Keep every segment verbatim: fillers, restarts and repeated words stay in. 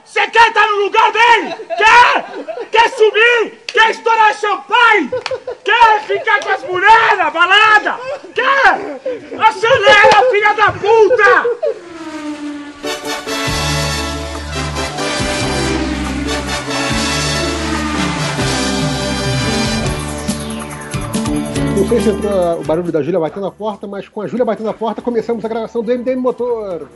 Você quer estar no lugar dele? Quer? Quer subir? Quer estourar champanhe? Quer ficar com as mulheres na balada? Quer? Acelera, filha da puta! Não sei se entrou o barulho da Júlia batendo a porta, mas com a Júlia batendo a porta começamos a gravação do M D M Motor.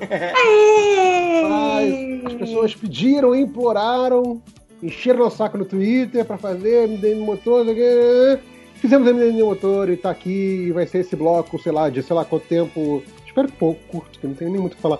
Mas as pessoas pediram, imploraram, encheram nosso saco no Twitter pra fazer M D M Motor. Fizemos M D M Motor e tá aqui, e vai ser esse bloco, sei lá, de sei lá quanto tempo, espero que pouco, curto, que não tem nem muito o que falar,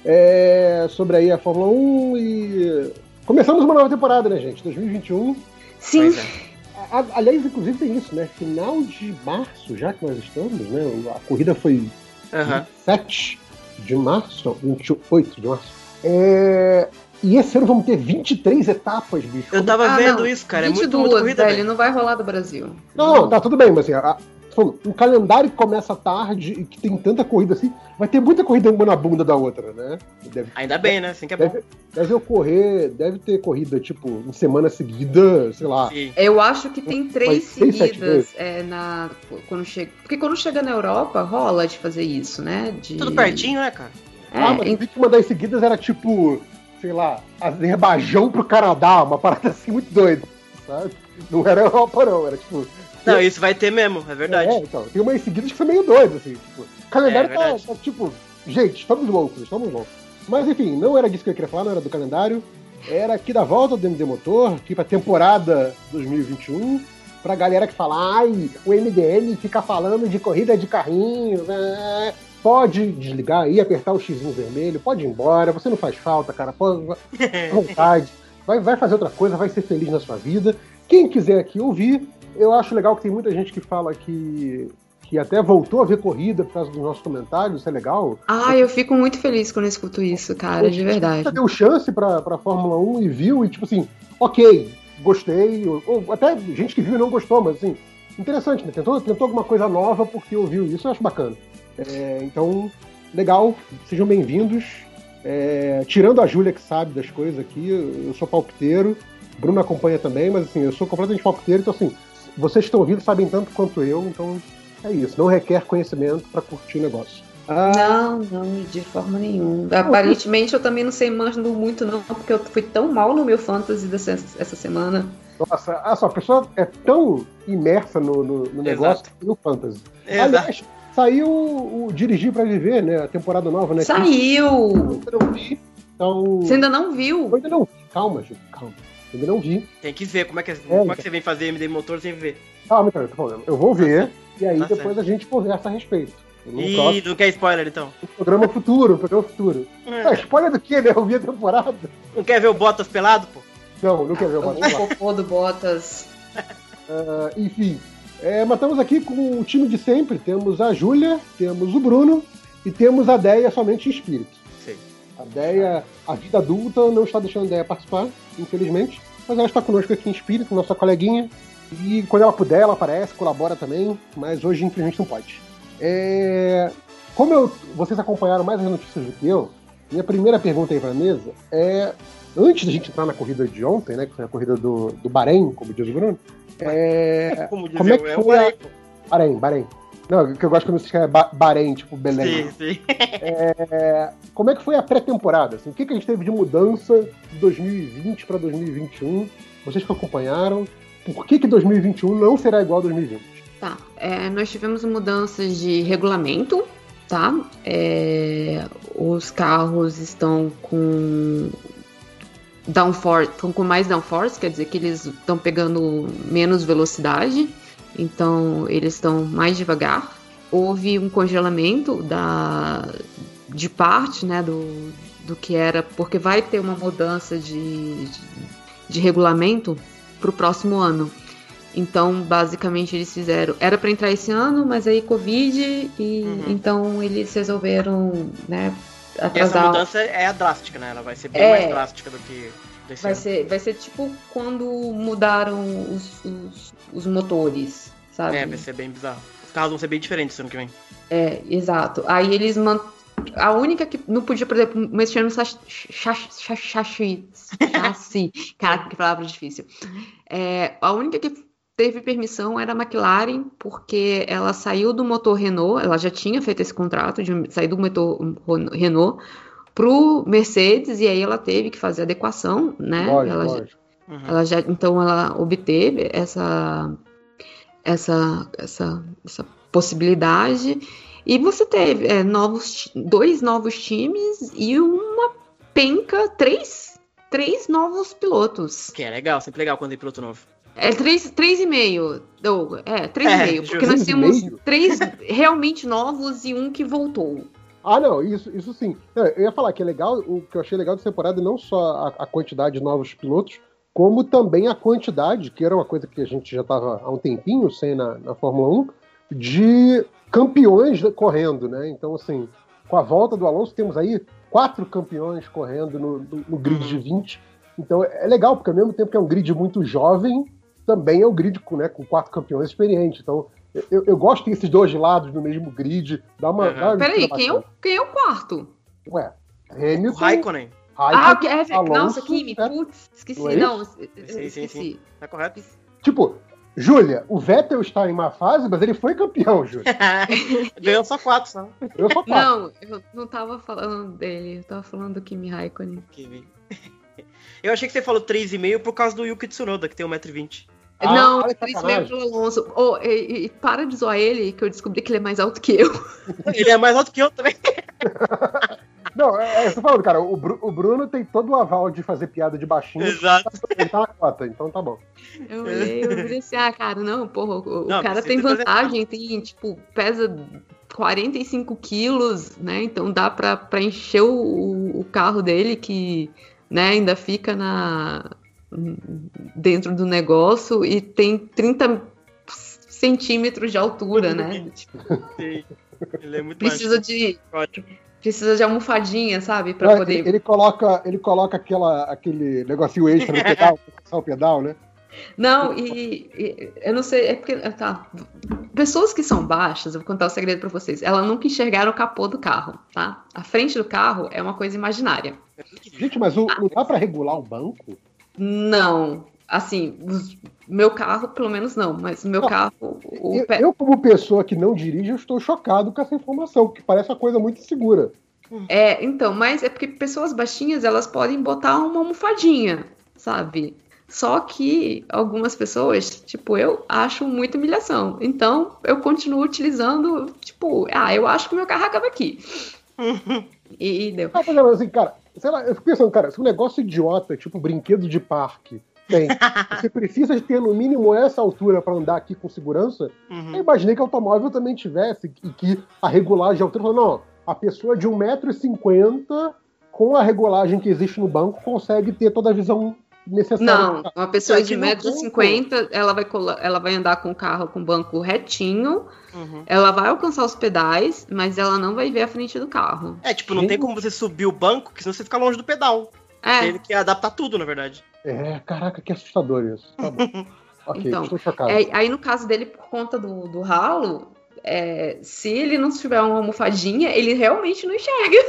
é, sobre aí a Fórmula um e começamos uma nova temporada, né, gente? dois mil e vinte e um. Sim. Aliás, inclusive tem isso, né? Final de março, já que nós estamos, né? A corrida foi Uhum. sete de março, não, vinte e oito de março. É... E esse ano vamos ter vinte e três etapas, bicho. Eu tava Ah, vendo não. isso, cara. É vinte e muito, duas, muito corrida, velho, velho. não vai rolar do Brasil. Não, não, tá tudo bem, mas assim, a, um calendário que começa tarde e que tem tanta corrida assim, vai ter muita corrida uma na bunda da outra, né? Deve, Ainda bem, né? Assim que é bom. deve, deve ocorrer, deve ter corrida, tipo, em semana seguida, sei lá. Sim. Eu acho que tem três seis, sete seguidas é, na, quando chega. Porque quando chega na Europa, rola de fazer isso, né? De... Tudo pertinho, né, cara? É, Ah, mas eu vi que uma das seguidas era tipo, sei lá, Azerbaijão pro Canadá, uma parada assim muito doida, sabe? Não era Europa, não, era tipo. Não, isso vai ter mesmo, é verdade. É, então, tem umas seguidas que são meio doidas, assim, tipo. O calendário É, tá, verdade. tá, tipo, gente, estamos loucos, estamos loucos. Mas enfim, não era disso que eu queria falar, não era do calendário. Era aqui da volta do M D Motor, aqui pra temporada dois mil e vinte e um, pra galera que fala, ai, o M D M fica falando de corrida de carrinho, né? Pode desligar aí, apertar o xizinho vermelho, pode ir embora, você não faz falta, cara, pode, à vontade, vai, vai fazer outra coisa, vai ser feliz na sua vida. Quem quiser aqui ouvir, eu acho legal que tem muita gente que fala que, que até voltou a ver corrida por causa dos nossos comentários, isso é legal. Ah, eu fico muito feliz quando eu escuto isso, cara, de verdade. Você deu chance pra, pra Fórmula um e viu, e tipo assim, ok, gostei, ou, ou até gente que viu e não gostou, mas assim, interessante, né? Tentou, tentou alguma coisa nova porque ouviu isso, eu acho bacana. É, então, legal, sejam bem-vindos. É, tirando a Júlia que sabe das coisas aqui, eu sou palpiteiro, Bruno acompanha também, mas assim, eu sou completamente palpiteiro, então assim, vocês que estão ouvindo sabem tanto quanto eu, então é isso, não requer conhecimento para curtir o negócio. Ah, Não, não, de forma nenhuma. Aparentemente eu também não sei manjando muito, não, porque eu fui tão mal no meu fantasy dessa, essa semana. nossa, ah, só, a pessoa é tão imersa no, no, no negócio que no fantasy. Exato. Aliás, saiu o Dirigir para Viver, né? A temporada nova, né? Saiu! Eu não vi, então... Você ainda não viu? Eu ainda não vi, calma, Ju, calma. Eu ainda não vi. Tem que ver como é que, como é que você vem fazer M D Motor sem ver. Calma, cara, eu tô falando. Eu vou ver, e aí Tá depois certo. a gente conversa a respeito. No Ih, próximo não quer spoiler então? programa futuro, programa futuro. Ah, spoiler do quê, né? Eu vi a temporada. Não quer ver o Bottas pelado, pô? Não, não quer ver o O Bottas. cocô do Bottas. Ah, enfim, é, mas estamos aqui com o time de sempre. Temos a Júlia, temos o Bruno e temos a Deia somente em espírito. Sei. A Deia, a vida adulta, não está deixando a Deia participar, infelizmente. Mas ela está conosco aqui em espírito, nossa coleguinha. E quando ela puder, ela aparece, colabora também. Mas hoje, infelizmente, não pode. É... Como eu, vocês acompanharam mais as notícias do que eu, minha primeira pergunta aí para a mesa é... Antes da gente entrar na corrida de ontem, né, que foi a corrida do, do Bahrein, como diz o Bruno, é... Como dizer, como é que é o foi a... Bahrein, pô. Bahrein, Bahrein. Não, que eu gosto quando você escreve Ba- Bahrein, tipo Belém. Sim, sim. É, como é que foi a pré-temporada? Assim, o que, que a gente teve de mudança de dois mil e vinte para dois mil e vinte e um? Vocês que acompanharam, por que, que dois mil e vinte e um não será igual a dois mil e vinte? Tá, é, nós tivemos mudanças de regulamento, tá? É, os carros estão com downforce, estão com mais downforce, quer dizer que eles estão pegando menos velocidade, então eles estão mais devagar. Houve um congelamento da, de parte, né, do, do que era, porque vai ter uma mudança de, de, de regulamento para o próximo ano. Então, basicamente, eles fizeram... Era para entrar esse ano, mas aí Covid, e Uhum. então eles resolveram, né, E essa atrasar. mudança é a drástica, né? Ela vai ser bem É. mais drástica do que desse Vai ano. ser, vai ser tipo quando mudaram os, os, os motores, sabe? É, vai ser bem bizarro. Os carros vão ser bem diferentes ano que vem. É, exato. Aí eles man- A única que não podia, por exemplo, mexer no chassi. Chassi. Chassi. Caraca, que palavra difícil. É, a única que teve permissão era a McLaren, porque ela saiu do motor Renault, ela já tinha feito esse contrato de sair do motor Renault pro Mercedes, e aí ela teve que fazer adequação, né? Lógico, ela, lógico. Já, uhum. ela já, então ela obteve essa, essa, essa, essa possibilidade, e você teve é, novos, dois novos times e uma penca, três, três novos pilotos. Que é legal, sempre legal quando tem piloto novo. É três, três e meio. Ou, é, três é, e meio. Porque nós temos três realmente novos e um que voltou. Ah, não, isso, isso sim. Eu ia falar que é legal, o que eu achei legal dessa temporada não só a, a quantidade de novos pilotos, como também a quantidade, que era uma coisa que a gente já estava há um tempinho sem na, na Fórmula um, de campeões correndo, né? Então, assim, com a volta do Alonso, temos aí quatro campeões correndo no, no, no grid de vinte. Então é legal, porque ao mesmo tempo que é um grid muito jovem, também é um grid com, né, com quatro campeões experientes. Então, eu, eu gosto desses dois lados no mesmo grid. Dá uma, uhum. dá uma Peraí, quem é, o, quem é o quarto? Ué, Hamilton... O Raikkonen. Ah, que é, Alonso, nossa, Kimi, putz, esqueci. Não, é não sim, esqueci. sim, sim. Tá correto. Tipo, Júlia, o Vettel está em má fase, mas ele foi campeão, Júlia. Ganhou só quatro, só. Ganhou só quatro. Não, eu não tava falando dele, eu tava falando do Kimi Raikkonen. Kimi. Eu achei que você falou três e meio por causa do Yuki Tsunoda, que tem um metro e vinte. Ah, não, olha que três e sacanagem. meio pro Alonso. Oh, e, e para de zoar ele, que eu descobri que ele é mais alto que eu. Ele é mais alto que eu também. Não, é, é, eu tô falando, cara, o, Bru- o Bruno tem todo o aval de fazer piada de baixinho. Exato. Ele tá na cota, então tá bom. Eu olhei, eu falei assim, ah, cara, não, porra, o, Não, o cara precisa tem fazer- vantagem, tem, tipo, pesa quarenta e cinco quilos, né, então dá pra, pra encher o, o carro dele, que, né, ainda fica na, dentro do negócio, e tem trinta centímetros de altura, né, tipo, Sim. Ele é muito precisa mais... de... Ótimo. Precisa de almofadinha, sabe? Pra Não, poder... ele, ele coloca, ele coloca aquela, aquele negocinho extra no pedal, pra passar o pedal, né? Não, e, e eu não sei, é porque, tá, pessoas que são baixas, eu vou contar o segredo pra vocês, elas nunca enxergaram o capô do carro, tá? A frente do carro é uma coisa imaginária. Gente, mas o, não dá pra regular o banco? Não, assim, os- meu carro, pelo menos não, mas o meu Não, carro, o Eu, pé- eu, como pessoa que não dirige, eu estou chocado com essa informação, porque parece uma coisa muito segura. é, então, mas é porque pessoas baixinhas, elas podem botar uma almofadinha, sabe? Só que algumas pessoas, tipo, eu acho muita humilhação. Então, eu continuo utilizando, tipo, ah, eu acho que o meu carro acaba aqui. E, e deu. Ah, por exemplo, assim, cara, sei lá, eu fico pensando, cara, se um negócio idiota, tipo brinquedo de parque, tem, você precisa de ter no mínimo essa altura para andar aqui com segurança, Uhum. eu imaginei que o automóvel também tivesse, e que a regulagem de altura falou, não, a pessoa de um metro e cinquenta, com a regulagem que existe no banco, consegue ter toda a visão necessária. Não, uma pessoa Aqui de no um metro e cinquenta, ela vai colar, ela vai andar com o carro com o banco retinho, Uhum. ela vai alcançar os pedais, mas ela não vai ver a frente do carro. É, tipo, não tem como você subir o banco, que senão você fica longe do pedal. É, Tem que adaptar tudo, na verdade. É, caraca, que assustador isso. Tá bom. Ok, Então, estou chocado. é, aí no caso dele, por conta do, do ralo, é, se ele não tiver uma almofadinha, ele realmente não enxerga.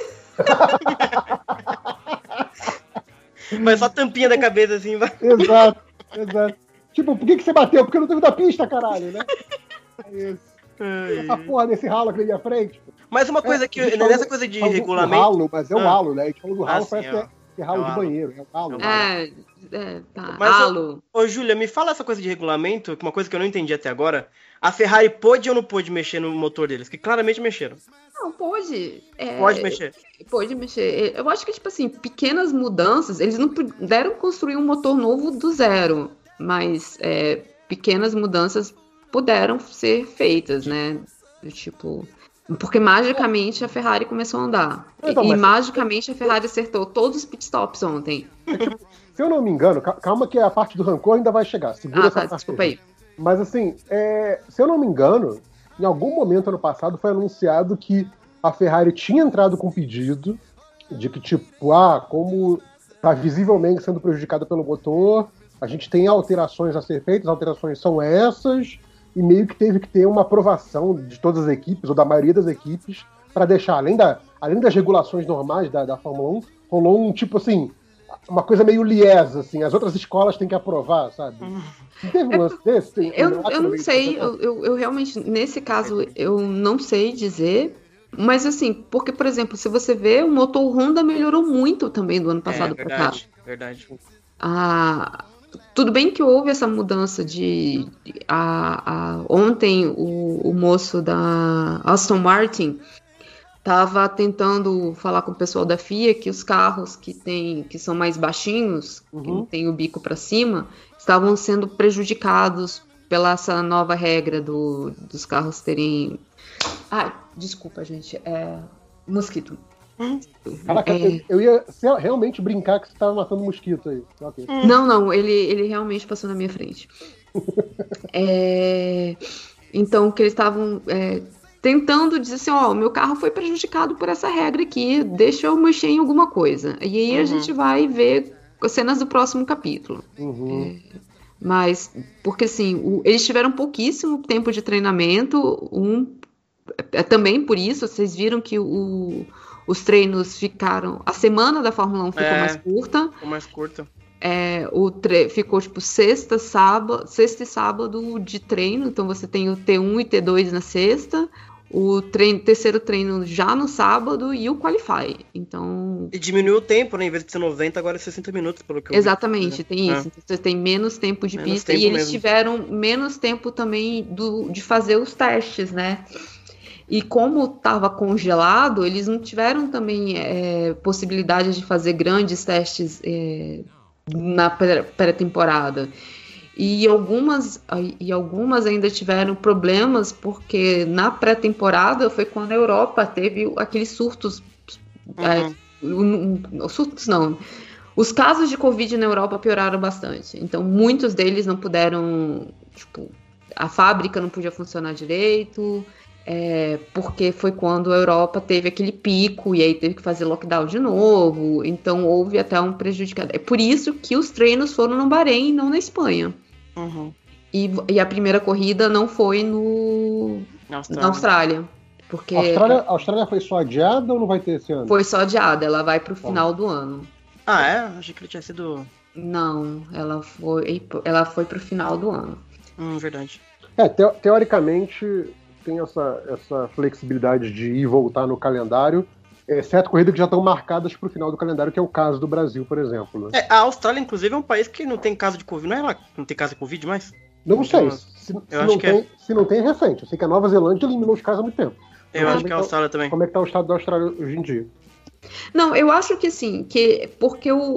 Mas só a tampinha da cabeça assim, vai. Exato, exato. Tipo, por que, que você bateu? Porque eu não teve da pista, caralho, né? É isso. Essa porra desse ralo aqui na minha frente. Mas uma coisa É, que, a gente nessa falou- coisa de falou do regulamento. ralo, mas é o Ah. ralo, né? A gente falou do ralo, Ah, parece sim, que é. é, que é ralo É o de ralo. banheiro. É o ralo. É o É, é tá. Mas eu- Halo. Ô, Júlia, me fala essa coisa de regulamento, que uma coisa que eu não entendi até agora. A Ferrari pôde ou não pôde mexer no motor deles? Que claramente mexeram. Não, pode. É, Pode mexer. Pode mexer. Eu acho que, tipo assim, pequenas mudanças, eles não puderam construir um motor novo do zero, mas é, pequenas mudanças puderam ser feitas, né? Tipo, porque magicamente a Ferrari começou a andar. Então, e mas- magicamente a Ferrari acertou todos os pitstops ontem. Se eu não me engano, ca- calma que a parte do rancor ainda vai chegar. Segura Ah, essa tá, parte desculpa aí. Mas assim, é, se eu não me engano, em algum momento ano passado foi anunciado que a Ferrari tinha entrado com um pedido de que, tipo, ah, como está visivelmente sendo prejudicada pelo motor, a gente tem alterações a ser feitas, as alterações são essas, e meio que teve que ter uma aprovação de todas as equipes, ou da maioria das equipes, pra deixar, além, da, além das regulações normais da, da Fórmula um, rolou um tipo assim, uma coisa meio liesa, assim, as outras escolas têm que aprovar, sabe? Não teve um lance desse? Tem, eu, eu não sei, eu, eu, eu realmente, nesse caso, eu não sei dizer, mas assim, porque, por exemplo, se você vê, o motor Honda melhorou muito também do ano passado é, para cá. Verdade, verdade. Ah, tudo bem que houve essa mudança de... A, a, ontem, o, o moço da Aston Martin estava tentando falar com o pessoal da F I A que os carros que, tem, que são mais baixinhos, uhum. que não tem o bico para cima, estavam sendo prejudicados pela essa nova regra do, dos carros terem... Ai, desculpa, gente. É... Mosquito. Caraca, é... eu, eu ia realmente brincar que você estava matando mosquito aí. Okay. Não, não, ele, ele realmente passou na minha frente. é... Então, que eles estavam... É... tentando dizer assim, ó, o meu carro foi prejudicado por essa regra aqui, deixa eu mexer em alguma coisa. E aí uhum. a gente vai ver cenas do próximo capítulo. Uhum. É, mas, porque assim, o, eles tiveram pouquíssimo tempo de treinamento, um, é, também por isso, vocês viram que o, os treinos ficaram, a semana da Fórmula um ficou é, mais curta. Ficou mais curta. É, o tre- ficou tipo sexta, sábado, sexta e sábado de treino, então você tem o T um e T dois na sexta, o treino, terceiro treino já no sábado e o Qualify. Então... E diminuiu o tempo, né? Em vez de ser noventa, agora é sessenta minutos, pelo que eu Exatamente, vi. tem é. isso. Então, você tem menos tempo de menos pista tempo e eles mesmo. tiveram menos tempo também do, de fazer os testes, né? E como estava congelado, eles não tiveram também é, possibilidade de fazer grandes testes é, na pré-temporada. E algumas, e algumas ainda tiveram problemas, porque na pré-temporada foi quando a Europa teve aqueles surtos. Uhum. É, surtos não. Os casos de Covid na Europa pioraram bastante. Então, muitos deles não puderam. Tipo, a fábrica não podia funcionar direito. É, porque foi quando a Europa teve aquele pico e aí teve que fazer lockdown de novo. Então, houve até um prejudicado. É por isso que os treinos foram no Bahrein e não na Espanha. Uhum. E, e a primeira corrida não foi no, na Austrália. Na Austrália, porque a Austrália, a Austrália foi só adiada ou não vai ter esse ano? Foi só adiada, ela vai pro final do ano. Ah, é? Achei que ele tinha sido... Não, ela foi, ela foi pro final do ano. Hum, verdade. É, te, teoricamente tem essa, essa flexibilidade de ir e voltar no calendário, exceto corridas que já estão marcadas para o final do calendário, que é o caso do Brasil, por exemplo. Né? É, a Austrália, inclusive, é um país que não tem caso de Covid. Não é lá? Não tem caso de Covid mais? Não sei. Então, se, eu se, acho não que tem, é... se não tem, é recente. Eu sei que a Nova Zelândia eliminou os casos há muito tempo. Eu então, acho que é a Austrália também. Como é que tá o estado da Austrália hoje em dia? Não, eu acho que assim, que porque o,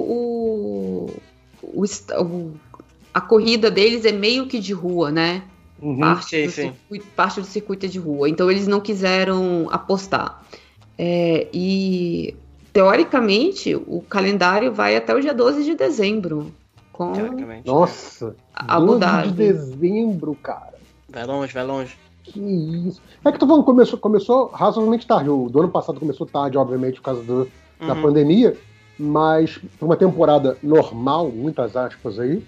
o, o, o a corrida deles é meio que de rua, né? Uhum, parte, sim, do sim. Circuito, parte do circuito é de rua. Então eles não quiseram apostar. É, e teoricamente o calendário vai até o dia doze de dezembro. Com Nossa! a Abu Dhabi. doze de dezembro, cara. Vai longe, vai longe. Que isso. É que tô falando, começou, começou razoavelmente tarde. O do ano passado começou tarde, obviamente, por causa do, uhum. da pandemia. Mas por uma temporada normal, muitas aspas aí,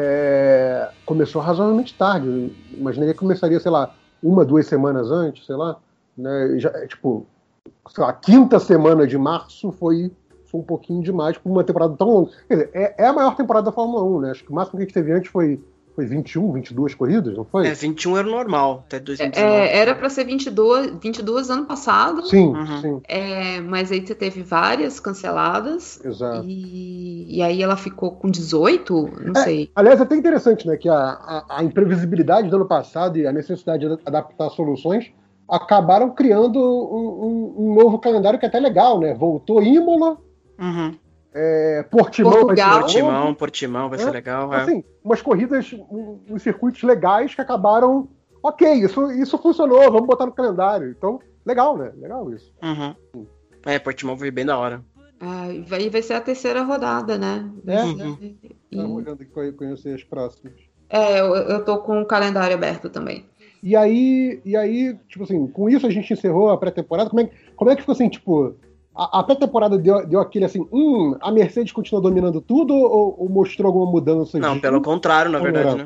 É, começou razoavelmente tarde. Eu imaginaria que começaria, sei lá, uma, duas semanas antes, sei lá. Né? Já, tipo, sei lá, a quinta semana de março foi, foi um pouquinho demais por uma temporada tão longa. Quer dizer, é, é a maior temporada da Fórmula um, né? Acho que o máximo que a gente teve antes foi, foi vinte e um, vinte e duas corridas, não foi? É, vinte e um era o normal, até dois mil e dezenove. É, era pra ser vinte e duas, vinte e duas ano passado. Sim, uhum. sim. É, mas aí você teve várias canceladas. Exato. E, e aí ela ficou com dezoito, não é, sei. Aliás, é até interessante, né, que a, a, a imprevisibilidade do ano passado e a necessidade de adaptar soluções acabaram criando um, um, um novo calendário que é até legal, né? Voltou Imola, uhum. é, Portimão, Portugal. vai ser Portimão, Portimão vai é, ser legal. É. Assim, umas corridas, uns um, circuitos legais que acabaram, ok, isso, isso funcionou, vamos botar no calendário. Então, legal, né? Legal isso. Uhum. É, Portimão foi bem da hora. Ah, vai, vai ser a terceira rodada, né? É? Uhum. E, Tá olhando aqui conhecer as próximas. é, eu, eu tô com o calendário aberto também. E aí, e aí, tipo assim, com isso a gente encerrou a pré-temporada. Como é, como é que ficou assim, tipo, a, a pré-temporada deu, deu aquele assim, hum, a Mercedes continua dominando tudo ou, ou mostrou alguma mudança? Não, de... pelo contrário, na verdade, né?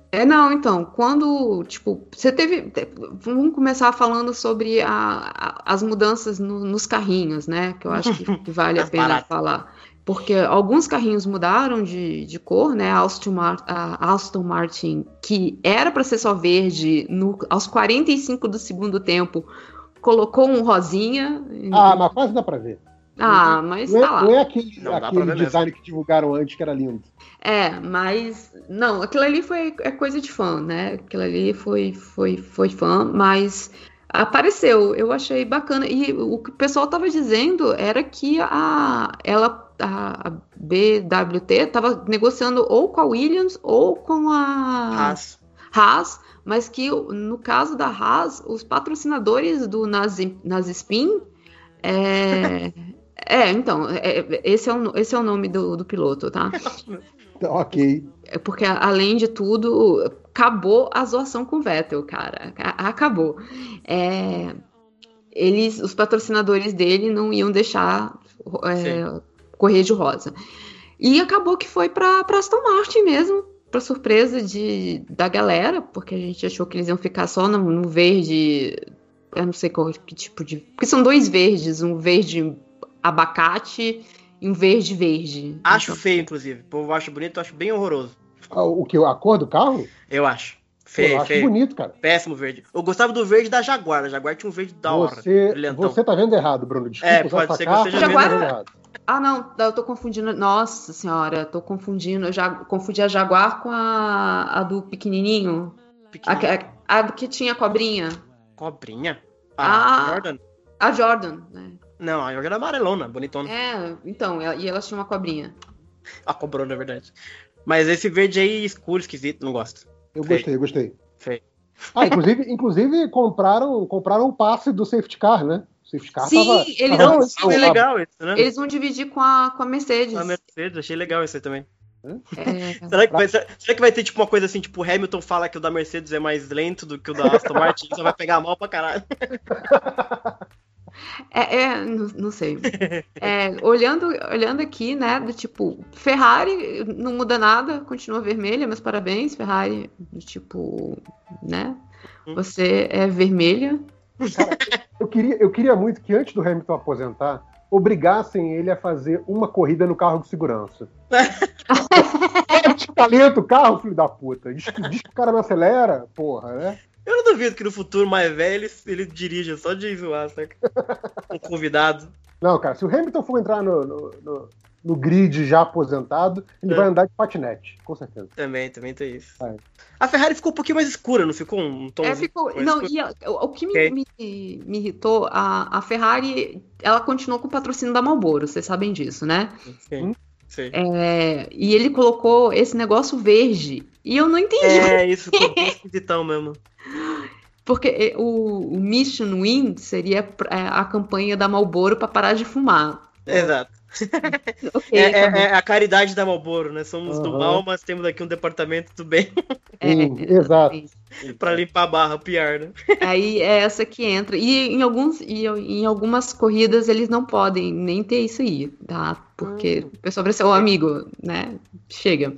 É, não, então, quando, tipo, você teve, vamos começar falando sobre a, a, as mudanças no, nos carrinhos, né, que eu acho que, que vale a pena falar, porque alguns carrinhos mudaram de, de cor, né, a Aston, Mar- a Aston Martin, que era para ser só verde, no, aos quarenta e cinco do segundo tempo, colocou um rosinha. Ah, mas quase dá pra ver. Ah, mas não, tá é, lá. não é aquele, Não, aquele design mesmo que divulgaram antes que era lindo. É, mas não, aquilo ali foi é coisa de fã, né? Aquilo ali foi, foi, foi fã, mas apareceu, eu achei bacana. E o que o pessoal tava dizendo era que a, ela, a B W T tava negociando ou com a Williams ou com a Haas. Haas, mas que no caso da Haas, os patrocinadores do Nazispin é. É, então, é, esse, é o, esse é o nome do, do piloto, tá? Ok. É porque, além de tudo, acabou a zoação com o Vettel, cara. Acabou. É, eles, os patrocinadores dele não iam deixar é, correr de rosa. E acabou que foi pra, pra Aston Martin mesmo, pra surpresa de, da galera, porque a gente achou que eles iam ficar só no, no verde. Eu não sei qual que tipo de. Porque são dois verdes, um verde abacate e um verde verde. Acho então... feio, inclusive. O povo acha bonito, eu acho bem horroroso. O que? A cor do carro? Eu acho. Pô, Feio, eu acho feio. bonito, cara. Péssimo verde. Eu gostava do verde da Jaguar. A Jaguar tinha um verde da hora. Você, brilhantão. você tá vendo errado, Bruno. Desculpa É, usar pode essa ser que carta, você esteja mas vendo tá vendo errado. Ah, não, eu tô confundindo. Nossa senhora, eu tô confundindo. Eu já confundi a Jaguar com a, a do pequenininho. A, a, a que tinha cobrinha. Cobrinha? A Ah, Jordan? A Jordan, né? Não, a Jordan era amarelona, bonitona. É, então, e elas tinham uma cobrinha. A cobrona, é verdade. Mas esse verde aí, escuro, esquisito, não gosto. Eu Feio. gostei, eu gostei. Feio. Ah, inclusive, inclusive compraram, compraram o passe do safety car, né? O safety car Sim, tava, eles tava- vão- Isso foi legal, isso, né? Eles vão dividir com a, com a Mercedes. A Mercedes, achei legal isso aí também. É, Será que, vai, será que vai ter tipo uma coisa assim, tipo, o Hamilton fala que o da Mercedes é mais lento do que o da Aston Martin, isso vai pegar mal pra caralho. é, é, não, não sei. É, olhando, olhando aqui, né, do tipo, Ferrari não muda nada, continua vermelha, meus parabéns, Ferrari, do tipo, né, você é vermelha. Eu queria, eu queria muito que antes do Hamilton aposentar, obrigassem ele a fazer uma corrida no carro de segurança. Para de talento o carro, filho da puta. Diz que, diz que o cara não acelera, porra, né? Eu não duvido que no futuro mais velho ele, ele dirija só de zoar, saca? Um convidado. Não, cara, se o Hamilton for entrar no, no, no, no grid já aposentado, ele É. vai andar de patinete, com certeza. Também, também tem isso. É. A Ferrari ficou um pouquinho mais escura, não ficou? Um tom É, ficou, não, e a- o, o que me, Ok. me, me irritou, a, a Ferrari, ela continuou com o patrocínio da Marlboro, vocês sabem disso, né? Sim, sei. É, e ele colocou esse negócio verde, e eu não entendi. É, isso ficou bem esquisitão mesmo. Porque o, o Mission Win seria é, a campanha da Marlboro para parar de fumar. Exato. Ok, É, é- tá bom. é a caridade da Marlboro, né? Somos do Aham. mal, mas temos aqui um departamento do bem Sim, exato. exatamente. pra limpar a barra, o pior, né? Aí é essa que entra. E em, alguns, e em algumas corridas eles não podem nem ter isso aí, tá? Porque o pessoal vai ser o amigo, né? Chega.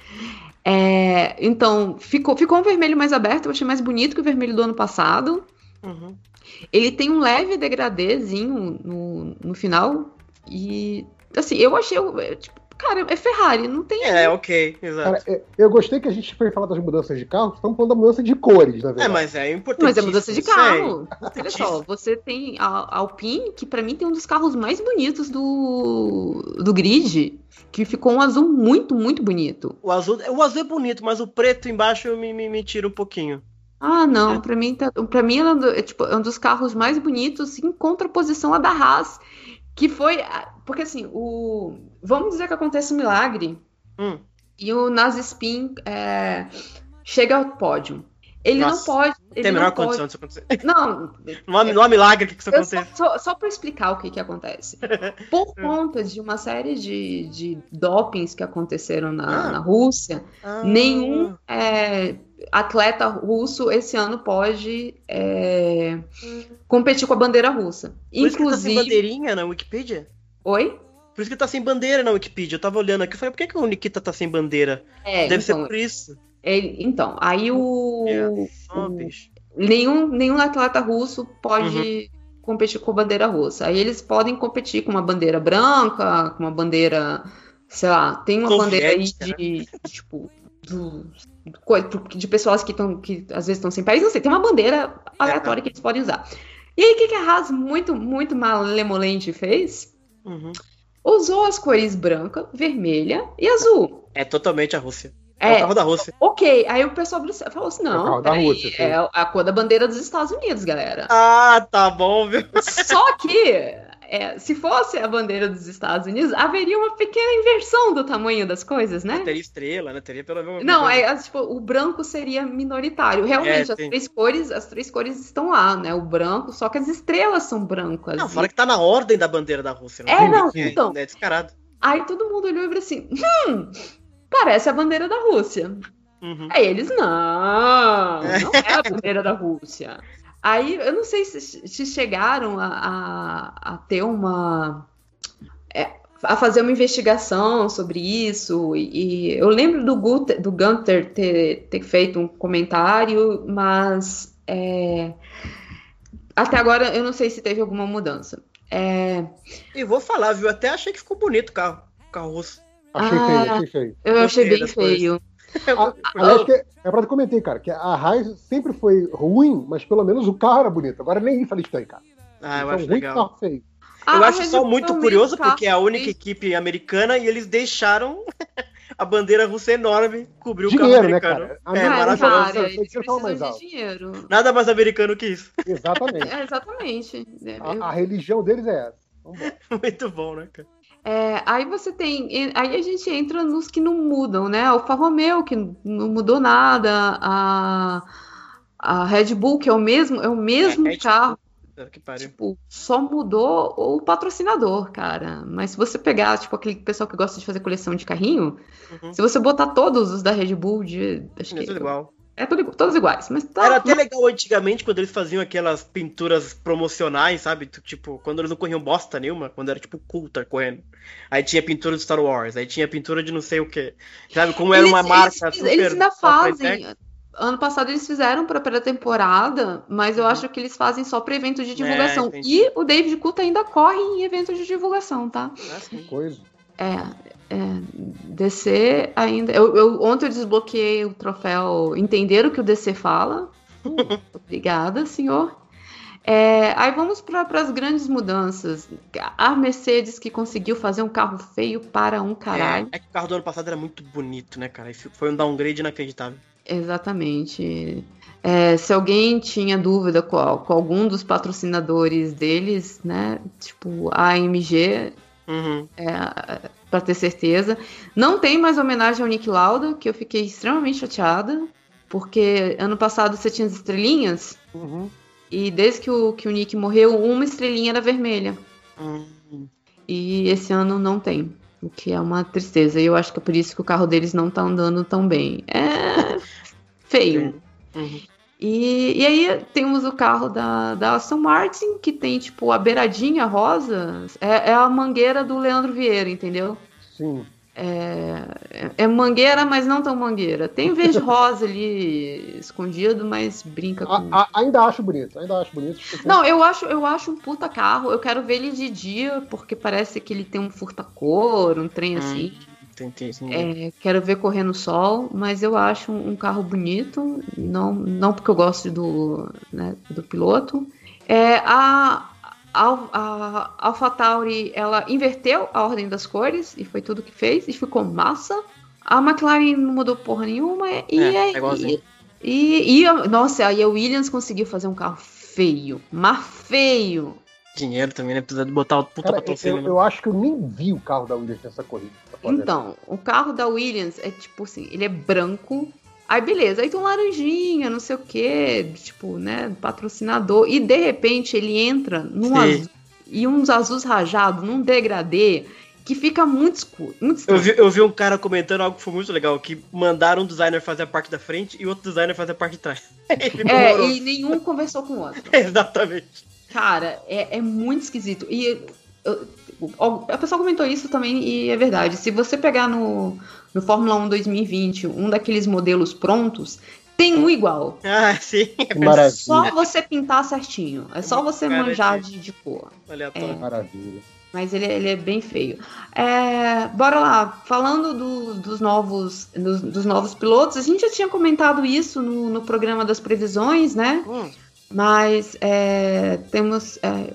É, então, ficou, ficou um vermelho mais aberto, eu achei mais bonito que o vermelho do ano passado. Uhum. Ele tem um leve degradêzinho no, no final. E, assim, eu achei. é, Tipo, cara, é Ferrari, não tem. É, ok, exato. Cara, é, eu gostei que a gente foi falar das mudanças de carro, estamos falando da mudança de cores, na É, verdade. mas é importante. Mas é mudança de carro. Olha Importantíssimo. só, você tem a a Alpine, que pra mim tem um dos carros mais bonitos do, do grid, que ficou um azul muito, muito bonito. O azul, o azul é bonito, mas o preto embaixo me, me, me tira um pouquinho. Ah, não, pra mim, tá, pra mim ela é, do- é, tipo, é um dos carros mais bonitos em contraposição à da Haas, que foi. a- Porque assim, o. Vamos dizer que acontece um milagre Hum. e o Nazispin é, chega ao pódio. Ele Nossa, não pode. Ele Tem a não menor pode- condição disso acontecer. Não, Não há, não há milagre que isso eu só, aconteça. só, só para explicar o que, que acontece. Por conta de uma série de, de dopings que aconteceram na, Ah. na Rússia, Ah. nenhum é, atleta russo esse ano pode é, competir com a bandeira russa. Por isso que ele tá sem Inclusive. bandeirinha na Wikipedia? Oi? Por isso que ele tá sem bandeira na Wikipedia. Eu tava olhando aqui e falei, por que, que o Nikita tá sem bandeira? É, Deve então, ser por isso. Ele- então, aí o, É, só, o- bicho. nenhum, nenhum atleta russo pode competir com a bandeira russa. Aí eles podem competir com uma bandeira branca, com uma bandeira, sei lá, tem uma bandeira aí Soviética, de, de, tipo, do- coi- de pessoas que estão, que às vezes estão sem país, não sei, tem uma bandeira aleatória que eles podem usar. E aí o que que a Haas muito, muito malemolente fez? Uhum. Usou as cores branca, vermelha e azul. É totalmente a Rússia. É, É, o carro da Rússia. ok. Aí o pessoal falou assim, É o não, carro da peraí, Rússia, sim. é a cor da bandeira dos Estados Unidos, galera. Ah, tá bom, viu? Só que, é, se fosse a bandeira dos Estados Unidos, haveria uma pequena inversão do tamanho das coisas, né? Teria estrela, né? Teria pelo menos. Não, é, é, tipo, o branco seria minoritário. Realmente, É, as sim. três cores, as três cores estão lá, né? O branco, só que as estrelas são brancas. Não, fora que tá na ordem da bandeira da Rússia. É, não, é, então. É descarado. Aí todo mundo olhou e falou assim, hum, parece a bandeira da Rússia. Uhum. Aí eles, não, não é a bandeira da Rússia. Aí, eu não sei se, se chegaram a, a, a ter uma... é, a fazer uma investigação sobre isso, e, e eu lembro do, Guter, do Gunter ter, ter feito um comentário, mas é, até agora eu não sei se teve alguma mudança. É, E vou falar, viu? Até achei que ficou bonito o carro. O carro russo. Achei Ah. feio, achei feio. eu achei Gostei bem das feio. Ah, aliás, que é, é pra eu comentei, cara, que a Haas sempre foi ruim, mas pelo menos o carro era bonito. Agora nem isso eles têm, cara. Ah, eu Então, acho ruim legal. carro feio. Ah, Eu a acho Red só Bull muito é o curioso mesmo carro porque é a única que- equipe americana e eles deixaram a bandeira russa enorme cobrir o carro Dinheiro, né, americano. cara? É, Ah, Mas, maravilhoso. cara, Foi eles que eu falo mais precisam alto. de dinheiro. Nada mais americano que isso. Exatamente. É, exatamente. É, eu- A, a religião deles é essa. Vambora. Muito bom, né, cara? É, aí você tem. e- Aí a gente entra nos que não mudam, né? O Alfa Romeo, que não mudou nada. A, a Red Bull, que é o mesmo, é o mesmo É, Red carro. Bull, que pariu. Tipo, só mudou o patrocinador, cara. Mas se você pegar, tipo, aquele pessoal que gosta de fazer coleção de carrinho, Uhum. se você botar todos os da Red Bull, de, acho É que tudo igual. é tudo, igual- todos iguais. Mas tá, Era até legal antigamente quando eles faziam aquelas pinturas promocionais, sabe? Tipo, quando eles não corriam bosta nenhuma, quando era tipo Coulter correndo. Aí tinha pintura de Star Wars, aí tinha pintura de não sei o que. Sabe? Como era uma Eles- marca eles, super. eles ainda só pra fazem. tech. Ano passado eles fizeram para pré-temporada, mas eu Uhum. acho que eles fazem só para evento de divulgação. entendi. E o David Coulter ainda corre em evento de divulgação, tá? Ah, sim. Que coisa. É, é, D C ainda. Eu, eu- ontem eu desbloqueei o troféu Entender o que o D C fala. Uh, obrigada, senhor. É, aí vamos para as grandes mudanças. A Mercedes que conseguiu fazer um carro feio para um caralho. É, é que o carro do ano passado era muito bonito, né, cara? Isso foi um downgrade inacreditável. Exatamente. É, se alguém tinha dúvida com, com algum dos patrocinadores deles, né? Tipo a A M G, Uhum. é, para ter certeza. Não tem mais homenagem ao Nick Lauda, que eu fiquei extremamente chateada, porque ano passado você tinha as estrelinhas, Uhum. e desde que o, que o Nick morreu, uma estrelinha era vermelha. Hum. E esse ano não tem, o que é uma tristeza. E eu acho que é por isso que o carro deles não tá andando tão bem. É feio. Uhum. E, e aí temos o carro da, da Aston Martin, que tem, tipo, a beiradinha rosa. É, é a mangueira do Leandro Vieira, entendeu? Sim. É, é- é mangueira, mas não tão mangueira. Tem o verde rosa ali escondido, mas brinca com... A- a- ainda acho bonito, ainda acho bonito. Não, eu acho, eu acho um puta carro. Eu quero ver ele de dia, porque parece que ele tem um furta-cor, um trem assim. Entendi, entendi. É, quero ver correr no sol, mas eu acho um, um carro bonito, não, não porque eu gosto do, né, do piloto. É, a, a, a AlphaTauri, ela inverteu a ordem das cores, e foi tudo que fez, e ficou massa. A McLaren não mudou porra nenhuma, e, É, é, é igualzinho. e, e, e a- nossa, aí a Williams conseguiu fazer um carro feio, mas feio. Dinheiro também, né? Precisa de botar o puta Cara, patrocínio. eu, né? eu acho que eu nem vi o carro da Williams nessa corrida. pra falar a verdade. Então, o carro da Williams é tipo assim, ele é branco, aí beleza, aí tem um laranjinha, não sei o que, tipo, né, patrocinador, e de repente ele entra num Sim. azul, e uns azuis rajados, num degradê, que fica muito escuro, muito Eu estranho. vi, eu vi um cara comentando algo que foi muito legal, que mandaram um designer fazer a parte da frente e outro designer fazer a parte de trás. Ficou É, horroroso. e nenhum conversou com o outro. Exatamente. Cara, é, é muito esquisito. E eu, a pessoa comentou isso também e é verdade. Se você pegar no, no Fórmula um dois mil e vinte, um daqueles modelos prontos, tem um igual. Ah, sim. Maravilha. Só você pintar certinho. É só você Cara, manjar de- de, de cor. Aleatório. É. Maravilha. Mas ele, ele é bem feio. É, bora lá. Falando do- dos, novos, dos, dos novos pilotos, a gente já tinha comentado isso no, no programa das previsões, né? Hum. Mas é, temos é,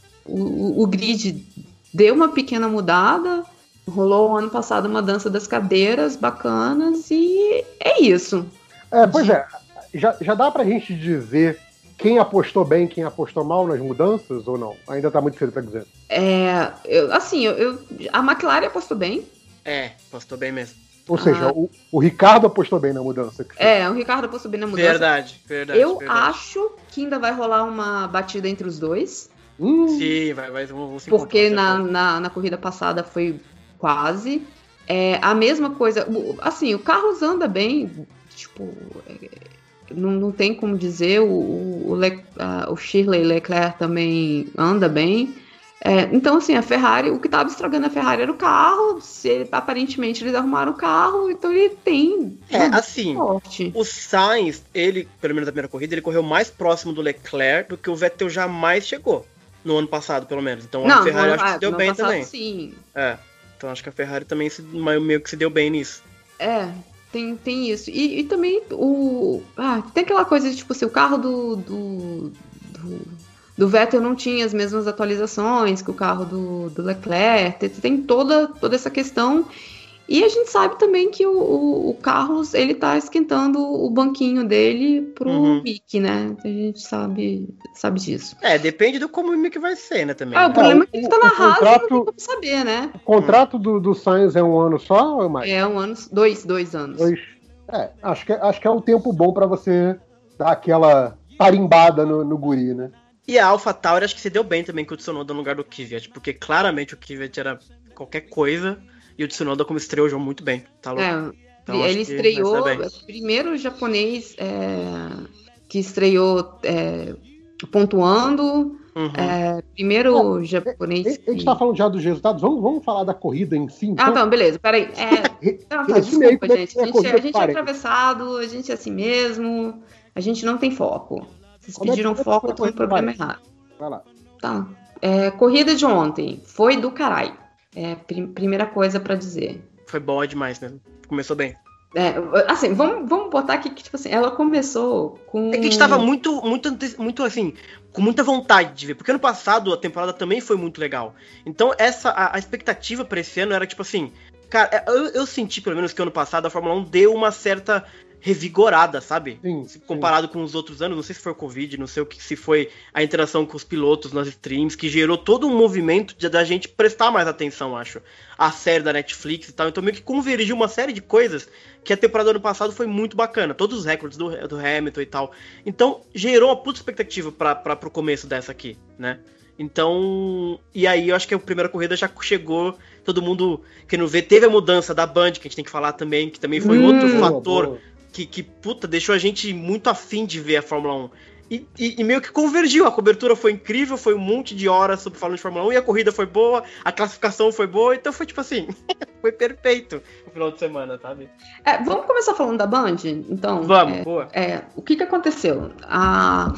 o, o- o grid deu uma pequena mudada. Rolou ano passado uma dança das cadeiras bacanas e é isso. É, pois é, já, já dá pra gente dizer quem apostou bem, quem apostou mal nas mudanças ou não? Ainda tá muito cedo pra dizer. É, eu- assim, eu, eu- a McLaren apostou bem. É, postou bem mesmo. Ou seja, o, o Ricardo apostou bem na mudança. que fez. É, o Ricardo apostou bem na mudança. Verdade, verdade. Eu verdade. acho que ainda vai rolar uma batida entre os dois. Hum, Sim, vai, vai, vamos, vamos se Porque encontrar, na, certo? na, na corrida passada foi quase. É, a mesma coisa. o- Assim, o Carlos anda bem. Tipo, é, não, não tem como dizer. O, o, o Le- a- o Shirley Leclerc também anda bem. É, então, assim, a Ferrari, o que estava estragando a Ferrari era o carro. Se, aparentemente eles arrumaram o carro, então ele tem. É, assim, Forte. o Sainz, ele, pelo menos na primeira corrida, ele correu mais próximo do Leclerc do que o Vettel jamais chegou. No ano passado, pelo menos. Então a Ferrari no- acho que ah, se deu no bem passado, também. Sim. É. Então acho que a Ferrari também se, meio que se deu bem nisso. É, tem, tem isso. E, e também o. Ah, tem aquela coisa de, tipo assim, o carro do, do, do, do Vettel não tinha as mesmas atualizações que o carro do, do Leclerc. Tem, tem toda, toda essa questão. E a gente sabe também que o, o, o Carlos, ele tá esquentando o banquinho dele pro Uhum. Mick, né? A gente sabe, sabe disso. É, depende do como o Mick vai ser, né, também. Ah, o né? problema é que o- ele tá o na Haas e não contrato- tem como saber, né? O contrato do, do Sainz é um ano só ou mais? É um ano, dois, dois anos. Dois. É, acho que, acho que é um tempo bom pra você dar aquela tarimbada no, no guri, né? E a AlphaTauri acho que se deu bem também com o Tsunoda no lugar do Kvyat, porque claramente o Kvyat era qualquer coisa e o Tsunoda como estreou o jogo muito bem, tá louco? É, Então, acho ele que estreou, vai ser bem. primeiro japonês é, que estreou é, pontuando, Uhum. é, primeiro A japonês gente, a gente que... tá falando já dos resultados, vamos, vamos falar da corrida em si? Ah, então? não, beleza, peraí. É, Re- não, tá, resume aí desculpa, como é que gente. foi A a gente, corrida a gente é quarenta. atravessado, a gente é assim mesmo, a gente não tem foco. Vocês Como é que- pediram como é que foco, foi a eu tô no corrida programa quarenta? errado. Vai lá. Tá. É, corrida de ontem foi do caralho. É, prim- primeira coisa pra dizer. Foi boa demais, né? Começou bem. É, assim, vamos, vamos botar aqui que, tipo assim, ela começou com... É que a gente tava muito, muito, ante- muito assim, com muita vontade de ver. Porque ano passado a temporada também foi muito legal. Então essa, a, a expectativa pra esse ano era tipo assim... Cara, eu, eu senti pelo menos que ano passado a Fórmula um deu uma certa revigorada, sabe? Sim, Se comparado com os outros anos, não sei se foi o Covid, não sei o que, se foi a interação com os pilotos nas streams, que gerou todo um movimento de, da gente prestar mais atenção, acho, à série da Netflix e tal. Então meio que convergiu uma série de coisas que a temporada do ano passado foi muito bacana. Todos os recordes do, do Hamilton e tal. Então gerou uma puta expectativa pra, pra, pro começo dessa aqui, né? Então, e aí eu acho que a primeira corrida já chegou, todo mundo querendo ver. Teve a mudança da Band, que a gente tem que falar também, que também foi Hum. outro Boa, fator boa. que, que, puta, deixou a gente muito afim de ver a Fórmula um. E, e, e meio que convergiu, a cobertura foi incrível, foi um monte de horas sobre falando de Fórmula um, e a corrida foi boa, a classificação foi boa, então foi tipo assim, foi perfeito o final de semana, sabe? É, vamos começar falando da Band? Então, Vamos, é, boa. é, o que que aconteceu? A,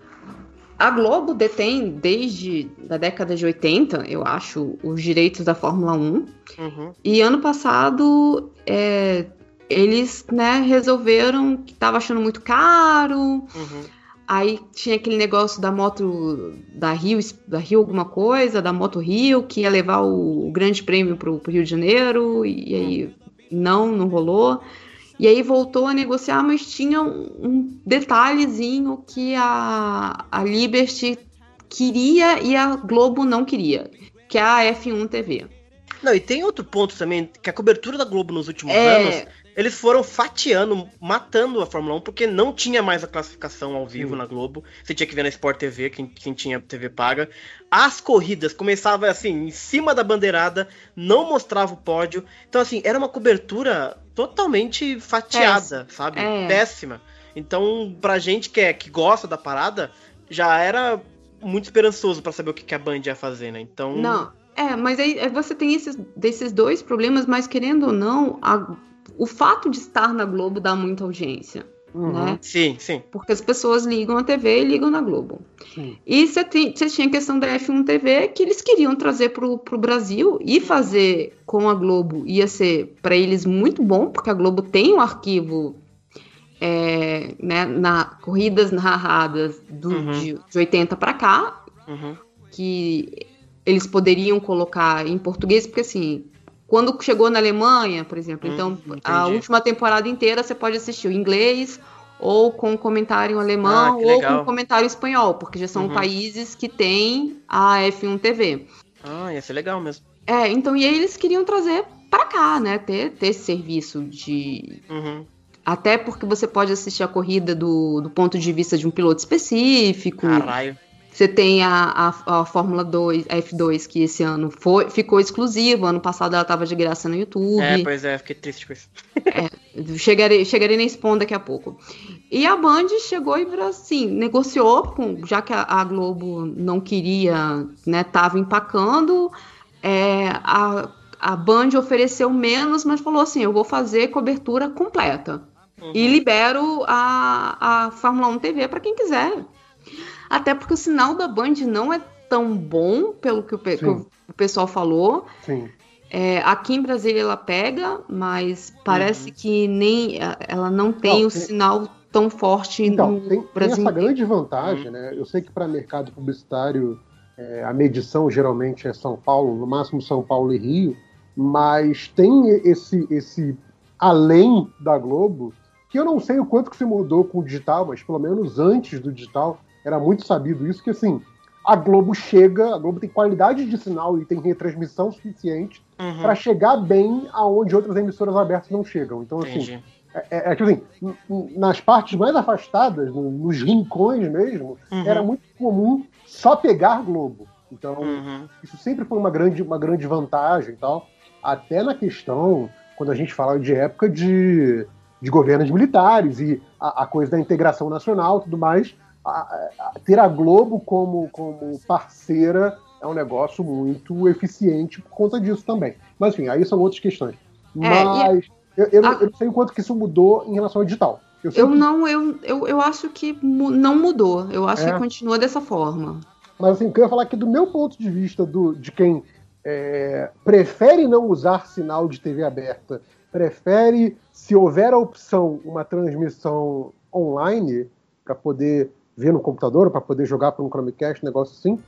a Globo detém, desde a década de oitenta, eu acho, os direitos da Fórmula um. Uhum. E ano passado, é, eles, né, resolveram que estava achando muito caro. Uhum. Aí tinha aquele negócio da moto da Rio, da Rio alguma coisa, da Moto Rio, que ia levar o, o grande prêmio pro, pro Rio de Janeiro, e, e aí não, não rolou. E aí voltou a negociar, mas tinha um, um detalhezinho que a, a Liberty queria e a Globo não queria, que é a F um T V. Não, e tem outro ponto também, que a cobertura da Globo nos últimos É. anos, eles foram fatiando, matando a Fórmula um, porque não tinha mais a classificação ao vivo Sim. na Globo. Você tinha que ver na Sport T V, quem, quem tinha T V paga. As corridas começavam assim, em cima da bandeirada, não mostrava o pódio. Então, assim, era uma cobertura totalmente fatiada, Péssima. sabe? É. Péssima. Então, pra gente que, é, que gosta da parada, já era muito esperançoso pra saber o que, que a Band ia fazer, né? Então... Não, é, mas aí aí você tem esses, desses dois problemas, mas querendo ou não, a- o fato de estar na Globo dá muita audiência, Uhum. né? Sim, sim. Porque as pessoas ligam a T V e ligam na Globo. Sim. E você tem- você tinha a questão da F um T V que eles queriam trazer pro, pro Brasil e fazer com a Globo ia ser para eles muito bom, porque a Globo tem um arquivo é, né, na corridas narradas do, Uhum. de, de oitenta para cá, Uhum. que eles poderiam colocar em português, porque assim, quando chegou na Alemanha, por exemplo, Hum, então a entendi. última temporada inteira você pode assistir o inglês ou com comentário Ah, alemão que ou legal. com comentário espanhol, porque já são Uhum. países que têm a F um T V. Ah, ia ser legal mesmo. É, então e aí eles queriam trazer para cá, né, ter, ter esse serviço de... Uhum. Até porque você pode assistir a corrida do, do ponto de vista de um piloto específico. Caralho. Você tem a, a, a Fórmula dois, a F dois, que esse ano foi, ficou exclusiva. Ano passado ela estava de graça no YouTube. É, pois é, fiquei triste com isso. Chegarei, chegarei nesse ponto daqui a pouco. E a Band chegou e assim, negociou, com, já que a, a Globo não queria, né, tava empacando, é, a, a Band ofereceu menos, mas falou assim, eu vou fazer cobertura completa. Uhum. E libero a, a Fórmula um T V para quem quiser. Até porque o sinal da Band não é tão bom, pelo que o, pe- Sim. que o- o pessoal falou. Sim. É, aqui em Brasília ela pega, mas parece Uhum. que nem ela não tem Não, o tem- sinal tão forte Então, no tem, tem Brasil. essa inteiro. grande vantagem, né? Eu sei que para mercado publicitário é, a medição geralmente é São Paulo, no máximo São Paulo e Rio, mas tem esse, esse além da Globo, que eu não sei o quanto que se mudou com o digital, mas pelo menos antes do digital era muito sabido isso, que assim, a Globo chega, a Globo tem qualidade de sinal e tem retransmissão suficiente Uhum. para chegar bem aonde outras emissoras abertas não chegam. Então, assim, Entendi. é, é, é tipo assim, n- n- nas partes mais afastadas, no- nos rincões mesmo, Uhum. era muito comum só pegar Globo. Então, Uhum. isso sempre foi uma grande, uma grande vantagem e tal. Até na questão, quando a gente fala de época de, de governos militares e a, a coisa da integração nacional e tudo mais, a- a- ter a Globo como, como parceira é um negócio muito eficiente por conta disso também. Mas, enfim, aí são outras questões. É, Mas eu, eu não, a- eu não sei o quanto que isso mudou em relação ao digital. Eu sei Eu que- não, eu, eu, eu acho que mu- não mudou. Eu acho É. que continua dessa forma. Mas assim, o que eu ia falar aqui do meu ponto de vista do, de quem é, prefere não usar sinal de T V aberta, prefere, se houver a opção, uma transmissão online para poder ver no computador, para poder jogar por um Chromecast, um negócio assim,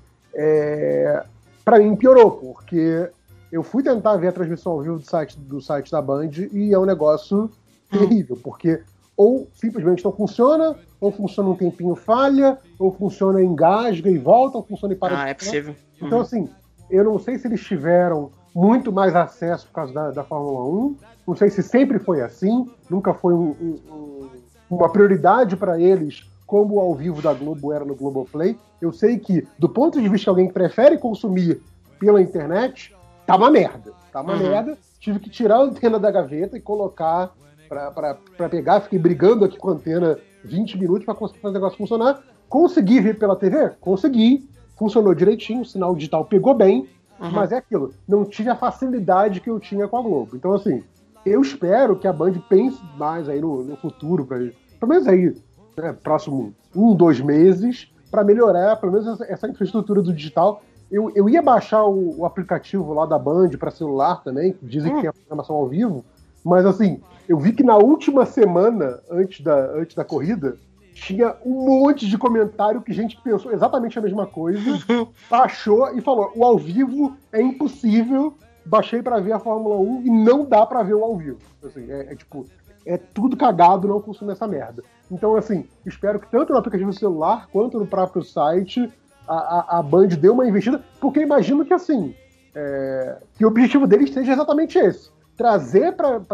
é, para mim piorou, porque eu fui tentar ver a transmissão ao vivo do site, do site da Band e é um negócio terrível, porque ou simplesmente não funciona, ou funciona um tempinho falha, ou funciona engasga e volta, ou funciona e para Ah, de é possível. Então, Uhum. assim, eu não sei se eles tiveram muito mais acesso por causa da, da Fórmula um, não sei se sempre foi assim, nunca foi um- um- um- uma prioridade para eles como o ao vivo da Globo era no Globoplay. Eu sei que, do ponto de vista de alguém que prefere consumir pela internet, tá uma merda. Tá uma Uhum. merda. Tive que tirar a antena da gaveta e colocar pra, pra, pra pegar. Fiquei brigando aqui com a antena vinte minutos pra conseguir fazer o negócio funcionar. Consegui ver pela T V? Consegui. Funcionou direitinho, o sinal digital pegou bem, Uhum. mas é aquilo. Não tive a facilidade que eu tinha com a Globo. Então, assim, eu espero que a Band pense mais aí no, no futuro, pra, pelo menos aí, né, próximo um, dois meses, para melhorar pelo menos essa, essa infraestrutura do digital. Eu, eu ia baixar o, o aplicativo lá da Band para celular também, que dizem Hum. que tem a programação ao vivo, mas assim, eu vi que na última semana, antes da, antes da corrida, tinha um monte de comentário que gente pensou exatamente a mesma coisa, baixou e falou, o ao vivo é impossível, baixei para ver a Fórmula um e não dá para ver o ao vivo. Assim, é, é tipo, é tudo cagado, não funciona essa merda. Então, assim, espero que tanto no aplicativo celular quanto no próprio site a, a, a Band dê uma investida, porque eu imagino que, assim, é, que o objetivo deles seja exatamente esse. Trazer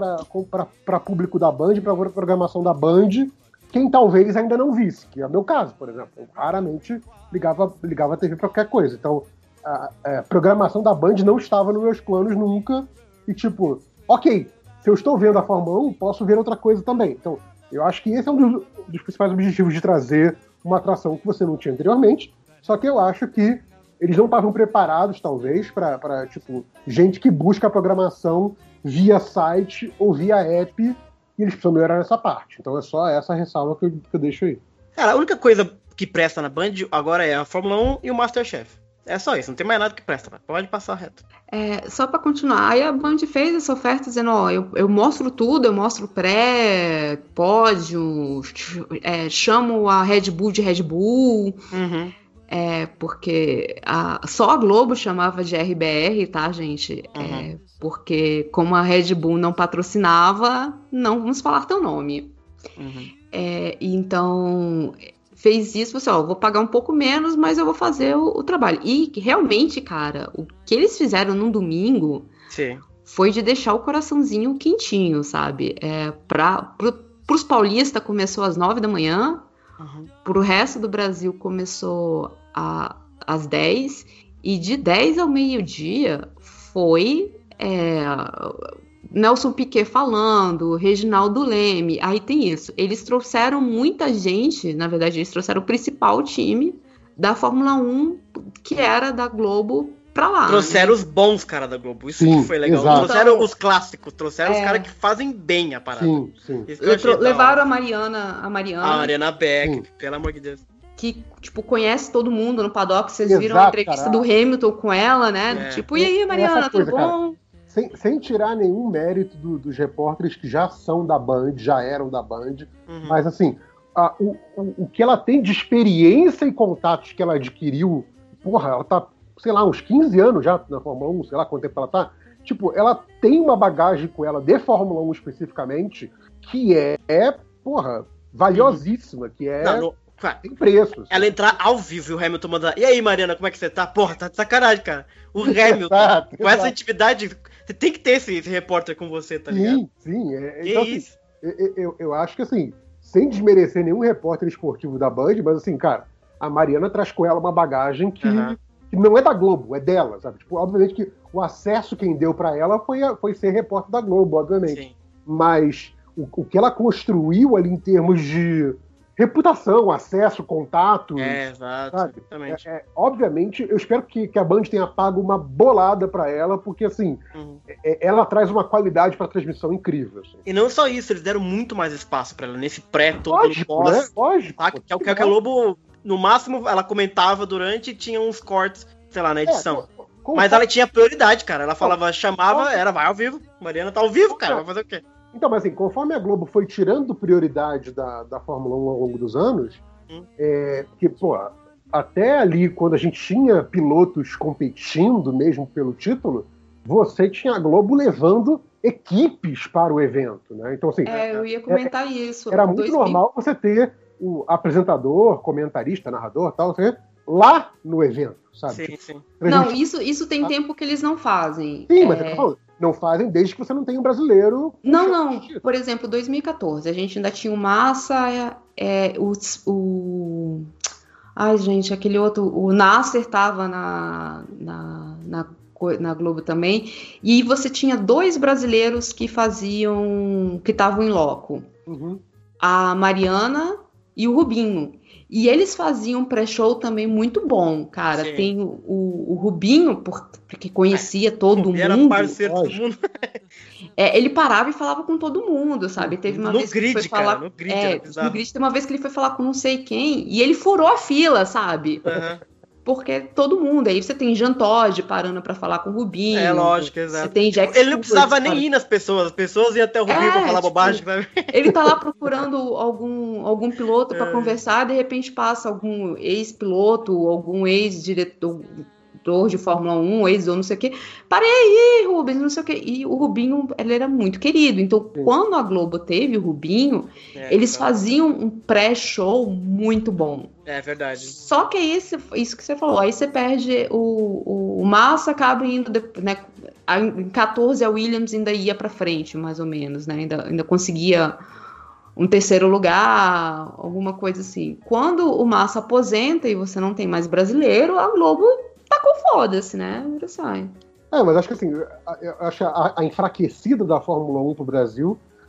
para público da Band, para a programação da Band, quem talvez ainda não visse, que é o meu caso, por exemplo. Eu raramente ligava, ligava a T V para qualquer coisa. Então, a, a programação da Band não estava nos meus planos nunca. E tipo, ok, se eu estou vendo a Fórmula um, posso ver outra coisa também. Então, eu acho que esse é um dos, dos principais objetivos de trazer uma atração que você não tinha anteriormente, Só que eu acho que eles não estavam preparados, talvez, para, tipo, gente que busca a programação via site ou via app, e eles precisam melhorar nessa parte. Então é só essa ressalva que eu, que eu deixo aí. Cara, a única coisa que presta na Band agora é a Fórmula um e o MasterChef. É só isso, não tem mais nada que presta, né? Pode passar reto. É, só pra continuar, aí a Band fez essa oferta dizendo, ó, eu, eu mostro tudo, eu mostro pré, pódio, é, chamo a Red Bull de Red Bull, Uhum. é, porque a, só a Globo chamava de R B R, tá, gente? Uhum. É, porque como a Red Bull não patrocinava, não vamos falar teu nome. Uhum. É, então... fez isso, você, ó, vou pagar um pouco menos, mas eu vou fazer o, o trabalho. E realmente, cara, o que eles fizeram num domingo Sim. foi de deixar o coraçãozinho quentinho, sabe? É, pra, pro, pros paulistas começou às nove da manhã, Uhum. pro resto do Brasil começou a, às dez, e de dez ao meio-dia foi... É, Nelson Piquet falando, Reginaldo Leme, aí tem isso. Eles trouxeram muita gente, na verdade, eles trouxeram o principal time da Fórmula um, que era da Globo, pra lá. Trouxeram, né? os bons caras da Globo, isso Sim, que foi legal. exato. Trouxeram Então, os clássicos, trouxeram é... os caras que fazem bem a parada. Sim, sim. Isso que eu achei da hora. Levaram a Mariana, a Mariana, A Mariana Beck, Sim. pelo amor de Deus. que, tipo, conhece todo mundo no paddock. Vocês Exato, viram a entrevista cara. do Hamilton com ela, né? É. Tipo, e aí, É Mariana, essa tudo coisa, cara. bom? Sem, sem tirar nenhum mérito do- dos repórteres que já são da Band, já eram da Band, Uhum. mas assim, a- o, o, o que ela tem de experiência e contatos que ela adquiriu, porra, ela tá, sei lá, uns quinze anos já na Fórmula um, sei lá quanto tempo ela tá. Tipo, ela tem uma bagagem com ela de Fórmula um especificamente que é, é porra, valiosíssima, que é. Não, no- cara, Tem preços. ela entrar ao vivo e o Hamilton mandar. E aí, Mariana, como é que você tá? Porra, tá de sacanagem, cara. O Hamilton, Exato, com essa exato. intimidade, você tem que ter esse, esse repórter com você, tá ligado? Sim, sim. É, Que então, assim, isso? eu, eu, eu acho que, assim, sem desmerecer nenhum repórter esportivo da Band, mas, assim, cara, a Mariana traz com ela uma bagagem que, Aham. que não é da Globo, é dela, sabe? Tipo, obviamente que o acesso quem deu pra ela foi, a- foi ser repórter da Globo, obviamente. Sim. Mas o, o que ela construiu ali em termos de reputação, acesso, contatos... É, exato, sabe? exatamente. É, é, obviamente, eu espero que, que a Band tenha pago uma bolada pra ela, porque, assim, Uhum. é- ela traz uma qualidade pra transmissão incrível. Assim. E não só isso, eles deram muito mais espaço pra ela nesse pré todo no Lógico, pós. né? Lógico. Tá? Que é o que a Globo, no máximo, ela comentava durante e tinha uns cortes, sei lá, na edição. É, com- Mas ela tinha prioridade, cara. Ela falava, chamava, era, vai ao vivo. Mariana tá ao vivo, cara, vai fazer o quê? Então, mas assim, conforme a Globo foi tirando prioridade da, da Fórmula um ao longo dos anos, Hum. é, porque, pô, até ali, quando a gente tinha pilotos competindo mesmo pelo título, você tinha a Globo levando equipes para o evento, né? Então, assim, É, eu ia comentar isso. era muito dois mil normal você ter o apresentador, comentarista, narrador, tal, não sei o quê, lá no evento, sabe? Sim, Tipo, sim. Não, transmitir- isso, isso tem tempo que eles não fazem. Sim, mas É, é que eu tô falando, não fazem desde que você não tenha um brasileiro. Não, puxando não. o título. Por exemplo, dois mil e quatorze, a gente ainda tinha o Massa, é, o, o... Ai, gente, aquele outro... O Nasser tava na, na, na, co- na Globo também. E você tinha dois brasileiros que faziam... que estavam em loco. Uhum. A Mariana e o Rubinho. E eles faziam um pré-show também muito bom, cara. Sim. Tem o, o, o Rubinho, por- porque conhecia todo E era mundo. parceiro de todo lógico. mundo. É, ele parava e falava com todo mundo, sabe? Teve uma No vez que grid, ele foi cara, falar, no grid é, era bizarro. no grid tem uma vez que ele foi falar com não sei quem e ele furou a fila, sabe? Aham. Porque todo mundo, aí você tem Jean Todt parando pra falar com o Rubinho. É lógico, exato. Você tem Jack Ele não precisava Stewart, nem sabe? ir nas pessoas, as pessoas iam até o Rubinho É, pra falar tipo, bobagem, sabe? Ele tá lá procurando algum, algum piloto pra É. conversar, de repente passa algum ex-piloto, algum ex-diretor de Fórmula um, ex ou não sei o quê. Parei aí, Rubens, não sei o quê. E o Rubinho, ele era muito querido. Então, Sim. quando a Globo teve o Rubinho, É, eles então, faziam um pré-show muito bom. É verdade. Só que aí, você- isso que você falou, aí você perde o, o, o Massa, acaba indo, de- né, a- em quatorze a Williams ainda ia pra frente, mais ou menos, né, ainda, ainda conseguia um terceiro lugar, alguma coisa assim. Quando o Massa aposenta e você não tem mais brasileiro, a Globo tacou foda-se, né, vira sai. É, mas acho que assim, a- eu acho a, a enfraquecida da Fórmula um pro Brasil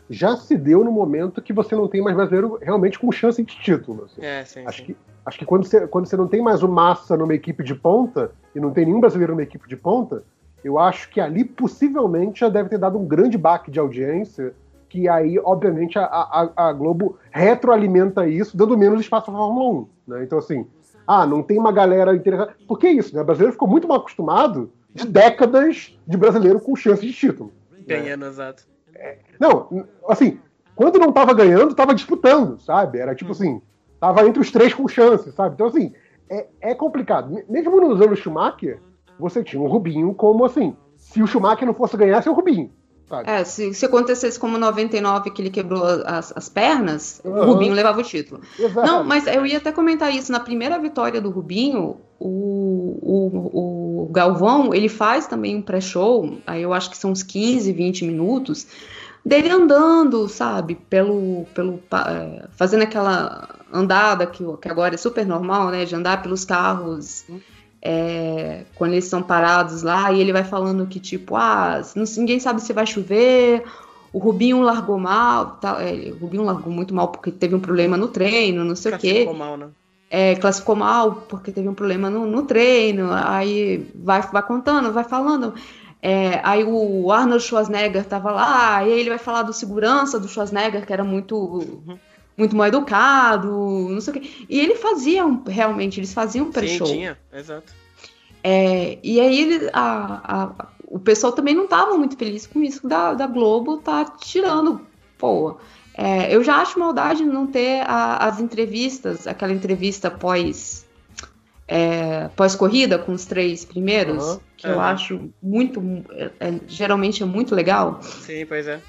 já se deu no momento que você não tem mais brasileiro realmente com chance de título. Assim. É, sim, acho sim. que Acho que quando você, quando você não tem mais o Massa numa equipe de ponta, e não tem nenhum brasileiro numa equipe de ponta, eu acho que ali possivelmente já deve ter dado um grande baque de audiência, que aí, obviamente, a, a, a Globo retroalimenta isso, dando menos espaço para a Fórmula um. Né? Então, assim, ah, não tem uma galera interessada. Por que isso? Né? O brasileiro ficou muito mal acostumado de décadas de brasileiro com chance de título. Ganhando, né? exato. É, não, assim, quando não estava ganhando, estava disputando, sabe? Era tipo hum. assim, tava entre os três com chance, sabe? Então, assim, é, é complicado. Mesmo nos anos Schumacher, você tinha o Rubinho como, assim, se o Schumacher não fosse ganhar, seria o Rubinho. Sabe? É, se, se acontecesse como noventa e nove, que ele quebrou as, as pernas, uhum. o Rubinho levava o título. Exato. Não, mas eu ia até comentar isso. Na primeira vitória do Rubinho, o, o, o Galvão, ele faz também um pré-show, aí eu acho que são uns quinze, vinte minutos, dele andando, sabe, pelo, pelo, fazendo aquela andada que, que agora é super normal, né, de andar pelos carros, é, quando eles estão parados lá, e ele vai falando que, tipo, ah, ninguém sabe se vai chover, o Rubinho largou mal, tá, é, o Rubinho largou muito mal porque teve um problema no treino, não sei o quê. Classificou mal, né? É, classificou mal porque teve um problema no, no treino, aí vai, vai contando, vai falando... É, aí o Arnold Schwarzenegger tava lá, e aí ele vai falar do segurança do Schwarzenegger, que era muito, uhum. muito mal educado, não sei o quê. E ele fazia, um, realmente, eles faziam um pré-show. Sim, tinha, exato. É, e aí ele, a, a, o pessoal também não tava muito feliz com isso da, da Globo tá tirando, pô. É, eu já acho maldade não ter a, as entrevistas, aquela entrevista pós... É, pós-corrida com os três primeiros, uhum, que uhum. eu acho muito, é, geralmente é muito legal. Sim, pois é.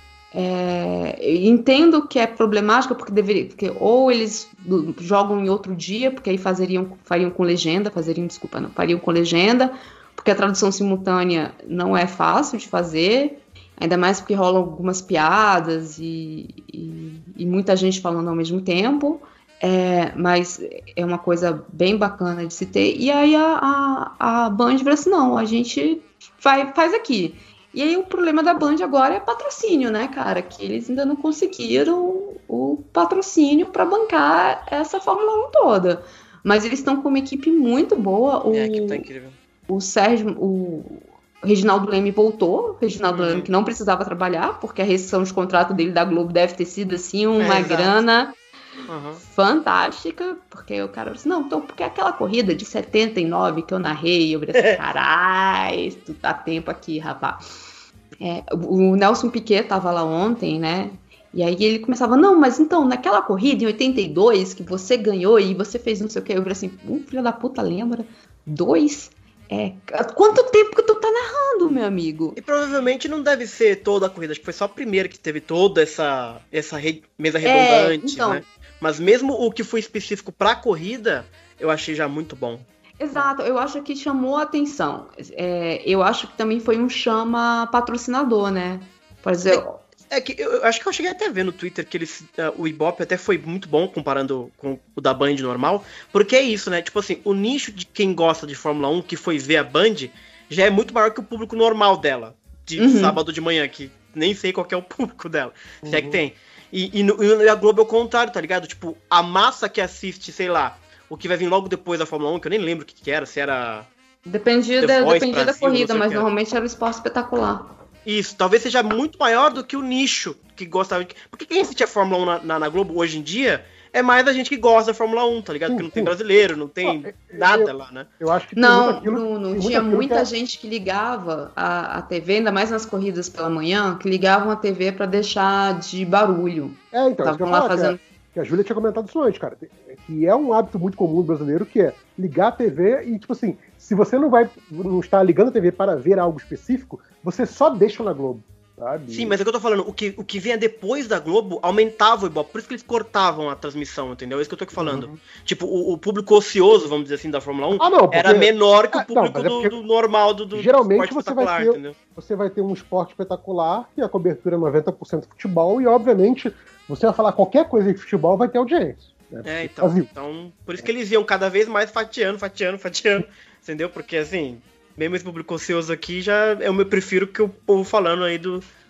É, entendo que é problemática porque deveria, porque ou eles jogam em outro dia, porque aí fazeriam, fariam com legenda, fazeriam, desculpa, não, fariam com legenda, porque a tradução simultânea não é fácil de fazer, ainda mais porque rolam algumas piadas e, e, e muita gente falando ao mesmo tempo. É, mas é uma coisa bem bacana de se ter. E aí a, a, a Band falou assim, não, a gente vai, faz aqui. E aí o problema da Band agora é patrocínio, né, cara? Que eles ainda não conseguiram o patrocínio para bancar essa Fórmula um toda. Mas eles estão com uma equipe muito boa. O, é, a equipe tá incrível. O Sérgio... O, O Reginaldo Leme voltou, o Reginaldo uhum. Leme que não precisava trabalhar, porque a rescisão de contrato dele da Globo deve ter sido assim, uma é, grana... Uhum. fantástica, porque o cara disse, não, então, porque aquela corrida de setenta e nove que eu narrei, eu falei assim, carai, tu tá tempo aqui, rapaz. É, o Nelson Piquet tava lá ontem, né, e aí ele começava, não, mas então, naquela corrida em oitenta e dois, que você ganhou e você fez não sei o que, eu falei assim, um filho da puta, lembra? Dois? É, quanto tempo que tu tá narrando, meu amigo? E provavelmente não deve ser toda a corrida, acho que foi só a primeira que teve toda essa, essa re... mesa redundante, é, então, né? Mas mesmo o que foi específico pra corrida, eu achei já muito bom. Exato, eu acho que chamou a atenção. É, eu acho que também foi um chama patrocinador, né? Por exemplo... É, é que eu, eu acho que eu cheguei até a ver no Twitter que eles, uh, o Ibope até foi muito bom comparando com o da Band normal, porque é isso, né? Tipo assim, o nicho de quem gosta de Fórmula um, que foi ver a Band, já é muito maior que o público normal dela, de uhum. sábado de manhã, que nem sei qual que é o público dela, uhum. se é que tem. E, e, no, e a Globo é o contrário, tá ligado? Tipo, a massa que assiste, sei lá, o que vai vir logo depois da Fórmula um, que eu nem lembro o que, que era, se era... Dependia, da, dependia da corrida, mas normalmente era o esporte espetacular. Isso, talvez seja muito maior do que o nicho que gostava de... Porque quem assiste a Fórmula um na, na, na Globo hoje em dia é mais a gente que gosta da Fórmula um, tá ligado? Sim, Porque não sim. tem brasileiro, não tem ah, nada eu, lá, né? Eu acho que não, aquilo, não, não tinha muita que... gente que ligava a, a T V, ainda mais nas corridas pela manhã, que ligavam a T V pra deixar de barulho. É, então, Tavam lá fazendo... que a, a Júlia tinha comentado isso antes, cara, que é um hábito muito comum do brasileiro, que é ligar a T V e, tipo assim, se você não vai, não está ligando a T V para ver algo específico, você só deixa na Globo. Sabe? Sim, mas é o que eu tô falando, o que, o que vinha depois da Globo aumentava o Ibope, por isso que eles cortavam a transmissão, entendeu? É isso que eu tô aqui falando. Uhum. Tipo, o, o público ocioso, vamos dizer assim, da Fórmula um, ah, não, porque... era menor que o público não, é do, do normal, do, do geralmente você vai ter, entendeu? Você vai ter um esporte espetacular e a cobertura é noventa por cento futebol e, obviamente, você vai falar qualquer coisa de futebol, vai ter audiência. Né? É, então, então, por isso que eles iam cada vez mais fatiando, fatiando, fatiando, entendeu? Porque, assim... Mesmo esse público ocioso aqui, já eu me prefiro que o povo falando aí do,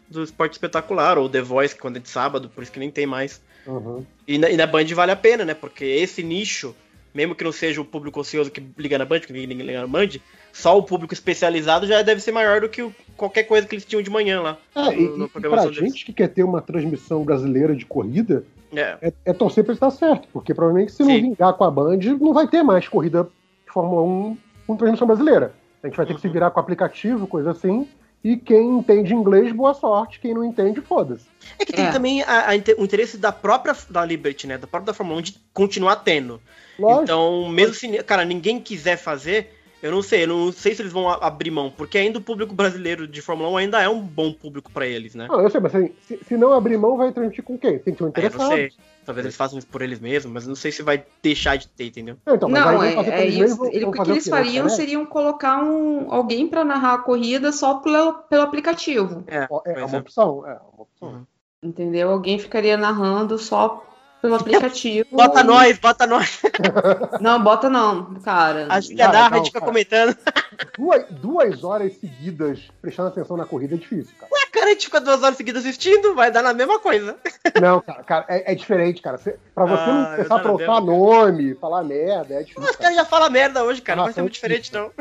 do Esporte Espetacular, ou The Voice, quando é de sábado, por isso que nem tem mais. Uhum. E, na, e na Band vale a pena, né? Porque esse nicho, mesmo que não seja o público ocioso que liga na Band, que ninguém liga na Band, só o público especializado já deve ser maior do que o, qualquer coisa que eles tinham de manhã lá. É, no, e, no e pra programação gente deles. que quer ter uma transmissão brasileira de corrida, É. é, é torcer pra estar certo, porque provavelmente se não Sim. vingar com a Band, não vai ter mais corrida de Fórmula um com transmissão brasileira. A gente vai ter que se virar com aplicativo, coisa assim, e quem entende inglês, boa sorte, quem não entende, foda-se. É que tem É. também a- a inte- o interesse da própria da Liberty, né? Da própria da Fórmula um de continuar tendo. Lógico. Então, mesmo se, cara, ninguém quiser fazer, eu não sei, eu não sei se eles vão a- abrir mão, porque ainda o público brasileiro de Fórmula um ainda é um bom público pra eles, né? Não, eu sei, mas assim, se, se não abrir mão, vai transmitir com quem? Tem que ter um Aí eu não interessado. sei. Talvez eles façam isso por eles mesmos, mas eu não sei se vai deixar de ter, entendeu? Não, então, mas Não, aí vão é, fazer é pra eles isso. mesmos, vão- Ele- vão o que fazer eles quê? Na fariam internet? seriam colocar um, alguém pra narrar a corrida só pelo, pelo aplicativo. É, Ó, É, é pois uma é. opção, é uma opção. Uhum. Entendeu? Alguém ficaria narrando só pelo aplicativo. Bota nós, bota nós. Não, bota não, cara. A Julia Cara, narra, a não, gente fica cara. comentando. Duas, duas horas seguidas prestando atenção na corrida é difícil, cara. Ué, cara, a gente fica duas horas seguidas assistindo, vai dar na mesma coisa. Não, cara, cara é, é diferente, cara. Cê, pra você Ah, não eu começar a tô na trocar mesma, nome, falar merda, é difícil. Os caras já falam merda hoje, cara. Não vai Ah, ser muito foi diferente, não.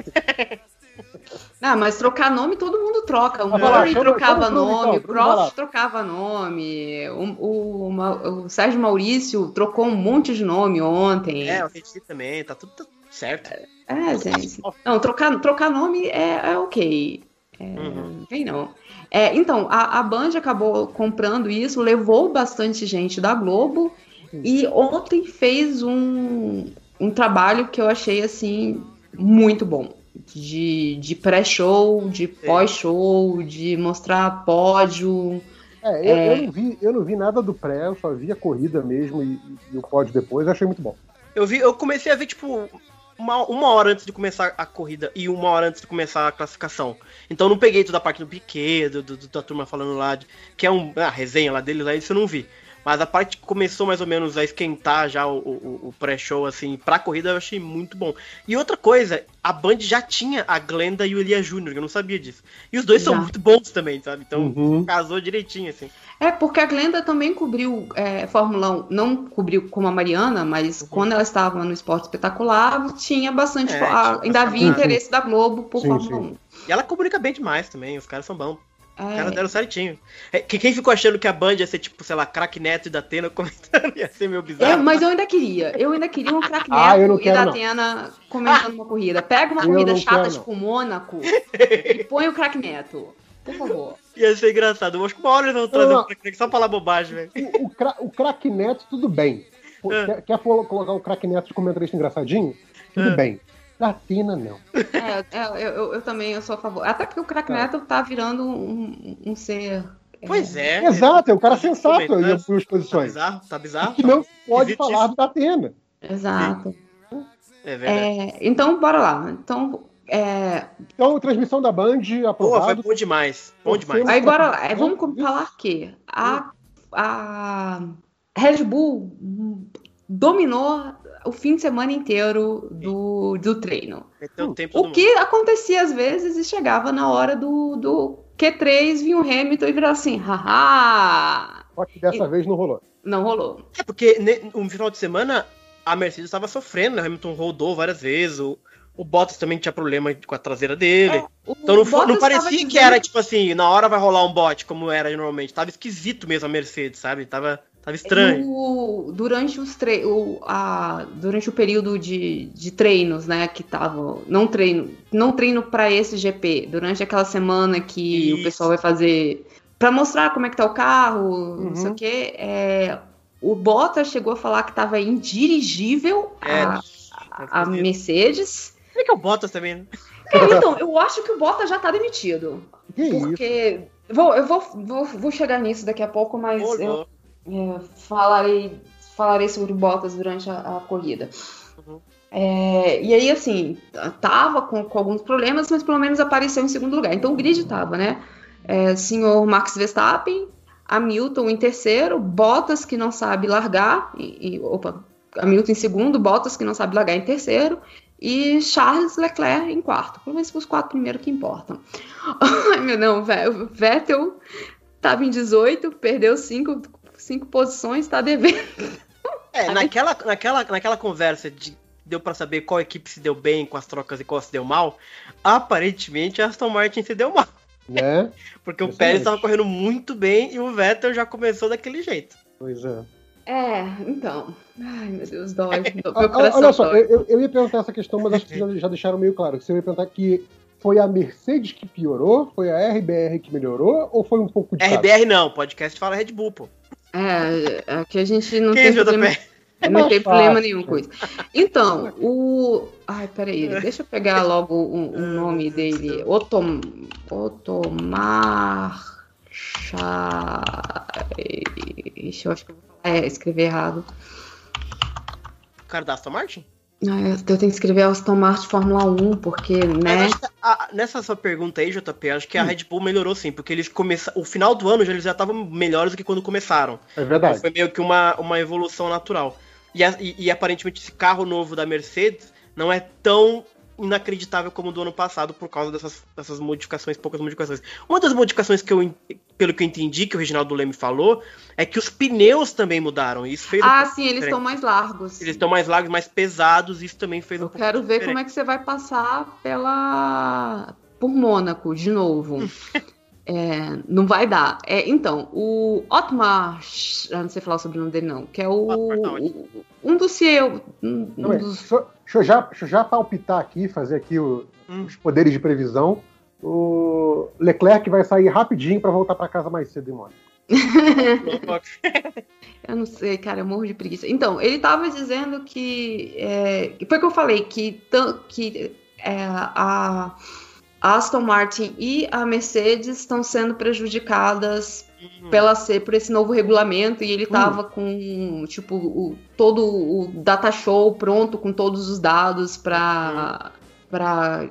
Ah, mas trocar nome todo mundo troca. O Mas vai lá, Murray chama- trocava chama o Bruno, nome, então, o Bruno, vai lá. Prost trocava nome, o, o, Ma- o Sérgio Maurício trocou um monte de nome ontem. É, o Reti também, tá tudo certo. É, gente. Não, trocar, trocar nome é, é ok. É, Uhum. vem não. É, então, a, a Band acabou comprando isso, levou bastante gente da Globo e ontem fez um, um trabalho que eu achei, assim, muito bom. De, de pré-show, de pós-show, de mostrar pódio. É, eu, É. eu não vi, eu não vi nada do pré, eu só vi a corrida mesmo e, e o pódio depois, eu achei muito bom. Eu vi, eu comecei a ver, tipo, uma, uma hora antes de começar a corrida e uma hora antes de começar a classificação. Então eu não peguei toda a parte do Piquet, do, do- da turma falando lá, de, que é um, a resenha lá deles, aí isso eu não vi. Mas a parte que começou mais ou menos a esquentar já o, o- o pré-show, assim, pra corrida, eu achei muito bom. E outra coisa, a Band já tinha a Glenda e o Elia Júnior, eu não sabia disso. E os dois são Já. muito bons também, sabe? Então Uhum. casou direitinho, assim. É, porque a Glenda também cobriu é, Fórmula um, não cobriu como a Mariana, mas quando ela estava no Esporte Espetacular, tinha bastante. É, fo- a- tinha ainda havia bastante. interesse da Globo por Sim, Fórmula sim. um. E ela comunica bem demais também, os caras são bons. Os caras É, deram certinho. É, que- quem ficou achando que a Band ia ser, tipo, sei lá, Crack Neto e da Atena comentando, ia ser meio bizarro. eu- mas eu ainda queria. Eu ainda queria um craque Ah, eu não Neto e quero, da não. Atena comentando uma corrida. Pega uma Eu corrida não chata, quero, não. tipo Mônaco, e põe o craque Neto. Por favor. Ia ser engraçado. Eu acho que uma hora eles vão trazer Não, o Crack Neto só pra falar bobagem, velho. O, o, cra, o craque Neto, tudo bem. Pô, É. Quer, quer pô- colocar o craque Neto de comentarista engraçadinho? Tudo É. bem. Da Atena, não. É, é, eu, eu- eu também eu sou a favor. Até porque o craque Tá. Neto tá virando um, um ser. é, Pois é. Exato, é um cara sensato em Comentando. algumas Tá posições. bizarro, tá bizarro. Que não pode Esquisitíssimo. falar da Atena. Exato. É verdade. É, então, bora lá. Então, é, Então, transmissão da Band, Pô, foi aprovado. bom demais. Bom Você- demais. aí bora lá. É, vamos com- falar que a, a Red Bull dominou o fim de semana inteiro do, do treino. Meteu o tempo todo O que acontecia às vezes e chegava na hora do, do Q três, vinha o Hamilton e virava assim, haha, Só que dessa E- vez não rolou. não rolou. É porque ne- no final de semana a Mercedes estava sofrendo, né? O Hamilton rodou várias vezes, o, o Bottas também tinha problema com a traseira dele. O Então não, foi- não Bottas tava parecia que dizendo- era tipo assim, na hora vai rolar um bot, como era normalmente. Tava esquisito mesmo a Mercedes, sabe? Tava, tava estranho. No- durante os tre o, a, durante o período de, de treinos, né, que tava não treino, não treino para esse G P, durante aquela semana que Isso. o pessoal vai fazer para mostrar como é que tá o carro, Uhum. não sei o quê, é, o Bottas chegou a falar que tava indirigível É, a, a esquisito. Mercedes. É que é o Bottas também, né? Cara, então, eu acho que o Bottas já tá demitido. Que isso? Porque. Vou, eu vou, vou, vou chegar nisso daqui a pouco, mas Ô, eu louco. é, falarei, falarei sobre o Bottas durante a, a corrida. Uhum. É, e aí, assim, tava com, com alguns problemas, mas pelo menos apareceu em segundo lugar. Então o grid tava, né? É, senhor Max Verstappen, Hamilton em terceiro, Bottas que não sabe largar, e, e- opa, Hamilton em segundo, Bottas que não sabe largar em terceiro, e Charles Leclerc em quarto. Pelo menos os quatro primeiros que importam. Ai, meu não, velho, Vettel estava em dezoito, perdeu cinco, cinco posições, está devendo. É, naquela, naquela, naquela conversa de deu pra saber qual equipe se deu bem com as trocas e qual se deu mal, aparentemente a Aston Martin se deu mal. Né? Porque o Pérez estava correndo muito bem e o Vettel já começou daquele jeito. Pois é. É, então. Ai, meu Deus, dói. Meu Ah, coração olha só, dói. eu, eu ia perguntar essa questão, mas acho que já, já deixaram meio claro. Você ia perguntar que foi a Mercedes que piorou, foi a R B R que melhorou, ou foi um pouco de R B R não, podcast fala Red Bull, pô. É, aqui a gente não Quem tem é J P? problema, não tem problema nenhum com isso. Então, o... Ai, peraí, deixa eu pegar logo o, o nome dele. Otom... Otomar... Ixi, eu acho que eu vou falar, é, escrever errado. O cara da Aston Martin? Ah, eu tenho que escrever Aston Martin Fórmula um, porque, né? Acho que a, nessa sua pergunta aí, J P, acho que a Red Bull melhorou sim, porque eles começaram. O final do ano já, eles já estavam melhores do que quando começaram. É verdade. Então foi meio que uma, uma evolução natural. E, e, e aparentemente esse carro novo da Mercedes não é tão inacreditável como o do ano passado por causa dessas, dessas modificações, poucas modificações. Uma das modificações que eu, pelo que eu entendi, que o Reginaldo Leme falou, é que os pneus também mudaram. Isso fez Ah, um sim, eles estão mais largos. Eles estão mais largos, mais pesados, isso também fez Eu um pouco quero ver diferente. como é que você vai passar pela por Mônaco de novo. É, não vai dar. É, então, o Otmar, eu não sei falar o sobrenome dele não, que é o, Otmar tá ótimo. o um dos C E O, um, Não, um é, dos... deixa, eu- deixa eu já, deixa eu já palpitar aqui, fazer aqui o- Hum. os poderes de previsão. O Leclerc vai sair rapidinho para voltar para casa mais cedo em Mônaco. Eu não sei, cara, eu morro de preguiça. Então, ele tava dizendo que é, foi o que eu falei, que, tan- que é, a a Aston Martin e a Mercedes estão sendo prejudicadas Hum. pela ser por esse novo regulamento, e ele tava com tipo o, todo o data show pronto com todos os dados para para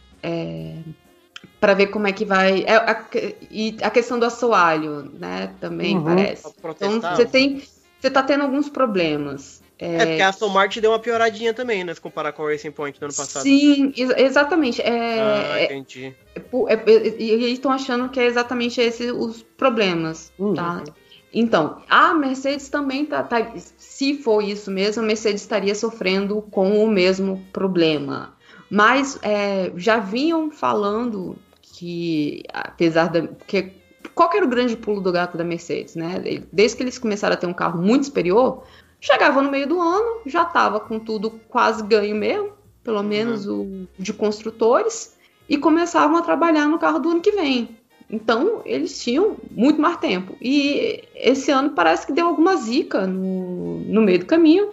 é, para ver como é que vai é, a, e a questão do assoalho, né, também Uhum. parece. Pra Então protestar. você tem você tá tendo alguns problemas. É porque a Aston Martin deu uma pioradinha também, né? Se comparar com a Racing Point do ano passado. Sim, ex- exatamente. É, Ah, é- entendi. É, pô, é- é- e eles estão achando que é exatamente esses os problemas, Uhum. tá? Então, a Mercedes também tá, tá- se for isso mesmo, a Mercedes estaria sofrendo com o mesmo problema. Mas é, já vinham falando que, apesar da... Que, qual que era o grande pulo do gato da Mercedes, né? Desde que eles começaram a ter um carro muito superior, chegava no meio do ano, já estava com tudo quase ganho mesmo, pelo menos o de construtores, e começavam a trabalhar no carro do ano que vem. Então, eles tinham muito mais tempo. E esse ano parece que deu alguma zica no, no meio do caminho,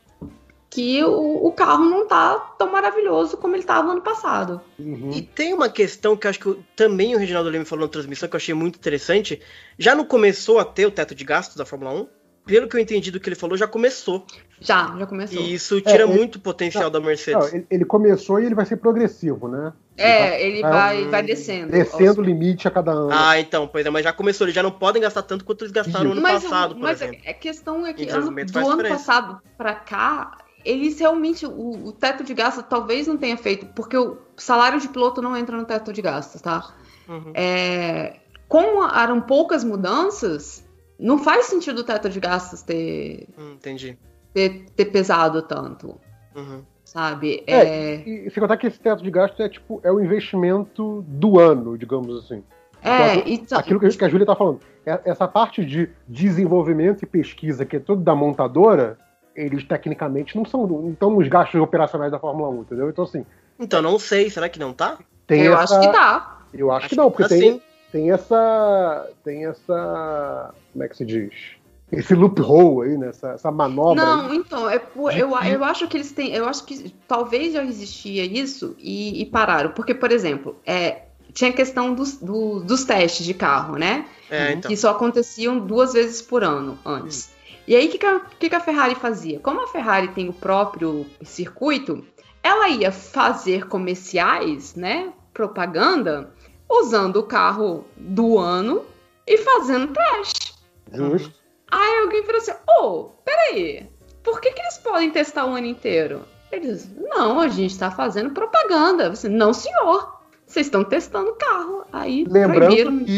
que o, o carro não tá tão maravilhoso como ele estava ano passado. Uhum. E tem uma questão que eu acho que eu- também o Reginaldo Leme falou na transmissão, que eu achei muito interessante. Já não começou a ter o teto de gastos da Fórmula um? Pelo que eu entendi do que ele falou, já começou. Já, já começou. E isso tira É, ele- muito o potencial da Não, Mercedes. ele, ele começou e ele vai ser progressivo, né? É, ele vai- vai, vai descendo. Descendo o limite a cada ano. Ah, então, pois é, mas já começou, eles já não podem gastar tanto quanto eles gastaram no ano Mas, passado, por mas exemplo. a questão é que Em desenvolvimento ano- faz do ano diferença. passado pra cá, eles realmente, o, o teto de gastos talvez não tenha feito, porque o salário de piloto não entra no teto de gastos, tá? Uhum. É, como eram poucas mudanças, não faz sentido o teto de gastos ter, Hum, entendi. ter, ter pesado tanto, Uhum. sabe? É, É, E sem contar que esse teto de gasto é tipo é o investimento do ano, digamos assim. é, Então, então, Aquilo que a que a Júlia está falando. é- Essa parte de desenvolvimento e pesquisa, que é tudo da montadora, eles tecnicamente não são não estão nos gastos operacionais da Fórmula um, entendeu? Então, assim, Então, não sei, será que não tá? tem eu essa. acho que dá. Eu acho, Acho que não, que porque tá tem, sim. tem essa. Tem essa. Como é que se diz? Esse loophole aí, né? Essa, essa manobra. Não, aí. então, é por- De eu, que- eu acho que eles têm. Eu acho que talvez já existia isso e, e pararam. Porque, por exemplo, é, tinha a questão dos, do- dos testes de carro, né? É, então. Que só aconteciam duas vezes por ano antes. E aí, o que, que, a- que que a Ferrari fazia? Como a Ferrari tem o próprio circuito, ela ia fazer comerciais, né? Propaganda, usando o carro do ano e fazendo teste. Justo. Aí alguém falou assim, ô, peraí, por que que eles podem testar o ano inteiro? Eles, não, a gente tá fazendo propaganda. Você, não, senhor, vocês estão testando o carro. Aí Lembrando proibiram. que,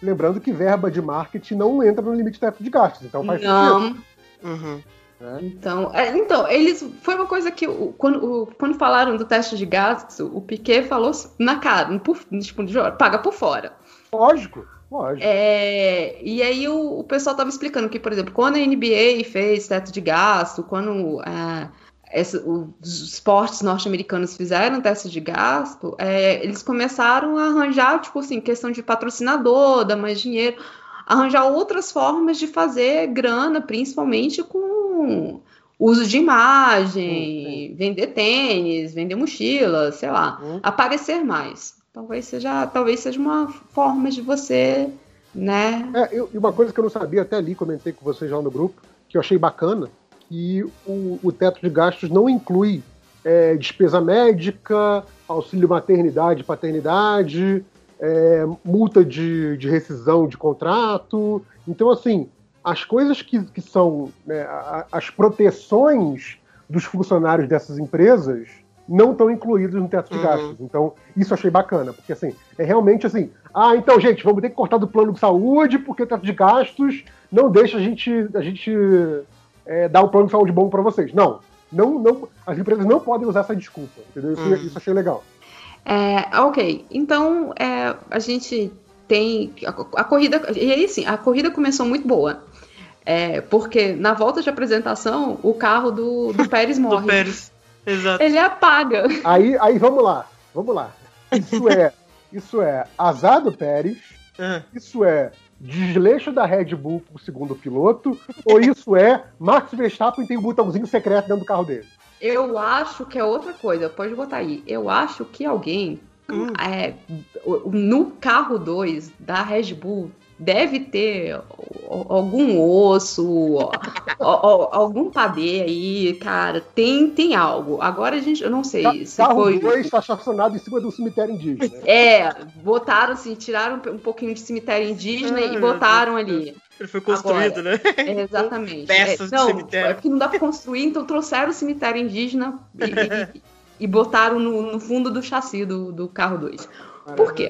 lembrando que verba de marketing não entra no limite de teto de gastos, então faz Não. sentido. Uhum. Né? Então, é, então, eles. Foi uma coisa que. o- Quando, o- quando falaram do teste de gastos, o Piquet falou na cara, por, tipo, de- paga por fora. Lógico, lógico. É, e aí o, o pessoal estava explicando que, por exemplo, quando a N B A fez teto de gasto, quando ah, essa- os esportes norte-americanos fizeram teste de gasto, é, eles começaram a arranjar, tipo assim, questão de patrocinador, dar mais dinheiro, arranjar outras formas de fazer grana, principalmente com uso de imagem, vender tênis, vender mochila, sei lá, Hum. aparecer mais. Talvez seja, talvez seja uma forma de você, né? É, eu- e uma coisa que eu não sabia, até ali, comentei com vocês lá no grupo, que eu achei bacana, que o, o teto de gastos não inclui é, despesa médica, auxílio maternidade e paternidade, é, multa de, de rescisão de contrato. Então, assim, as coisas que, que são né, a- as proteções dos funcionários dessas empresas não estão incluídas no teto de Uhum. gastos. Então, isso eu achei bacana, porque assim, é realmente assim, ah, então, gente, vamos ter que cortar do plano de saúde, porque o teto de gastos não deixa a gente, a gente é, dar um plano de saúde bom para vocês. Não, não, não, as empresas não podem usar essa desculpa, entendeu? Isso, Uhum. isso eu achei legal. É, ok, então é, a gente tem a, a corrida, e aí sim, a corrida começou muito boa, é, porque na volta de apresentação o carro do, do Pérez Do morre, Pérez. Exato. ele apaga. Aí, aí vamos lá, vamos lá. Isso é, isso é azar do Pérez, Ah, isso é desleixo da Red Bull pro segundo piloto, ou isso é Max Verstappen tem um botãozinho secreto dentro do carro dele? Eu acho que é outra coisa, pode botar aí. Eu acho que alguém Hum. é, no carro dois da Red Bull deve ter algum osso, algum padê aí, cara. Tem, tem algo. Agora a gente, eu não sei se Carro foi. dois está estacionado em cima de um cemitério indígena. É, botaram assim, tiraram um pouquinho de cemitério indígena e Ah, botaram ali. Ele foi construído, Agora, né? É, exatamente. Peças é, de não, cemitério. é porque não dá pra construir, então trouxeram o cemitério indígena e, e, e botaram no, no fundo do chassi do, do carro dois. Por quê?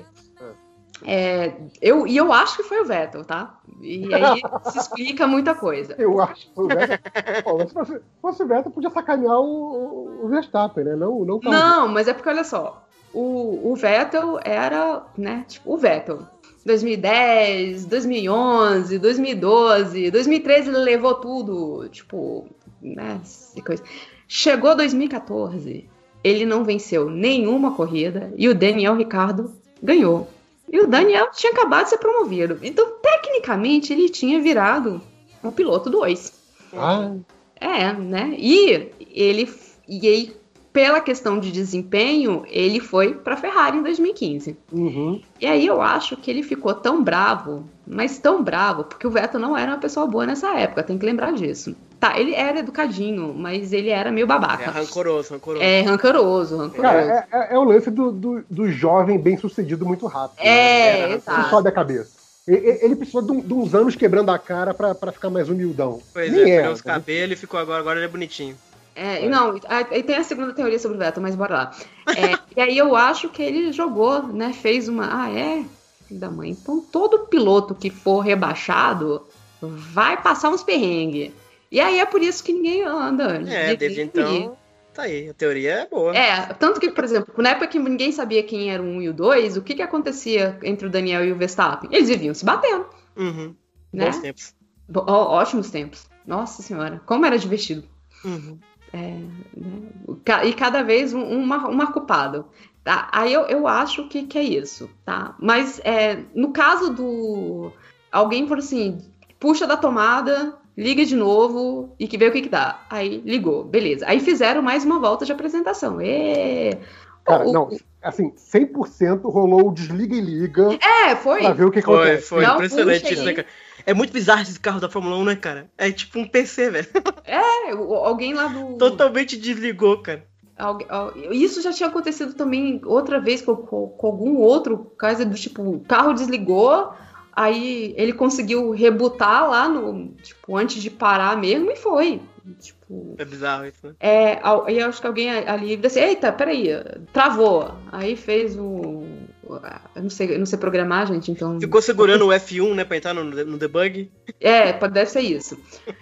É, eu, e eu acho que foi o Vettel, tá? E aí se explica muita coisa. Eu acho que foi o Vettel. Pô, mas se fosse, fosse o Vettel, podia sacanear o, o Verstappen, né? Não, não, o carro Não, mas é porque, olha só, o, o Vettel era, né, tipo, o Vettel. dois mil e dez, dois mil e onze, dois mil e doze, dois mil e treze ele levou tudo, tipo, né, essa coisa. Chegou dois mil e quatorze, ele não venceu nenhuma corrida e o Daniel Ricciardo ganhou. E o Daniel tinha acabado de ser promovido. Então, tecnicamente, ele tinha virado o piloto dois. Ah, É, né? E ele, e aí, pela questão de desempenho, ele foi para Ferrari em dois mil e quinze. uhum. E aí eu acho que ele ficou tão bravo, mas tão bravo, porque o Vettel não era uma pessoa boa nessa época, tem que lembrar disso. Tá, ele era educadinho, mas ele era meio É babaca. rancoroso, rancoroso. É, rancoroso, rancoroso. Cara, é, é- é o lance do, do, do jovem bem sucedido muito rápido. É, né? Que exato. sobe a cabeça. E- e- Ele precisou de, um- de uns anos quebrando a cara pra, pra ficar mais humildão. Pois Nem é, era, perdeu os tá? cabelos e ficou agora, agora ele é bonitinho. É, não, aí tem a segunda teoria sobre o Vettel, mas bora lá. É, e aí eu acho que ele jogou, né? Fez uma. Ah, é? Filho da mãe. Então todo piloto que for rebaixado vai passar uns perrengues. E aí é por isso que ninguém anda. É, desde então, tá aí. A teoria é boa. É, tanto que, por exemplo, na época que ninguém sabia quem era o um e o dois, o que que acontecia entre o Daniel e o Verstappen? Eles viviam se batendo, Uhum. né? Bons tempos. Bo- ó, ótimos tempos. Nossa senhora, como era divertido. Uhum. Né? Ca- E cada vez um, um, mar- um marcupado. Tá? Aí eu, eu acho que, que é isso, tá? Mas é, no caso do... Alguém falou assim, puxa da tomada, liga de novo e que vê o que que dá. Aí ligou, beleza. Aí fizeram mais uma volta de apresentação. Ê! Cara, O- não, assim, cem por cento rolou o desliga e liga É, foi. pra ver o que Foi, acontece. foi Não, impressionante puxa isso, aí. né, cara? É muito bizarro esse carro da Fórmula um, né, cara? É tipo um P C, velho. É, o- alguém lá do... Totalmente desligou, cara. Algu- al- Isso já tinha acontecido também outra vez com, com- com algum outro caso do tipo, o carro desligou, aí ele conseguiu rebutar lá no, tipo, antes de parar mesmo e foi. Tipo, É bizarro isso, né? é, al- aí eu acho que alguém ali disse, eita, peraí, travou. Aí fez o, Eu não sei, eu não sei programar, gente, então... Ficou segurando o F um, né, pra entrar no, no debug. É, deve ser isso.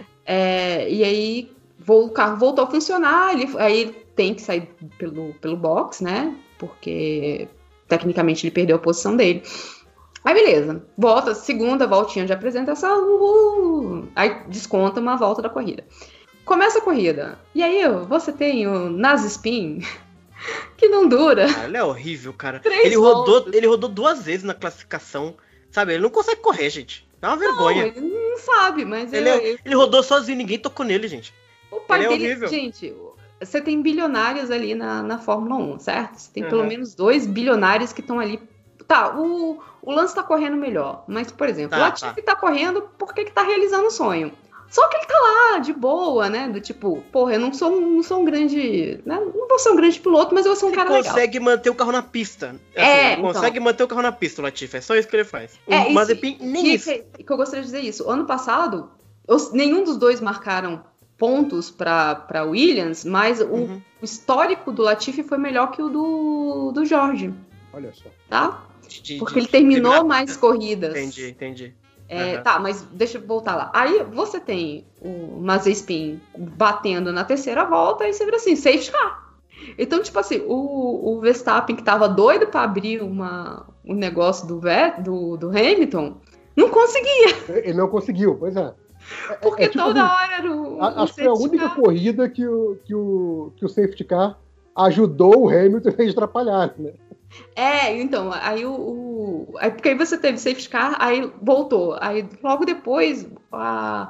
É, e aí o carro voltou a funcionar, ele, aí ele tem que sair pelo, pelo box, né? Porque tecnicamente ele perdeu a posição dele. Aí beleza, volta, segunda voltinha de apresentação, uhul, aí desconta uma volta da corrida. Começa a corrida, e aí você tem o Nazispin, que não dura. Ah, ele é horrível, cara. Três Ele rodou, voltas. ele rodou duas vezes na classificação, sabe? Ele não consegue correr, gente. É uma vergonha. Não, ele não sabe, mas Ele, eu, é- eu- ele rodou sozinho, ninguém tocou nele, gente. o pai ele é dele... horrível. Gente, você tem bilionários ali na, na Fórmula um, certo? Você tem pelo Uhum. menos dois bilionários que estão ali. Tá, o, o Lance tá correndo melhor, mas, por exemplo, Tá, o Latifi tá. correndo porque que tá realizando o sonho. Só que ele tá lá, de boa, né? Do tipo, porra, eu não sou, um- não sou um grande... Né? Não vou ser um grande piloto, mas eu vou ser um Ele cara legal. consegue manter o carro na pista. Assim, É, ele consegue manter o carro na pista, o Latifi. É só isso que ele faz. O É, isso- Mazepin, nem que, isso. Que, que eu gostaria de dizer isso. Ano passado, os- nenhum dos dois marcaram pontos para Williams, mas o, Uhum. o histórico do Latifi foi melhor que o do, do Jorge, Olha só. tá? De- de- Porque de- ele terminou terminar- mais corridas. Entendi, entendi. É, Aham. Tá, mas deixa eu voltar lá. Aí você tem o Mazepin batendo na terceira volta e você vira assim, safety car. Então, tipo assim, o, o Verstappen que tava doido pra abrir uma, um negócio do, Ve- do, do Hamilton, não conseguia. Ele não conseguiu, pois é. É- Porque é tipo toda assim, hora era o. a- o acho que foi a safety única car. corrida que o, que, o, que o safety car ajudou o Hamilton a atrapalhar, né? É, então, aí o. o aí, porque aí você teve safety car, aí voltou. Aí logo depois a,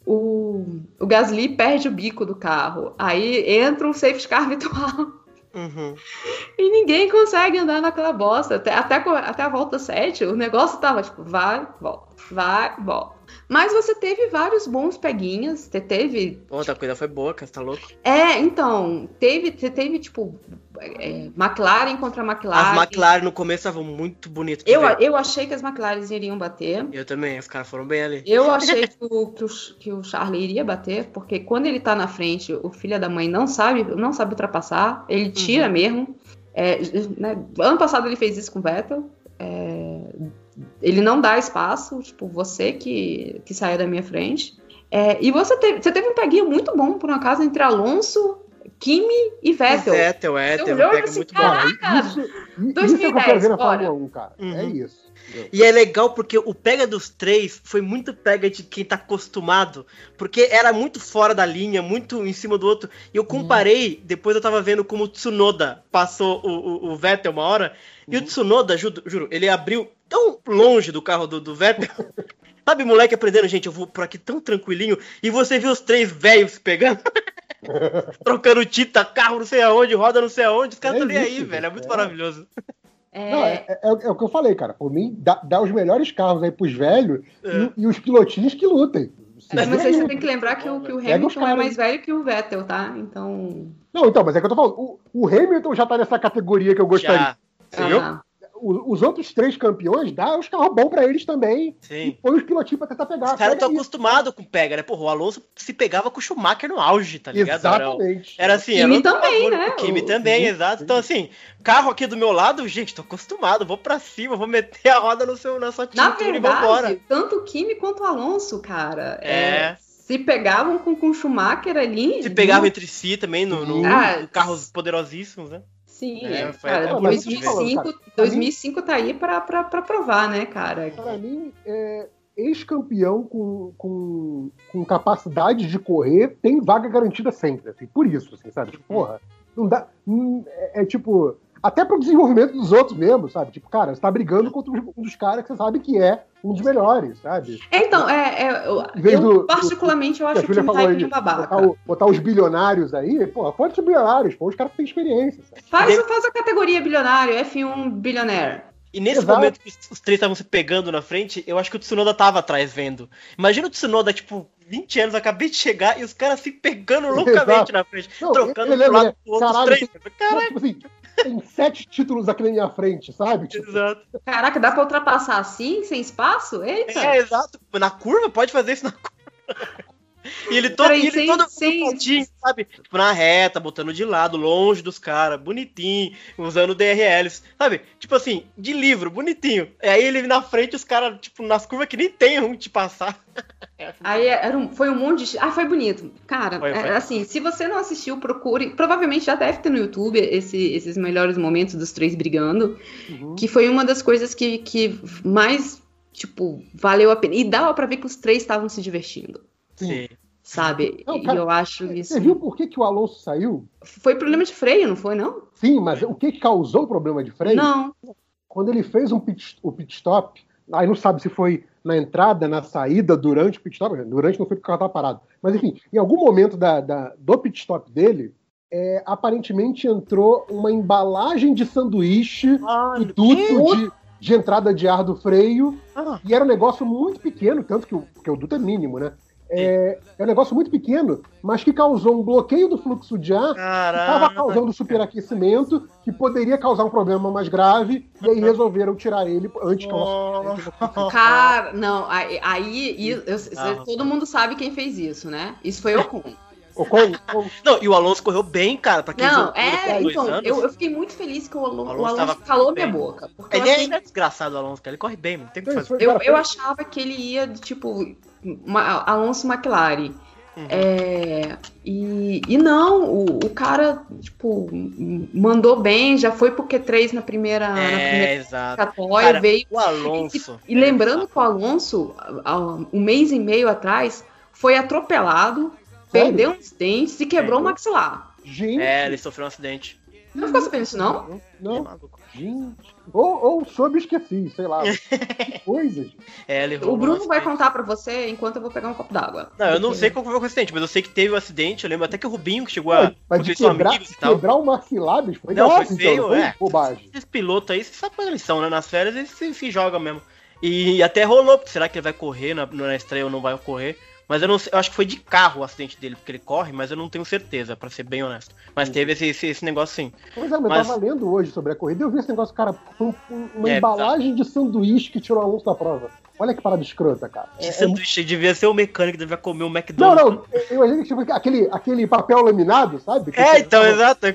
o, o Gasly perde o bico do carro. Aí entra um safety car virtual. Uhum. E ninguém consegue andar naquela bosta. Até, até, co- até a volta sete, o negócio tava tipo, vai, volta, vai, volta. Mas você teve vários bons peguinhas. Você teve. Outra coisa foi boa, cara, você tá louco? É, então, teve, você teve, tipo, é, McLaren contra McLaren. As McLaren no começo estavam muito bonitas de Eu, ver. eu achei que as McLaren iriam bater. Eu também, os caras foram bem ali. Eu achei que o, que, o, que o Charlie iria bater, porque quando ele tá na frente, o filho da mãe não sabe, não sabe ultrapassar, ele tira Uhum. mesmo. É, né, ano passado ele fez isso com o Vettel. É, ele não dá espaço, tipo, você que, que saiu da minha frente. É, e você teve, você teve um peguinho muito bom, por um acaso, entre Alonso, Kimi e Vettel. Vettel, é, Você teve olhou um e pega assim, muito bom. caraca, Cara, isso, isso dois mil e é o que eu quero ver na dez, bora. Fórmula um, cara. É Uhum. isso. entendeu? E é legal porque o pega dos três foi muito pega de quem tá acostumado, porque era muito fora da linha, muito em cima do outro. E eu comparei, depois eu tava vendo como o Tsunoda passou o, o, o Vettel uma hora, e o Tsunoda, juro, juro, ele abriu tão longe do carro do, do Vettel. Sabe, moleque aprendendo, gente, eu vou por aqui tão tranquilinho, e você viu os três velhos se pegando, trocando tinta, carro não sei aonde, roda não sei aonde, os caras É estão nem aí, isso, velho, é muito é. maravilhoso. É, Não, é, é- é o que eu falei, cara. Por mim, dá, dá os melhores carros aí pros velhos É. e, e os pilotinhos que lutem. Se mas vira aí você aí. tem que lembrar que o, que o Pega os Hamilton é caras. mais velho que o Vettel, tá? Então. Não, então, mas é que eu tô falando. O, o Hamilton já tá nessa categoria que eu gostaria. Já, você viu? ah, O- os outros três campeões, dá os carros bons pra eles também. E Sim. põe os pilotinhos pra tentar pegar. Os caras Pega estão isso. acostumados com pega, né? Porra, o Alonso se pegava com o Schumacher no auge, tá ligado? Era, Exatamente. era assim, Kimi era outro também, bagulho. né? O Kimi O- também, Sim, exato. sim. Então, assim, carro aqui do meu lado, gente, tô acostumado, vou pra cima, vou meter a roda no seu, na sua Na tintura e vambora. verdade, tanto o Kimi quanto o Alonso, cara, É. é, se pegavam com, com o Schumacher ali. Se pegavam não- entre si também, no, no- Ah, em carros poderosíssimos, né? Sim, É, é, foi- cara, é Não, mas dois mil e eu tô falando, cinco, cara, pra dois mil e cinco tá aí pra, pra, pra provar, né, cara? Pra mim, é, ex-campeão com, com, com capacidade de correr tem vaga garantida sempre. Assim, por isso, assim, sabe? Tipo, porra, não dá. hum, É, é tipo. Até pro desenvolvimento dos outros mesmo, sabe? Tipo, cara, você tá brigando contra um dos caras que você sabe que é um dos melhores, sabe? Então, é, é, eu, Em vez eu, do- particularmente, eu Que acho a que o Júlia Kimi tá falou aí aí, de um babaca. botar, o- botar os bilionários aí, pô, pode ser bilionários, pô, os caras que têm experiência, sabe? Faz, faz a categoria bilionário, F um bilionaire. E nesse Exato. momento que os- os três estavam se pegando na frente, eu acho que o Tsunoda tava atrás vendo. Imagina o Tsunoda, tipo, vinte anos, acabei de chegar e os caras se pegando loucamente Exato. na frente, Não, trocando ele de um lembra, lado né? pro outro, os Caralho, três. Não, Caralho, tipo assim, tem sete títulos aqui na minha frente, sabe? Tipo, exato. Caraca, dá pra ultrapassar assim, sem espaço? Eita! É, exato. Na curva, pode fazer isso na curva. E ele todo, Peraí, e ele sem- todo sem- bonitinho, sabe? Tipo, na reta, botando de lado, longe dos caras, bonitinho, usando D R Ls, sabe? Tipo assim, de livro, bonitinho. E aí ele na frente, os caras, tipo, nas curvas que nem tem onde te passar. Aí era um- foi um monte de. Ah, foi bonito. Cara, Foi, foi. é, assim, se você não assistiu, procure. Provavelmente já deve ter no YouTube esse- esses melhores momentos dos três brigando. Uhum. Que foi uma das coisas que, que mais, tipo, valeu a pena. E dava pra ver que os três estavam se divertindo, Sim. sabe? Não, e cara, eu acho isso. Você viu por que, que o Alonso saiu? Foi problema de freio, não foi, não? Sim, mas o que que causou o problema de freio? Não. Quando ele fez um pit, o pit stop, aí não sabe se foi na entrada, na saída, durante o pit stop. Durante não foi porque o carro estava parado. Mas enfim, em algum momento da, da- do pit stop dele, é, aparentemente entrou uma embalagem de sanduíche Ah, no duto de, de entrada de ar do freio. Ah, E era um negócio muito pequeno, tanto que o, porque o duto é mínimo, né? É, é um negócio muito pequeno, mas que causou um bloqueio do fluxo de ar, que estava caraca. causando superaquecimento, que poderia causar um problema mais grave, e aí resolveram tirar ele antes que o Cara, não, aí, aí e- eu- eu- Ah, todo mundo sabe quem fez isso, né? Isso foi Ocon. Ocon, Ocon, Não, e o Alonso correu bem, cara, pra quem Não, jogou é, por dois então, anos. eu, eu fiquei muito feliz que o Alonso, O o Alonso Alonso tava calou bem. minha boca. Porque eu Ele é, achei- ele é desgraçado, o Alonso, cara. Ele corre bem, não tem o que Isso fazer. foi- Eu, Cara, eu foi- achava que ele ia, tipo, uma- Alonso McLaren. Uhum. É, e, e não, o, o cara, tipo, m- mandou bem, já foi pro Q três na primeira, na É, primeira exato. classificatória, Cara, veio. o Alonso. E lembrando que o Alonso, há- há um mês e meio atrás, foi atropelado, Sério? perdeu uns dentes e quebrou o maxilar. gente, É, ele sofreu um acidente. Não ficou sabendo disso, não? É não, maluco. gente, ou, ou soube e esqueci, sei lá, que coisa, gente. É, ele O rolou um Bruno vai acidente. contar pra você enquanto eu vou pegar um copo d'água. Não, eu não Porque- sei qual foi o acidente, mas eu sei que teve o acidente. Eu lembro até que o Rubinho que chegou a. Mas de porque eles são quebrar, amigos e tal. quebrar o maxilar, bicho, foi Não, graça, foi então, feio, não foi é. bobagem. Esses pilotos aí, você sabe quando eles são, né? Nas férias eles se, se jogam mesmo. E até rolou, porque será que ele vai correr na, na estreia ou não vai correr? Mas eu não sei, eu acho que foi de carro o acidente dele, porque ele corre, mas eu não tenho certeza, pra ser bem honesto. Mas teve esse, esse, esse negócio sim. Pois é, mas, Mas- eu tava lendo hoje sobre a corrida, eu vi esse negócio, cara, com com uma É, embalagem de sanduíche que tirou o Alonso da prova. Olha que parada escrota, cara. Que É- é sanduíche, devia ser o mecânico, devia comer um Não, McDonald's. não, eu eu imagino que tipo, aquele, aquele papel laminado, sabe? Que É, você- então, exato.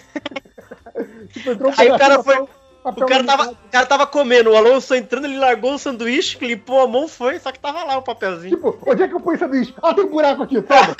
tipo, entrou um Aí o cara pedacinho de foi- papel- papel O cara, tava, laminado. o cara tava comendo, o Alonso entrando, ele largou o sanduíche, limpou a mão, foi, só que tava lá o papelzinho. Tipo, onde é que eu pus sanduíche? Ah, tem um buraco aqui, toma.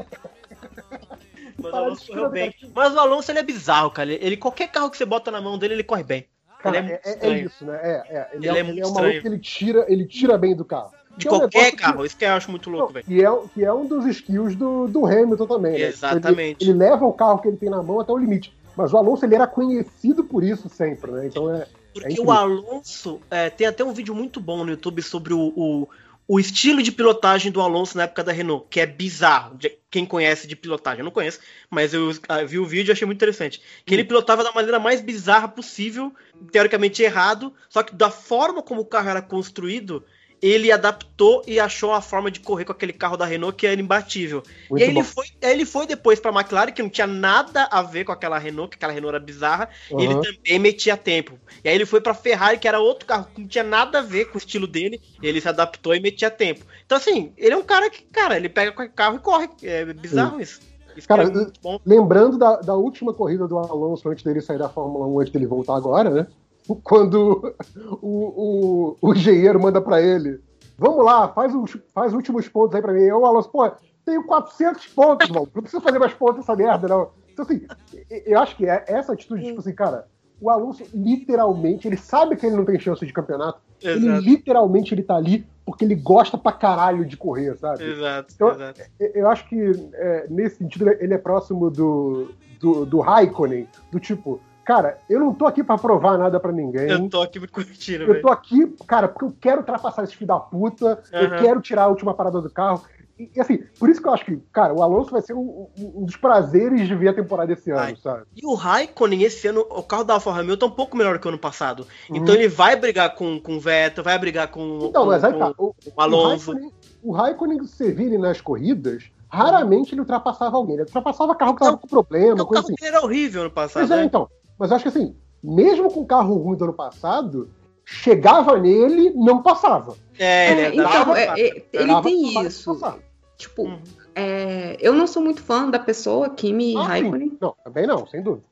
Mas o parada Alonso correu escrota, bem. cara. Mas o Alonso, ele é bizarro, cara. Ele, qualquer carro que você bota na mão dele, ele corre bem. Cara, ele é é, muito é- é estranho. isso, né? É, é. Ele, Ele é, é ele muito é um estranho. maluco que ele tira, ele tira bem do carro. De Que é um qualquer negócio que- carro, isso que eu acho muito louco, Não, velho. que, é, que é um dos skills do, do Hamilton também, né? Exatamente. Ele, ele leva o carro que ele tem na mão até o limite. Mas o Alonso, ele era conhecido por isso sempre, né? Então é... Porque incrível. o Alonso, é, tem até um vídeo muito bom no YouTube sobre o, o, o estilo de pilotagem do Alonso na época da Renault, que é bizarro. De- Quem conhece de pilotagem, eu não conheço, mas eu ah, vi o vídeo e achei muito interessante. Que ele pilotava da maneira mais bizarra possível, teoricamente errado, só que da forma como o carro era construído, ele adaptou e achou a forma de correr com aquele carro da Renault que era imbatível. Muito e aí ele bom. foi, aí ele foi depois pra McLaren, que não tinha nada a ver com aquela Renault, que aquela Renault era bizarra, e ele Uhum. também metia tempo. E aí ele foi pra Ferrari, que era outro carro que não tinha nada a ver com o estilo dele, e ele se adaptou e metia tempo. Então assim, ele é um cara que, cara, ele pega com o carro e corre. É bizarro isso. Isso Cara, que é muito bom. Lembrando da, da última corrida do Alonso antes dele sair da Fórmula um, antes dele voltar agora, né? Quando o, o, o engenheiro manda pra ele, vamos lá, faz os, faz os últimos pontos aí pra mim. E o Alonso, pô, tenho quatrocentos pontos, mano. Não precisa fazer mais pontos essa merda, não. Então, assim, eu acho que é essa atitude, tipo assim, cara, o Alonso literalmente, ele sabe que ele não tem chance de campeonato. Ele Exato. literalmente, ele tá ali porque ele gosta pra caralho de correr, sabe? Exato, Então, exato. Eu acho que, é, nesse sentido, ele é próximo do, do, do Raikkonen, do tipo, cara, eu não tô aqui pra provar nada pra ninguém. Eu tô aqui me curtindo, Eu velho. tô aqui, cara, porque eu quero ultrapassar esse filho da puta, eu Aham. quero tirar a última parada do carro. E, e, assim, por isso que eu acho que, cara, o Alonso vai ser um, um- um dos prazeres de ver a temporada esse ano, Vai. sabe? E o Raikkonen, esse ano, o carro da Alfa Romeo tá um pouco melhor que o ano passado. Uhum. Então ele vai brigar com, com o Vettel, vai brigar com, Então, com, mas aí com tá. O, o Alonso. O Raikkonen, o Raikkonen, você vê ele nas corridas, raramente ele ultrapassava alguém. Ele ultrapassava carro que tava Não, com problema, Então, o coisa carro assim. dele era horrível ano passado, Pois é, né? então. Mas eu acho que assim, mesmo com o carro ruim do ano passado, chegava nele, não passava. É, ele É, é então, dava- é- é- ele Dava tem trabalho isso. pra passar. Tipo, Uhum. é, eu não sou muito fã da pessoa, Kimi Ah, sim. Raikkonen. Não, também não, sem dúvida.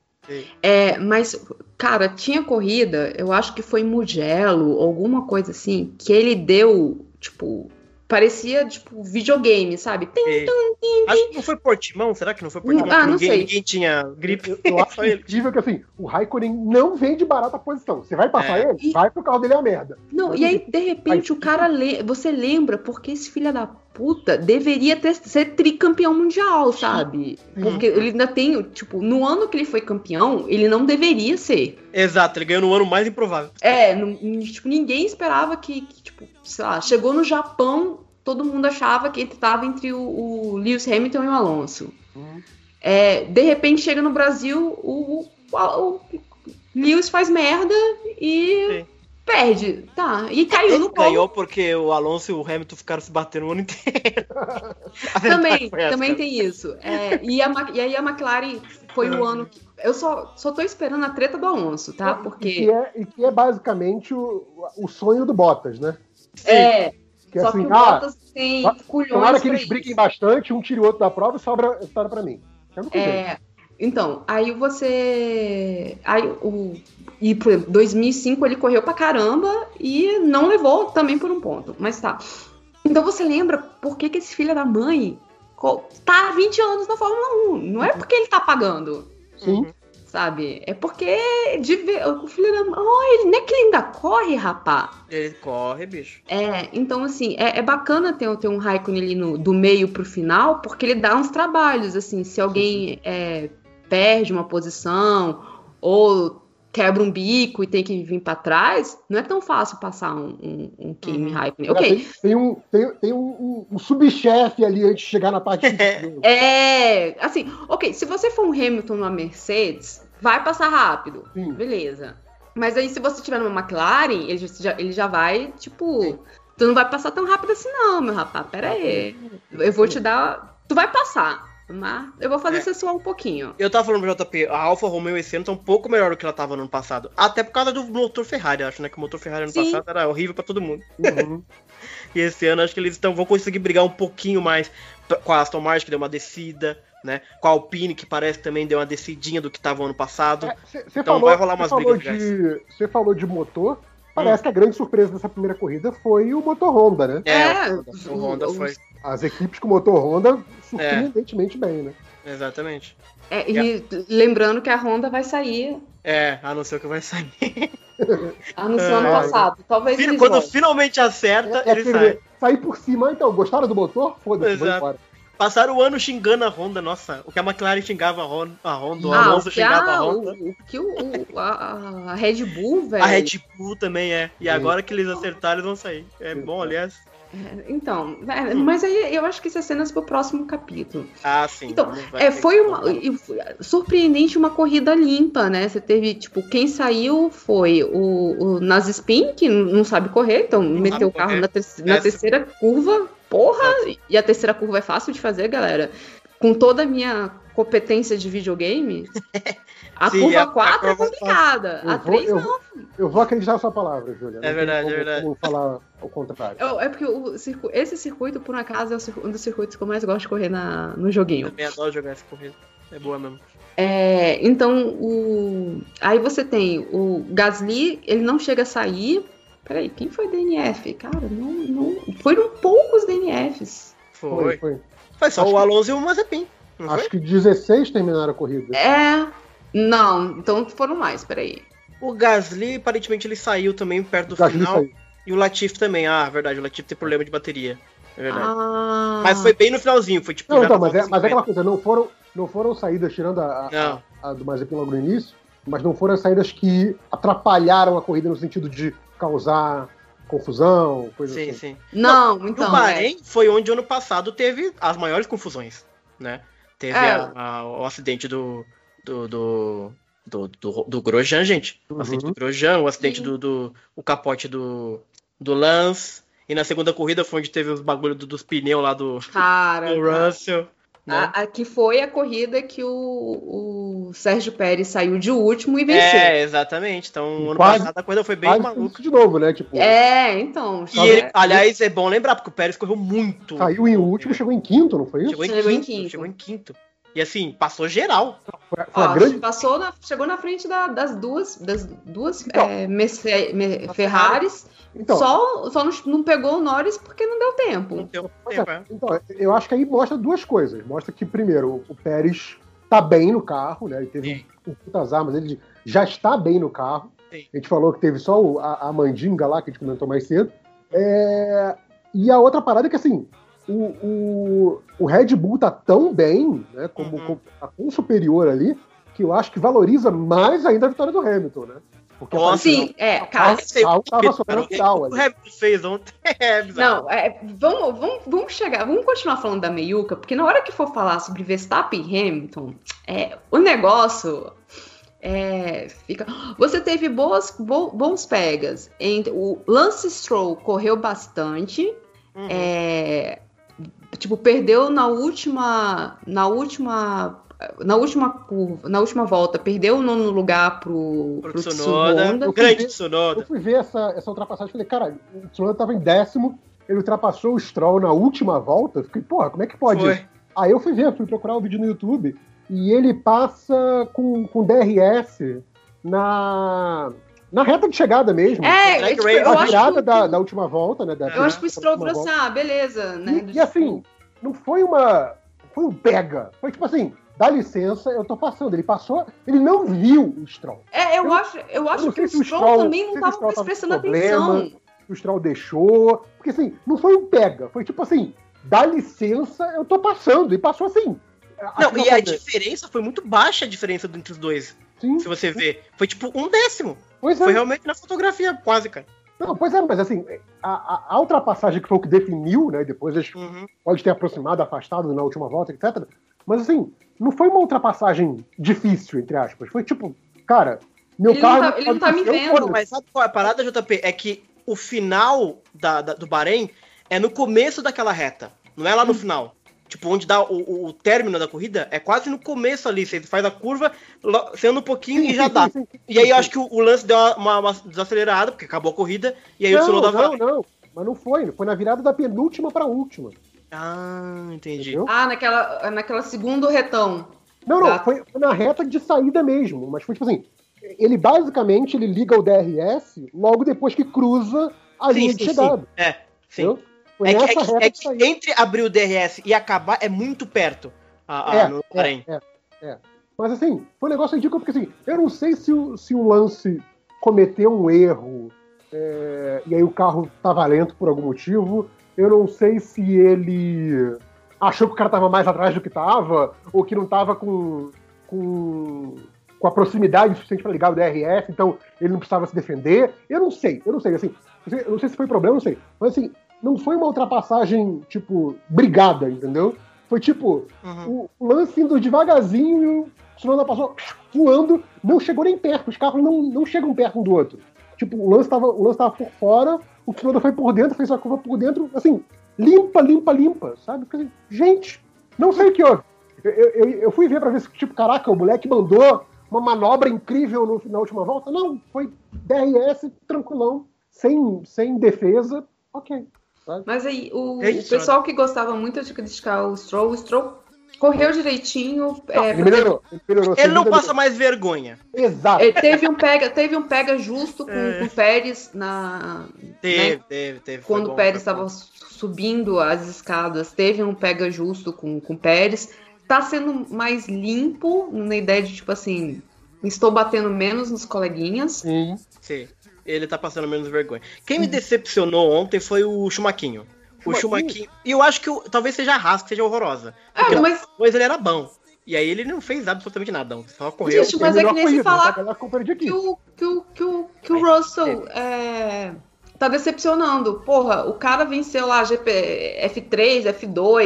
É, mas, cara, tinha corrida, eu acho que foi em Mugello, alguma coisa assim, que ele deu, tipo, parecia, tipo, videogame, sabe? Tim, É. tum, tim, Acho que não foi Portimão, será que não foi Portimão? Ah, Que não ninguém, sei. ninguém tinha gripe. Eu, eu acho Só ele. incrível que assim, o Raikkonen não vem de barata posição. Você vai passar É. ele, E- vai pro carro dele é a merda. Não, Mas, e aí, assim, de repente, Aí- o cara, le... você lembra, porque esse filho da puta deveria ter, ser tricampeão mundial, sabe? Porque Uhum. ele ainda tem, tipo, no ano que ele foi campeão, ele não deveria ser. Exato, ele ganhou no ano mais improvável. É, não- tipo, ninguém esperava que, que, tipo, sei lá, chegou no Japão, todo mundo achava que ele estava entre o, o Lewis Hamilton e o Alonso. Uhum. É, de repente chega no Brasil, o, o, o Lewis faz merda e Sim. perde. Tá, e caiu no colo. Ganhou porque o Alonso e o Hamilton ficaram se batendo o ano inteiro. A verdade Também, foi essa, também cara. tem isso. É, e, a, Ma- e aí a McLaren foi o ano que. Eu só, só tô esperando a treta do Alonso, tá? E que Porque. é, e que é basicamente o, o sonho do Bottas, né? É, Que é só assim, que o ah, Bottas tem tomara culhões que pra eles briguem isso. bastante, um tire o outro da prova e sobra a história pra mim. Eu não É, então, aí você. Aí o. E por exemplo, dois mil e cinco ele correu pra caramba e não levou também por um ponto. Mas tá. Então você lembra por que, que esse filho da mãe co- tá há vinte anos na Fórmula um? Não é porque ele tá pagando, Sim. Uhum. sabe? É porque de ver, o filho da mãe. Oh, ele, não é que ele ainda corre, rapá. Ele corre, bicho. É, então assim, é, é bacana ter, ter um Raikkonen ali no, do meio pro final, porque ele dá uns trabalhos, assim, se alguém é, perde uma posição ou quebra um bico e tem que vir pra trás, não é tão fácil passar um, um, um Kimi Uhum. Raikkonen. Já Ok, Tem, tem um, tem, tem um, um, um subchefe ali antes de chegar na parte do- é, assim, ok, se você for um Hamilton numa Mercedes, vai passar rápido, Sim. beleza. Mas aí se você tiver numa McLaren, ele já, ele já vai, tipo, tu não vai passar tão rápido assim não, meu rapaz, pera aí. Eu vou te dar, tu vai passar, mas eu vou fazer É. você suar um pouquinho. Eu tava falando pro J P, a Alfa Romeo esse ano tá um pouco melhor do que ela tava no ano passado. Até por causa do motor Ferrari, eu acho, né? Que o motor Ferrari ano Sim. passado era horrível pra todo mundo. Uhum. E esse ano acho que eles tão, vão conseguir brigar um pouquinho mais p- com a Aston Martin, que deu uma descida, né? Com a Alpine, que parece que também deu uma descidinha do que tava ano passado. Você Então falou, vai rolar cê umas falou brigas de, Você falou de motor. Parece que a grande surpresa dessa primeira corrida foi o motor Honda, né? É, os- o Honda os- foi. As equipes com motor Honda surpreendentemente bem, né? Exatamente. É, e lembrando que a Honda vai sair, É, a não ser o que vai sair. anunciou ano É. passado. Talvez Filho, eles quando voltem. finalmente acerta, É, é ele aquele sai. sair por cima, então, gostaram do motor? Foda-se, vou Exato. embora. Passaram o ano xingando a Honda, nossa. O que a McLaren xingava a Honda, a Honda o Ah, Alonso o que xingava a, a Honda. o, o que o, o- a, a Red Bull, velho. A Red Bull também é. E Sim. agora que eles acertaram, eles vão sair. É bom, aliás. Então, é, Hum. mas aí eu acho que isso é cenas pro próximo capítulo. Ah, sim. Então, vamos- vai é, ter foi que- uma e foi surpreendente uma corrida limpa, né? Você teve, tipo, quem saiu foi o, o Nazispin, que n- não sabe correr, então meteu sabe o carro correr. na, ter- na Essa- terceira curva. Porra! E a terceira curva é fácil de fazer, galera. Com toda a minha competência de videogame, a Sim, curva a- a quatro é curva complicada. Eu A vou- três eu- não. Eu vou acreditar na sua palavra, Júlia. Não É tem verdade, como- é verdade. como falar ao contrário. É, é porque o circu- esse circuito, por um acaso, é o circu- um dos circuitos que eu mais gosto de correr na, no joguinho. Também adoro jogar essa corrida. É boa mesmo. É, então, o... aí você tem o Gasly, ele não chega a sair. Peraí, quem foi D N F? Cara, não, não... foram poucos D N Fs. Foi. Foi, foi. só Acho o que- Alonso e o Mazepin. Não Acho foi? que dezesseis terminaram a corrida. É. Não, então foram mais, peraí. O Gasly, aparentemente, ele saiu também perto do O Gasly final. saiu. E o Latifi também. Ah, verdade. O Latifi tem problema de bateria. É verdade. Ah, Mas foi bem no finalzinho. Foi tipo. Não, já então, na mas é, volta mas é aquela cinquenta. coisa, não foram, não foram saídas, tirando a, a- Não. a- a do Mazepin logo no início, mas não foram saídas que atrapalharam a corrida no sentido de causar confusão, coisa Sim, assim. sim. não, No então. Bahrein foi onde ano passado teve as maiores confusões, né? Teve É. a- a- o acidente do do, do, do, do, do Grosjean, gente. O Uhum. acidente do Grosjean, o acidente Sim. do, do o capote do, do Lance. E na segunda corrida foi onde teve os bagulho do- dos pneus lá do, É, cara. do Russell. né? A, a que foi a corrida que o, o Sérgio Pérez saiu de último e venceu. É, exatamente. Então, ano Quase- passado a corrida foi bem Quase maluca. isso de novo, né? Tipo, É, então. E ele, aliás, é bom lembrar, porque o Pérez correu muito. saiu em último, chegou em quinto, não foi isso? Chegou em, Chegou em quinto, quinto. Chegou em quinto. E assim, passou geral. Foi, foi Ó, a grande. passou na, chegou na frente da- das duas, das duas Então. é, Merce- Me- Ferraris. Então, Só, só não, não pegou o Norris porque não deu Não tempo. deu Pois tempo, é. é. Então, eu acho que aí mostra duas coisas. Mostra que, primeiro, o Pérez tá bem no carro, né? Ele teve Sim. um, um putas armas, ele já está bem no carro. Sim. A gente falou que teve só o- a, a mandinga lá, que a gente comentou mais cedo. É, e a outra parada é que, assim, o, o, o Red Bull tá tão bem, né? Como, Uhum. como tá tão superior ali, que eu acho que valoriza mais ainda a vitória do Hamilton, né? Porque Nossa, Sim, é, a cara. Sei, carro tava cara, sobrando o final o ali. Hamilton fez ontem é bizarro. Não, é, vamos, vamos, vamos chegar, vamos continuar falando da meiuca, porque na hora que for falar sobre Verstappen e Hamilton, é, o negócio é, fica. Você teve boas, bo- bons pegas. Entre, o Lance Stroll correu bastante. Uhum. É, tipo, perdeu na última. Na última. Na última curva, na última volta, perdeu o nono lugar pro, Pro pro Tsunoda, Tsunoda. o grande Eu Tsunoda. fui ver essa, essa ultrapassagem e falei, cara, o Tsunoda tava em décimo, ele ultrapassou o Stroll na última volta. Eu fiquei, porra, como é que pode? Foi. Aí eu fui ver, fui procurar o vídeo no YouTube e ele passa com, com D R S na, na reta de chegada mesmo. É, Drag é, tipo, race. eu a acho virada que, da, da última volta, né? Da, eu acho que o da Stroll última falou assim, volta. ah, beleza, né? E, e assim, não foi uma. Foi um pega. Foi tipo assim, dá licença, eu tô passando. Ele passou, ele não viu o Stroll. É, eu, eu- acho, eu não acho que sei o se o Stroll, Stroll- também não não sei se o tava Stroll tava prestando com problema. atenção. O Stroll deixou. Porque assim, não foi um pega. Foi tipo assim, dá licença, eu tô passando. E passou assim. Não, Afinal, e a né? diferença foi muito baixa a diferença entre os dois. Sim, Se você ver. Foi tipo um décimo. pois é. Foi realmente na fotografia, quase, cara. Não, pois é, mas assim, a, a- a ultrapassagem que foi o que definiu, né? Depois eles Uhum. pode ter aproximado, afastado na última volta, etcétera. Mas assim, não foi uma ultrapassagem difícil, entre aspas. Foi tipo, cara, meu Ele não carro. tá- ele não tá me eu- vendo. foda-se. Mas sabe qual é a parada, J P? É que o final da, da- do Bahrein é no começo daquela reta. Não é lá no final. Tipo, onde dá o, o- o término da corrida, é quase no começo ali. Você faz a curva, lo- você anda um pouquinho e já Sim, dá. sim, sim, sim, E aí eu sim. acho que o, o lance deu uma, uma- uma desacelerada, porque acabou a corrida, e aí o Não, Tsunoda não, vai. não. Mas não foi. Foi na virada da penúltima pra última. Ah, entendi. Entendeu? Ah, naquela, naquela segundo retão. Não, não. Tá. Foi, foi na reta de saída mesmo. Mas foi tipo assim. Ele basicamente ele liga o D R S logo depois que cruza a linha de chegada. É, sim. Entendeu? Foi É que, nessa é que- reta é de que saída. entre abrir o D R S e acabar é muito perto. A, a, É, no é, Bahrein. é, é. Mas assim, foi um negócio ridículo, porque assim, eu não sei se o, se o lance cometeu um erro é, e aí o carro tava lento por algum motivo. Eu não sei se ele achou que o cara tava mais atrás do que tava, ou que não tava com, com, com a proximidade suficiente para ligar o D R S, então ele não precisava se defender. Eu não sei, eu não sei, assim, eu não sei se foi problema, não sei. Mas assim, não foi uma ultrapassagem, tipo, brigada, entendeu? Foi tipo, Uhum. o, o lance indo devagarzinho e o Tsunoda passou voando, não chegou nem perto, os carros não, não chegam perto um do outro. Tipo, o lance tava, o lance tava por fora, o Tsunoda foi por dentro, fez a curva por dentro, assim, limpa, limpa, limpa, sabe? Porque, gente, não sei o que houve. Eu, eu, eu fui ver pra ver se, tipo, caraca, o moleque mandou uma manobra incrível no, na última volta. Não, foi D R S tranquilão, sem, sem defesa, ok. Sabe? Mas aí, o, É o isso, pessoal que gostava muito de criticar o Stroll, o Stroll correu direitinho. Não, é, ele melhorou, ele melhorou. sem Ele não dúvida passa mais vergonha. nenhuma. Exato. ele teve um pega, teve um pega justo com, É. com o Pérez na, Teve, né, teve, teve. foi quando bom, o Pérez foi bom. estava subindo as escadas, teve um pega justo com, com o Pérez. Tá sendo mais limpo, na ideia de, tipo assim, estou batendo menos nos coleguinhas. Sim. Sim, ele tá passando menos vergonha. Quem me decepcionou ontem foi o Chumaquinho. O Schumacher? Chumaquinho. E eu acho que o- talvez seja a Haas que seja horrorosa. Porque É, mas, depois ele era bom. E aí ele não fez absolutamente nada, não. Só correu. Gente, mas é Terminou que a nem se corrida, falar tá? Ela companhia aqui. que o, que o, que o, que o Ai, Russell é, tá decepcionando. Porra, o cara venceu lá G P, F três, F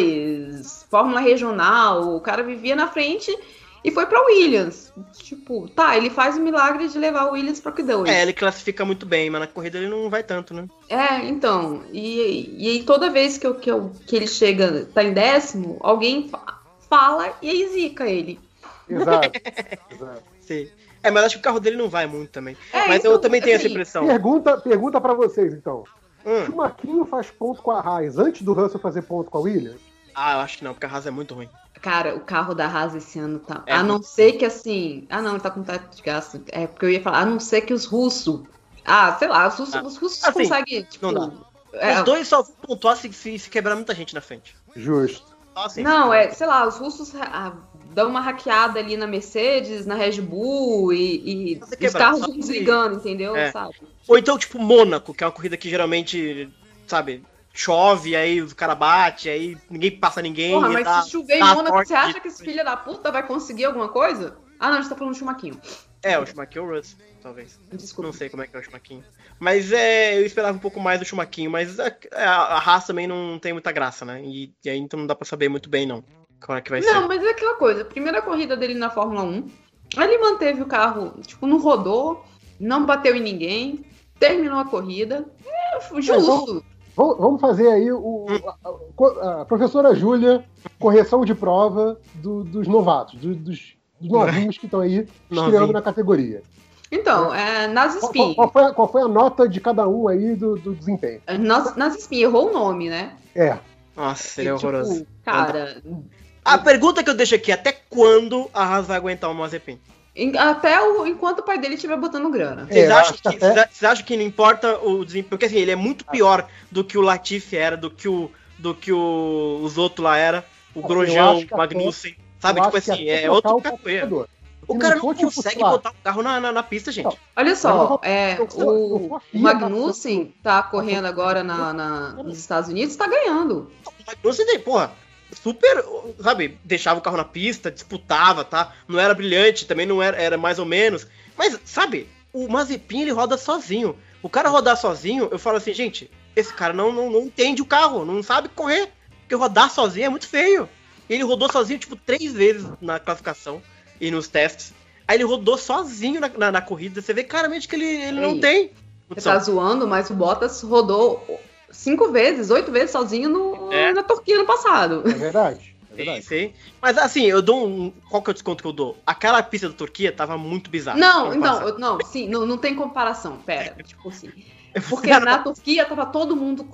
dois, Fórmula Regional, o cara vivia na frente e foi pra Williams. Tipo, tá, ele faz o milagre de levar o Williams pra Q dois. É, ele classifica muito bem, mas na corrida ele não vai tanto, né? É, então, e, e aí toda vez que, eu, que, eu, que ele chega, tá em décimo, alguém fa- fala e aí zica ele. Exato. Exato. Sim. É, mas acho que o carro dele não vai muito também. É, mas então, eu também tenho assim, essa impressão. Pergunta, pergunta pra vocês, então. Hum. Schumacher faz ponto com a Haas antes do Russell fazer ponto com a Williams? Ah, eu acho que não, porque a Haas é muito ruim. Cara, o carro da Haas esse ano tá. É a não muito ser que assim. Ah, não, ele tá com teto de gasto. É porque eu ia falar, a não ser que os russos. Ah, sei lá, os russos, Ah. os russos Assim, conseguem. Tipo, não dá. é, Os dois só vão pontuar se, se, se quebrar muita gente na frente. Justo. Só assim. Não, é, sei lá, os russos ah, dão uma hackeada ali na Mercedes, na Red Bull e, e Só se os quebrar, carros só vão se- desligando, entendeu? É. Sabe? Ou então, tipo, Mônaco, que é uma corrida que geralmente, sabe, chove, aí o cara bate, aí ninguém passa ninguém. Porra, e mas dá- se chover em dá Mônaco, sorte você acha de- que esse filho da puta vai conseguir alguma coisa? Ah, não, a gente tá falando de Chumaquinho. É, o Schumacher ou o Russell, talvez. Desculpa. Não sei como é que é o Schumacher. Mas é, eu esperava um pouco mais do Schumacher, mas a, a, a Haas também não tem muita graça, né? E, e aí então não dá pra saber muito bem, não. Qual é que vai Não, ser. mas é aquela coisa. Primeira corrida dele na Fórmula um. Ele manteve o carro, tipo, não rodou, não bateu em ninguém, terminou a corrida. É justo. Vamos vamos fazer aí o, a, a- a professora Júlia, correção de prova do- dos novatos, do- dos, dos novinhos que estão aí Novinho. estreando na categoria. Então, é, nas Qual, spin. qual- qual foi, a- qual foi a nota de cada um aí do, do desempenho? Nas, nas spin, errou o nome, né? É. Nossa, seria E, tipo, horroroso. Cara, A pergunta que eu deixo aqui, até quando a Haas vai aguentar o Mazepin? em- até o, enquanto o pai dele estiver botando grana. Vocês É, acham, acho que que, até- vocês a- vocês acham que não importa o desempenho? Porque assim, ele é muito pior do que o Latifi era, do que o, do que o, os outros lá era, o Eu Grosjean, acho que o Magnussen, sabe? Eu Tipo acho que assim, até é trocar outro o capoeira. patrocinador. O Se cara não não for, tipo, consegue sei lá, botar o carro na, na, na pista, gente. Não. Olha só, Mas é, eu- eu- eu- o, eu- o Magnussen tá correndo agora na, na- nos Estados Unidos, tá ganhando. O Magnussen, tem, porra, super, sabe, deixava o carro na pista, disputava, tá? Não era brilhante, também não era, era mais ou menos. Mas, sabe, o Mazepin, ele roda sozinho. O cara rodar sozinho, eu falo assim, gente, esse cara não, não, não entende o carro, não sabe correr. Porque rodar sozinho é muito feio. Ele rodou sozinho, tipo, três vezes na classificação e nos testes. Aí ele rodou sozinho na, na, na corrida. Você vê claramente que ele, ele não Ei, tem. Você tá zoando, mas o Bottas rodou cinco vezes, oito vezes sozinho no, É. na Turquia no passado. É verdade. É Sim, verdade. sim. Mas assim, eu dou um. Qual que é o desconto que eu dou? Aquela pista da Turquia tava muito bizarra. Não, ano então, passado. eu- não, sim, não, não tem comparação. Pera, tipo assim. Porque Cara, na Turquia tava todo mundo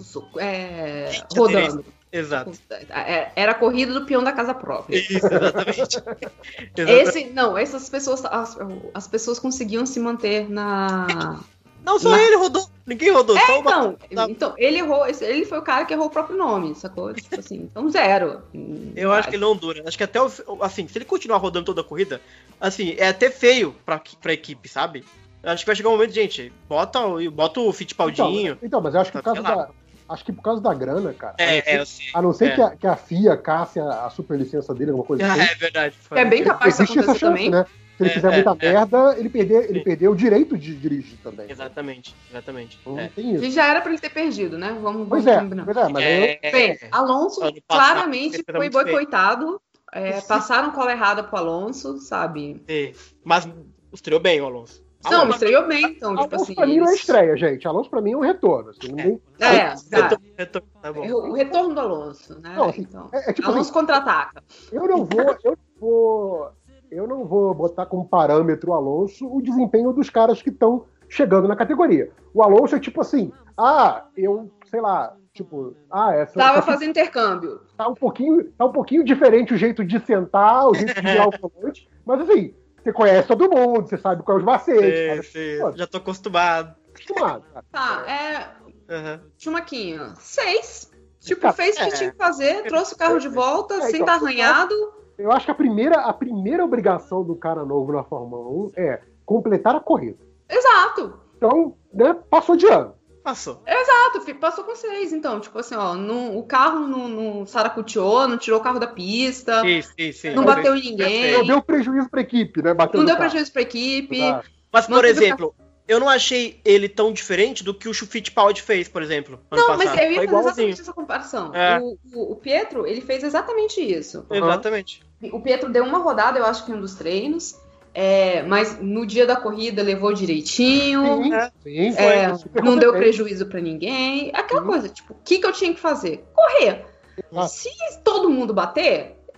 é, Gente, rodando. Exato. É, Era a corrida do peão da casa própria. Isso, exatamente. Exatamente. Esse, não, essas pessoas, as, as pessoas conseguiam se manter na. Não, só na- ele rodou. Ninguém rodou. só o Então, Tá. então ele errou, ele foi o cara que errou o próprio nome, sacou? Tipo assim, então zero. Eu acho que ele não dura. Acho que até o. Assim, se ele continuar rodando toda a corrida, assim, é até feio pra, pra equipe, sabe? Acho que vai chegar um momento, gente, bota, o- bota o Fittipaldinho. Então, então, mas eu acho que por Tá, causa sei lá. da. Acho que por causa da grana, cara. É, a não ser, é, eu sei. a não ser É. que, a, que a F I A casse a, a superlicença dele, alguma coisa Ah, assim. é verdade. É bem capaz disso Existe essa acontecer chance, também. né? Se ele É, fizer é, muita é. merda, ele perder, ele Sim. perdeu o direito de dirigir também. Exatamente, exatamente. Então, É. tem isso. E já era pra ele ter perdido, né? Vamos, Pois vamos é, combinar. pois é, mas aí eu, É, Bem, Alonso ano passado, claramente ele fez foi muito feio. boicotado. É, passaram cola errada pro Alonso, sabe? Sim. Mas estreou bem o Alonso. Não, Alonso- estreou bem, então, tipo Alonso assim. pra mim não é eles- estreia, gente. Alonso pra mim é um retorno. Assim, ninguém- É, tá. Retorno, retorno, tá bom. O retorno do Alonso, né? Não, assim, então, é, é tipo Alonso assim, contra-ataca. eu não vou, eu não vou, eu não vou botar como parâmetro o Alonso o desempenho dos caras que estão chegando na categoria. O Alonso é tipo assim, ah, eu, sei lá, tipo, ah, essa, Tava essa fazendo intercâmbio. tá um pouquinho, tá um pouquinho diferente o jeito de sentar, o jeito de virar o volante, mas assim, você conhece todo mundo, você sabe quais os macetes, Sim, sim. sabe? Já tô acostumado. Acostumado, cara. Tá, é. Aham. Chumaquinho, seis. Tipo, Cara, fez o que é. tinha que fazer, trouxe o carro de volta, É, sem então, estar arranhado. Eu acho que a primeira, a primeira obrigação do cara novo na Fórmula um é completar a corrida. Exato. Então, né, passou de ano. Passou. Exato, fi- passou com seis. Então, tipo assim, ó, não- o carro não, não saracuteou, não tirou o carro da pista, Sim, sim, sim. não bateu em ninguém, Não deu prejuízo pra equipe, né? Bateu não no deu carro. prejuízo pra equipe. Exato. Mas, por Manteve o exemplo, eu não achei ele tão diferente do que o Fittipaldi fez, por exemplo, ano Não, passado. mas eu ia Foi fazer igualzinho. exatamente essa comparação. É. O, o- o Pietro, ele fez exatamente isso. Uhum. Exatamente. O Pietro deu uma rodada, eu acho que em um dos treinos, é, mas no dia da corrida levou direitinho, Sim, É. sim. é, foi super não deu competente. prejuízo pra ninguém. Aquela Sim. coisa, tipo, o que, que eu tinha que fazer? Correr. Exato. Se todo mundo bater,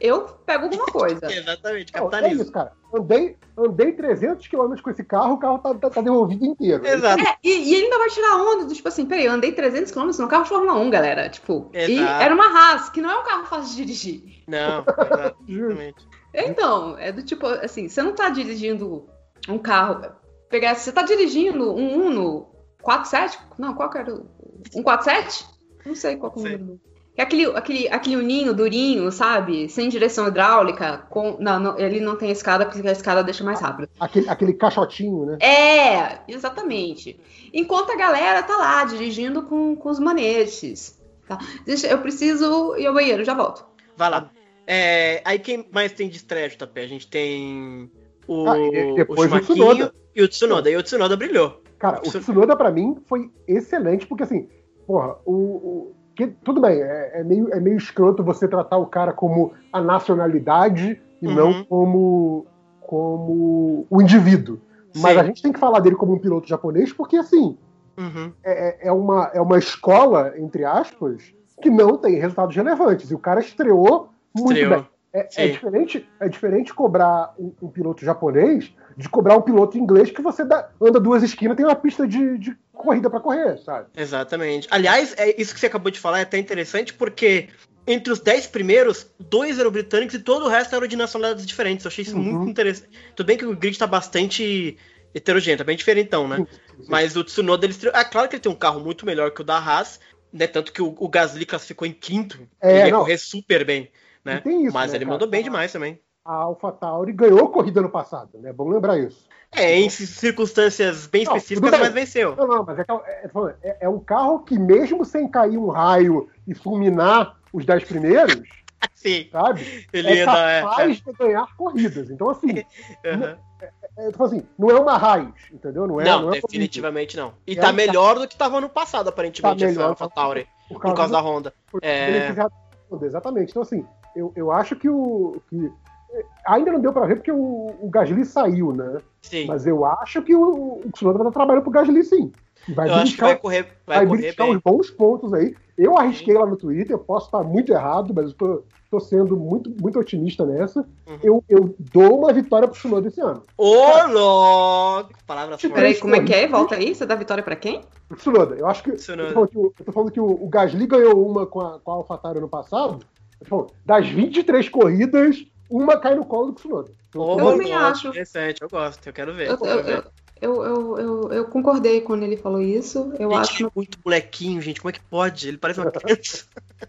eu pego alguma coisa. Exatamente, Não, é capitalismo. isso, cara. Andei, andei trezentos quilômetros com esse carro, o carro tá, tá, tá devolvido inteiro. Exato. É, e, e ele ainda vai tirar onda do tipo assim, peraí, eu andei trezentos quilômetros no carro de Fórmula um, galera. Tipo, e Exato. era uma Haas, que não é um carro fácil de dirigir. Não, exatamente. Então, é do tipo, assim, você não tá dirigindo um carro. Pegar, você tá dirigindo um Uno quatro sete? Não, qual que era? o- um quatro sete? Não sei qual que é o Sei. número. É aquele, aquele, aquele uninho durinho, sabe? Sem direção hidráulica. Com, não, não, ele não tem escada, porque a escada deixa mais rápido. Aquele, aquele caixotinho, né? É, exatamente. Enquanto a galera tá lá dirigindo com, com os manetes. Tá? Deixa, eu preciso ir ao banheiro, já volto. Vai lá. É, aí quem mais tem de estreia, J P? A gente tem o, Ah, e depois o o Schumaquinho Tsunoda. e o Tsunoda. E o Tsunoda brilhou. Cara, o Tsunoda pra mim foi excelente, porque assim, porra, o. o que, tudo bem, é, é meio, é meio escroto você tratar o cara como a nacionalidade e Uhum. não como, como o indivíduo. Mas Sim. a gente tem que falar dele como um piloto japonês, porque assim, Uhum. é, é, uma, é uma escola, entre aspas, que não tem resultados relevantes. E o cara estreou muito Estreou. bem. É, Sim. é diferente, é diferente cobrar um, um piloto japonês de cobrar um piloto inglês que você dá- anda duas esquinas e tem uma pista de, de corrida pra correr, sabe? Exatamente. Aliás, é isso que você acabou de falar é até interessante, porque entre os dez primeiros, dois eram britânicos e todo o resto eram de nacionalidades diferentes. Eu achei isso Uhum. muito interessante. Tudo bem que o grid tá bastante heterogêneo, tá bem diferentão, né? Mas o Tsunoda, ele estreou... É claro que ele tem um carro muito melhor que o da Haas, né? Tanto que o, o Gasly classificou em quinto. É, ele ia não. correr super bem, né? E tem isso, Mas né, ele cara? mandou bem demais também. A AlphaTauri ganhou corrida no passado, né? É bom lembrar isso. É, em circunstâncias bem Não, específicas, tudo bem. mas venceu. Não, não, mas é, que é, é, é um carro que mesmo sem cair um raio e fulminar os dez primeiros, Sim. sabe? Ele é ia dar, é, capaz de ganhar corridas. Então, assim, Uhum. é, tipo assim, não é uma raiz, entendeu? Não é, Não, não é definitivamente não. E É tá um melhor do que tava no passado, aparentemente, Tá essa melhor. AlphaTauri, por por causa do- da Honda. por- É. beneficiado por Honda, exatamente. Então, assim, eu, eu acho que o. Que, ainda não deu pra ver porque o, o Gasly saiu, né? Sim. Mas eu acho que o, o Tsunoda vai estar trabalhando pro Gasly, sim. E vai Eu acho que beliscar- vai correr, vai vai correr beliscar bem. uns bons pontos aí. Eu arrisquei lá no Twitter, posso estar muito errado, mas eu tô, tô sendo muito, muito otimista nessa. Uhum. Eu, eu dou uma vitória pro Tsunoda esse ano. Ô, louco! Palavras Tipo, Peraí, fortes. como é que é? Volta aí, você dá vitória pra quem? Pro Tsunoda. Eu acho que. Tsunoda. Eu tô falando que, o, eu tô falando que o, o Gasly ganhou uma com a, com a AlphaTauri no passado. Eu tô falando, das vinte e três corridas, uma cai no colo do Tsunoda. Ô, Eu também louco, acho. Interessante, eu gosto, eu quero ver. Eu, quero eu, ver. eu, eu, eu, eu concordei quando ele falou isso. Eu Gente, acho. muito molequinho, gente. Como é que pode? Ele parece uma criança.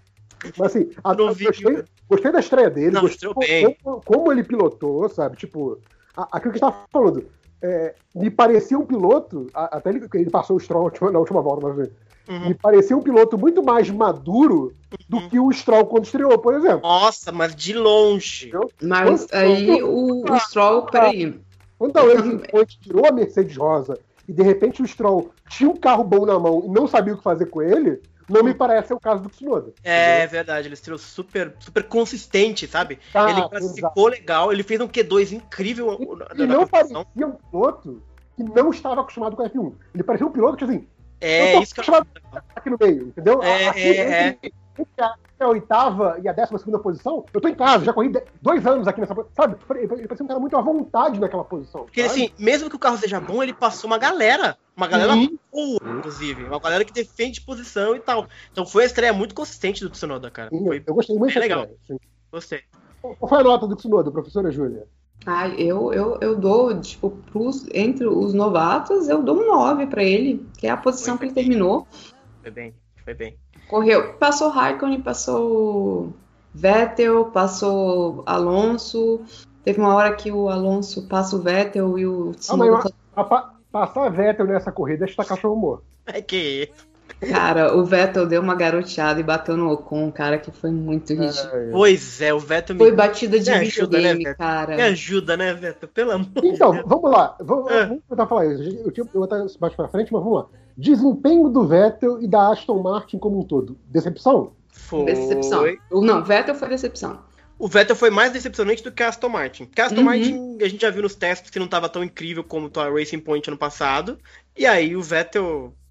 Mas assim, a, Novinho. gostei, gostei da estreia dele, Não, gostei estreou bem. como, como ele pilotou, sabe? Tipo, a- aquilo que a gente tava falando. é, me parecia um piloto, a- até ele, ele passou o Stroll na última, na última volta, mas Uhum. me parecia um piloto muito mais maduro do Uhum. que o Stroll quando estreou, por exemplo. Nossa, mas de longe. Mas aí o, o Stroll, peraí. Quando a Racing Point tirou a Mercedes Rosa e de repente o Stroll tinha um carro bom na mão e não sabia o que fazer com ele, não me parece ser o caso do Tsunoda. É verdade, ele estreou super, super consistente, sabe? Tá, ele classificou legal, ele fez um Q dois incrível E, na, e na não classificação. parecia um piloto que não estava acostumado com a F um. Ele parecia um piloto que, assim, É eu tô isso que eu acostumado aqui no meio, entendeu? É, Aqui, é, entre, entre a, a oitava e a décima segunda posição, eu tô em casa, já corri de- dois anos aqui nessa posição, sabe? Ele, ele parecia um cara muito à vontade naquela posição. Porque sabe? assim, mesmo que o carro seja bom, ele passou uma galera. Uma galera Sim. boa, inclusive. Uma galera que defende posição e tal. Então foi uma estreia muito consistente do Tsunoda, cara. Sim, Foi eu gostei muito bem dessa legal. ideia, sim. Gostei. Qual foi a nota do Tsunoda, professora Júlia? Ah, eu, eu, eu dou, tipo, pros, entre os novatos, eu dou um nove pra ele, que é a posição que ele terminou. Foi bem, foi bem. Correu. Passou Raikkonen, passou Vettel, passou Alonso. Teve uma hora que o Alonso passa o Vettel e o Ah, mas Tsunoda. a, pa- passar a Vettel nessa corrida é estacar seu humor. É que Cara, o Vettel deu uma garoteada e bateu no Ocon, cara, que foi muito ridículo. Pois é, o Vettel me, Foi batida de Me ajuda, né, videogame, Vettel? cara. me ajuda, né, Vettel? Pelo amor de Então, Deus. vamos lá. Vamos, É. vamos tentar falar isso. Eu, tinha- eu vou estar mais pra frente, mas vamos lá. Desempenho do Vettel e da Aston Martin como um todo. Decepção? Foi. Decepção. Ou não, Vettel foi decepção. O Vettel foi mais decepcionante do que a Aston Martin. Porque a Aston Uhum. Martin, a gente já viu nos testes que não estava tão incrível como a Racing Point ano passado. E aí o Vettel,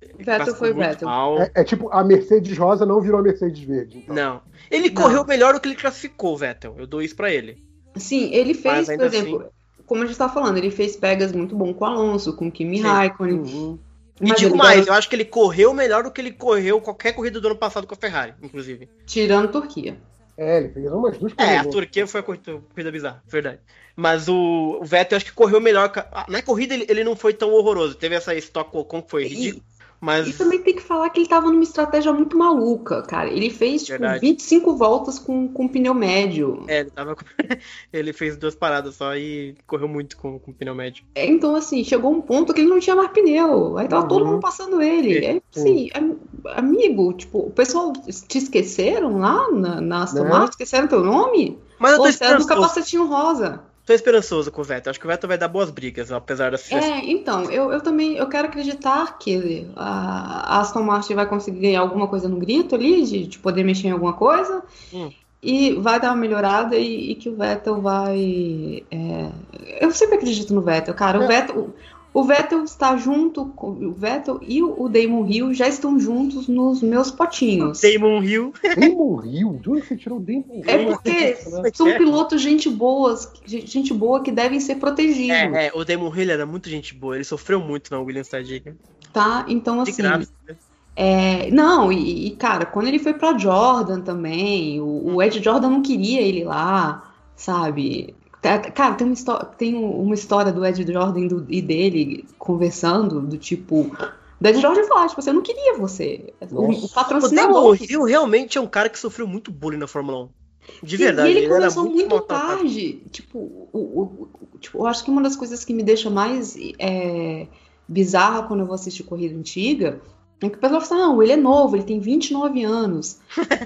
Vettel foi Vettel. É, é tipo, a Mercedes rosa não virou a Mercedes verde. Então. Não. Ele Não. correu melhor do que ele classificou, Vettel. Eu dou isso pra ele. Sim, ele fez, Mas ainda por exemplo, assim- como a gente tá falando, ele fez pegas muito bom com o Alonso, com o Kimi Sim. Raikkonen. Uhum. E Mas digo ele mais, deu- eu acho que ele correu melhor do que ele correu qualquer corrida do ano passado com a Ferrari, inclusive. Tirando Turquia. É, ele fez umas duas É, a corridas. Turquia foi a corrida, corrida bizarra, verdade. Mas o, o Vettel acho que correu melhor. ca- ah, Na corrida ele, ele não foi tão horroroso. Teve essa Stock Ocon que foi E- ridículo. Mas E também tem que falar que ele tava numa estratégia muito maluca, cara. Ele fez, tipo, Verdade. vinte e cinco voltas com, com pneu médio. é, ele, tava com- ele fez duas paradas só e correu muito com, com o pneu médio. É, Então, assim, chegou um ponto que ele não tinha mais pneu. Aí tava Uhum. todo mundo passando ele. É, assim, am- amigo, tipo, o pessoal te esqueceram lá na, na Aston Né? Martin? Esqueceram teu nome? Mas eu tô Ou você era do esperançoso, capacetinho rosa? tô esperançoso com o Vettel. Acho que o Vettel vai dar boas brigas, apesar da É, então, eu, eu também, eu quero acreditar que a, a Aston Martin vai conseguir ganhar alguma coisa no grito ali, de, de poder mexer em alguma coisa, Hum. e vai dar uma melhorada e, e que o Vettel vai... é, eu sempre acredito no Vettel, cara, o É. Vettel... O Vettel está junto com o Vettel e o Damon Hill já estão juntos nos meus potinhos. Damon Hill. Damon Hill? De onde você tirou o Damon Hill? É porque são pilotos gente boas, gente boa que devem ser protegidos, É, é, o Damon Hill era muito gente boa. Ele sofreu muito na Williams Tadiga. tá? Então De assim, graça. né? é, não, e, e, cara, quando ele foi pra Jordan também, o, o Ed Jordan não queria ele lá, sabe? Tá- Cara, tem uma, histó- tem uma história do Ed Jordan e do- e dele conversando, do tipo. Do Ed Jordan falar, tipo assim, eu não queria você. O, Nossa. o O patrocinador. Damon quis. Hill realmente é um cara que sofreu muito bullying na Fórmula um. De Sim, verdade. e ele era começou muito, maltratado. tarde. Tipo, o, o- o- tipo, eu acho que uma das coisas que me deixa mais é, bizarra quando eu vou assistir corrida antiga é que o pessoal fala, não, ele é novo, ele tem vinte e nove anos.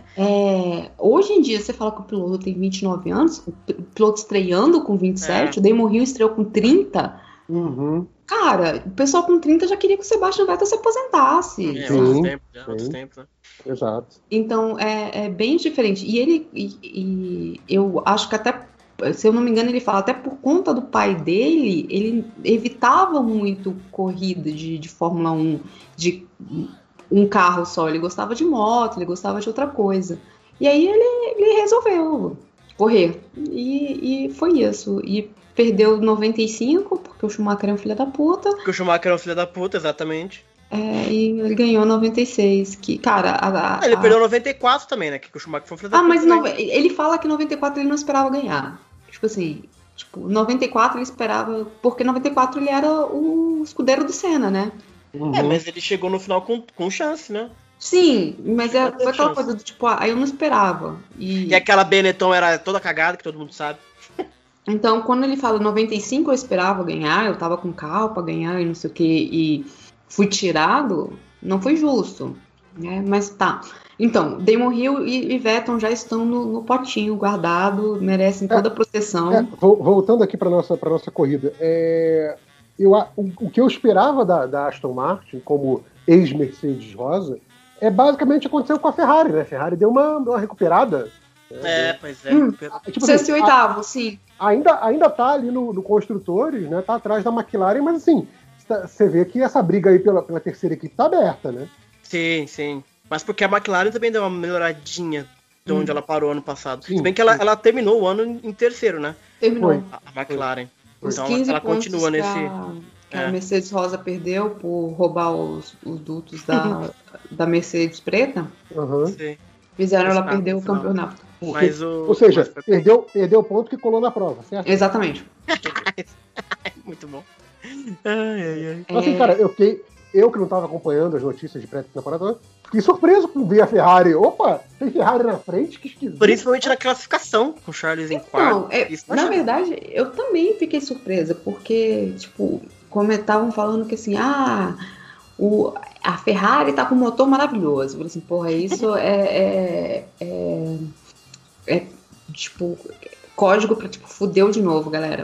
É, hoje em dia, você fala que o piloto tem vinte e nove anos, o p- o piloto estreando com vinte e sete, É. o Damon Hill estreou com trinta. Uhum. Cara, o pessoal com trinta já queria que o Sebastian Vettel se aposentasse. É, Sim, outros tempos, né? sim. Outros tempos, né? Exato. Então é, é bem diferente. E ele, e, e eu acho que até, se eu não me engano, ele fala, até por conta do pai dele, ele evitava muito corrida de, de Fórmula um, de um carro só. Ele gostava de moto, ele gostava de outra coisa. E aí ele, ele resolveu correr. E, e foi isso. E perdeu noventa e cinco, porque o Schumacher é um filho da puta. Porque o Schumacher era um filho da puta, exatamente. É, e ele ganhou noventa e seis. Que, cara, a, a- Ah, ele a- perdeu noventa e quatro também, né? Que o Schumacher foi um filho da Ah, puta. mas também. não, ele fala que noventa e quatro ele não esperava ganhar. Tipo assim, tipo, noventa e quatro ele esperava, porque noventa e quatro ele era o escudeiro do Senna, né? Uhum. É, mas ele chegou no final com, com chance, né? Sim, mas é, Chegou foi aquela chance. coisa do tipo, ah, eu não esperava. E E aquela Benetton era toda cagada, que todo mundo sabe. então, quando ele fala noventa e cinco eu esperava ganhar, eu tava com carro pra ganhar e não sei o que, e fui tirado, não foi justo, né? Mas tá. Então, Damon Hill e, e Vettel já estão no, no potinho guardado, merecem toda a proteção. É, vo- voltando aqui para nossa para nossa corrida, é, eu, a- o, o que eu esperava da, da Aston Martin como ex-Mercedes Rosa é basicamente o que aconteceu com a Ferrari, né? A Ferrari deu uma, uma recuperada. É, pois é. Hum. Pelo- Tipo Sexto assim, e oitavo, sim. a- ainda, ainda tá ali no, no construtores, né? Tá atrás da McLaren, mas assim, você vê que essa briga aí pela, pela terceira equipe tá aberta, né? Sim, sim. Mas porque a McLaren também deu uma melhoradinha de onde Hum. ela parou ano passado. Sim, Se bem que ela, sim. ela terminou o ano em, em terceiro, né? Terminou. Foi. A, a McLaren. Os Então ela, quinze ela pontos continua que nesse. a, que a é. Mercedes Rosa perdeu por roubar os, os dutos da, da Mercedes preta, Aham. Sim. fizeram ela Está, perder o no final. campeonato. Mas o. Ou seja, mas foi- perdeu, perdeu o ponto que colou na prova, certo? Exatamente. Muito bom. Ai, ai, ai. Então, assim, É. cara, eu fiquei. Eu que não estava acompanhando as notícias de pré-temporada, fiquei surpreso com ver a Ferrari. Opa, tem Ferrari na frente, que esquisito. Principalmente na classificação, com o Charles em quarto. Não, é, Isso na achei- verdade, eu também fiquei surpresa, porque, tipo, como estavam falando que assim, ah, o, a Ferrari tá com um motor maravilhoso. Eu falei assim, porra, isso é, é, é, é, tipo, código pra, tipo, fudeu de novo, galera.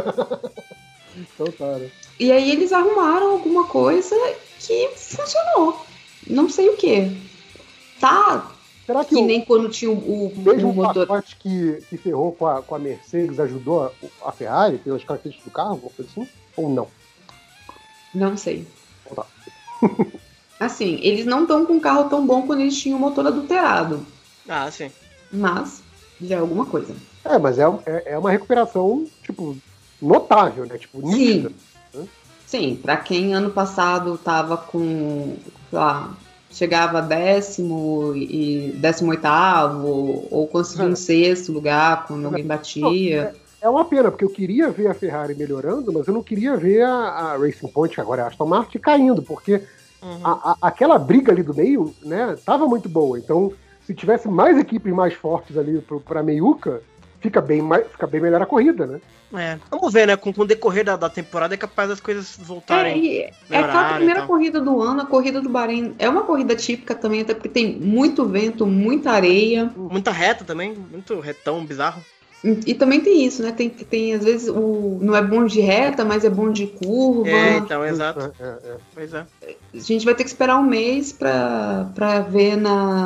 Então, cara. E aí eles arrumaram alguma coisa que funcionou. Não sei o que. Tá Será que que o nem quando tinha o, o, o mesmo motor. pacote que, que ferrou com a, com a Mercedes ajudou a, a Ferrari pelas características do carro, alguma coisa assim? Ou não? Não sei. Então tá. Assim, eles não estão com um carro tão bom quando eles tinham o motor adulterado. Ah, sim. Mas já é alguma coisa. É, mas é, é, é uma recuperação, tipo, notável, né? Tipo, nítida. Sim. Sim, pra quem ano passado tava com, sei lá, chegava a décimo e décimo oitavo, ou conseguia um sexto lugar quando alguém batia. É uma pena, porque eu queria ver a Ferrari melhorando, mas eu não queria ver a, a Racing Point, que agora é a Aston Martin, caindo, porque uhum. a, a, aquela briga ali do meio, né, tava muito boa. Então, se tivesse mais equipes mais fortes ali pro, pra meiuca, fica bem, mais, fica bem melhor a corrida, né? É, vamos ver, né? Com, com o decorrer da, da temporada é capaz das coisas voltarem. É, é aquela primeira corrida do ano, a corrida do Bahrein. É uma corrida típica também, até porque tem muito vento, muita areia. Muita reta também, muito retão bizarro. E, e também tem isso, né? Tem, tem às vezes, o, não é bom de reta, mas é bom de curva. É, então, exato. É, é, é. Pois é. A gente vai ter que esperar um mês pra, pra ver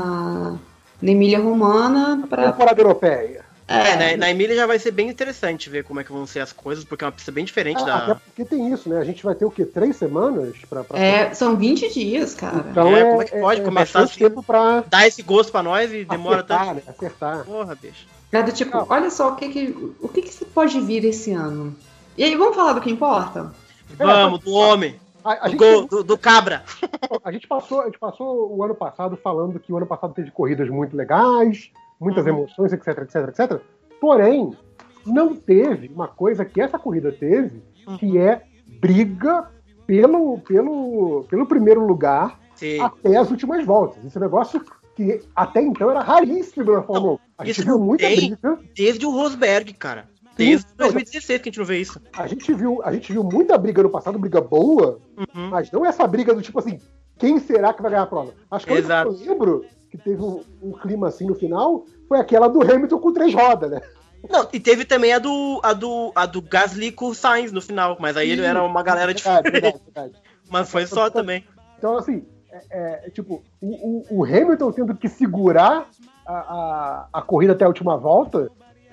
na, na Emília Romana. Pra... Temporada europeia. É, é na, na Emília já vai ser bem interessante ver como é que vão ser as coisas, porque é uma pista bem diferente ah, da... Até porque tem isso, né? A gente vai ter o quê? Três semanas? Pra, pra... É, são vinte dias, cara. Então é, é, como é que pode é, começar é assim, tempo pra dar esse gosto pra nós e demora acertar, tanto? né? Acertar. Porra, bicho. É do tipo, olha só, o que que, o que que você pode vir esse ano? E aí, vamos falar do que importa? Vamos, do homem. A, a do, gente, gol, do, do cabra. A gente, passou, a gente passou o ano passado falando que o ano passado teve corridas muito legais, muitas uhum. emoções, etc, etc, etcétera. Porém, não teve uma coisa que essa corrida teve, uhum. que é briga pelo, pelo, pelo primeiro lugar Sim. até as últimas voltas. Esse negócio que até então era raríssimo na Fórmula um. A gente viu muita briga. Desde o Rosberg, cara. Desde dois mil e dezesseis que a gente não vê isso. A gente viu, a gente viu muita briga no passado, briga boa, uhum. mas não essa briga do tipo assim, quem será que vai ganhar a prova? Acho que eu lembro que teve um, um clima assim no final, foi aquela do Hamilton com três rodas, né? Não, e teve também a do, a do, a do Gasly com o Sainz no final, mas aí Sim, era uma galera verdade, diferente. Verdade, verdade. Mas foi só então, também. Então, assim, é, é, tipo, o, o, o Hamilton tendo que segurar a, a, a corrida até a última volta,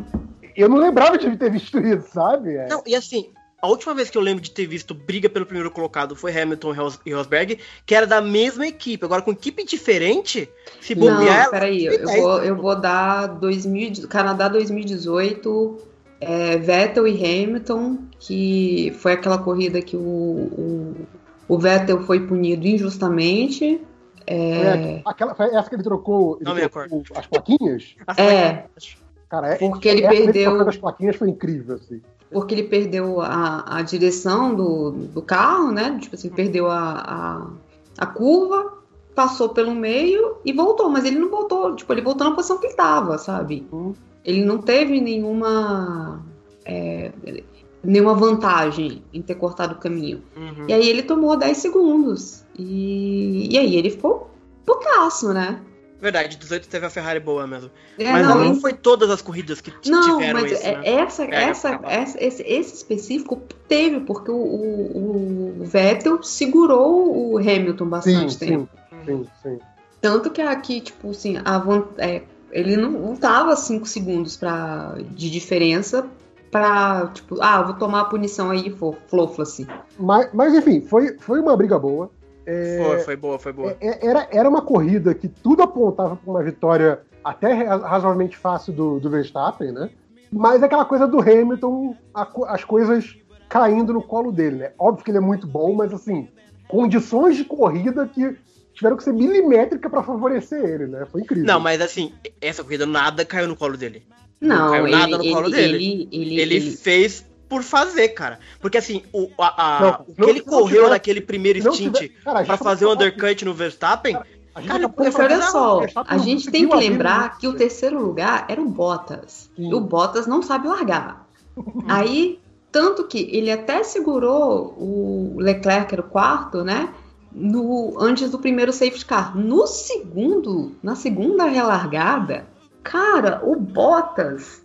eu não lembrava de ter visto isso, sabe? É. Não, e assim, a última vez que eu lembro de ter visto briga pelo primeiro colocado foi Hamilton e Rosberg, que era da mesma equipe. Agora, com equipe diferente, se bobear... Não, peraí, eu vou, eu vou dar dois mil, Canadá dois mil e dezoito, é, Vettel e Hamilton, que foi aquela corrida que o, o, o Vettel foi punido injustamente. É... É, aquela, foi essa que ele trocou, ele Não trocou as plaquinhas? As é. plaquinhas. Cara, é, porque ele essa perdeu as plaquinhas foi incrível, assim. Porque ele perdeu a, a direção do, do carro, né? Tipo assim, perdeu a, a, a curva, passou pelo meio e voltou. Mas ele não voltou, tipo, ele voltou na posição que ele tava, sabe? Uhum. Ele não teve nenhuma é, nenhuma vantagem em ter cortado o caminho. Uhum. E aí ele tomou dez segundos. E, e aí ele ficou putaço, né? Verdade, dezoito teve a Ferrari boa mesmo. É, mas não, não esse... foi todas as corridas que t- não, tiveram mas isso, é, né? essa, é, essa, essa, esse, esse específico teve, porque o, o, o Vettel segurou o Hamilton bastante sim, tempo. Sim, sim, sim. Tanto que aqui, tipo assim, a, é, ele não, não tava cinco segundos pra, de diferença pra, tipo, ah, vou tomar a punição aí, flofla-se. Mas, mas enfim, foi, foi uma briga boa. É, foi, foi boa, foi boa. É, era, era uma corrida que tudo apontava para uma vitória até razoavelmente fácil do, do Verstappen, né? Mas aquela coisa do Hamilton, a, as coisas caindo no colo dele, né? Óbvio que ele é muito bom, mas assim, condições de corrida que tiveram que ser milimétricas para favorecer ele, né? Foi incrível. Não, mas assim, essa corrida nada caiu no colo dele. Não, não caiu ele, nada no colo ele, dele. Ele, ele, ele, ele fez por fazer, cara. Porque assim, o, a, a, não, o que não, ele correu tiver, naquele primeiro stint tiver, cara, pra fazer o undercut no Verstappen... Cara, cara, porque olha só, a gente tem que lembrar que o terceiro lugar era o Bottas. Sim. E o Bottas não sabe largar. Aí, tanto que ele até segurou o Leclerc, que era o quarto, né? No, antes do primeiro safety car. No segundo, na segunda relargada, cara, o Bottas...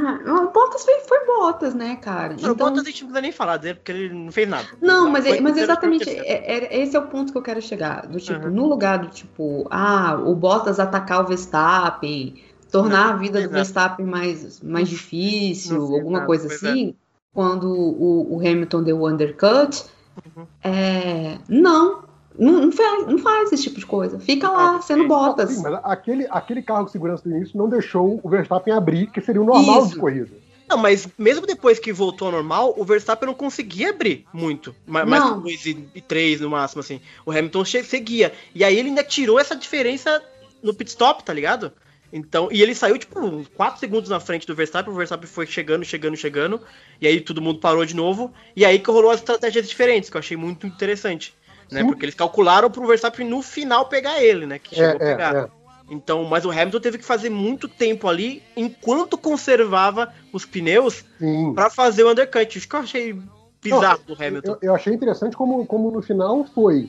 O Bottas foi, foi Bottas, né, cara? Não, então... O Bottas a gente não precisa nem falar dele, porque ele não fez nada. Não, mas, é, mas exatamente, é, é, esse é o ponto que eu quero chegar. Do tipo, uhum. no lugar do tipo, ah, o Bottas atacar o Verstappen, tornar não, a vida do nada. Verstappen mais, mais difícil, não, alguma nada, coisa assim, é. Quando o, o Hamilton deu o undercut, uhum. é, não. Não, não, faz, não faz esse tipo de coisa. Fica lá, sendo Bottas. Sim, mas aquele, aquele carro de segurança do início não deixou o Verstappen abrir, que seria o normal Isso. de corrida. Não, mas mesmo depois que voltou ao normal, o Verstappen não conseguia abrir muito. Mais Não. que dois e três no máximo, assim. O Hamilton che- seguia. E aí ele ainda tirou essa diferença no pit stop, tá ligado? Então, e ele saiu, tipo, uns quatro segundos na frente do Verstappen. O Verstappen foi chegando, chegando, chegando. E aí todo mundo parou de novo. E aí que rolou as estratégias diferentes, que eu achei muito interessante. Né? Sim. Porque eles calcularam pro Verstappen no final pegar ele, né? Que chegou É, a pegar. é, é. Então, mas o Hamilton teve que fazer muito tempo ali, enquanto conservava os pneus, Sim. pra fazer o undercut. Isso que eu achei bizarro Não, do Hamilton. Eu, eu achei interessante como, como no final foi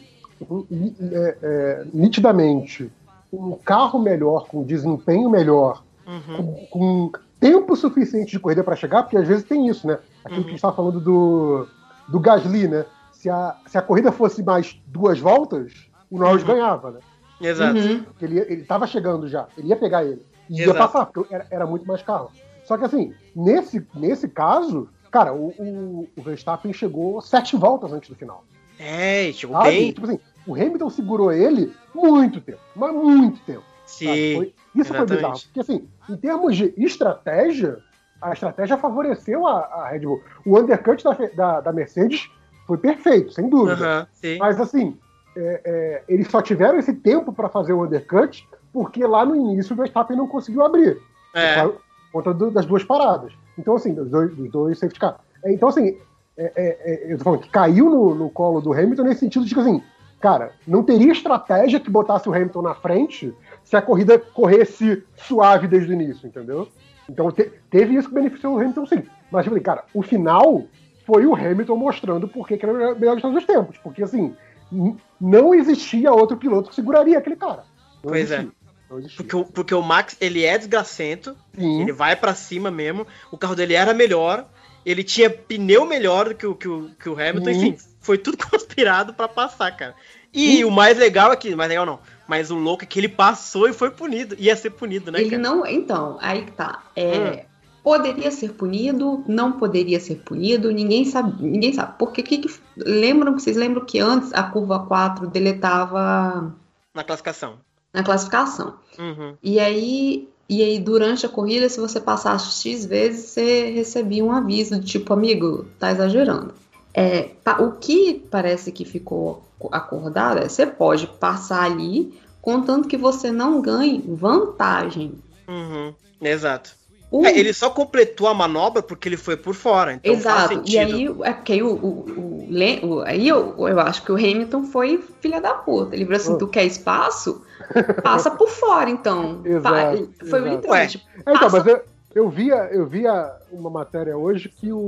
é, é, nitidamente um carro melhor, com desempenho melhor, Uhum. com, com tempo suficiente de corrida para chegar, porque às vezes tem isso, né? Aquilo Uhum. que a gente estava falando do, do Gasly, né? Se a, se a corrida fosse mais duas voltas, o Norris Uhum. ganhava, né? Exato. Uhum. Ele, ele tava chegando já, ele ia pegar ele. E ia Exato. passar, porque era, era muito mais carro. Só que assim, nesse, nesse caso, cara, o, o, o Verstappen chegou sete voltas antes do final. É, chegou Sabe? bem. Tipo assim, o Hamilton segurou ele muito tempo, mas muito tempo. sabe? Sim. Foi- isso exatamente. foi bizarro. Porque assim, em termos de estratégia, a estratégia favoreceu a, a Red Bull. O undercut da, Fe- da, da Mercedes foi perfeito, sem dúvida. Aham, sim. Mas assim, é, é, eles só tiveram esse tempo para fazer o undercut porque lá no início o Verstappen não conseguiu abrir. É. Por conta do- das duas paradas. Então, assim, dos dois, dos dois safety car. É, Então, assim, é, é, é, eu tô falando que caiu no, no colo do Hamilton nesse sentido de que, assim, cara, não teria estratégia que botasse o Hamilton na frente se a corrida corresse suave desde o início, entendeu? Então, te- teve isso que beneficiou o Hamilton, sim. Mas, eu falei, cara, o final foi o Hamilton mostrando por que que era o melhor de todos os tempos. Porque, assim, n- não existia outro piloto que seguraria aquele cara. Não Pois é. existia. Não existia. Porque o, porque o Max, ele é desgracento, Sim. ele vai pra cima mesmo, o carro dele era melhor, ele tinha pneu melhor do que o, que o, que o Hamilton, Sim. enfim, foi tudo conspirado pra passar, cara. E Sim. o mais legal é que, mais legal não, mas o louco é que ele passou e foi punido, ia ser punido, né, Ele cara? não. Então, aí que tá. É, Poderia ser punido, não poderia ser punido, ninguém sabe. Ninguém sabe. Porque que, que lembram, vocês lembram que antes a curva quatro deletava Na classificação. na classificação. Uhum. E aí, e aí, durante a corrida, se você passasse X vezes, você recebia um aviso de tipo, amigo, tá exagerando. É, pa- o que parece que ficou acordado é você pode passar ali, contanto que você não ganhe vantagem. Uhum. Exato. O- É, ele só completou a manobra porque ele foi por fora, então faz Exato. sentido. E aí, é porque aí, o, o, o, Le- o- aí eu, eu acho que o Hamilton foi filha da puta. Ele falou assim: Oh. tu quer espaço? Passa por fora, então. Exato, Pa- Foi exato. literalmente. É, então, passa- mas eu, eu, via, eu via uma matéria hoje que o,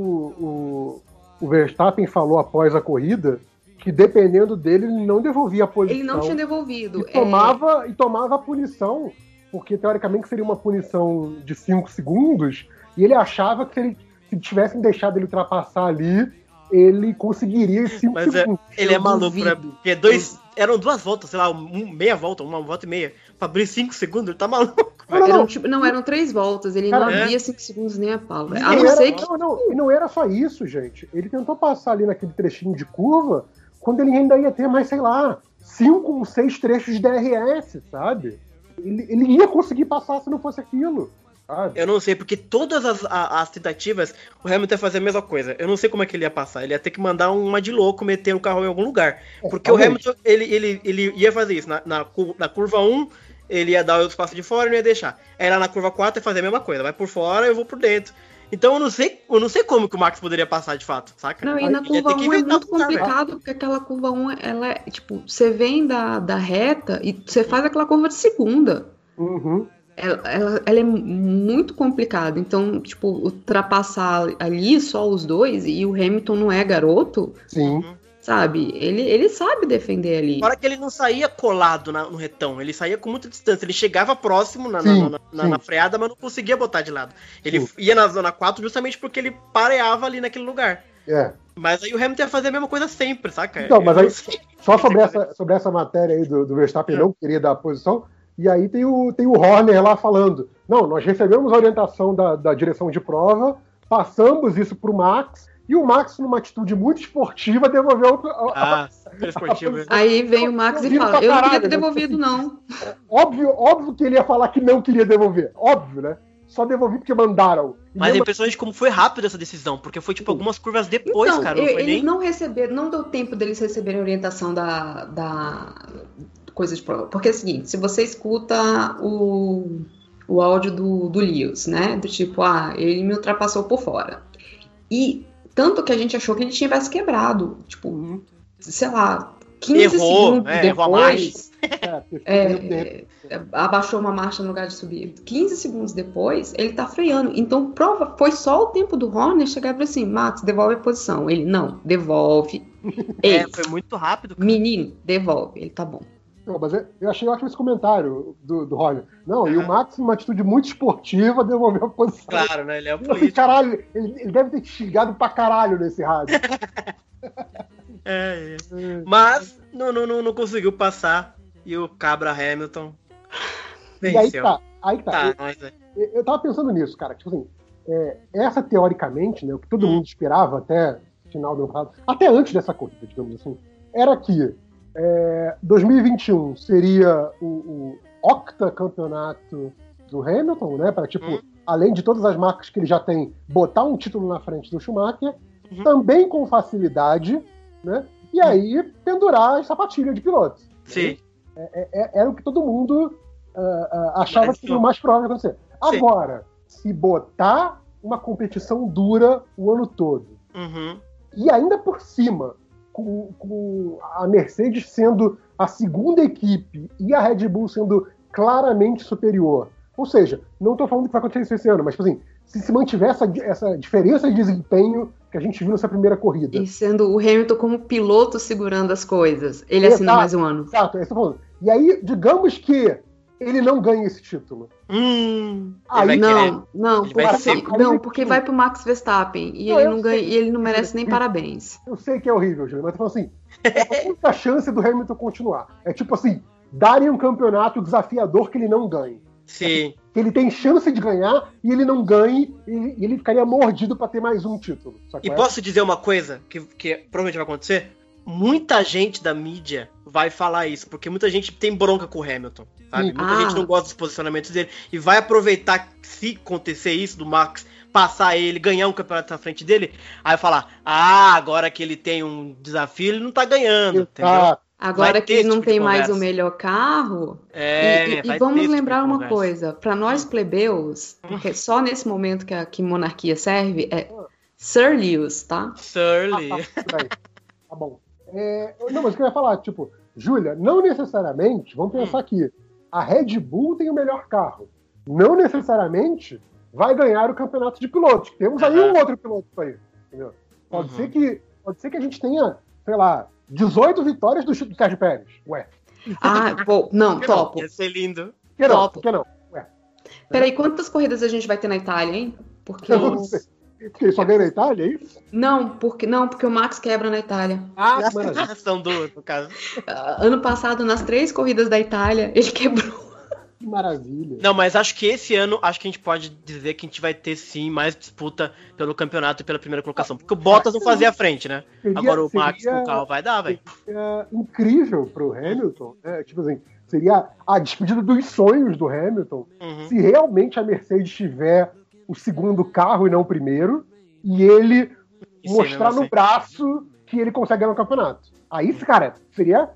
o, o Verstappen falou após a corrida que dependendo dele, ele não devolvia a posição. Ele não tinha devolvido. E tomava, e tomava a punição, porque teoricamente seria uma punição de cinco segundos, e ele achava que se, ele, se tivessem deixado ele ultrapassar ali, ele conseguiria esses cinco Mas é- segundos. ele é Eu maluco, né? duvido. Porque dois, eram duas voltas, sei lá, um, meia volta, uma volta e meia. Pra abrir cinco segundos, ele tá maluco, velho. Não, Eram, não. tipo, não, eram três voltas. Ele Cara, não é. havia cinco segundos nem a pau. velho. E A não era- ser que. não, não, e não era só isso, gente. Ele tentou passar ali naquele trechinho de curva, quando ele ainda ia ter mais, sei lá, cinco ou seis trechos de D R S, sabe? Ele, ele ia conseguir passar se não fosse aquilo, sabe? Eu não sei, porque todas as, a- as tentativas, o Hamilton ia fazer a mesma coisa. Eu não sei como é que ele ia passar. Ele ia ter que mandar uma de louco meter o carro em algum lugar. É, Porque o talvez. Hamilton, ele, ele, ele ia fazer isso. Na, na, cu- na curva um, ele ia dar o espaço de fora e não ia deixar. Aí lá na curva quatro ia fazer a mesma coisa. Vai por fora, eu vou por dentro. Então eu não sei, eu não sei como que o Max poderia passar de fato, saca? Não, e Aí na ia ter curva que um é inventar muito um lugar, velho. complicado, porque aquela curva um, ela é, tipo, você vem da, da reta e você faz aquela curva de segunda. Uhum. Ela, ela, ela é muito complicada. Então, tipo, ultrapassar ali só os dois e o Hamilton não é garoto, Sim. sabe? Ele, ele sabe defender ali. Fora que ele não saía colado na- no retão, ele saía com muita distância, ele chegava próximo na, na- Sim, na, na- sim. na freada, mas não conseguia botar de lado. Ele Sim. ia na zona quatro justamente porque ele pareava ali naquele lugar. É. Mas aí o Hamilton ia fazer a mesma coisa sempre, saca? Então, Eu mas não aí, sei. só sobre essa, sobre essa matéria aí do, do Verstappen É. não querer dar a posição, e aí tem o, tem o Horner lá falando, não, nós recebemos a orientação da, da direção de prova, passamos isso pro Max, E o Max, numa atitude muito esportiva, devolveu... Ah, super esportivo. Aí vem o Max e fala, eu não queria ter devolvido, não. Óbvio, óbvio que ele ia falar que não queria devolver. Óbvio, né? Só devolvi porque mandaram. E Mas é mesmo... impressionante como foi rápido essa decisão, porque foi tipo algumas curvas depois, então, cara. Não foi eles nem... não receberam, não deu tempo deles receberem a orientação da, da coisa de prova. Porque é o seguinte, se você escuta o, o áudio do, do Lewis, né? Do tipo, ah, ele me ultrapassou por fora. E tanto que a gente achou que ele tivesse quebrado. Tipo, sei lá, quinze Errou, segundos é, depois. É, É, abaixou uma marcha no lugar de subir. quinze segundos depois, ele tá freando. Então, prova, foi só o tempo do Horner chegar e falar assim, Max, devolve a posição. Ele, não, devolve. Ei, É, foi muito rápido. Cara. menino, devolve. Ele, tá bom. Não, mas eu, eu achei ótimo esse comentário do, do Horner. Não, uhum. E o Max, numa atitude muito esportiva, devolveu a posição. Claro, né? Ele é o político. Assim, caralho, ele, ele deve ter te xingado pra caralho nesse rádio. é, é. Mas não, não, não, não conseguiu passar. E o Cabra Hamilton venceu. E aí tá, aí tá. tá eu, mas é. eu tava pensando nisso, cara. Tipo assim, é, essa teoricamente, né, o que todo hum. mundo esperava até o final do ano passado, até antes dessa corrida, digamos assim, era que é, dois mil e vinte e um seria o, o octacampeonato do Hamilton, né? Para, tipo, hum. além de todas as marcas que ele já tem, botar um título na frente do Schumacher, uhum. também com facilidade, né? E aí pendurar as sapatilhas de pilotos. Sim. É, é, era o que todo mundo uh, uh, achava Mas, que seria o mais provável de acontecer. Sim. Agora, se botar uma competição dura o ano todo, uhum. e ainda por cima, com, com a Mercedes sendo a segunda equipe e a Red Bull sendo claramente superior, ou seja, não estou falando que vai acontecer isso esse ano, mas tipo assim, se se mantiver essa, essa diferença de desempenho que a gente viu nessa primeira corrida. E sendo o Hamilton como piloto segurando as coisas, ele assina mais um ano. Exato, é isso que eu tô falando. E aí, digamos que ele não ganha esse título. Hum, aí, não, não, porque, ser... não, porque vai pro Max Verstappen e não, ele não ganha, e ele não merece nem parabéns. Eu sei que é horrível, Júlio, mas eu falo assim, é a única chance do Hamilton continuar. É tipo assim, darem um campeonato desafiador que ele não ganhe. Sim. Que ele tem chance de ganhar e ele não ganhe e ele ficaria mordido pra ter mais um título. E é? Posso dizer uma coisa que, que provavelmente vai acontecer? Muita gente da mídia vai falar isso, porque muita gente tem bronca com o Hamilton, sabe? Muita ah. gente não gosta dos posicionamentos dele e vai aproveitar, se acontecer isso, do Max passar ele, ganhar um campeonato na frente dele, aí falar, ah, agora que ele tem um desafio, ele não tá ganhando, entendeu? Agora que ele não tem mais o melhor carro, é, e, e, e vamos lembrar tipo uma coisa, para nós plebeus, porque só nesse momento que a que monarquia serve, é Sir Lewis, tá? Sir Lewis. Ah, tá, tá bom. É, não, mas o que eu ia falar, tipo, Júlia, não necessariamente, vamos pensar hum. aqui, a Red Bull tem o melhor carro. Não necessariamente vai ganhar o campeonato de pilotos. Temos aí uhum. um outro piloto aí, entendeu? Pode, uhum. ser que, pode ser que a gente tenha, sei lá, dezoito vitórias do, do Sérgio Pérez. Ué. Ah, bom, não, que topo. Não? Ia ser lindo. Por que não? Por que não? Ué. Peraí, quantas corridas a gente vai ter na Itália, hein? Porque eu não sei. Porque ele só ganha na Itália, é isso? Não, porque, não, porque o Max quebra na Itália. Ah, são duas, no caso. Uh, ano passado, nas três corridas da Itália, ele quebrou. Que maravilha. Não, mas acho que esse ano, acho que a gente pode dizer que a gente vai ter, sim, mais disputa pelo campeonato e pela primeira colocação. Porque o Bottas não fazia a frente, né? Seria, Agora o Max seria, com o carro vai dar, velho. Seria incrível pro Hamilton, né? Tipo assim, seria a despedida dos sonhos do Hamilton uhum. se realmente a Mercedes tiver o segundo carro e não o primeiro, e ele e mostrar no braço que ele consegue ganhar o campeonato. Aí, cara, seria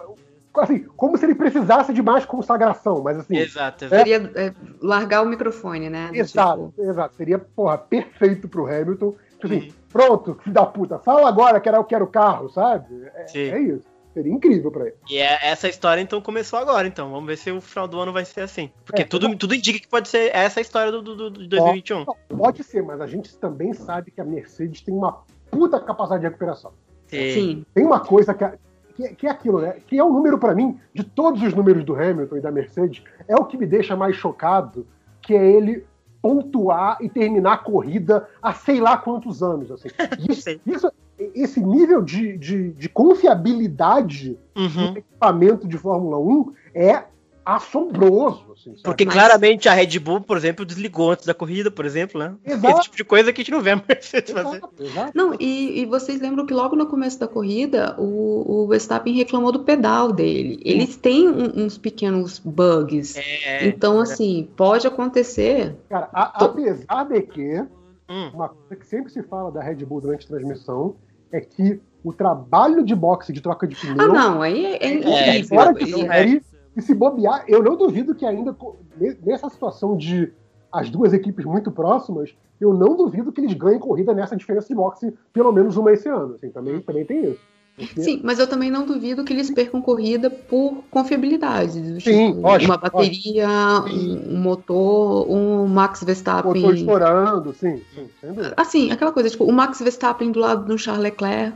assim, como se ele precisasse de mais consagração, mas assim... Exato, exato. É, seria é, largar o microfone, né? Exato, tipo... exato. Seria, porra, perfeito pro Hamilton. Tipo assim, pronto, filho da puta, fala agora que era eu quero o carro, sabe? É, é isso. Seria incrível pra ele. E é, essa história, então, começou agora, então. Vamos ver se o final do ano vai ser assim. Porque é, tudo, tudo indica que pode ser essa história do, do, do dois mil e vinte e um. Pode, pode ser, mas a gente também sabe que a Mercedes tem uma puta capacidade de recuperação. Sim. Sim. Tem uma coisa que, a, que, que é aquilo, né? Que é o número, pra mim, de todos os números do Hamilton e da Mercedes, é o que me deixa mais chocado, que é ele pontuar e terminar a corrida há sei lá quantos anos. Assim. Isso, isso, esse nível de, de, de confiabilidade uhum. do equipamento de Fórmula um é assombroso. Assim, sabe? Porque Mas- claramente a Red Bull, por exemplo, desligou antes da corrida, por exemplo, né? Exato. Esse tipo de coisa que a gente não vê a Mercedes fazer. Exato, exato. Não, e, e vocês lembram que logo no começo da corrida, o, o Verstappen reclamou do pedal dele. Eles têm um- uns pequenos bugs. É, Então, assim, pode acontecer. Cara, a- Tô- apesar de que Hum. uma coisa que sempre se fala da Red Bull durante a transmissão é que o trabalho de boxe de troca de pneu Ah, não, aí é, é É, incrível. fora de E- série, e se bobear, eu não duvido que ainda co- ne- nessa situação de as duas equipes muito próximas, eu não duvido que eles ganhem corrida nessa diferença de boxe, pelo menos uma esse ano. Assim, também, também tem isso. Porque- Sim, mas eu também não duvido que eles percam corrida por confiabilidade. Do Sim, tipo, lógico, uma bateria, um, um motor, um Max Verstappen. Motor estourando, sim, sim, sem dúvida. Assim, aquela coisa, tipo, o Max Verstappen do lado do Charles Leclerc.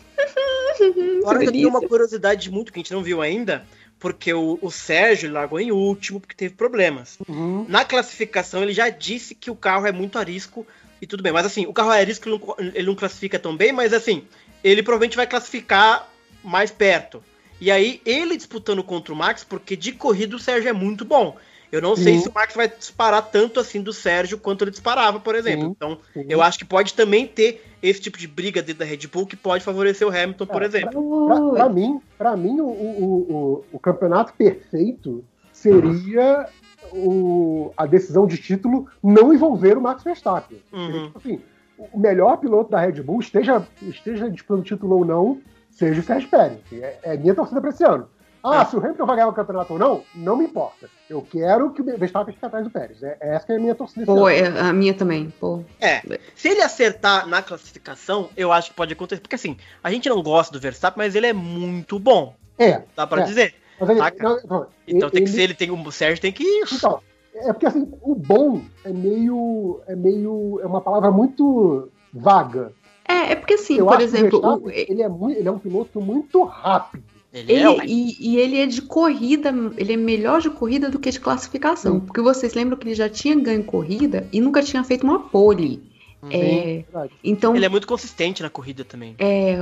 Agora Que eu tenho uma delícia. curiosidade muito que a gente não viu ainda, porque o, o Sérgio largou em último porque teve problemas. Uhum. Na classificação ele já disse que o carro é muito arisco e tudo bem, mas assim, o carro é arisco, ele não, ele não classifica tão bem, mas assim, ele provavelmente vai classificar mais perto. E aí, ele disputando contra o Max, porque de corrida o Sérgio é muito bom. Eu não sei Sim. se o Max vai disparar tanto assim do Sérgio quanto ele disparava, por exemplo. Sim, Então, sim. eu acho que pode também ter esse tipo de briga dentro da Red Bull que pode favorecer o Hamilton, por É, exemplo. Pra, pra mim, pra mim o, o, o, o campeonato perfeito seria o, a decisão de título não envolver o Max Verstappen. Uhum. Seria, tipo assim, o melhor piloto da Red Bull, esteja, esteja disputando o título ou não, seja o Sérgio Pérez. É, é minha torcida pra esse ano. Ah, É. se o Hamilton vai ganhar o campeonato ou não, não me importa. Eu quero que o Verstappen fique atrás do Pérez. É, essa que é a minha torcida. esse Pô, ano. é, a minha também, pô. É, se ele acertar na classificação, eu acho que pode acontecer. Porque assim, a gente não gosta do Verstappen, mas ele é muito bom. É, Dá pra É. dizer. mas ele, Saca? não, não, Então tem que ele- ser, ele tem, o Sérgio tem que. Então, é porque assim, o bom é meio. É meio. É uma palavra muito vaga. É, é porque assim, Eu por acho exemplo, que o o- Verstappen, ele, é muito, ele é um piloto muito rápido. Ele, ele, é o- e, e ele é de corrida, ele é melhor de corrida do que de classificação. Sim. Porque vocês lembram que ele já tinha ganho corrida e nunca tinha feito uma pole. É, Verdade. então, Ele é muito consistente na corrida também. é,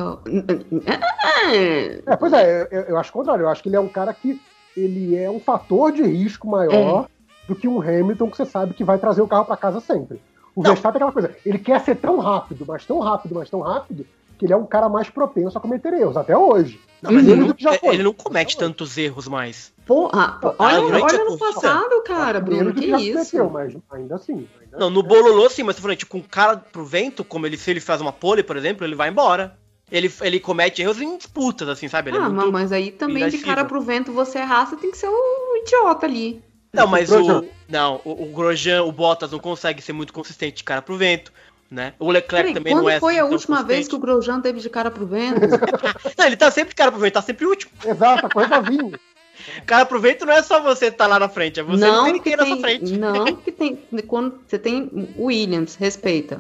é, É, pois é, eu, eu acho o contrário. Eu acho que ele é um cara que ele é um fator de risco maior do que um Hamilton que você sabe que vai trazer o carro para casa sempre. O Não. Verstappen é aquela coisa, ele quer ser tão rápido, mas tão rápido, mas tão rápido, que ele é um cara mais propenso a cometer erros, até hoje. Não, mas Uhum. ele, não, que já foi. ele não comete tantos erros mais. porra, Ah, olha, durante olha a no corrida. passado, cara, Menos Bruno, do que já isso? cometeu, mas ainda assim. Ainda Não, no Bololô sim, mas tô falando, tipo, com um cara pro vento, como ele, se ele faz uma pole, por exemplo, ele vai embora. Ele, ele comete erros em disputas, assim, sabe? Ele é Ah, muito- mas aí também de invencível. cara pro vento você errar, você tem que ser um idiota ali. Não, mas Grosjean. o. Não, o, o Grosjean, o Bottas não consegue ser muito consistente de cara pro vento, né? O Leclerc Peraí, também quando não é foi assim a tão última vez que o consistente. Grosjean teve de cara pro vento? Não, ele tá sempre de cara pro vento, tá sempre último. Exato, a coisa vinha. Cara pro vento não é só você estar lá na frente, é você não, tem que ninguém na tem, sua frente. não que tem, quando você tem o Williams, respeita.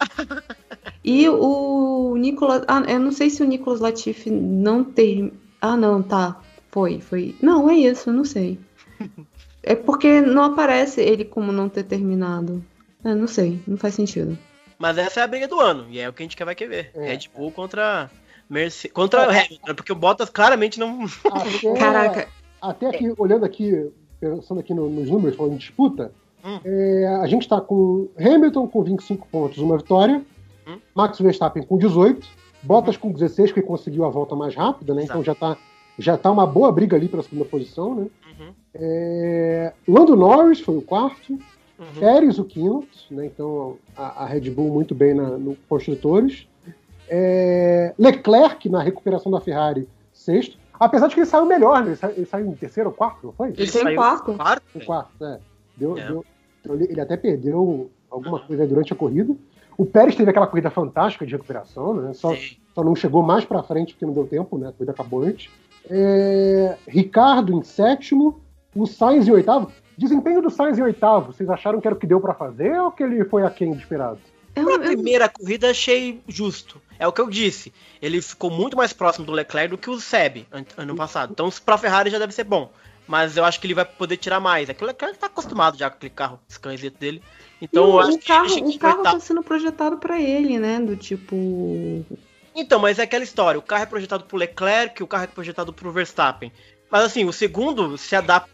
E o Nicolas, ah, eu não sei se o Nicolas Latifi não ter, ah não, tá, foi, foi, não é isso, eu não sei. É porque não aparece ele como não ter terminado. Eu não sei, não faz sentido. Mas essa é a briga do ano, e é o que a gente quer vai querer ver. É. Red Bull contra Mercedes, contra o Hamilton, porque o Bottas claramente não. Até, Caraca, até aqui, olhando aqui, pensando aqui no- nos números, falando de disputa, Hum. é, a gente tá com Hamilton com vinte e cinco pontos, uma vitória, Hum. Max Verstappen com dezoito, Bottas com dezesseis, que conseguiu a volta mais rápida, né? Então já tá, já tá uma boa briga ali pela segunda posição, né? Uhum, É, Lando Norris foi o quarto, uhum. Pérez o quinto, né? Então a, a Red Bull muito bem na, no construtores. É, Leclerc na recuperação da Ferrari, sexto. Apesar de que ele saiu melhor, né? Ele saiu, ele saiu em terceiro ou quarto, não foi? Ele saiu em quarto. quarto. Em quarto, é. Deu, É. deu- então ele, ele até perdeu alguma coisa aí durante a corrida. O Pérez teve aquela corrida fantástica de recuperação, né? Só, Sim. só não chegou mais pra frente porque não deu tempo, né? A corrida acabou antes. É, Ricardo em sétimo, o Sainz em oitavo. Desempenho do Sainz em oitavo, vocês acharam que era o que deu pra fazer ou que ele foi aquém do esperado? Eu, Pra eu, primeira corrida achei justo. É o que eu disse. Ele ficou muito mais próximo do Leclerc do que o Seb an- ano passado. Então pra Ferrari já deve ser bom. Mas eu acho que ele vai poder tirar mais. É que o Leclerc tá acostumado já com aquele carro escanzito dele. Então e eu o, acho o que carro, ele chega o em carro oitavo. tá sendo projetado pra ele, né? Do tipo. Então, mas é aquela história. O carro é projetado pro Leclerc, o carro é projetado pro Verstappen. Mas assim, o segundo se adapta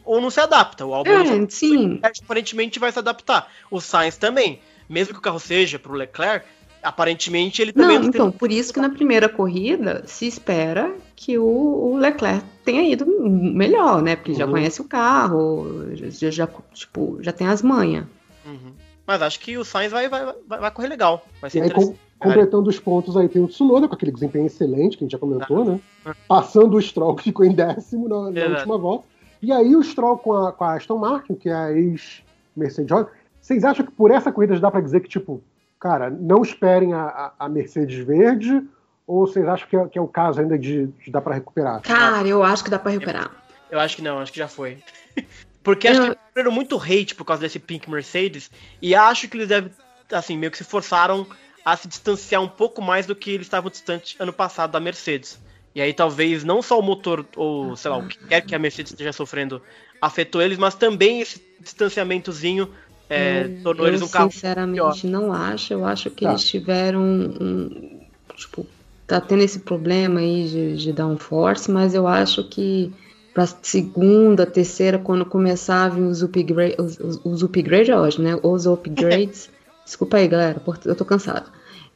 ou não se adapta. O Albon É, sim. aparentemente vai se adaptar. O Sainz também. Mesmo que o carro seja pro Leclerc, aparentemente ele também... Não, então, por isso que na primeira corrida se espera que o, o Leclerc tenha ido melhor, né? Porque ele Uhum. já conhece o carro, já, já, tipo, já tem as manhas. Uhum. Mas acho que o Sainz vai, vai, vai, vai correr legal. Vai ser E aí, com, interessante. completando os pontos aí, tem o Tsunoda com aquele desempenho excelente que a gente já comentou, né? Passando o Stroll, que ficou em décimo na, na Exato. última volta. E aí o Stroll com a, com a Aston Martin, que é a ex-Mercedes. Vocês acham que por essa corrida já dá pra dizer que, tipo, cara, não esperem a, a, a Mercedes verde? Ou vocês acham que é, que é o caso ainda de, de dar pra recuperar? Cara, eu acho que dá pra recuperar. Eu acho que não, acho que já foi. Porque acho Eu- que eles sofreram muito hate por causa desse Pink Mercedes. E acho que eles devem, assim, meio que se forçaram a se distanciar um pouco mais do que eles estavam distantes ano passado da Mercedes. E aí talvez não só o motor, ou sei lá, o que quer que a Mercedes esteja sofrendo afetou eles, mas também esse distanciamentozinho é, tornou eu eles um carro sinceramente não acho. Eu acho que Tá. eles tiveram um, tipo, tá tendo esse problema aí de, de downforce, mas eu acho que pra segunda, terceira, quando começar a vir os upgrades, os, os, os upgrades é ótimo, né? Os upgrades. Desculpa aí, galera, eu tô cansado.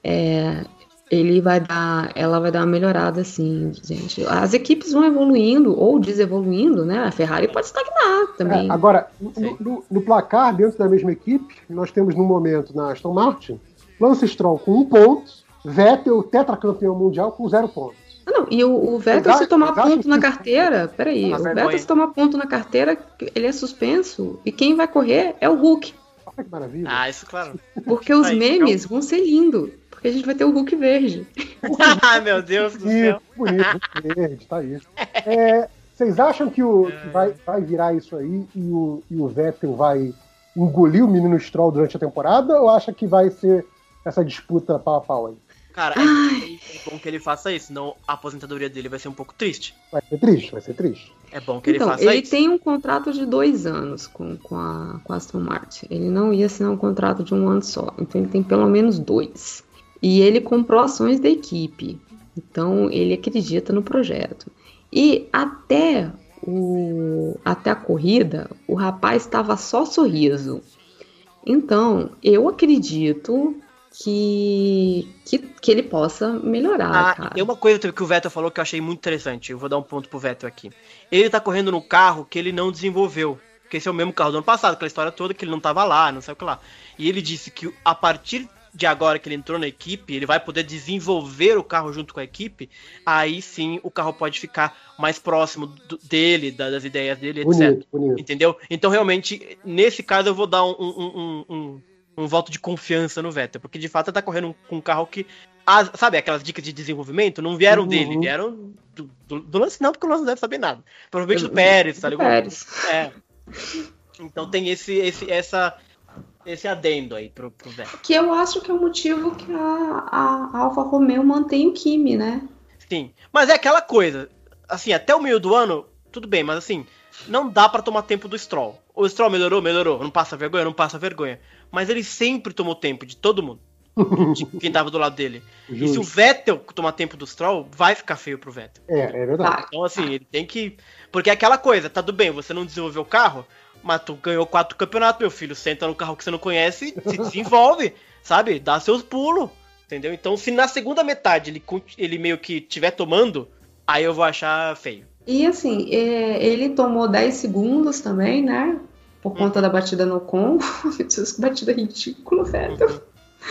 É, ele vai dar, ela vai dar uma melhorada, assim, gente. As equipes vão evoluindo ou desevoluindo, né? A Ferrari pode estagnar também. É, agora, no, no- no placar, dentro da mesma equipe, nós temos no momento na Aston Martin, Lance Stroll com um ponto, Vettel, tetracampeão mundial, com zero pontos. Ah, não, e o, o Vettel, Exato, se tomar exato. ponto na carteira, peraí, Uma o vergonha. Vettel se tomar ponto na carteira, ele é suspenso, e quem vai correr é o Hulk, Olha que maravilha. Ah, isso claro. porque os Aí, memes vão ser lindos, porque a gente vai ter o Hulk verde. Ai, meu Deus do céu. Isso, bonito, verde, tá isso. É, vocês acham que, o, que vai, vai virar isso aí e o, e o Vettel vai engolir o menino Stroll durante a temporada? Ou acha que vai ser essa disputa pau a pau aí? Cara, é, é bom que ele faça isso, senão a aposentadoria dele vai ser um pouco triste. Vai ser triste, vai ser triste. É bom que ele Então, faça ele isso. tem um contrato de dois anos com, com, a, com a Aston Martin, ele não ia assinar um contrato de um ano só, então ele tem pelo menos dois. E ele comprou ações da equipe, então ele acredita no projeto. E até, o, até a corrida, o rapaz estava só sorriso. Então, eu acredito que, que, que ele possa melhorar, Ah, cara. tem uma coisa que o Vettel falou que eu achei muito interessante. Eu vou dar um ponto pro Vettel aqui. Ele tá correndo no carro que ele não desenvolveu. Porque esse é o mesmo carro do ano passado, aquela história toda que ele não tava lá, não sei o que lá. E ele disse que a partir de agora que ele entrou na equipe, ele vai poder desenvolver o carro junto com a equipe. Aí sim o carro pode ficar mais próximo do- dele, da- das ideias dele, etcétera. Bonito, bonito. Entendeu? Então, realmente, nesse caso, eu vou dar um, um, um, um, um voto de confiança no Vettel, porque de fato ele tá correndo com um carro que. As, sabe, aquelas dicas de desenvolvimento não vieram Uhum. dele, vieram do, do, do Lance, não, porque o Lance não deve saber nada. Provavelmente do Do- Pérez, tá do ligado? Pérez. É. Então tem esse, esse, essa, esse adendo aí pro, pro Vettel. Que eu acho que é o motivo que a, a, a Alfa Romeo mantém o Kimi, né? Sim. Mas é aquela coisa, assim, até o meio do ano, tudo bem, mas assim, não dá pra tomar tempo do Stroll. O Stroll melhorou, melhorou. Não passa vergonha, não passa vergonha. Mas ele sempre tomou tempo de todo mundo. De quem tava do lado dele. E se o Justo. Vettel tomar tempo do Stroll, vai ficar feio pro Vettel. É, é verdade. Tá. Então, assim, ele tem que. Porque é aquela coisa, tá tudo bem, você não desenvolveu o carro, mas tu ganhou quatro campeonatos, meu filho. Senta no carro que você não conhece, se desenvolve, sabe? Dá seus pulos. Entendeu? Então, se na segunda metade ele, conti- ele meio que tiver tomando, aí eu vou achar feio. E assim, é, ele tomou dez segundos também, né? Por conta da batida no Ocon. Meu Deus, que batida ridícula, velho.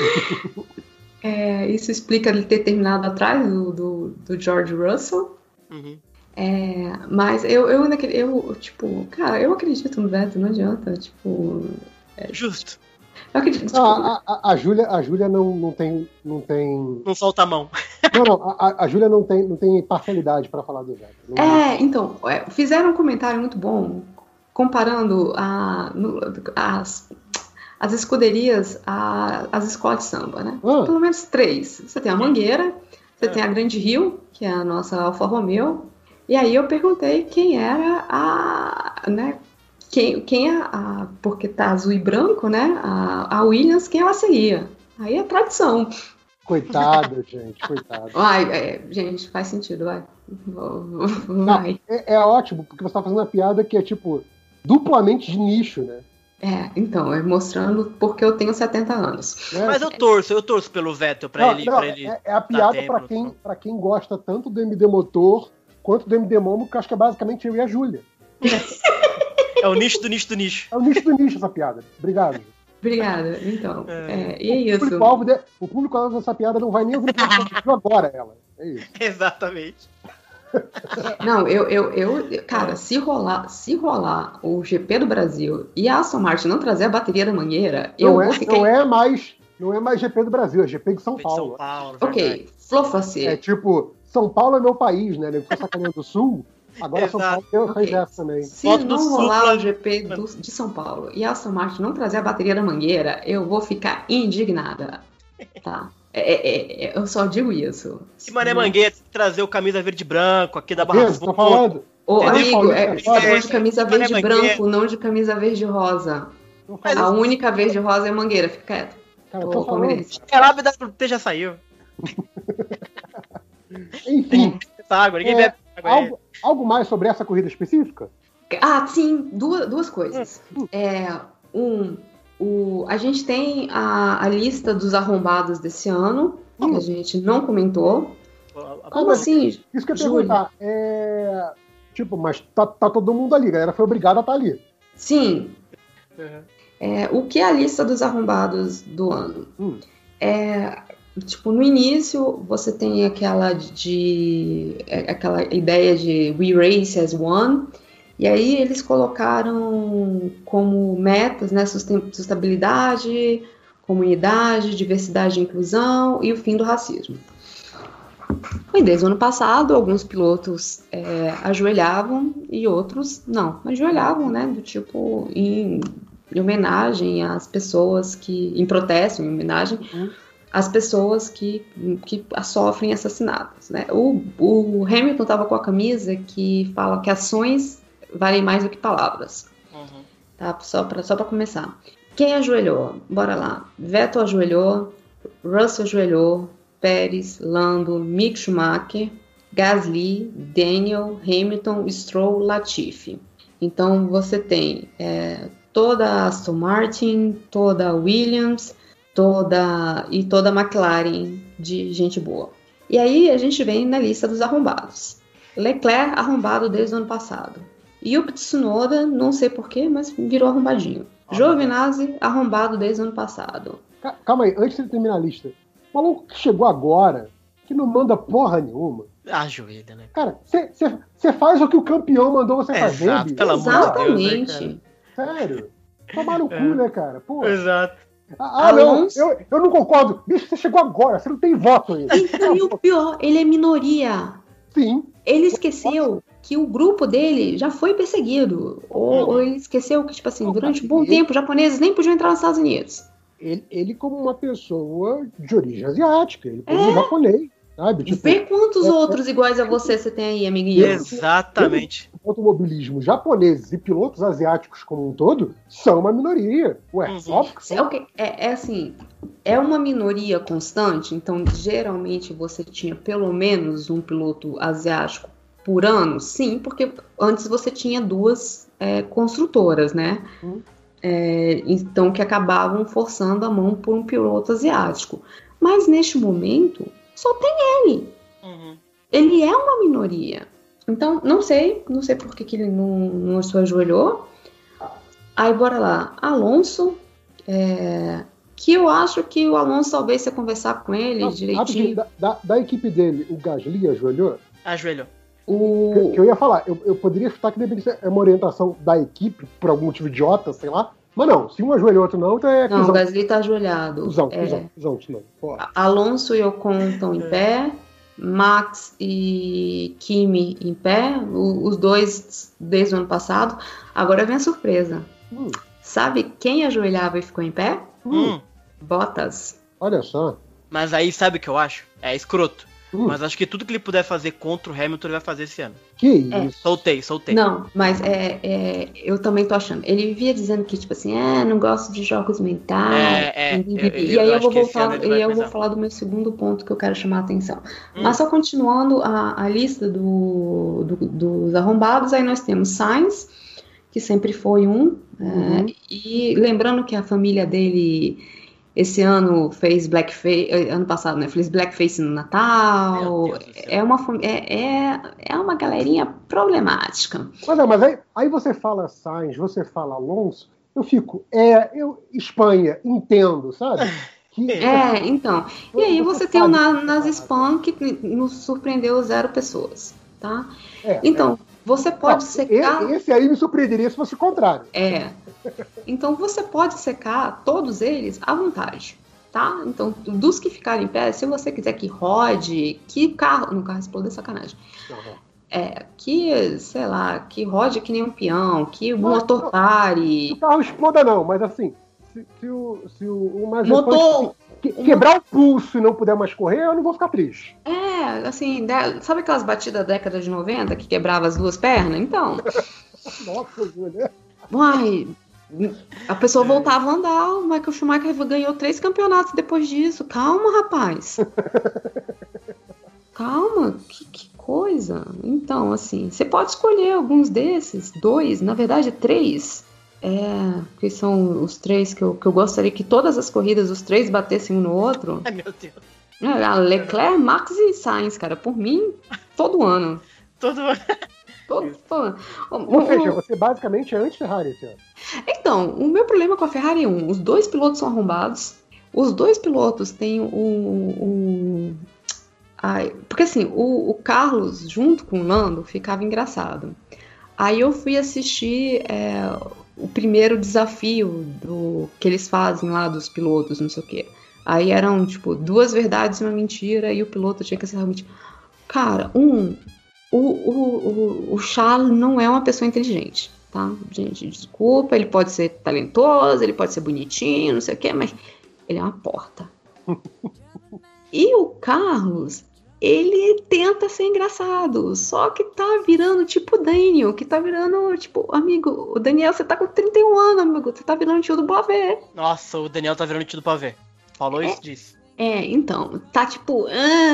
É, isso explica ele ter terminado atrás do, do, do George Russell. Uhum. É, mas eu, eu ainda acre- eu, tipo, cara, eu acredito no Vettel, não adianta. Tipo, Justo. eu acredito. Tipo, Ah, a, a, a Júlia, a Júlia não, não tem. Não tem. Não solta a mão. Não, não, a, a Júlia não tem, não tem parcialidade pra falar do Vettel. Não- É, então, é, fizeram um comentário muito bom comparando a, no- as, as escuderias a- às escolas de samba, né? Ah. Pelo menos três. Você tem a Mangueira, você Ah. tem a Grande Rio, que é a nossa Alfa Romeo, e aí eu perguntei quem era a, né, quem, quem é a, porque tá azul e branco, né, a, a Williams, quem ela seria. Aí é tradição. Coitado, gente, coitado. Vai, é, gente, faz sentido, vai. Vai. É, é ótimo, porque você tá fazendo uma piada que é tipo, duplamente de nicho, né? É, então, é mostrando porque eu tenho setenta anos. É, Mas eu torço, eu torço pelo Vettel pra não, ele, não, pra ele. é, é a piada tempo, pra quem, não. pra quem gosta tanto do M D Motor quanto do M D Momo, que eu acho que é basicamente eu e a Júlia. É o nicho do nicho do nicho. É o nicho do nicho essa piada. Obrigado. Obrigada. Então, É. é, e é O isso. público-alvo de- o público-alvo dessa piada não vai nem ouvir o podcast agora, ela. É isso. Exatamente. Não, eu, eu, eu, cara, se rolar, se rolar o G P do Brasil e a Aston Martin não trazer a bateria da mangueira, eu Não vou é, ficar. não é mais, não é mais G P do Brasil, é G P de São De Paulo. São Paulo, Ok, verdade. flofa-se. É tipo, São Paulo é meu país, né? Ele ficou sacaneando do Sul. Agora São Exato. Paulo fez Ok. essa também. Se Foto do não Supla. rolar o G P do- de São Paulo e a Aston Martin não trazer a bateria da mangueira, eu vou ficar indignada. Tá? É, é, é, eu só digo isso. Que Mané Mangueira tem que trazer o camisa verde e branco aqui da Tá Barra vendo? Tô Funda. falando. Ô, Entendeu? amigo, é, Paulista, você tá falando de é, camisa é, verde é, e branco, não de camisa verde e rosa. Tô Mas A falando. única verde e rosa é a mangueira, fica quieto. Cara, Ô, tô falando. palmeirense. É lá da T já saiu. Enfim, Essa água, ninguém É, bebe água aí. algo, algo mais sobre essa corrida específica? Ah, sim, duas, duas coisas. É, um, o, a gente tem a, a lista dos arrombados desse ano, que a gente não comentou. Como mas- assim? Isso que eu ia Júlia? perguntar. É... Tipo, mas tá, tá todo mundo ali, a galera foi obrigada a estar ali. Sim. Uhum. É, o que é a lista dos arrombados do ano? Hum. É, tipo, no início você tem aquela de é, aquela ideia de We Race as One, e aí eles colocaram como metas, né, susten- sustentabilidade, comunidade, diversidade e inclusão e o fim do racismo. E desde o ano passado, alguns pilotos é, ajoelhavam e outros não, ajoelhavam, né, do tipo em, em homenagem às pessoas que, em protesto, em homenagem Hum. às pessoas que, que sofrem assassinatos, né. O, o Hamilton estava com a camisa que fala que ações valem mais do que palavras, Uhum. tá, só para só para começar. Quem ajoelhou? Bora lá. Vettel ajoelhou, Russell ajoelhou, Pérez, Lando, Mick Schumacher, Gasly, Daniel, Hamilton, Stroll, Latifi. Então você tem é, toda a Aston Martin, toda a Williams, toda e toda a McLaren de gente boa. E aí a gente vem na lista dos arrombados. Leclerc arrombado desde o ano passado. Yuki Tsunoda, não sei porquê, mas virou arrombadinho. Giovinazzi arrombado desde o ano passado. Ca- Calma aí, antes de terminar a lista. O maluco que chegou agora, que não manda porra nenhuma. Ajoelha, né? Cara, você faz o que o campeão mandou você fazer, Exato, bicho. pelo amor de Deus, né, Exatamente. Sério. Tomar no cu, É. né, cara? Pô. Exato. Ah, ah, não, Alonso- eu, eu não concordo. Bicho, você chegou agora, você não tem voto ainda. Então, e o pior, ele é minoria. Sim. Ele esqueceu que o grupo dele já foi perseguido. Ou, ou ele esqueceu que, tipo assim, durante um bom tempo, os japoneses nem podiam entrar nos Estados Unidos. Ele, ele como uma pessoa de origem asiática, ele como É. um japonês, sabe? Tipo, Vê quantos é- outros iguais a você você tem aí, amiguinho. Exatamente. automobilismo japoneses e pilotos asiáticos como um todo são uma minoria. Ué, Uhum. óbvio que É, são. ok, é, é assim, é uma minoria constante, então geralmente você tinha pelo menos um piloto asiático por ano, sim, porque antes você tinha duas é, construtoras, né? Hum. É, então que acabavam forçando a mão por um piloto asiático. Mas neste momento, só tem ele. Uhum. Ele é uma minoria. Então, não sei, não sei por que, que ele não, não se ajoelhou. Aí, bora lá. Alonso, é, que eu acho que o Alonso, talvez, se eu conversar com ele Não, direitinho, rapidinho, da, da, da equipe dele, o Gasly ajoelhou? Ajoelhou. Que, o... que eu ia falar, eu, eu poderia chutar que deveria ser uma orientação da equipe, por algum motivo idiota, sei lá. Mas não, se um ajoelhou outro não, então é Não, o cuzão. Gasly tá ajoelhado. Cusão, É, cuzão, cuzão, isso não. Pô. Alonso e Ocon estão em pé, Max e Kimi em pé, o- os dois desde o ano passado. Agora vem a surpresa. Hum, Sabe quem ajoelhava e ficou em pé? hum, Hum. Bottas. olha só. Mas aí sabe o que eu acho? É escroto. Hum, Mas acho que tudo que ele puder fazer contra o Hamilton ele vai fazer esse ano. que É. isso. Soltei, soltei. Não, mas é, é, eu também tô achando. Ele vivia dizendo que, tipo assim, ah, não gosto de jogos mentais. É, é, e eu- eu- e eu aí eu acho vou que esse ano voltar, ele e vai aí eu vou coisar. falar do meu segundo ponto que eu quero chamar a atenção. Hum. Mas só continuando a, a lista do, do- dos arrombados, aí nós temos Sainz, que sempre foi um. Uhum. É, e lembrando que a família dele esse ano fez blackface, ano passado, né? Fez blackface no Natal. É uma, é, é, é uma galerinha problemática. Mas, não, mas aí, aí você fala Sainz, você fala Alonso, eu fico, é, eu, Espanha, entendo, sabe? Que, é, então. E aí você, você tem o na, nas Spam que nos surpreendeu zero pessoas, tá? É, então, é. você pode não, secar... Esse aí me surpreenderia se fosse o contrário. É. Então, você pode secar todos eles à vontade, tá? Então, dos que ficarem em pé, se você quiser que rode, que carro... No carro explode é sacanagem. Uhum. É, que, sei lá, que rode que nem um peão, que o mas, motor pare... Se o carro exploda não, mas assim... Se, se o, se o, o motor, que, quebrar o pulso e não puder mais correr, eu não vou ficar triste. É, assim, de, sabe aquelas batidas da década de noventa que quebrava as duas pernas? Então. Nossa, Júlia. Uai, a pessoa voltava a andar, o Michael Schumacher ganhou três campeonatos depois disso. Calma, rapaz. Calma, que, que coisa. Então, assim, você pode escolher alguns desses, dois, na verdade, três. É, que são os três que eu, que eu gostaria que todas as corridas os três batessem um no outro. Ai, meu Deus. É, Leclerc, Max e Sainz, cara. Por mim, todo ano. Todo ano. Todo, todo. Ou o, seja, você basicamente é anti-Ferrari esse ano. Então, o meu problema com a Ferrari é um, os dois pilotos são arrombados. Os dois pilotos têm o... o ai, porque assim, o, o Carlos, junto com o Lando, ficava engraçado. Aí eu fui assistir... É, o primeiro desafio do, que eles fazem lá dos pilotos, não sei o quê. Aí eram, tipo, duas verdades e uma mentira, e o piloto tinha que ser realmente... Cara, um, o, o, o, o Charles não é uma pessoa inteligente, tá? Gente, desculpa, ele pode ser talentoso, ele pode ser bonitinho, não sei o quê, mas ele é uma porta. E o Carlos... ele tenta ser engraçado, só que tá virando tipo o Daniel, que tá virando, tipo, amigo, o Daniel, você tá com trinta e um anos, amigo, você tá virando tio do pavê. Nossa, o Daniel tá virando tio do pavê. Falou é, isso disso. É, então, tá tipo,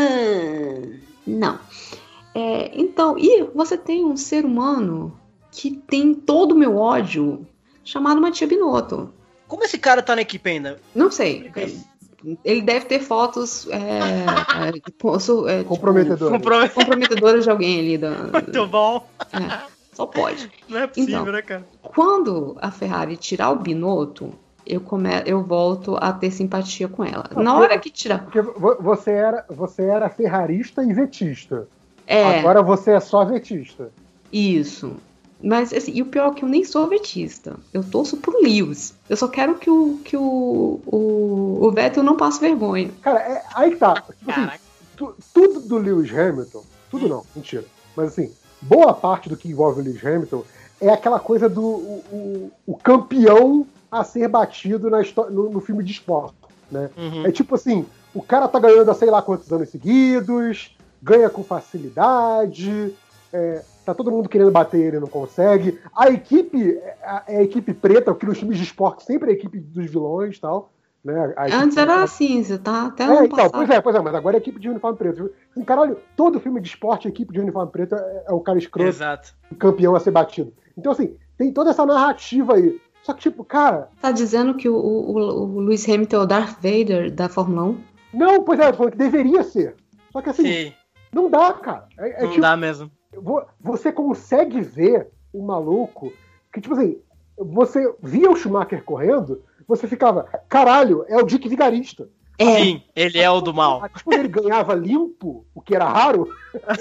ah, não. É, então, e você tem um ser humano que tem todo o meu ódio, chamado Mattia Binotto. Como esse cara tá na equipe ainda? Não sei. Ele deve ter fotos é, é, comprometedoras. Tipo, comprometedoras de alguém ali. Da, Muito bom. É, só pode. Não é possível, então, né, cara? Quando a Ferrari tirar o Binotto, eu, come, eu volto a ter simpatia com ela. Não, Na porque, hora que tirar... Porque você era, você era ferrarista e vetista. É. Agora você é só vetista. Isso. Mas, assim, e o pior é que eu nem sou vetista. Eu torço pro Lewis. Eu só quero que o, que o, o, o Vettel não passe vergonha. Cara, é, aí tá. Tipo assim, tu, tudo do Lewis Hamilton, tudo não, mentira. Mas assim, boa parte do que envolve o Lewis Hamilton é aquela coisa do o, o, o campeão a ser batido na no, no filme de esporte, né? Uhum. É tipo assim, o cara tá ganhando há sei lá quantos anos seguidos, ganha com facilidade, é, tá todo mundo querendo bater ele, não consegue. A equipe a, a equipe preta, que nos filmes de esporte sempre é a equipe dos vilões e tal. Né? Antes era preta. Cinza, tá? Até é, então, passado. Pois é, pois é, mas agora é a equipe de uniforme preto. Assim, caralho, todo filme de esporte, a equipe de uniforme preto é, é o cara escroto, Exato. Campeão a ser batido. Então, assim, tem toda essa narrativa aí. Só que, tipo, cara... Tá dizendo que o, o, o Lewis Hamilton é o Darth Vader da Fórmula um? Não, pois é, eu tô falando que deveria ser. Só que, assim, Sim. não dá, cara. É, é não tipo, dá mesmo. Você consegue ver o maluco que, tipo assim, você via o Schumacher correndo, você ficava, caralho, é o Dick Vigarista. É. Sim, ele é o do mal. Quando ele ganhava limpo, o que era raro,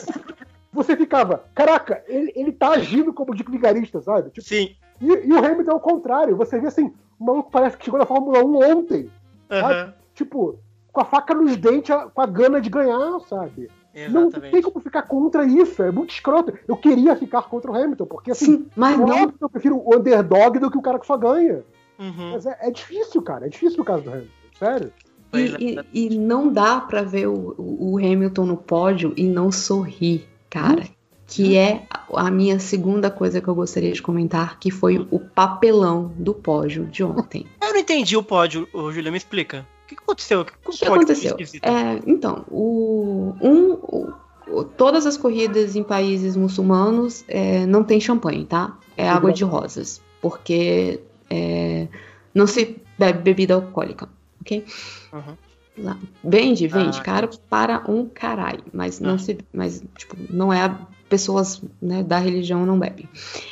você ficava, caraca, ele, ele tá agindo como o Dick Vigarista, sabe? Tipo, Sim. E, e o Hamilton é o contrário. Você vê assim, o maluco parece que chegou na Fórmula um ontem. Uhum. Sabe? Tipo, com a faca nos dentes, com a gana de ganhar, sabe? Exatamente. Não tem como ficar contra isso, é muito escroto. Eu queria ficar contra o Hamilton, porque assim, Sim, mas não... eu prefiro o underdog do que o cara que só ganha. Uhum. Mas é, é difícil, cara, é difícil no caso do Hamilton, sério. E, e, e não dá pra ver o, o Hamilton no pódio e não sorrir, cara. Hum. Que é a minha segunda coisa que eu gostaria de comentar, que foi o papelão do pódio de ontem. Eu não entendi o pódio, ô, Júlia, me explica. O que aconteceu? O que, que aconteceu? É, então, o, um, o, todas as corridas em países muçulmanos é, não tem champanhe, tá? É água de rosas, porque é, não se bebe bebida alcoólica, ok? Uhum. Lá. Vende, vende, Ah, caro entendi. para um caralho, mas não Ah. se, mas tipo, não é pessoas, né, da religião não bebem.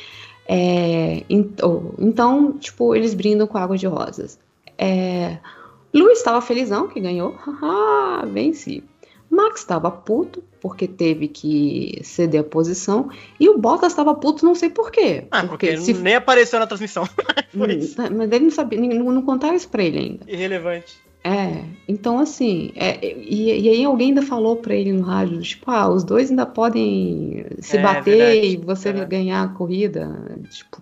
É, então, então, tipo, eles brindam com água de rosas. É, Lewis estava felizão que ganhou, haha, venci. Max estava puto porque teve que ceder a posição e o Bottas estava puto, não sei porquê. Ah, porque, se... nem apareceu na transmissão. Foi isso. Mas ele não sabia, não, não contaram isso pra ele ainda. Irrelevante. É, então assim, é, e, e aí alguém ainda falou pra ele no rádio, tipo, ah, os dois ainda podem se É, bater verdade. e você É. ganhar a corrida, tipo,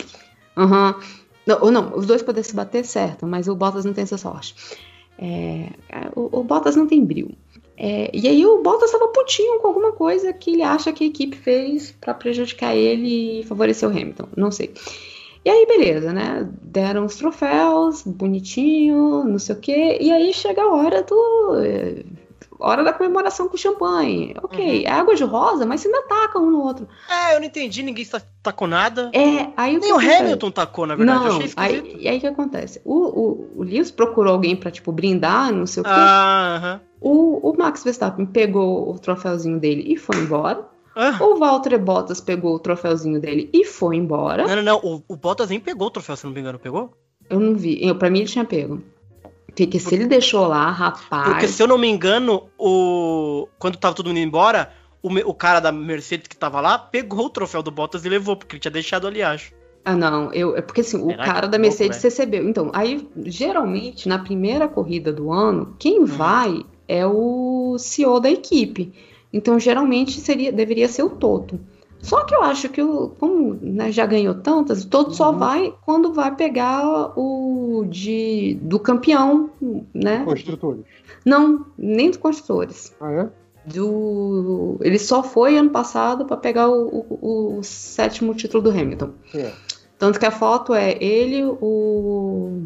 aham, não, ou não, os dois podem se bater, certo, mas o Bottas não tem essa sorte, é, o, o Bottas não tem brilho, é, e aí o Bottas tava putinho com alguma coisa que ele acha que a equipe fez pra prejudicar ele e favorecer o Hamilton, não sei. E aí, beleza, né? Deram os troféus, bonitinho, não sei o quê. E aí chega a hora do... eh, hora da comemoração com champanhe. Ok, Uhum. é água de rosa, mas se ainda taca um no outro. É, eu não entendi, ninguém ta- tacou nada. É, aí o que Nem o acontece? Hamilton tacou, na verdade. eu Não, achei esquisito. aí, e aí o que acontece? O, o, o Lewis procurou alguém pra, tipo, brindar, não sei o quê. Ah, aham. O, o Max Verstappen pegou o troféuzinho dele e foi embora. Ah. O Valtteri Bottas pegou o troféuzinho dele e foi embora. Não, não, não. O, o Bottas nem pegou o troféu, se não me engano. Pegou? Eu não vi. Eu, pra mim ele tinha pego. Porque se ele deixou lá, rapaz. Porque, se eu não me engano, o... quando tava todo mundo indo embora, o, me- o cara da Mercedes que tava lá pegou o troféu do Bottas e levou, porque ele tinha deixado ali, acho. Ah, não. Eu, é porque assim, o Será cara que da louco, Mercedes velho? recebeu. Então, aí, geralmente, na primeira corrida do ano, quem vai é o C E O da equipe. Então, geralmente, seria, deveria ser o Toto. Só que eu acho que, o, como né, já ganhou tantas, o Toto só Uhum. vai quando vai pegar o de, do campeão, né? Construtores. Não, nem dos construtores. Ah, é? Do, ele só foi ano passado para pegar o, o, o sétimo título do Hamilton. É. Tanto que a foto é ele, o,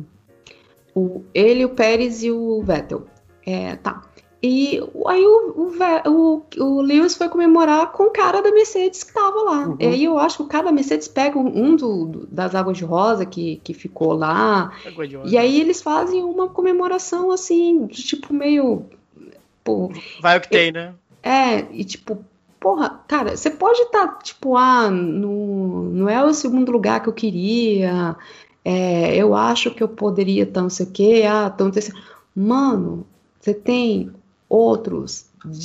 o ele, o Pérez e o Vettel. É, tá. E aí o, o, Ve- o, o Lewis foi comemorar com o cara da Mercedes que tava lá. Uhum. E aí eu acho que o cara da Mercedes pega um do, do- das águas de rosa que, que ficou lá. Pegou de E aí eles fazem uma comemoração assim, de tipo meio... Pô, Vai o que tem, né? é, e tipo, porra, cara, você pode estar, tipo, ah, no, não é o segundo lugar que eu queria, é, eu acho que eu poderia estar não sei o quê, ah, tão terceiro. Mano, você tem outros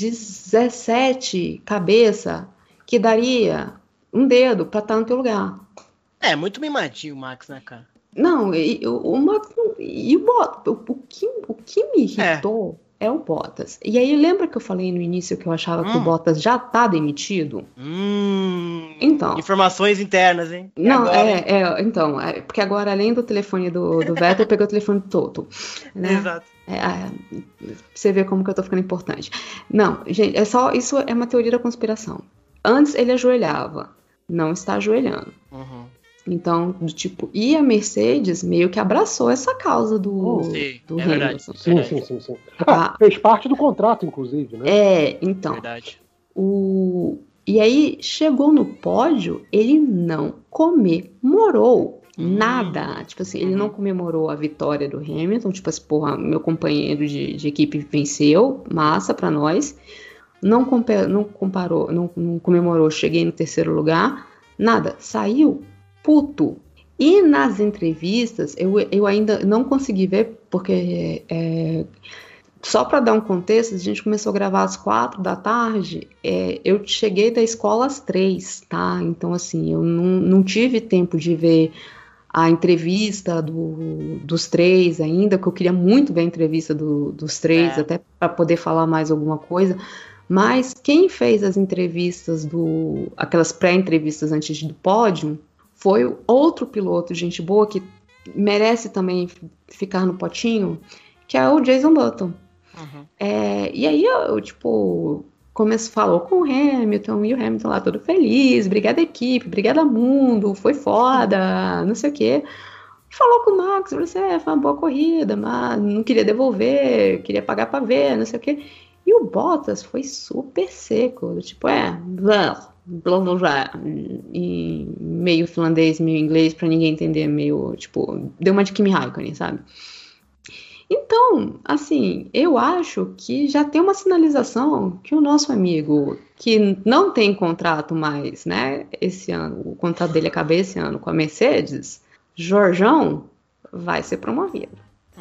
dezessete cabeça que daria um dedo pra estar no teu lugar. É, muito mimadinho o Max, né, cara? Não, e, o, o Max, e o Bottas, o, o que, o que me irritou é. o Bottas. E aí, lembra que eu falei no início que eu achava que o Hum. Bottas já tá demitido? Hum. Então. Informações internas, hein? E Não, agora, hein? é, é, então, é, porque agora, além do telefone do, do Vettel, eu peguei o telefone do Toto, né? Exato. É, é, você vê como que eu tô ficando importante. Não, gente, é só, isso é uma teoria da conspiração. Antes ele ajoelhava, não está ajoelhando. Uhum. Então, do tipo, e a Mercedes meio que abraçou essa causa do, Sim, do é verdade. Hamilton. Sim, Verdade. sim, sim, sim. Ah, fez parte do contrato, inclusive, né? É, então, Verdade. o... e aí chegou no pódio, ele não comemorou Hum. nada. Tipo assim, ele Uhum. não comemorou a vitória do Hamilton, tipo assim, porra, meu companheiro de, de equipe venceu, massa pra nós. Não, compa- não comparou, não, não comemorou, cheguei no terceiro lugar, nada, saiu puto. E nas entrevistas, eu, eu ainda não consegui ver, porque é, só para dar um contexto, a gente começou a gravar às quatro da tarde, é, eu cheguei da escola às três, tá? Então, assim, eu não, não tive tempo de ver a entrevista do, dos três ainda, que eu queria muito ver a entrevista do, dos três, É. até para poder falar mais alguma coisa. Mas quem fez as entrevistas, do, aquelas pré-entrevistas antes do pódio, foi outro piloto, gente boa, que merece também ficar no potinho, que é o Jason Button. Uhum. É, e aí eu, eu, tipo, começo, falou com o Hamilton, e o Hamilton lá todo feliz, obrigada equipe, obrigada mundo, foi foda, não sei o quê. Falou com o Max, falou assim, é, foi uma boa corrida, mas não queria devolver, queria pagar pra ver, não sei o quê. E o Bottas foi super seco, tipo, é, blá, blá, blá, blá, e meio finlandês, meio inglês, pra ninguém entender, meio, tipo, deu uma de Kimi Raikkonen, sabe? Então, assim, eu acho que já tem uma sinalização que o nosso amigo, que não tem contrato mais, né, esse ano, o contrato dele acaba esse ano com a Mercedes, Jorjão, vai ser promovido.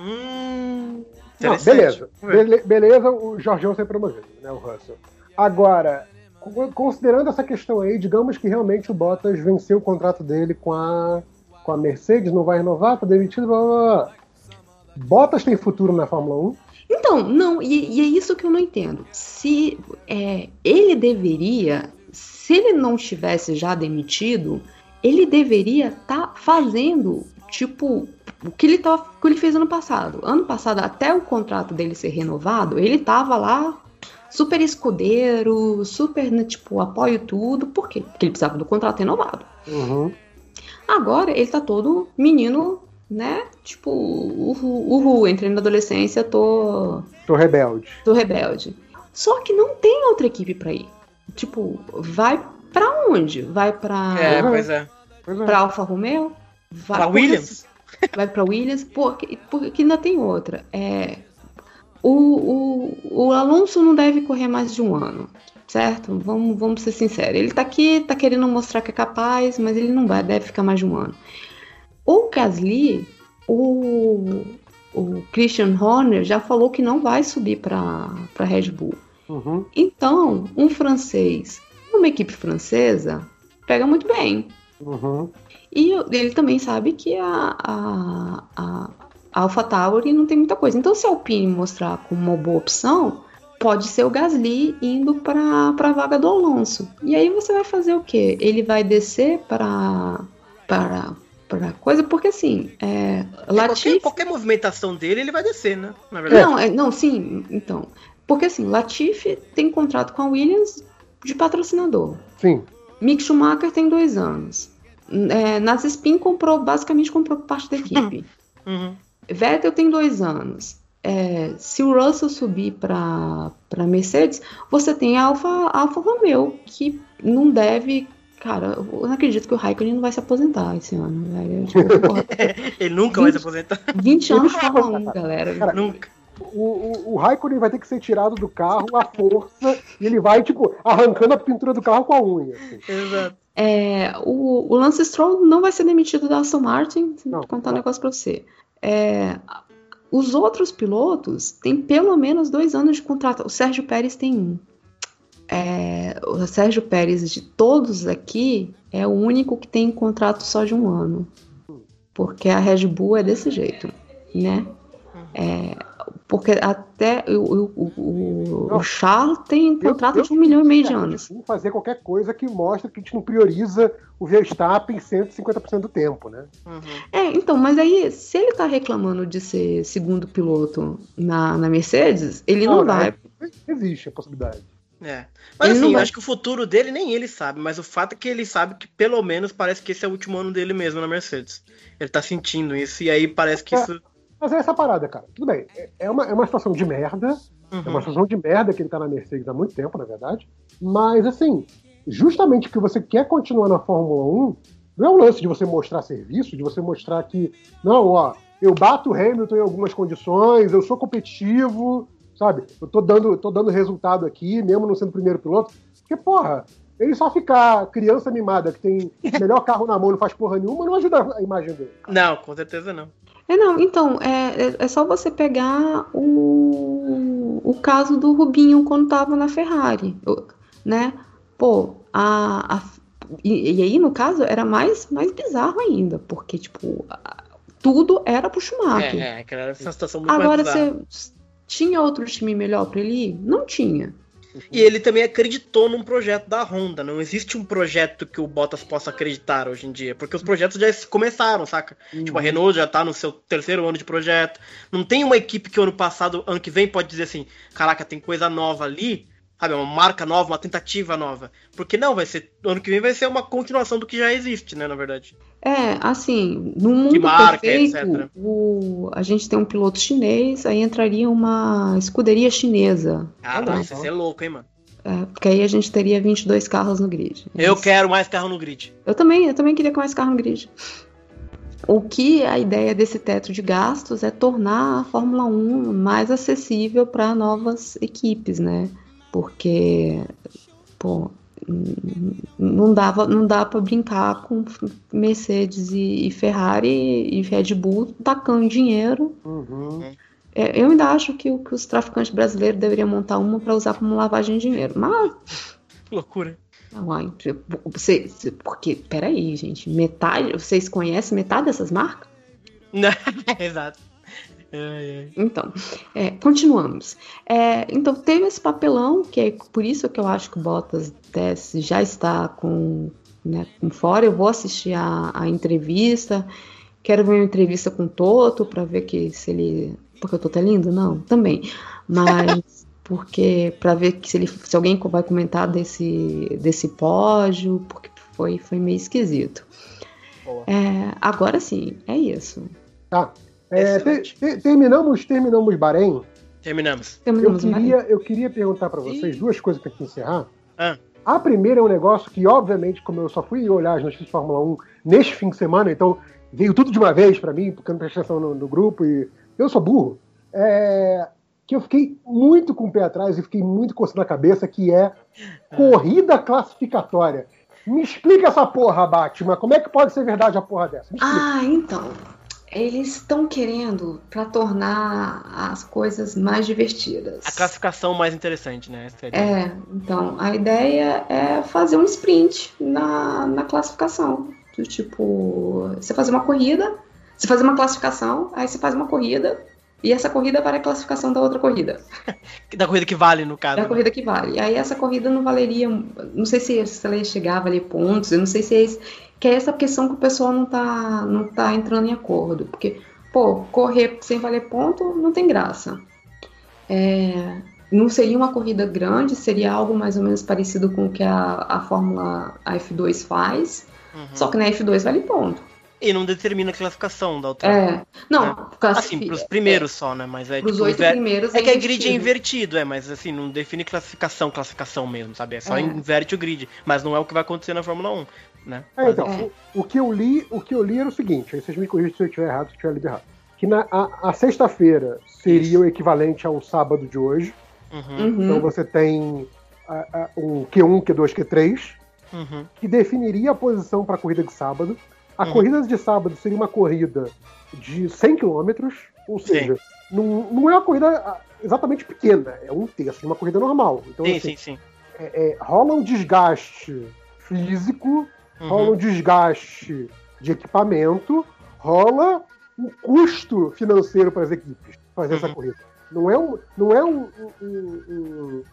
Hum... Não, beleza. Bele- beleza, o Jorgeão ser promovido, né, o Russell. Agora, considerando essa questão aí, digamos que realmente o Bottas venceu o contrato dele com a, com a Mercedes, não vai renovar, tá demitido, blá, blá, blá. Bottas tem futuro na Fórmula um? Então, não, e, e é isso que eu não entendo. Se é, ele deveria, se ele não estivesse já demitido, ele deveria estar tá fazendo, tipo, o que ele, tava, o que ele fez ano passado. Ano passado, até o contrato dele ser renovado, ele tava lá super escudeiro, super, né, tipo, apoio tudo. Por quê? Porque ele precisava do contrato renovado. Uhum. Agora, ele tá todo menino, né? Tipo, uhul, uhul, entrei na adolescência, tô... Tô rebelde. Tô rebelde. Só que não tem outra equipe pra ir. Tipo, vai pra onde? Vai pra... É, pois é. Pois é. Pra Alfa Romeo? Vai Pra Williams? Vai pra Williams, porque, porque ainda tem outra. É, o, o, o Alonso não deve correr mais de um ano, certo? Vamos, vamos ser sinceros. Ele tá aqui, tá querendo mostrar que é capaz, mas ele não vai, deve ficar mais de um ano. O Gasly, o, o Christian Horner já falou que não vai subir pra, pra Red Bull. Uhum. Então, um francês, uma equipe francesa, pega muito bem. Uhum. E ele também sabe que a, a, a, a AlphaTauri não tem muita coisa. Então, se a Alpine mostrar como uma boa opção, pode ser o Gasly indo para a vaga do Alonso. E aí você vai fazer o quê? Ele vai descer para para para coisa, porque assim, é, Latifi... qualquer, qualquer movimentação dele, ele vai descer, né? Na verdade. Não, é, não, sim, então. Porque assim, Latifi tem contrato com a Williams de patrocinador. Sim. Mick Schumacher tem dois anos. É, Naspin comprou, basicamente comprou parte da equipe. Uhum. Vettel tem dois anos. É, se o Russell subir para para Mercedes, você tem a Alfa, Alfa Romeo, que não deve... Cara, eu não acredito que o Raikkonen não vai se aposentar esse ano, velho. Tipo, porra, Ele nunca vinte vai se aposentar. vinte anos de Fórmula um, galera. Cara, Nunca. O, o, o Raikkonen vai ter que ser tirado do carro à força e ele vai, tipo, arrancando a pintura do carro com a unha. Assim. Exato. É, o, o Lance Stroll não vai ser demitido da Aston Martin, vou contar um negócio pra você. É, os outros pilotos têm pelo menos dois anos de contrato. O Sérgio Pérez tem um. É, o Sérgio Pérez, de todos aqui, é o único que tem contrato só de um ano. Porque a Red Bull é desse jeito, né? É, porque até o, o, o, o Charles tem contrato eu, eu, de um milhão e meio de anos. Fazer qualquer coisa que mostre que a gente não prioriza o Verstappen cento e cinquenta por cento do tempo, né? Uhum. É, então, mas aí, se ele tá reclamando de ser segundo piloto na, na Mercedes, ele não, não vai. Não, existe a possibilidade. É. Mas ele assim, eu vai... acho que o futuro dele nem ele sabe, mas o fato é que ele sabe que pelo menos parece que esse é o último ano dele mesmo na Mercedes. Ele tá sentindo isso, e aí parece que é, isso... Mas é essa parada, cara. Tudo bem, é uma, é uma situação de merda, uhum. é uma situação de merda que ele tá na Mercedes há muito tempo, na verdade, mas assim, justamente porque você quer continuar na Fórmula um, não é um lance de você mostrar serviço, de você mostrar que, não, ó, eu bato o Hamilton em algumas condições, eu sou competitivo... Sabe? Eu tô dando, tô dando resultado aqui, mesmo não sendo o primeiro piloto. Porque, porra, ele só ficar criança mimada que tem melhor carro na mão e não faz porra nenhuma, não ajuda a imagem dele. Não, com certeza não. É, não, então, é, é só você pegar o, o caso do Rubinho quando tava na Ferrari, né? Pô, a, a e, e aí, no caso, era mais, mais bizarro ainda, porque, tipo, tudo era pro Schumacher. É, é, aquela era uma situação muito Agora, mais bizarra. Você... Tinha outro time melhor pra ele ir? Não tinha. E ele também acreditou num projeto da Honda. Não existe um projeto que o Bottas possa acreditar hoje em dia. Porque os projetos já começaram, saca? Uhum. Tipo, a Renault já tá no seu terceiro ano de projeto. Não tem uma equipe que ano passado, ano que vem, pode dizer assim, caraca, tem coisa nova ali. sabe, uma marca nova, uma tentativa nova. Porque não, vai ser, ano que vem vai ser uma continuação do que já existe, né, na verdade. É, assim, no mundo De marca, perfeito, etcétera. o, a gente tem um piloto chinês, aí entraria uma escuderia chinesa. Ah, Olha mas só. isso é louco, hein, mano. É, porque aí a gente teria vinte e dois carros no grid. Eu Mas- quero mais carro no grid. Eu também, eu também queria com mais carro no grid. O que a ideia desse teto de gastos é tornar a Fórmula um mais acessível para novas equipes, né? Porque, pô, n- não dava, não dá para brincar com Mercedes e, e Ferrari e Red Bull tacando dinheiro. Uhum. É, eu ainda acho que, o- que os traficantes brasileiros deveriam montar uma para usar como lavagem de dinheiro, mas Que loucura. Uai, você, porque, peraí, gente, metade, vocês conhecem metade dessas marcas? Exato. Ai, ai. Então, é, continuamos. É, então, teve esse papelão, que é por isso que eu acho que o Bottas desce, já está com, né, com fora. Eu vou assistir a, a entrevista, quero ver uma entrevista com o Toto, para ver que se ele... Porque o Toto é lindo? Não, também. Mas... porque para ver que se, ele, se alguém vai comentar desse, desse pódio, porque foi, foi meio esquisito. É, agora sim, é isso. Tá. É, te- Excelente. te- terminamos, terminamos Bahrein. Terminamos. Eu Terminamos o queria, eu queria perguntar pra vocês Ih. duas coisas pra gente encerrar. Ah. A primeira é um negócio que, obviamente, como eu só fui olhar as notícias de Fórmula um neste fim de semana, então veio tudo de uma vez pra mim, porque eu não prestei atenção no, no grupo e eu sou burro. É, que eu fiquei muito com o pé atrás e fiquei muito coçando a cabeça, que é corrida classificatória. Me explica essa porra, Batman. Como é que pode ser verdade a porra dessa? Me explica. Ah, então. Eles estão querendo para tornar as coisas mais divertidas. A classificação mais interessante, né? Essa é a ideia. É, então, a ideia é fazer um sprint na, na classificação. Do tipo, você fazer uma corrida, você fazer uma classificação, aí você faz uma corrida, e essa corrida vai a classificação da outra corrida. Da corrida que vale, no caso. Da né? corrida que vale. E aí essa corrida não valeria, não sei se, se ela ia chegar a valer pontos, eu não sei se é, esse, que é essa questão que o pessoal não tá, não tá entrando em acordo. Porque, pô, correr sem valer ponto não tem graça. É, não seria uma corrida grande, seria algo mais ou menos parecido com o que a, a Fórmula a F dois faz, Uhum. só que na F dois vale ponto. E não determina a classificação da outra. É, não, É. classifi- Assim, pros primeiros só, né? Mas é pros tipo, oito inver- primeiros É que a grid é invertido. invertido, é, mas assim, não define classificação, classificação mesmo, sabe? É só É. inverte o grid. Mas não é o que vai acontecer na Fórmula um, né? É, Mas, então, É. O, o que eu li, o que eu li era o seguinte, aí vocês me corrigem se eu estiver errado, se eu estiver lido errado. Que na, a, a sexta-feira seria Isso. o equivalente ao sábado de hoje. Uhum, Uhum. Então você tem a, a, um Q um, Q dois, Q três, uhum. que definiria a posição para a corrida de sábado. A Uhum. corrida de sábado seria uma corrida de cem quilômetros, ou Sim. seja, não, não é uma corrida ah, exatamente pequena, é um terço de uma corrida normal. Então, Sim, assim, sim, sim. é- é, rola um desgaste físico, rola um Uhum. desgaste de equipamento, rola um custo financeiro para as equipes fazer essa Uhum. corrida. Não é um. Não é um, um- um- um,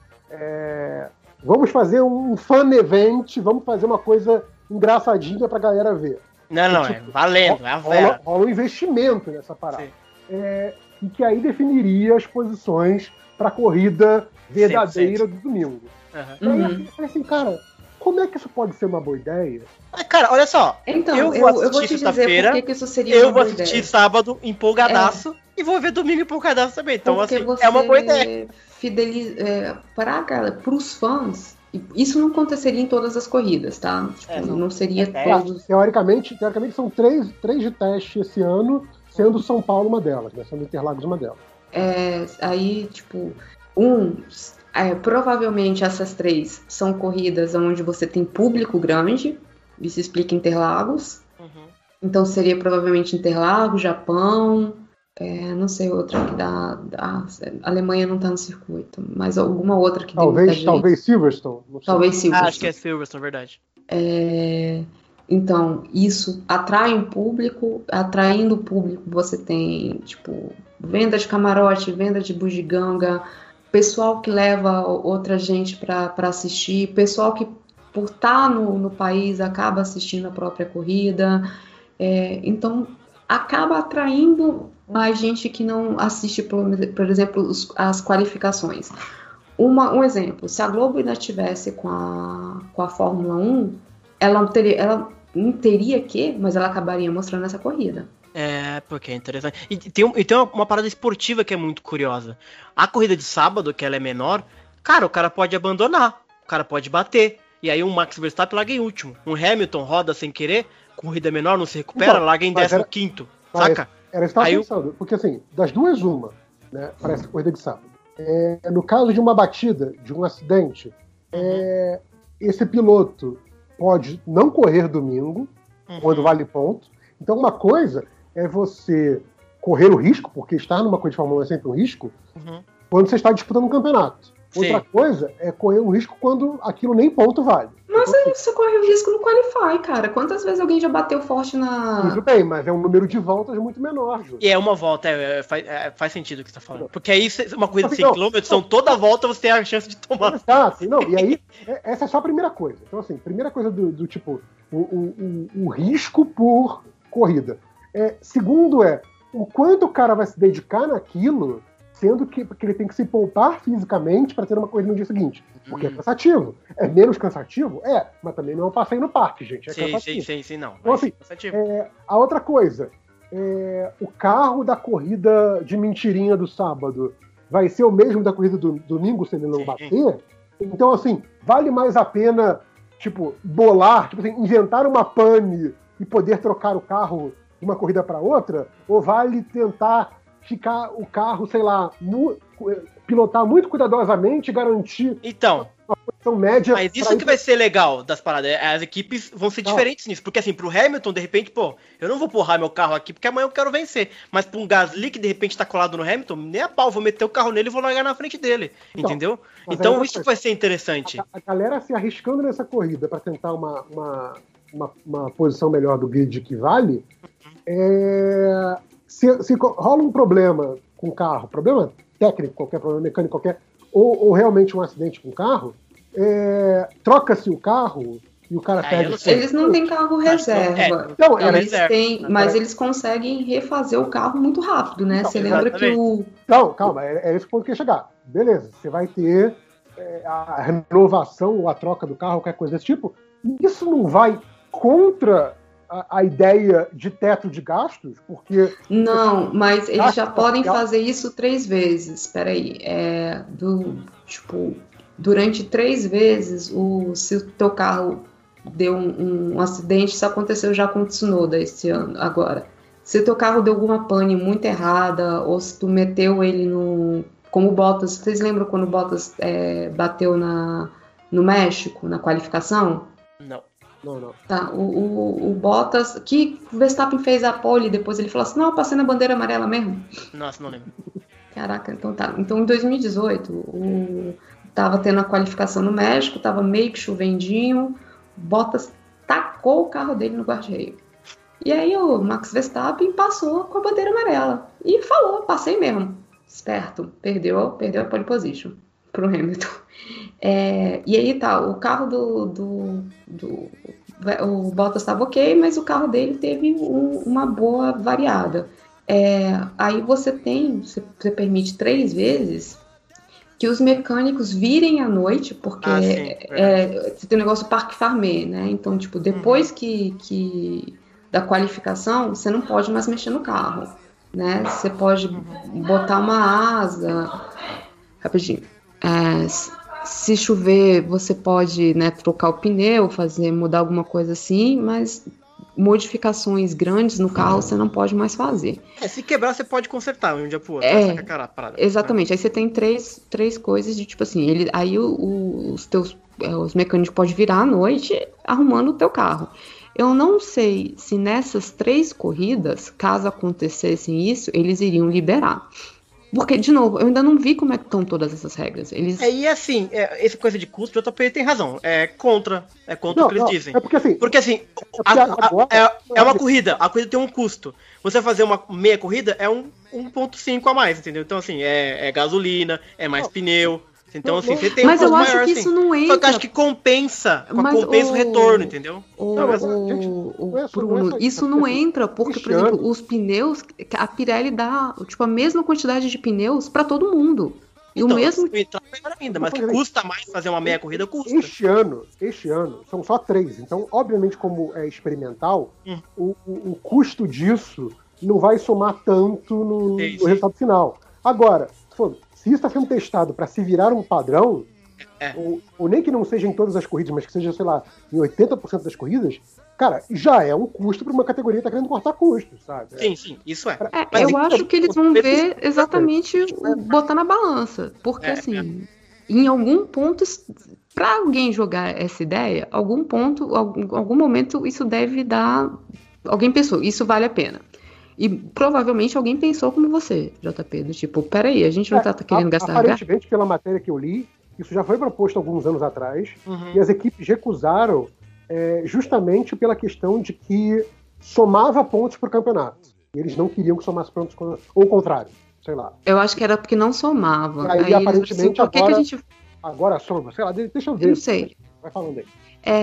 é, vamos fazer um fan event, vamos fazer uma coisa engraçadinha pra galera ver. Não, não, é Tipo, valendo, é a Rola, vera. rola um investimento nessa parada. Sim. É, e que aí definiria as posições para a corrida verdadeira do domingo. Uhum. E aí Uhum. eu falei assim, cara, como é que isso pode ser uma boa ideia? Mas, cara, olha só. Então, Eu eu, vou eu vou assistir te dizer sexta-feira, por que que isso seria Eu uma vou boa assistir ideia. sábado empolgadaço e vou ver domingo empolgadaço também. Então, Porque assim, você é uma boa ideia. Fideliza, é, para, cara, pros fãs, isso não aconteceria em todas as corridas, tá? Tipo, É, não. não. seria É, todos. Teoricamente, teoricamente são três, três de teste esse ano, sendo São Paulo uma delas, né? Sendo Interlagos uma delas. É, aí, tipo, um, é, provavelmente essas três são corridas onde você tem público grande, isso explica Interlagos. Uhum. Então seria provavelmente Interlagos, Japão, é, não sei outra que dá, dá. A Alemanha não tá no circuito, mas alguma outra que dê muita Talvez, gente. talvez Silverstone. Não sei. Talvez Ah, Silverstone. acho que é Silverstone, verdade. É, então, isso atrai um público, atraindo o público, você tem, tipo, venda de camarote, venda de bugiganga, pessoal que leva outra gente para assistir, pessoal que, por estar no, no país, acaba assistindo a própria corrida. É, então, acaba atraindo mais gente que não assiste, por, por exemplo, os, as qualificações. uma, um exemplo, se a Globo ainda estivesse com a, com a Fórmula um, ela não teria, ela não teria que, mas ela acabaria mostrando essa corrida. É, porque é interessante. E tem, um, e tem uma, uma parada esportiva que é muito curiosa. A corrida de sábado, que ela é menor, cara, o cara pode abandonar, o cara pode bater. E aí um Max Verstappen larga em último. Um Hamilton roda sem querer, corrida menor, não se recupera, então, larga em décimo quinto, saca? Era isso que eu tava aí pensando. Eu... Porque assim, das duas, uma, né, para essa corrida de sábado. É, no caso de uma batida, de um acidente, é, esse piloto pode não correr domingo, uhum. quando vale ponto. Então uma coisa é você correr o risco, porque estar numa corrida de Fórmula um é sempre um risco, uhum. quando você está disputando um campeonato. Sim. Outra coisa é correr o risco quando aquilo nem ponto vale. Mas então, aí você corre o risco no Qualify, cara. Quantas vezes alguém já bateu forte na... Tudo bem, mas é um número de voltas muito menor, Ju. E é uma volta, é, é, faz, é, faz sentido o que você tá falando. Porque aí uma corrida de cem quilômetros, são toda volta você tem a chance de tomar. Exato, não, e aí, essa é só a primeira coisa. Então assim, primeira coisa do, do tipo, o, o, o, o risco por corrida. É, segundo é, o quanto o cara vai se dedicar naquilo, sendo que, que ele tem que se poupar fisicamente para ter uma corrida no dia seguinte. Porque hum. é cansativo. É menos cansativo? É, mas também não é um passeio no parque, gente. É sim, cansativo. sim, sim, sim, não. Então, assim, é, a outra coisa, é, o carro da corrida de mentirinha do sábado vai ser o mesmo da corrida do domingo se ele não sim. bater? Então, assim, vale mais a pena, tipo, bolar, tipo assim, inventar uma pane e poder trocar o carro de uma corrida para outra? Ou vale tentar ficar o carro, sei lá, mu- pilotar muito cuidadosamente e garantir então, uma posição média? Mas isso que vai ser legal das paradas. As equipes vão ser não. diferentes nisso. Porque assim, pro Hamilton, de repente, pô, eu não vou porrar meu carro aqui porque amanhã eu quero vencer. Mas pra um Gasly que de repente tá colado no Hamilton, nem a pau, vou meter o carro nele e vou largar na frente dele. Então, entendeu? Então isso que vai ser interessante. A, a galera se arriscando nessa corrida pra tentar uma, uma, uma, uma posição melhor do grid que vale, é... Se, se rola um problema com o carro, problema técnico, qualquer problema mecânico, qualquer, ou, ou realmente um acidente com o carro, é, troca-se o carro e o cara é, perde... Não eles não têm carro reserva. É. Então, era eles têm, mas eles conseguem refazer o carro muito rápido, né? Você lembra que o... Não, calma, é, é esse ponto que ia chegar. Beleza, você vai ter é, a renovação ou a troca do carro, qualquer coisa desse tipo. Isso não vai contra... A, a ideia de teto de gastos, porque... Não, mas eles já podem fazer isso três vezes. Espera aí. É, do, tipo, durante três vezes, o, se o teu carro deu um, um acidente, isso aconteceu já com o Tsunoda esse ano, agora. Se o teu carro deu alguma pane muito errada, ou se tu meteu ele no... Como o Bottas... Vocês lembram quando o Bottas é, bateu na, no México, na qualificação? Não. Não, não. Tá, o, o, o Bottas, que o Verstappen fez a pole, depois ele falou assim, não, eu passei na bandeira amarela mesmo. Nossa, não lembro. Caraca, então tá. Então em dois mil e dezoito, o, tava tendo a qualificação no México, tava meio que chovendinho, o Bottas tacou o carro dele no guarda-reio. E aí o Max Verstappen passou com a bandeira amarela. E falou, passei mesmo. Esperto, perdeu, perdeu a pole position pro Hamilton. É, e aí tá, o carro do, do, do o Bottas estava ok, mas o carro dele teve um, uma boa variada. É, aí você tem, você, você permite três vezes que os mecânicos virem à noite, porque ah, sim, é, você tem o negócio Parc Fermé, né? Então, tipo, depois uhum. que, que da qualificação, você não pode mais mexer no carro, né? Você pode botar uma asa, rapidinho. É, se chover, você pode, né, trocar o pneu, fazer, mudar alguma coisa assim, mas modificações grandes no carro você não pode mais fazer. É, se quebrar, você pode consertar um dia pro outro. É, exatamente. Aí você tem três, três coisas de tipo assim, ele, aí o, o, os teus os mecânicos podem virar à noite arrumando o teu carro. Eu não sei se nessas três corridas, caso acontecessem isso, eles iriam liberar. Porque, de novo, eu ainda não vi como é que estão todas essas regras. Eles... É, e assim, é, essa coisa de custo, o J P tem razão. É contra. É contra não, o que eles não, dizem. É porque assim. Porque assim, a, a, a, é, é uma corrida. A corrida tem um custo. Você fazer uma meia corrida é um um ponto cinco a mais, entendeu? Então, assim, é, é gasolina, é mais não. pneu. Então, assim, você tem um mas custo eu acho maior, que assim. isso não entra. Só que eu acho que compensa. Mas compensa o... o retorno, entendeu? O, não, mas, o, gente, o, não é só, Bruno, não é só isso não entra, porque, por exemplo, os pneus, a Pirelli dá tipo, a mesma quantidade de pneus para todo mundo. E Então, o mesmo... se entrar, melhor ainda, mas que custa mais fazer uma meia corrida, custa. Este ano, este ano, são só três. Então, obviamente, como é experimental, hum. o, o, o custo disso não vai somar tanto no, no resultado final. Agora, se isso está sendo testado para se virar um padrão, é. ou, ou nem que não seja em todas as corridas, mas que seja, sei lá, em oitenta por cento das corridas, cara, já é um custo para uma categoria que está querendo cortar custos, sabe? Sim, sim, isso é. é mas eu é, acho que eles vão ver exatamente o, botar na balança. Porque, é, assim, é. em algum ponto, para alguém jogar essa ideia, algum ponto, algum, algum momento, isso deve dar... Alguém pensou, isso vale a pena. E provavelmente alguém pensou como você, J P, do tipo, peraí, a gente não tá, tá querendo a, gastar... Aparentemente, pela matéria que eu li, isso já foi proposto alguns anos atrás, uhum. e as equipes recusaram é, justamente pela questão de que somava pontos pro campeonato. E eles não queriam que somasse pontos, ou o contrário, sei lá. Eu acho que era porque não somava. Aí, aí aparentemente, eles, por que agora, que a gente... agora soma, sei lá, deixa eu ver. Eu não sei. Vai falando aí.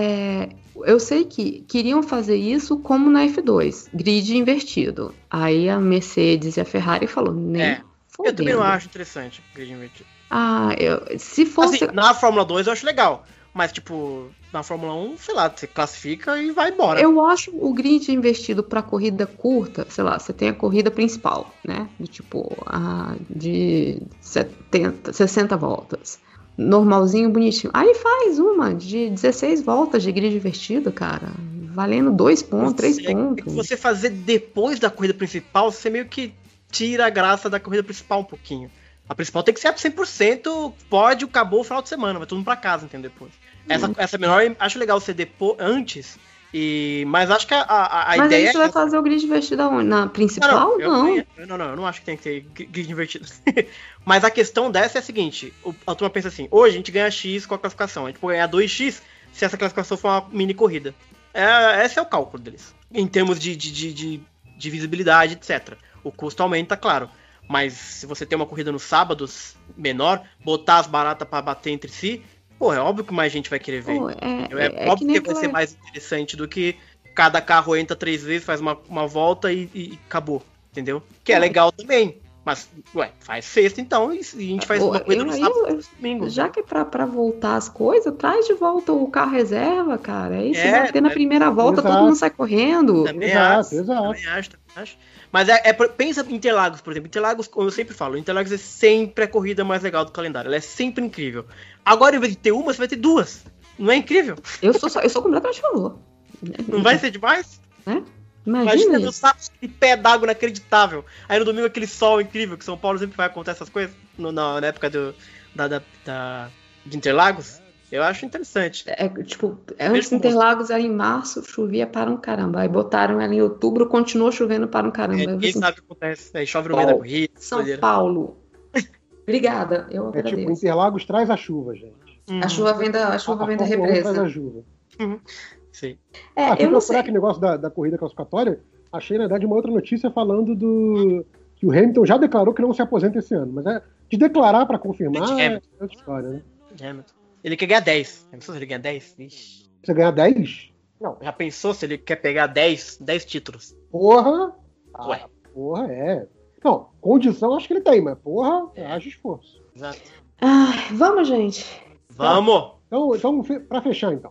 É, eu sei que queriam fazer isso como na F dois, grid invertido. Aí a Mercedes e a Ferrari falou, nem é, fodendo. Eu também não acho interessante grid invertido. Ah, eu, se fosse... Assim, na Fórmula dois eu acho legal, mas tipo, na Fórmula um, sei lá, você classifica e vai embora. Eu acho o grid invertido para corrida curta, sei lá, você tem a corrida principal, né? De tipo, a, de setenta, sessenta voltas. Normalzinho, bonitinho. Aí faz uma de dezesseis voltas de grid invertido, cara. Valendo dois pontos, três pontos. É que você fazer depois da corrida principal, você meio que tira a graça da corrida principal um pouquinho. A principal tem que ser cem por cento, pode, acabou o final de semana, vai todo mundo pra casa, entendeu? Depois. Hum. Essa, essa menor, acho legal ser depois, antes, e, mas acho que a, a, a mas ideia... Mas a gente vai fazer o grid invertido aonde? Na principal? Não, não. Não. Eu, não, não, eu não acho que tem que ter grid invertido. Mas a questão dessa é a seguinte, a turma pensa assim, hoje a gente ganha X com a classificação, a gente pode ganhar dois x se essa classificação for uma mini corrida. É, esse é o cálculo deles, em termos de, de, de, de, de visibilidade, etcétera. O custo aumenta, claro. Mas se você tem uma corrida nos sábados menor, botar as baratas pra bater entre si, pô, é óbvio que mais gente vai querer ver. Pô, é, é, é, óbvio é que, que vai aquela... ser mais interessante do que cada carro entra três vezes, faz uma, uma volta e, e acabou, entendeu? Que é legal também. Mas, ué, faz sexta então e a gente faz uma corrida no sábado e domingo. Já que é pra, pra voltar as coisas, traz de volta o carro reserva, cara. Aí se É, bater na é, primeira volta, exato. todo mundo sai correndo. Também Exato, acho, exato. também acho, também acho. Mas é, é, pensa em Interlagos, por exemplo. Interlagos, como eu sempre falo, Interlagos é sempre a corrida mais legal do calendário. Ela é sempre incrível. Agora, em vez de ter uma, você vai ter duas. Não é incrível? Eu sou, só, eu sou completamente a favor. Não vai ser demais? Né? Imagina, Imagina meu saco de pé d'água inacreditável. Aí no domingo aquele sol incrível, que São Paulo sempre vai acontecer essas coisas. No, na, na época do, da, da, da, de Interlagos. Eu acho interessante. É, tipo, antes Interlagos era em março, chovia para um caramba. Aí botaram ela em outubro, continuou chovendo para um caramba. É, ninguém assim, sabe o que acontece. Aí chove no meio da corrida. São coisa. Paulo. Obrigada, eu é agradeço. Tipo, Interlagos traz a chuva, gente. Uhum. A chuva vem da, a chuva a, vem a da represa. Traz a chuva. Uhum. Sim. É, ah, eu não sei. aquele negócio da, da corrida classificatória, achei, na verdade, uma outra notícia falando do que o Hamilton já declarou que não se aposenta esse ano. Mas é de declarar para confirmar é outra história, né? Hamilton. Ele quer ganhar dez. Já pensou se ele ganhar dez? Ixi. Você ganhar dez? Não, já pensou se ele quer pegar dez, dez títulos? Porra! Ah, Ué. Porra, é. Não, condição acho que ele tem, mas porra, é. haja esforço. Exato. Ai, vamos, gente. Vamos! Então, então para fechar, então.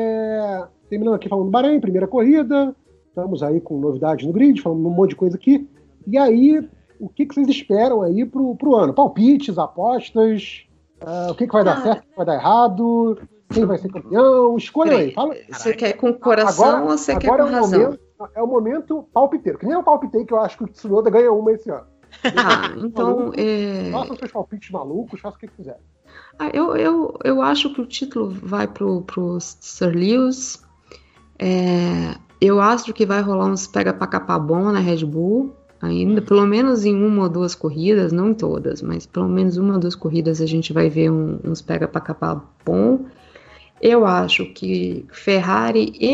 É, terminando aqui falando do Bahrein, primeira corrida. Estamos aí com novidades no grid, falando um monte de coisa aqui. E aí, o que, que vocês esperam aí pro, pro ano? Palpites, apostas, uh, o que, que vai dar ah. certo, o que vai dar errado, quem vai ser campeão, escolha aí. Fala. Você quer com o coração agora, ou você quer agora com é razão? Momento, é o momento palpiteiro, que nem eu palpitei que eu acho que o Tsunoda ganha uma esse ano. Ah, então... É... Façam seus palpites malucos, façam o que quiser. Ah, eu, eu, eu acho que o título vai pro, pro Sir Lewis. É, eu acho que vai rolar uns pega pra capar bom na Red Bull ainda, pelo menos em uma ou duas corridas, não em todas, mas pelo menos uma ou duas corridas a gente vai ver um, uns pega pra capar bom. Eu acho que Ferrari e,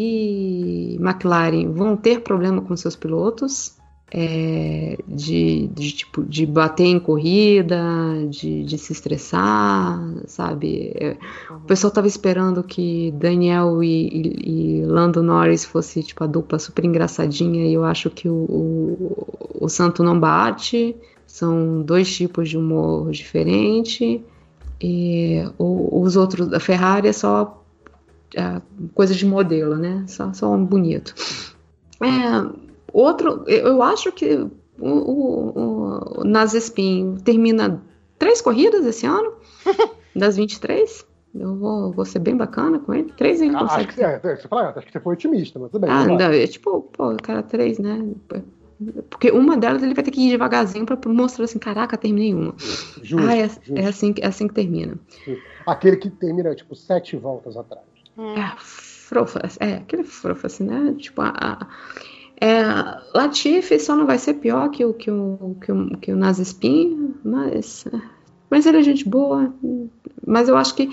e McLaren vão ter problema com seus pilotos. É, de, de, tipo, de bater em corrida, de, de se estressar, sabe? É, o pessoal tava esperando que Daniel e, e, e Lando Norris fosse tipo, a dupla super engraçadinha, e eu acho que o, o, o santo não bate. São dois tipos de humor diferente. E o, os outros, a Ferrari é só é, coisa de modelo, né? Só, só um bonito. É, outro, eu acho que o, o, o Mazepin termina três corridas esse ano, das vinte e três. Eu vou, vou ser bem bacana com ele. Três ele Ah, consegue. acho que, é, você fala, acho que você foi otimista, mas tudo bem. Ah, vamos lá. não, é tipo, pô, cara, três, né? Porque uma delas ele vai ter que ir devagarzinho pra mostrar assim, caraca, terminei uma. Justo, ah, é, justo. é, assim, é assim que termina. Aquele que termina, tipo, sete voltas atrás. É, frofa, é, aquele frofa, assim, né? Tipo, a, a é, Latifi só não vai ser pior que o, que o, que o, que o Mazepin, mas, mas ele é gente boa. Mas eu acho que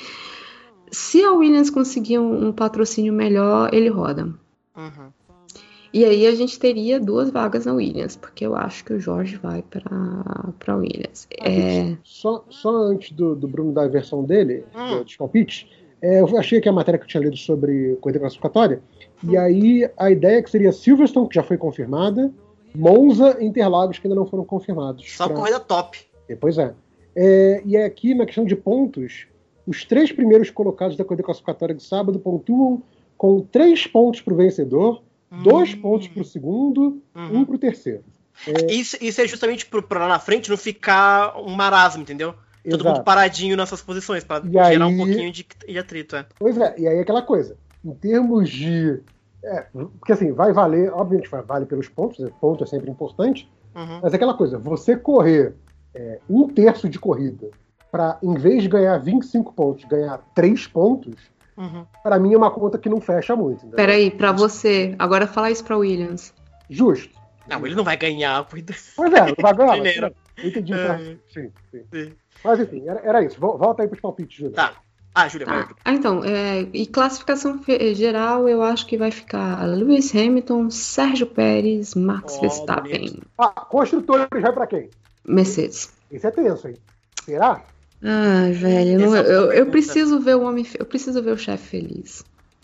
se a Williams conseguir um, um patrocínio melhor, ele roda. Uhum. E aí a gente teria duas vagas na Williams, porque eu acho que o Jorge vai para a Williams. É... Só, só antes do, do Bruno dar a versão dele, Hum. dos palpites, é, eu achei que a matéria que eu tinha lido sobre corrida classificatória, e aí a ideia é que seria Silverstone, que já foi confirmada, Monza e Interlagos, que ainda não foram confirmados. Só pra... corrida top. É, pois é. é. E aqui, na questão de pontos, os três primeiros colocados da corrida classificatória de sábado pontuam com três pontos para o vencedor, dois Hum. pontos para o segundo, Uhum. um para o terceiro. É, Isso, isso é justamente pro- pra lá na frente não ficar um marasmo, entendeu? Todo Exato. mundo paradinho nessas posições, pra E gerar aí- um pouquinho de, de atrito, é. Pois é, e aí aquela coisa, em termos de... É, porque assim, vai valer, obviamente vai vale pelos pontos, né, ponto é sempre importante, Uhum. mas é aquela coisa, você correr é, um terço de corrida para, em vez de ganhar vinte e cinco pontos, ganhar três pontos, Uhum. para mim é uma conta que não fecha muito. Entendeu? Peraí, pra você, agora fala isso pra Williams. Justo. Não, ele não vai ganhar a corrida. Pois é, não vai ganhar. mas, Mineiro. eu entendi. É. Tá? Sim, sim. Sim. Mas enfim, era, era isso. Vol- Volta aí pros palpites, Júlia. Tá. Ah, Júlia, vai. Tá. Ah, então, é, e classificação fe- geral, eu acho que vai ficar Lewis Hamilton, Sérgio Pérez, Max Ó, Verstappen, bonito. Ah, construtores vai pra quem? Mercedes. Esse é tenso, hein? Será? Ai, velho, não- Essa é uma eu, eu pergunta. preciso ver o homem, fe- eu preciso ver o chefe feliz.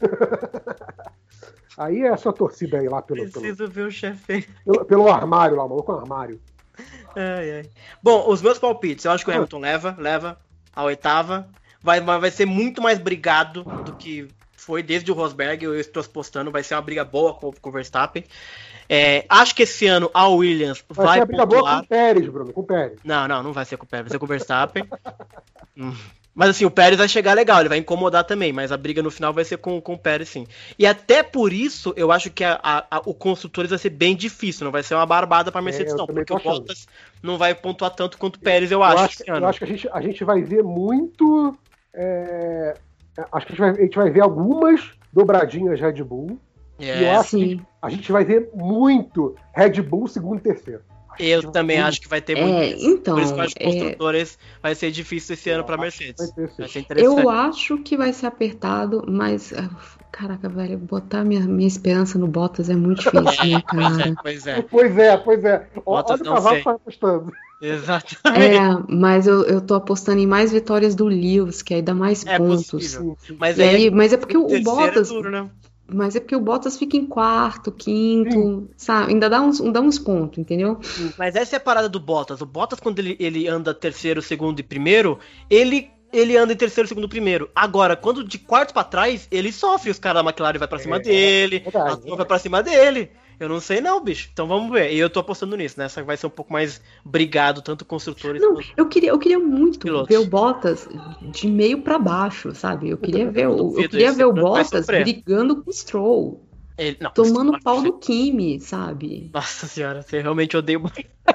Aí é a sua torcida aí lá pelo, pelo, Preciso ver o chefe. pelo, pelo armário lá, maluco, armário. Ai, ai. Bom, os meus palpites, eu acho que o Hamilton leva, leva a oitava. Vai, vai vai ser muito mais brigado do que foi desde o Rosberg. Eu estou postando, vai ser uma briga boa com, com o Verstappen. É, acho que esse ano a Williams Vai, vai, ser a briga boa com pontuar. o Pérez, Bruno, com o Pérez. Não, não, não vai ser com o Pérez, vai ser com o Verstappen. Hum. Mas assim, o Pérez vai chegar legal, ele vai incomodar também, mas a briga no final vai ser com, com o Pérez, sim. E até por isso, eu acho que a, a- a- o Construtores vai ser bem difícil, não vai ser uma barbada pra Mercedes, É, eu não, também porque tô o achando. Bottas não vai pontuar tanto quanto o Pérez, eu, Eu acho, acho, esse eu ano. acho que a gente, a gente vai ver muito. é, acho que a gente, vai, a gente vai ver algumas dobradinhas Red Bull. E eu É, acho que Sim. a gente vai ver muito Red Bull segundo e terceiro. Acho eu que também vai- acho que vai ter É, muito isso. então, Por isso que eu acho que é- Construtores vai ser difícil esse ano pra Mercedes. vai ter, sim. Vai ser interessante. Eu acho que vai ser apertado, mas. ah, Caraca, velho, botar minha, minha esperança no Bottas é muito difícil, né, cara? Pois é, Pois é, pois é. Ó, Bottas Olha o não cavalo sei. que tá apostando. exatamente. É, mas eu, eu tô apostando em mais vitórias do Lewis, que aí dá mais É pontos. possível. Sim, sim. Mas E aí, aí, mas é porque o, o terceiro Bottas. é duro, né? Mas é porque o Bottas fica em quarto, quinto, sabe? Ainda dá uns, dá uns pontos, entendeu? Mas essa é a parada do Bottas. O Bottas, quando ele, ele anda terceiro, segundo e primeiro, ele, ele anda em terceiro, segundo e primeiro. Agora, quando de quarto pra trás, ele sofre. Os caras da McLaren vai pra cima É, dele, verdade, a verdade. turma vai pra cima dele. Eu não sei não, bicho. Então vamos ver. E eu tô apostando nisso, né? Essa vai ser um pouco mais brigado, tanto construtores Não, quanto... eu queria, eu queria muito Pilotos. ver o Bottas de meio pra baixo, sabe? Eu queria ver, o- eu duvido, queria esse ver o vai Bottas sofrer. brigando com o Stroll, Ele... Não, tomando isso- pau do Kimi, sabe? Nossa senhora, você realmente odeia o...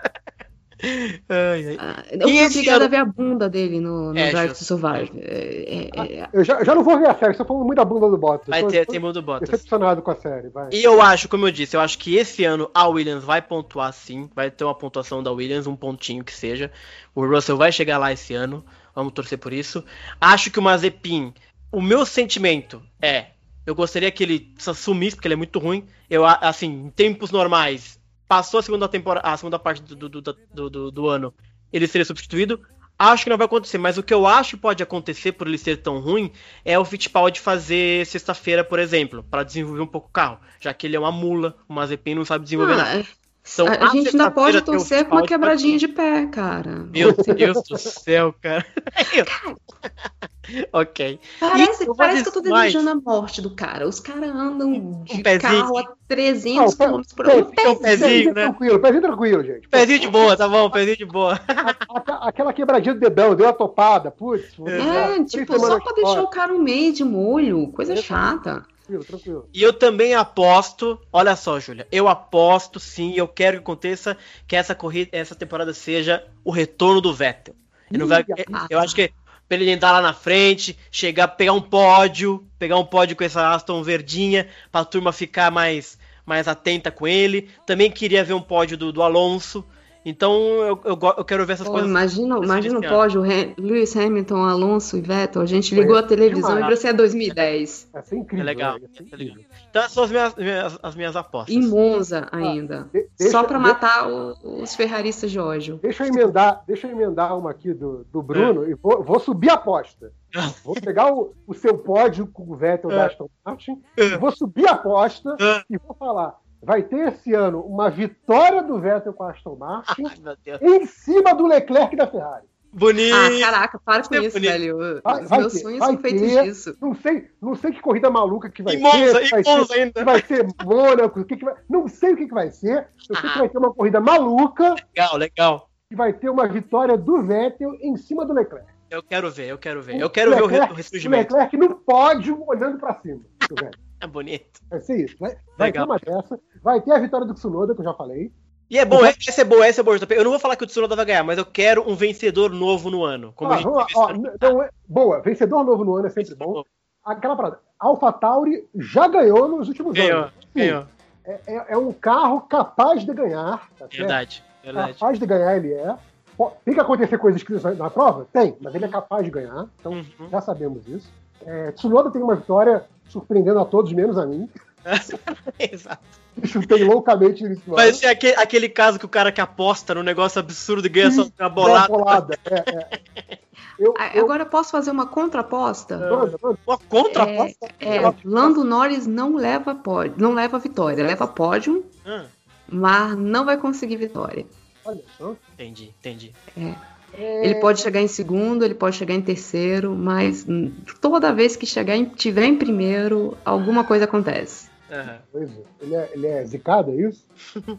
ai, ai. Ah, eu E fui esse obrigada ano- a ver a bunda dele no, no É, Drive to justo. Survive. É, é, é, Eu já, já não vou ver a série, você tá falando muito da bunda do Bottas. Vai Eu tô- ter, tô tem mundo do Bottas. decepcionado com a série, vai. E eu acho, como eu disse, eu acho que esse ano a Williams vai pontuar sim. Vai ter uma pontuação da Williams, um pontinho que seja. O Russell vai chegar lá esse ano. Vamos torcer por isso. Acho que o Mazepin, o meu sentimento é, eu gostaria que ele sumisse, porque ele é muito ruim. Eu, a- assim, em tempos normais, passou a segunda temporada, a segunda parte do, do, do, do, do ano, ele seria substituído. Acho que não vai acontecer, mas o que eu acho que pode acontecer por ele ser tão ruim é o Fittipaldi fazer sexta-feira, por exemplo, para desenvolver um pouco o carro, já que ele é uma mula, o Mazepin não sabe desenvolver nada. ah, São A, a gente ainda pode sexta-feira tem o torcer com final uma de quebradinha de pé, cara. Meu Deus do céu, cara. Ok. Parece, E eu vou parece que eu tô dizer mais. desejando a morte do cara. Os caras andam Um de pezinho. carro a trezentos Não, quilômetros por pé- hora. Um pé- pezinho. pezinho, né? tranquilo, pezinho tranquilo, gente. Pezinho de boa, tá bom, pezinho de boa. Aquela- Aquela quebradinha do dedão, deu uma topada, putz. vou É, deixar três tipo, só semanas pra deixar fora. o cara um mês de molho. Coisa Exato. chata. Tranquilo, tranquilo. E eu também aposto, olha só, Júlia, eu aposto sim, eu quero que aconteça que essa corrida, essa temporada seja o retorno do Vettel. Ele não vai, Ih, eu acho que pra ele entrar lá na frente, chegar, pegar um pódio, pegar um pódio com essa Aston verdinha, pra turma ficar mais, mais atenta com ele. Também queria ver um pódio do, do Alonso. Então eu, eu, go- eu quero ver essas Pô, coisas. imagina, imagina o esse ano. pódio, Ham- Lewis Hamilton, Alonso e Vettel. A gente ligou a televisão e demais. viu assim, é dois mil e dez. Vai ser É incrível. legal, né? Vai ser é legal. incrível. Então essas são as minhas, minhas- as minhas apostas. Em Monza ainda. de- deixa- Só pra de- matar o- os ferraristas de ódio. Deixa eu emendar, deixa eu emendar uma aqui do, do Bruno e vou, vou subir a aposta. Vou pegar o, o seu pódio com o Vettel da Aston Martin, e vou subir a aposta e vou falar. Vai ter esse ano uma vitória do Vettel com a Aston Martin Ai, meu Deus. em cima do Leclerc da Ferrari. Bonito. Ah, caraca, para com Isso é isso, bonito. velho. Vai- Os vai meus ter, sonhos vai são feitos ter. disso. Não sei, não sei que corrida maluca que vai Em Monza, ser. em se vai Monza ser, ainda. se vai ser Mônaco, o que que vai, não sei o que, que vai ser. Eu sei que vai ter uma corrida maluca Legal, legal. e vai ter uma vitória do Vettel em cima do Leclerc. Eu quero ver, eu quero ver. Eu quero ver o, re- o O ressurgimento. Leclerc no pódio olhando pra cima. do Vettel. É bonito. Vai ser isso. Vai, vai ter Legal. uma dessa. Vai ter a vitória do Tsunoda, que eu já falei. E é bom, essa é boa, essa é boa. Eu não vou falar que o Tsunoda vai ganhar, mas eu quero um vencedor novo no ano. Como a Ah, gente vamos lá, teve ó, esse ano. não é- boa, vencedor novo no ano é sempre bom. Aquela parada. AlphaTauri já ganhou nos últimos Ganhou, anos. Sim, ganhou. É, é- é um carro capaz de ganhar. Tá certo? Verdade, verdade. Capaz de ganhar ele é. Pô, tem que acontecer coisas escritas na prova? Tem, mas ele é capaz de ganhar. Então Uhum. já sabemos isso. É, Tsunoda tem uma vitória surpreendendo a todos, menos a mim. Exato. Chutei loucamente no início do Vai ano. ser aquele, aquele caso que o cara que aposta num negócio absurdo e ganha só uma Dá uma bolada. bolada. É, é. Eu, Ah, eu, Agora eu posso fazer uma contraposta? manda, manda. Uma contra-aposta? É, Lando Norris não leva pódio, não leva vitória, leva pódio, Ah, mas não vai conseguir vitória. Olha só. entendi, entendi. Ele pode chegar em segundo, ele pode chegar em terceiro, mas hum, toda vez que chegar em, tiver em primeiro, alguma coisa acontece. Aham. Pois é. Ele é, ele é zicado, é isso?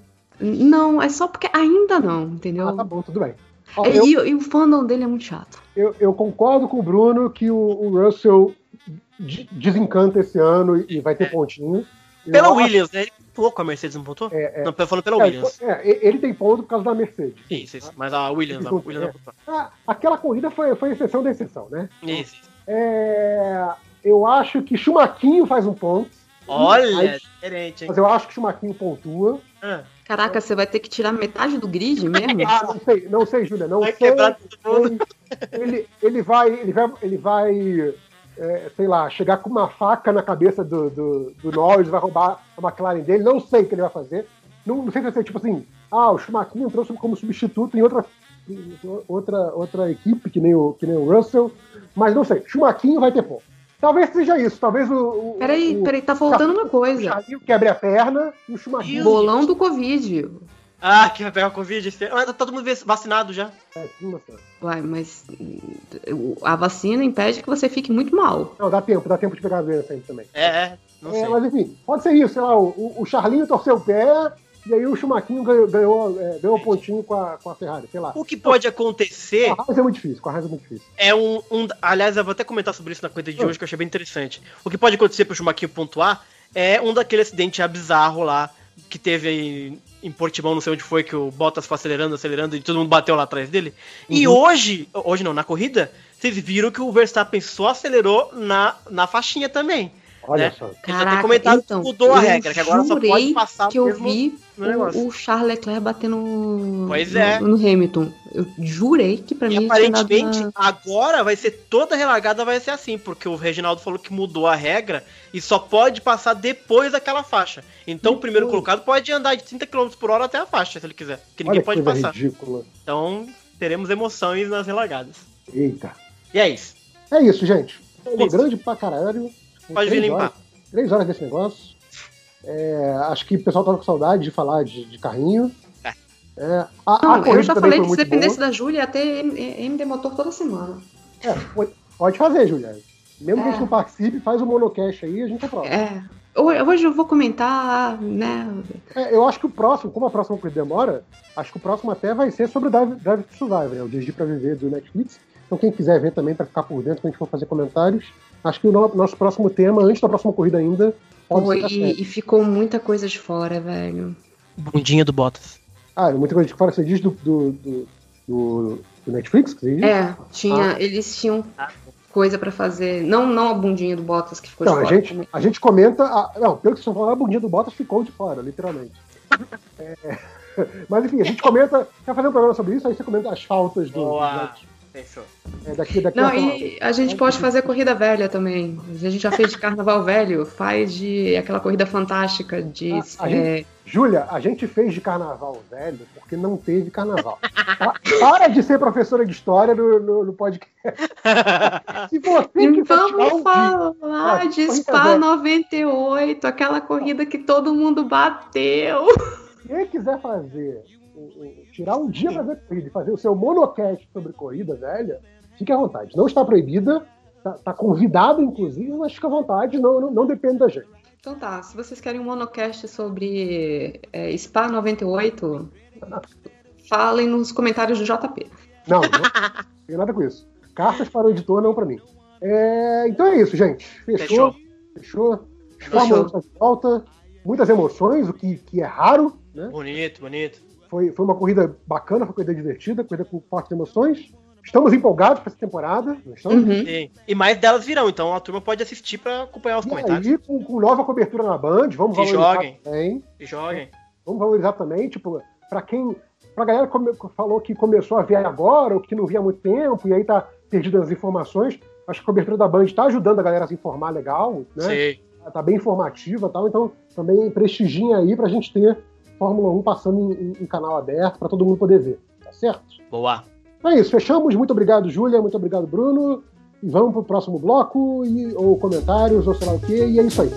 Não, é só porque ainda não, entendeu? Ah, tá bom, tudo bem. Ó, É, eu, e, e o fandom dele é muito chato. eu, eu concordo com o Bruno que o, o Russell de- desencanta esse ano e vai ter pontinho. Eu Pela acho- Williams, né? Ele pontuou com a Mercedes, não pontuou? É, é. Não, falando pela É, Williams. é, ele tem ponto por causa da Mercedes. Isso, isso. Mas a Williams, a Williams não pontuou. Ah, aquela corrida foi, foi exceção da exceção, né? Isso, isso. É, eu acho que Chumaquinho faz um ponto. Olha, Mas, diferente, hein? mas eu acho que Chumaquinho pontua. Ah, Caraca, você vai ter que tirar metade do grid mesmo? Ah, não sei, não sei, Júlia, não vai sei. quebrar todo mundo. Ele, ele vai, ele vai, ele vai é, sei lá, chegar com uma faca na cabeça do, do, do Norris, vai roubar a McLaren dele. Não sei o que ele vai fazer. Não, não sei se vai ser tipo assim, ah, o Schumacher entrou como substituto em outra, em outra, outra equipe, que nem, o, que nem o Russell, mas não sei. Schumacher vai ter ponto. Talvez seja isso, talvez o. o Peraí, o, peraí, tá faltando uma O coisa. Charlinho quebre a perna e o Schumacher. Bolão do Covid. Ah, que vai pegar o Covid. esse ano. Mas tá todo mundo vacinado já. É, sim, moça. Uai, mas hum, a vacina impede que você fique muito mal. Não, dá tempo, dá tempo de pegar a doença aí também. É, é. Não É, sei. mas enfim, pode ser isso, sei lá, o, o Charlinho torceu o pé e aí o Schumacher ganhou, ganhou, é, ganhou pontinho com a, com a Ferrari, sei lá. O que pode acontecer Com a Haas é muito difícil, com a Haas é muito difícil. é um, um- Aliás, eu vou até comentar sobre isso na corrida de hoje, que eu achei bem interessante. O que pode acontecer pro Schumacher pontuar é um daquele acidente bizarro lá que teve aí em Portimão, não sei onde foi, que o Bottas foi acelerando, acelerando e todo mundo bateu lá atrás dele. E hoje, hoje não, na corrida, vocês viram que o Verstappen só acelerou na, na faixinha também. Olha né? só. Ele já tem Caraca, comentado então, que mudou a eu regra, que agora só pode jurei passar que eu mesmo vi no negócio. o, o Charles Leclerc batendo no, Pois no, é. no Hamilton. Eu jurei que pra E mim ele tinha dado aparentemente na- agora vai ser toda relargada, vai ser assim, porque o Reginaldo falou que mudou a regra e só pode passar depois daquela faixa. Então o primeiro colocado pode andar de trinta quilômetros por hora até a faixa, se ele quiser, que ninguém Olha que pode coisa passar. ridícula. Então teremos emoções nas relargadas. Eita. E é isso. É isso, gente. Ficou Isso. grande pra caralho. Pode vir Três limpar. horas- Três horas desse negócio. É, acho que o pessoal tava com saudade de falar de, de carrinho. É. É, a, Não, a eu já falei que se muito dependesse boa. da Júlia, ia ter M D Motor toda semana. É, pode- pode fazer, Juliana. Mesmo que a É. gente não participe, faz o monocast aí, a gente aprova. É. Hoje eu vou comentar, né? É, eu acho que o próximo, como a próxima coisa demora, acho que o próximo até vai ser sobre o Drive Drive to Survive, né? O Dirigir pra Viver do Netflix. Então quem quiser ver também, pra ficar por dentro, quando a gente for fazer comentários, acho que o no- nosso próximo tema, antes da próxima corrida ainda, pode Pô, ser a série. e, e ficou muita coisa de fora, velho. Bundinha do Bottas. Ah, muita coisa de fora, você diz do, do, do, do- do Netflix? Que você diz? É, tinha, Ah. eles tinham coisa pra fazer. Não, não a bundinha do Bottas que ficou Então, de a fora. gente, também. a gente comenta. A, não, pelo que vocês estão falando, a bundinha do Bottas ficou de fora, literalmente. É, mas enfim, a gente comenta. Quer fazer um programa sobre isso? Aí você comenta as faltas do. Boa. do- Fechou. é, daqui, daqui Não, a- e a gente pode fazer corrida velha também. A gente já fez de carnaval velho, faz de aquela corrida fantástica de. A- a é, Júlia, a gente fez de carnaval velho porque não teve carnaval. Pa- Para de ser professora de história no, no, no podcast. Se você E quiser tirar um vamos dia- falar Ah, de corrida Spa velha. noventa e oito, aquela corrida que todo mundo bateu. quem quiser fazer, um- um- tirar um dia pra ver corrida e fazer o seu monocast sobre corrida velha, fique à vontade. Não está proibida, tá, tá convidado, inclusive, mas fica à vontade, não, não, não depende da gente. Então tá, se vocês querem um monocast sobre é, Spa noventa e oito, falem nos comentários do J P. Não, não tem nada com isso. Cartas para o editor, não para mim. É, então é isso, gente. Fechou. Fechou. Fórmula está de volta. Muitas emoções, o que, que é raro, né? Bonito, bonito. Foi, foi uma corrida bacana, foi uma corrida divertida, corrida com fortes emoções. Estamos empolgados para essa temporada. Não estamos? Uhum. Sim. E mais delas virão, então a turma pode assistir pra acompanhar os E comentários. aí, com, com nova cobertura na Band, vamos E valorizar joguem. também. E joguem. Vamos valorizar também, tipo, pra quem. Pra galera que come- falou que começou a ver agora, ou que não via há muito tempo, e aí tá perdida nas informações, acho que a cobertura da Band tá ajudando a galera a se informar legal, né? Sim. Tá bem informativa e tal, então também prestigiem aí pra gente ter Fórmula um passando em, em- em canal aberto pra todo mundo poder ver, tá certo? Boa. Então é isso, fechamos. Muito obrigado, Júlia, muito obrigado, Bruno. E vamos pro próximo bloco, e, ou comentários, ou sei lá o quê, e é isso aí.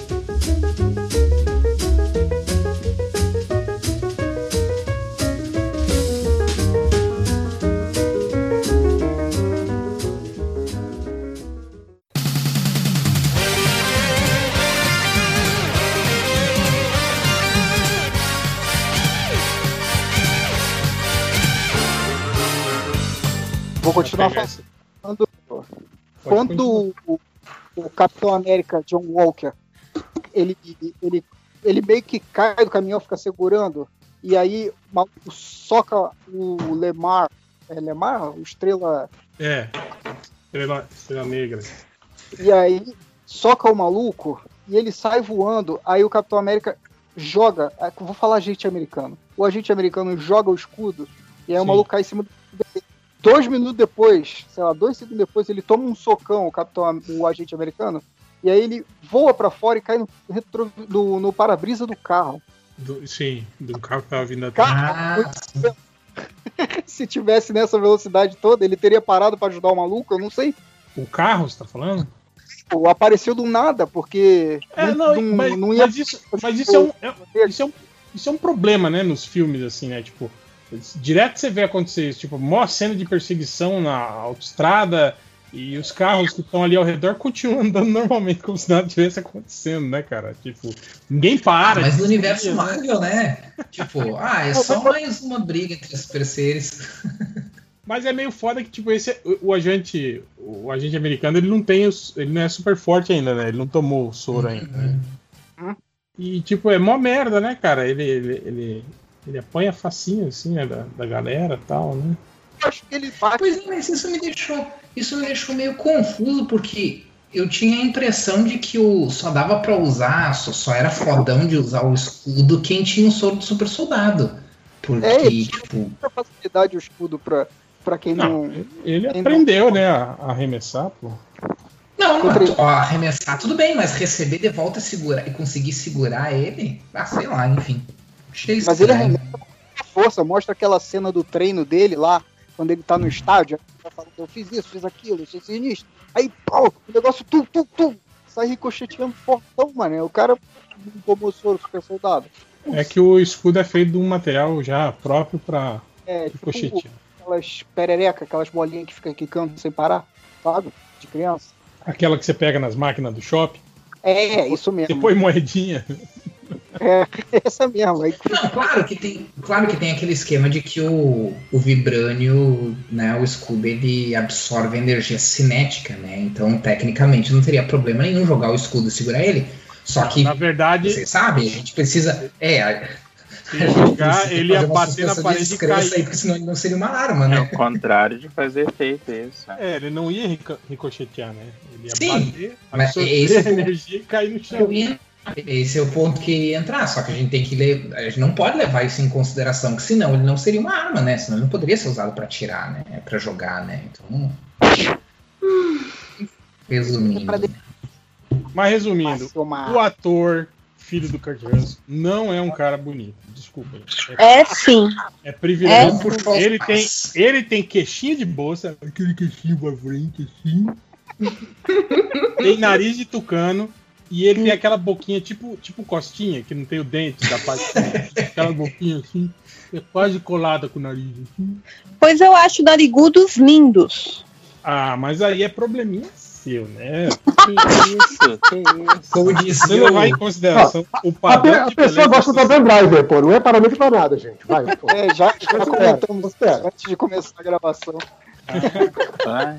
Vou continuar Vai pegar falando. Pode Quando o, o Capitão América, John Walker, ele, ele, ele meio que cai do caminhão, fica segurando, e aí o maluco soca o Lemar, é Lemar? O Estrela, É. Estrela, estrela negra. e aí soca o maluco, e ele sai voando, aí o Capitão América joga, é, vou falar agente americano, o agente americano joga o escudo, e aí Sim. o maluco cai em cima do escudo dele. Dois minutos depois, sei lá, dois segundos depois, ele toma um socão, o capitão, o agente americano, e aí ele voa pra fora e cai no, retro, no, no para-brisa do carro. Do- sim, do carro que tava vindo atrás. Cara, Ah, se tivesse nessa velocidade toda, ele teria parado pra ajudar o maluco, eu não sei. O carro, você tá falando? Pô, apareceu do nada, porque É, não, mas, não ia... mas isso, mas isso, é um, é- isso, é um, isso é um problema, né, nos filmes, assim, né, tipo, direto você vê acontecer isso, tipo, maior cena de perseguição na autoestrada e os carros que estão ali ao redor continuam andando normalmente, como se nada tivesse acontecendo, né, cara, tipo, ninguém para. mas no tipo, universo né? Marvel, né? Tipo, ah, é só mais uma briga entre os super seres. Mas é meio foda que, tipo, esse, o, o agente o agente americano, ele não tem, os, ele não é super forte ainda, né, ele não tomou o soro ainda, né? E, tipo, é mó merda, né, cara, ele, ele, ele, ele apanha facinho, assim, né, da, da galera e tal, né. Eu acho que ele bate. Pois é, mas isso me deixou, isso me deixou meio confuso, porque eu tinha a impressão de que o, só dava pra usar, só, só era fodão de usar o escudo quem tinha o soro do super soldado. Porque, É, ele tipo, tinha muita facilidade o escudo pra, pra quem não... Não, ele quem aprendeu, né, a, a arremessar, pô. não, Contra- ó, arremessar tudo bem, mas receber de volta e segurar, e conseguir segurar ele, ah, sei lá, enfim. Achei Mas ele estranho. arremessa com muita força, mostra aquela cena do treino dele lá, quando ele tá no estádio, ele tá falando, eu fiz isso, fiz aquilo, eu sou sinistro. Aí, pau, o negócio tum, tum, tum, sai ricocheteando fortão, mano. O cara não tomou soro super soldado. É que o escudo é feito de um material já próprio pra É, ricochetear. tipo, aquelas pererecas, aquelas bolinhas que ficam quicando sem parar, sabe? De criança. Aquela que você pega nas máquinas do shopping. É, isso mesmo. Você põe moedinha. É, essa mesmo. Aí, Não, claro que tem, claro que tem aquele esquema de que o, o vibrânio, né, o escudo, ele absorve energia cinética, né? Então, tecnicamente, não teria problema nenhum jogar o escudo e segurar ele. Só que, Na verdade, vocês sabem, a gente precisa... É, a, se jogar, ele ia bater na parede e cair. aí, porque senão ele não seria uma arma, né? É o contrário de fazer efeito, isso. É, ele não ia rico- ricochetear, né? Ele ia Sim, bater, mas absorver esse é o- energia e cair no chão. Eu ia- Esse é o ponto que ia entrar, só que a gente tem que ler, a gente não pode levar isso em consideração, que senão ele não seria uma arma, né? Senão ele não poderia ser usado para atirar, né? Para jogar, né? Então, resumindo, Pra de- Mas resumindo, Passou uma- o ator, filho do Kurt Russell, não é um cara bonito. Desculpa. É sim. É privilégio. Vamos por Ele tem, paz. ele tem queixinha de bolsa, aquele queixinho pra frente, assim. Tem nariz de tucano. E ele tem aquela boquinha tipo, tipo costinha, que não tem o dente da parte. Aquela boquinha assim, é quase colada com o nariz. Assim. Pois eu acho narigudos lindos. Ah, mas aí é probleminha seu, né? Que isso, que isso. como disse Você levar em o, consideração o A, padrão pe- a de pessoa beleza gosta do Adam Driver, pô. Não é parâmetro pra nada, gente. Vai, pô. É, já, já Espera, comentamos espera. antes de começar a gravação. Vai.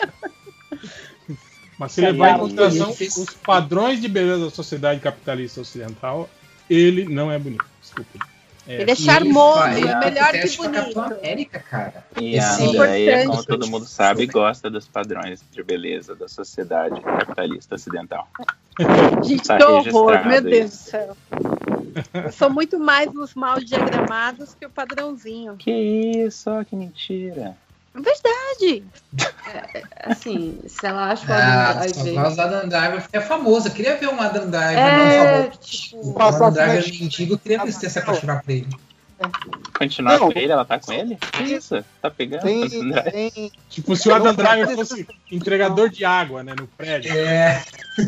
Mas se levar em Cara, consideração ele fez- os padrões de beleza da sociedade capitalista ocidental, ele não é bonito. Desculpa. É, Ele é charmoso, Ele é melhor que teste pra bonito. Capitão América, cara. E Esse- a Andrea, como Importante. todo mundo sabe, gosta dos padrões de beleza da sociedade capitalista ocidental. Gente, Tá que horror, registrado meu Deus do isso. céu. Eu sou muito mais nos mal diagramados que o padrãozinho. Que isso, ó, que mentira. É verdade. Assim, se ela acha o Ah, Adam só Driver... gosto do Adam Driver, porque é famoso. Eu queria ver um Adam Driver, É, não famoso. tipo, O Passar Adam Driver frente. mendigo, eu queria ver se ia se apaixonar por ele. Continuar Não. com ele? Ela tá com ele? Que isso? Tá pegando? Tem, André? tem, tipo, se o Adam Driver fosse entregador de água, né, no prédio. É,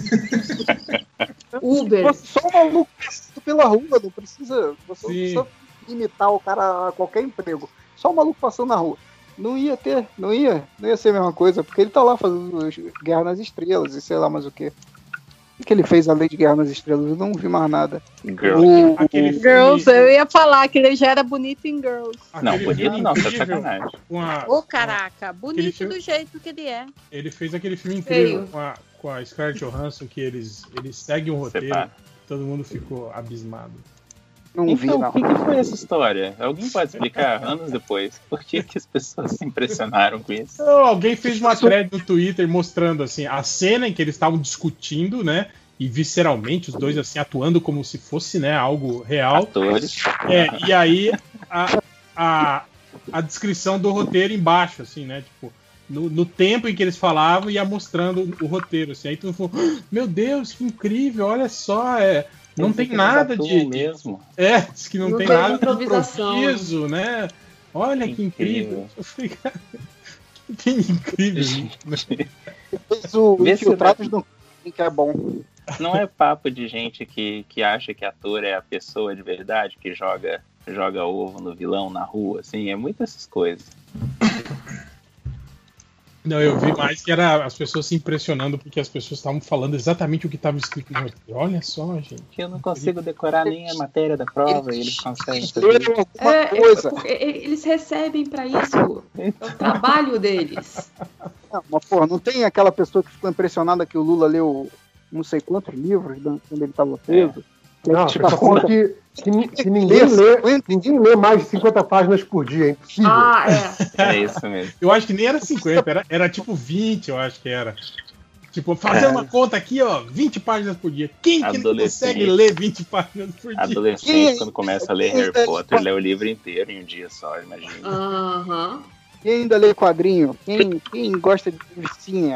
Uber. Você só um maluco passando pela rua, não precisa, você não Sim. precisa imitar o cara a qualquer emprego. Só um maluco passando na rua. Não ia ter, não ia, não ia ser a mesma coisa, porque ele tá lá fazendo Guerra nas Estrelas e sei lá mais o que. O que ele fez além de Guerra nas Estrelas? Eu não vi mais nada. Girl. O, Aquele o- filme- Girls, eu ia falar que ele já era bonito em Girls. Não, aquele bonito filme não, tá de incrível sacanagem. com a- Ô, caraca, bonito filme- do jeito que ele é. Ele fez aquele filme incrível Feio. com a, com a Scarlett Johansson, que eles, eles seguem um roteiro. Separa. Todo mundo ficou abismado. não vi, Então, não. o que, que foi essa história? Alguém pode explicar anos depois? Por que, que as pessoas se impressionaram com isso? Então, alguém fez uma thread no Twitter mostrando assim a cena em que eles estavam discutindo, né? E visceralmente, os dois assim atuando como se fosse, né, algo real. Atores. É, e aí a, a, a descrição do roteiro embaixo, assim, né? Tipo, no, no tempo em que eles falavam, ia mostrando o roteiro, assim. Aí tu falou, meu Deus, que incrível, olha só, é, não Quer dizer tem que eles nada atuam de. mesmo. É, diz que não, Não tem teve nada de improvisação. improviso, né? Olha que incrível. Incrível. Eu falei, cara, que incrível. Gente, Mas o Vê se Infiltrados não tem que é bom. não é papo de gente que, que acha que ator é a pessoa de verdade, que joga, joga ovo no vilão na rua, assim, é muito essas coisas. Não, eu vi mais que era as pessoas se impressionando porque as pessoas estavam falando exatamente o que estava escrito no roteiro. Olha só, gente. Que eu não consigo decorar nem a matéria da prova e eles conseguem fazer. Leram alguma É, coisa. porque eles recebem pra isso. É o trabalho deles. Não, mas, porra, não tem aquela pessoa que ficou impressionada que o Lula leu não sei quantos livros né, quando ele estava preso. Que Não, aí, tipo, dá conta conta- que, que, ni- que ninguém, lê, ninguém lê mais de cinquenta páginas por dia, é impossível. Ah, é. É isso mesmo. Eu acho que nem era cinquenta, era, era tipo vinte, eu acho que era. Tipo, fazer É. uma conta aqui, ó, vinte páginas por dia. Quem que não Adolescente. consegue ler vinte páginas por dia? Adolescente, quando começa a ler Harry Potter, lê o livro inteiro em um dia só, imagina. Aham. Quem ainda lê quadrinho? Quem, quem gosta de revistinha?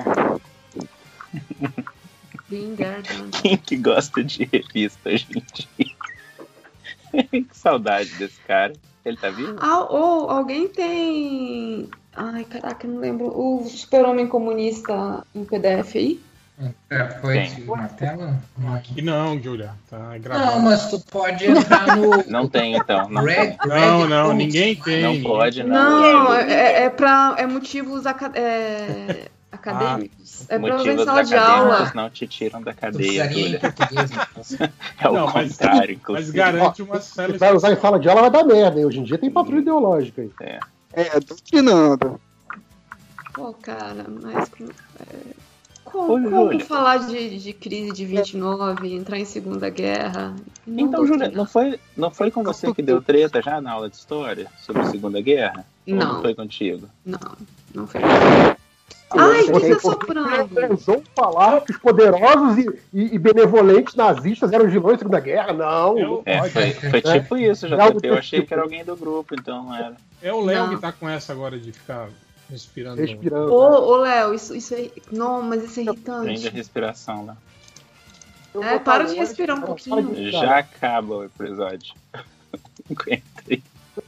Kindergarten. Quem que gosta de revista hoje em dia? Que saudade desse cara. Ele tá vivo? Ah, ou alguém tem. Ai, caraca, eu não lembro. O Super-Homem Comunista em P D F aí? É, foi Tem. uma tela? Aqui não, Júlia. Tá gravado. Não, mas tu pode entrar no. Não tem, então. Não, Red, Não, Red não, Comics ninguém Online. tem. não pode, não. Não, é, é pra é motivos aca- é, acadêmicos. é pra usar em Motivos sala de acadêmicos aula. não te tiram da Tu cadeia, precisaria em Júlia. português. né? É o Não, mas- contrário, Mas inclusive. garante uma Se cela. vai usar em sala de aula, vai dar merda. E hoje em dia tem patrulha ideológica aí. É, doutrinando. Pô, cara, mas. é, Ô, como, como Júlia. falar de, de crise de vinte e nove, entrar em Segunda Guerra? e não Então, Júlia, doutrinar? não foi, não foi com você que deu treta já na aula de história sobre a Segunda Guerra? Ou Não. não foi contigo? Não, não foi. Ai, Você que tem tá soprando? ousou falar que os poderosos e, e- e benevolentes nazistas eram os vilões da Segunda Guerra? Não. Eu- É, pode. foi, foi É. tipo isso, já É algo Eu achei tipo. que era alguém do grupo, então não era. É o Léo Não. que tá com essa agora de ficar respirando. Respirando. Ô, ô Léo, isso, isso é. Não, mas isso é Prende a irritante. respiração, né? Eu É, vou para falar de respirar um hoje, pouquinho. fala de- Já acaba o episódio. Aguentei.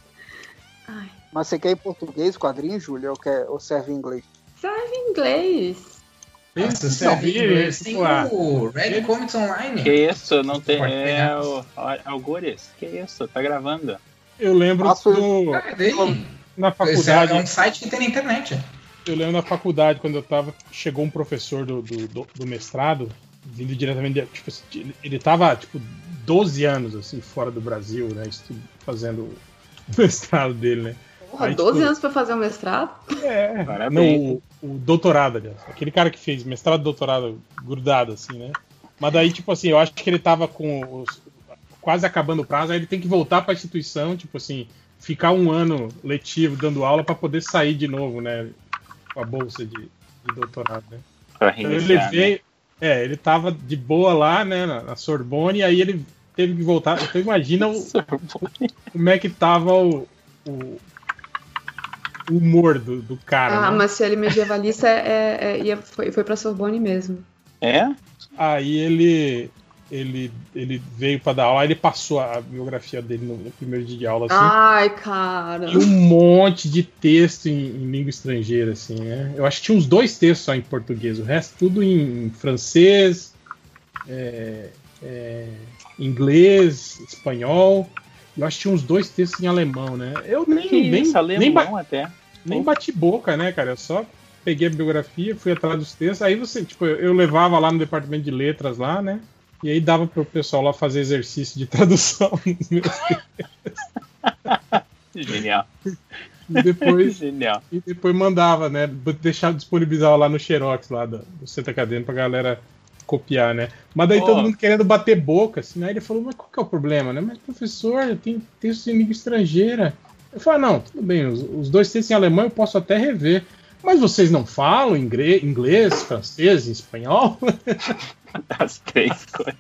Ai, Mas você quer em português o quadrinho, Júlia, ou, quer, ou serve em inglês? serve em inglês. Nossa, Isso, você vi, tem tipo, ah, o Red Comics Online. Que isso? Não tem. Pode É pegar. o. ó, Algures? Que isso? Tá gravando. Eu lembro Faço- do, Cadê? na Esse faculdade. é um site que tem na internet. Eu lembro na faculdade, quando eu tava. Chegou um professor do, do, do- do mestrado, vindo diretamente. de- Tipo, assim, ele- ele tava, tipo, doze anos, assim, fora do Brasil, né? estu- Fazendo o mestrado dele, né? Porra, Aí, doze tipo, anos pra fazer o mestrado? É, Parabéns. não, o, o doutorado, aliás. Aquele cara que fez mestrado e doutorado grudado, assim, né? Mas daí, tipo assim, eu acho que ele tava com os- quase acabando o prazo, aí ele tem que voltar pra instituição, tipo assim, ficar um ano letivo dando aula pra poder sair de novo, né? Com a bolsa de, de doutorado, né? Pra Então ele reiniciar. né? veio. É, ele tava de boa lá, né, na, na Sorbonne, e aí ele teve que voltar. Então imagina o, como é que tava o, o o humor do, do cara. Ah, né? mas se ele é medievalista, é, é, é- ia- foi, foi pra Sorbonne mesmo. É? Aí ele, ele, ele veio pra dar aula, aí ele passou a biografia dele no, no primeiro dia de aula, assim. Ai, cara. E um monte de texto em, em língua estrangeira, assim, né? Eu acho que tinha uns dois textos só em português, o resto tudo em francês, é, é, inglês, espanhol. Eu acho que tinha uns dois textos em alemão, né? Eu nem, Que nem, isso, nem, ba- alemão até. nem bati boca, né, cara? Eu só peguei a biografia, fui atrás dos textos, aí você, tipo, eu, eu levava lá no departamento de letras lá, né? E aí dava pro pessoal lá fazer exercício de tradução nos meus Genial. e depois Genial. E depois mandava, né? Deixava disponibilizar lá no Xerox lá do, do centro acadêmico pra galera copiar, né? Mas daí Pô. todo mundo querendo bater boca, assim, né? Ele falou, mas qual que é o problema, né? Mas professor, tem texto em língua estrangeira. Eu falei, não, tudo bem, os, os dois textos em alemão eu posso até rever. Mas vocês não falam ingre- inglês, francês, espanhol? As três coisas.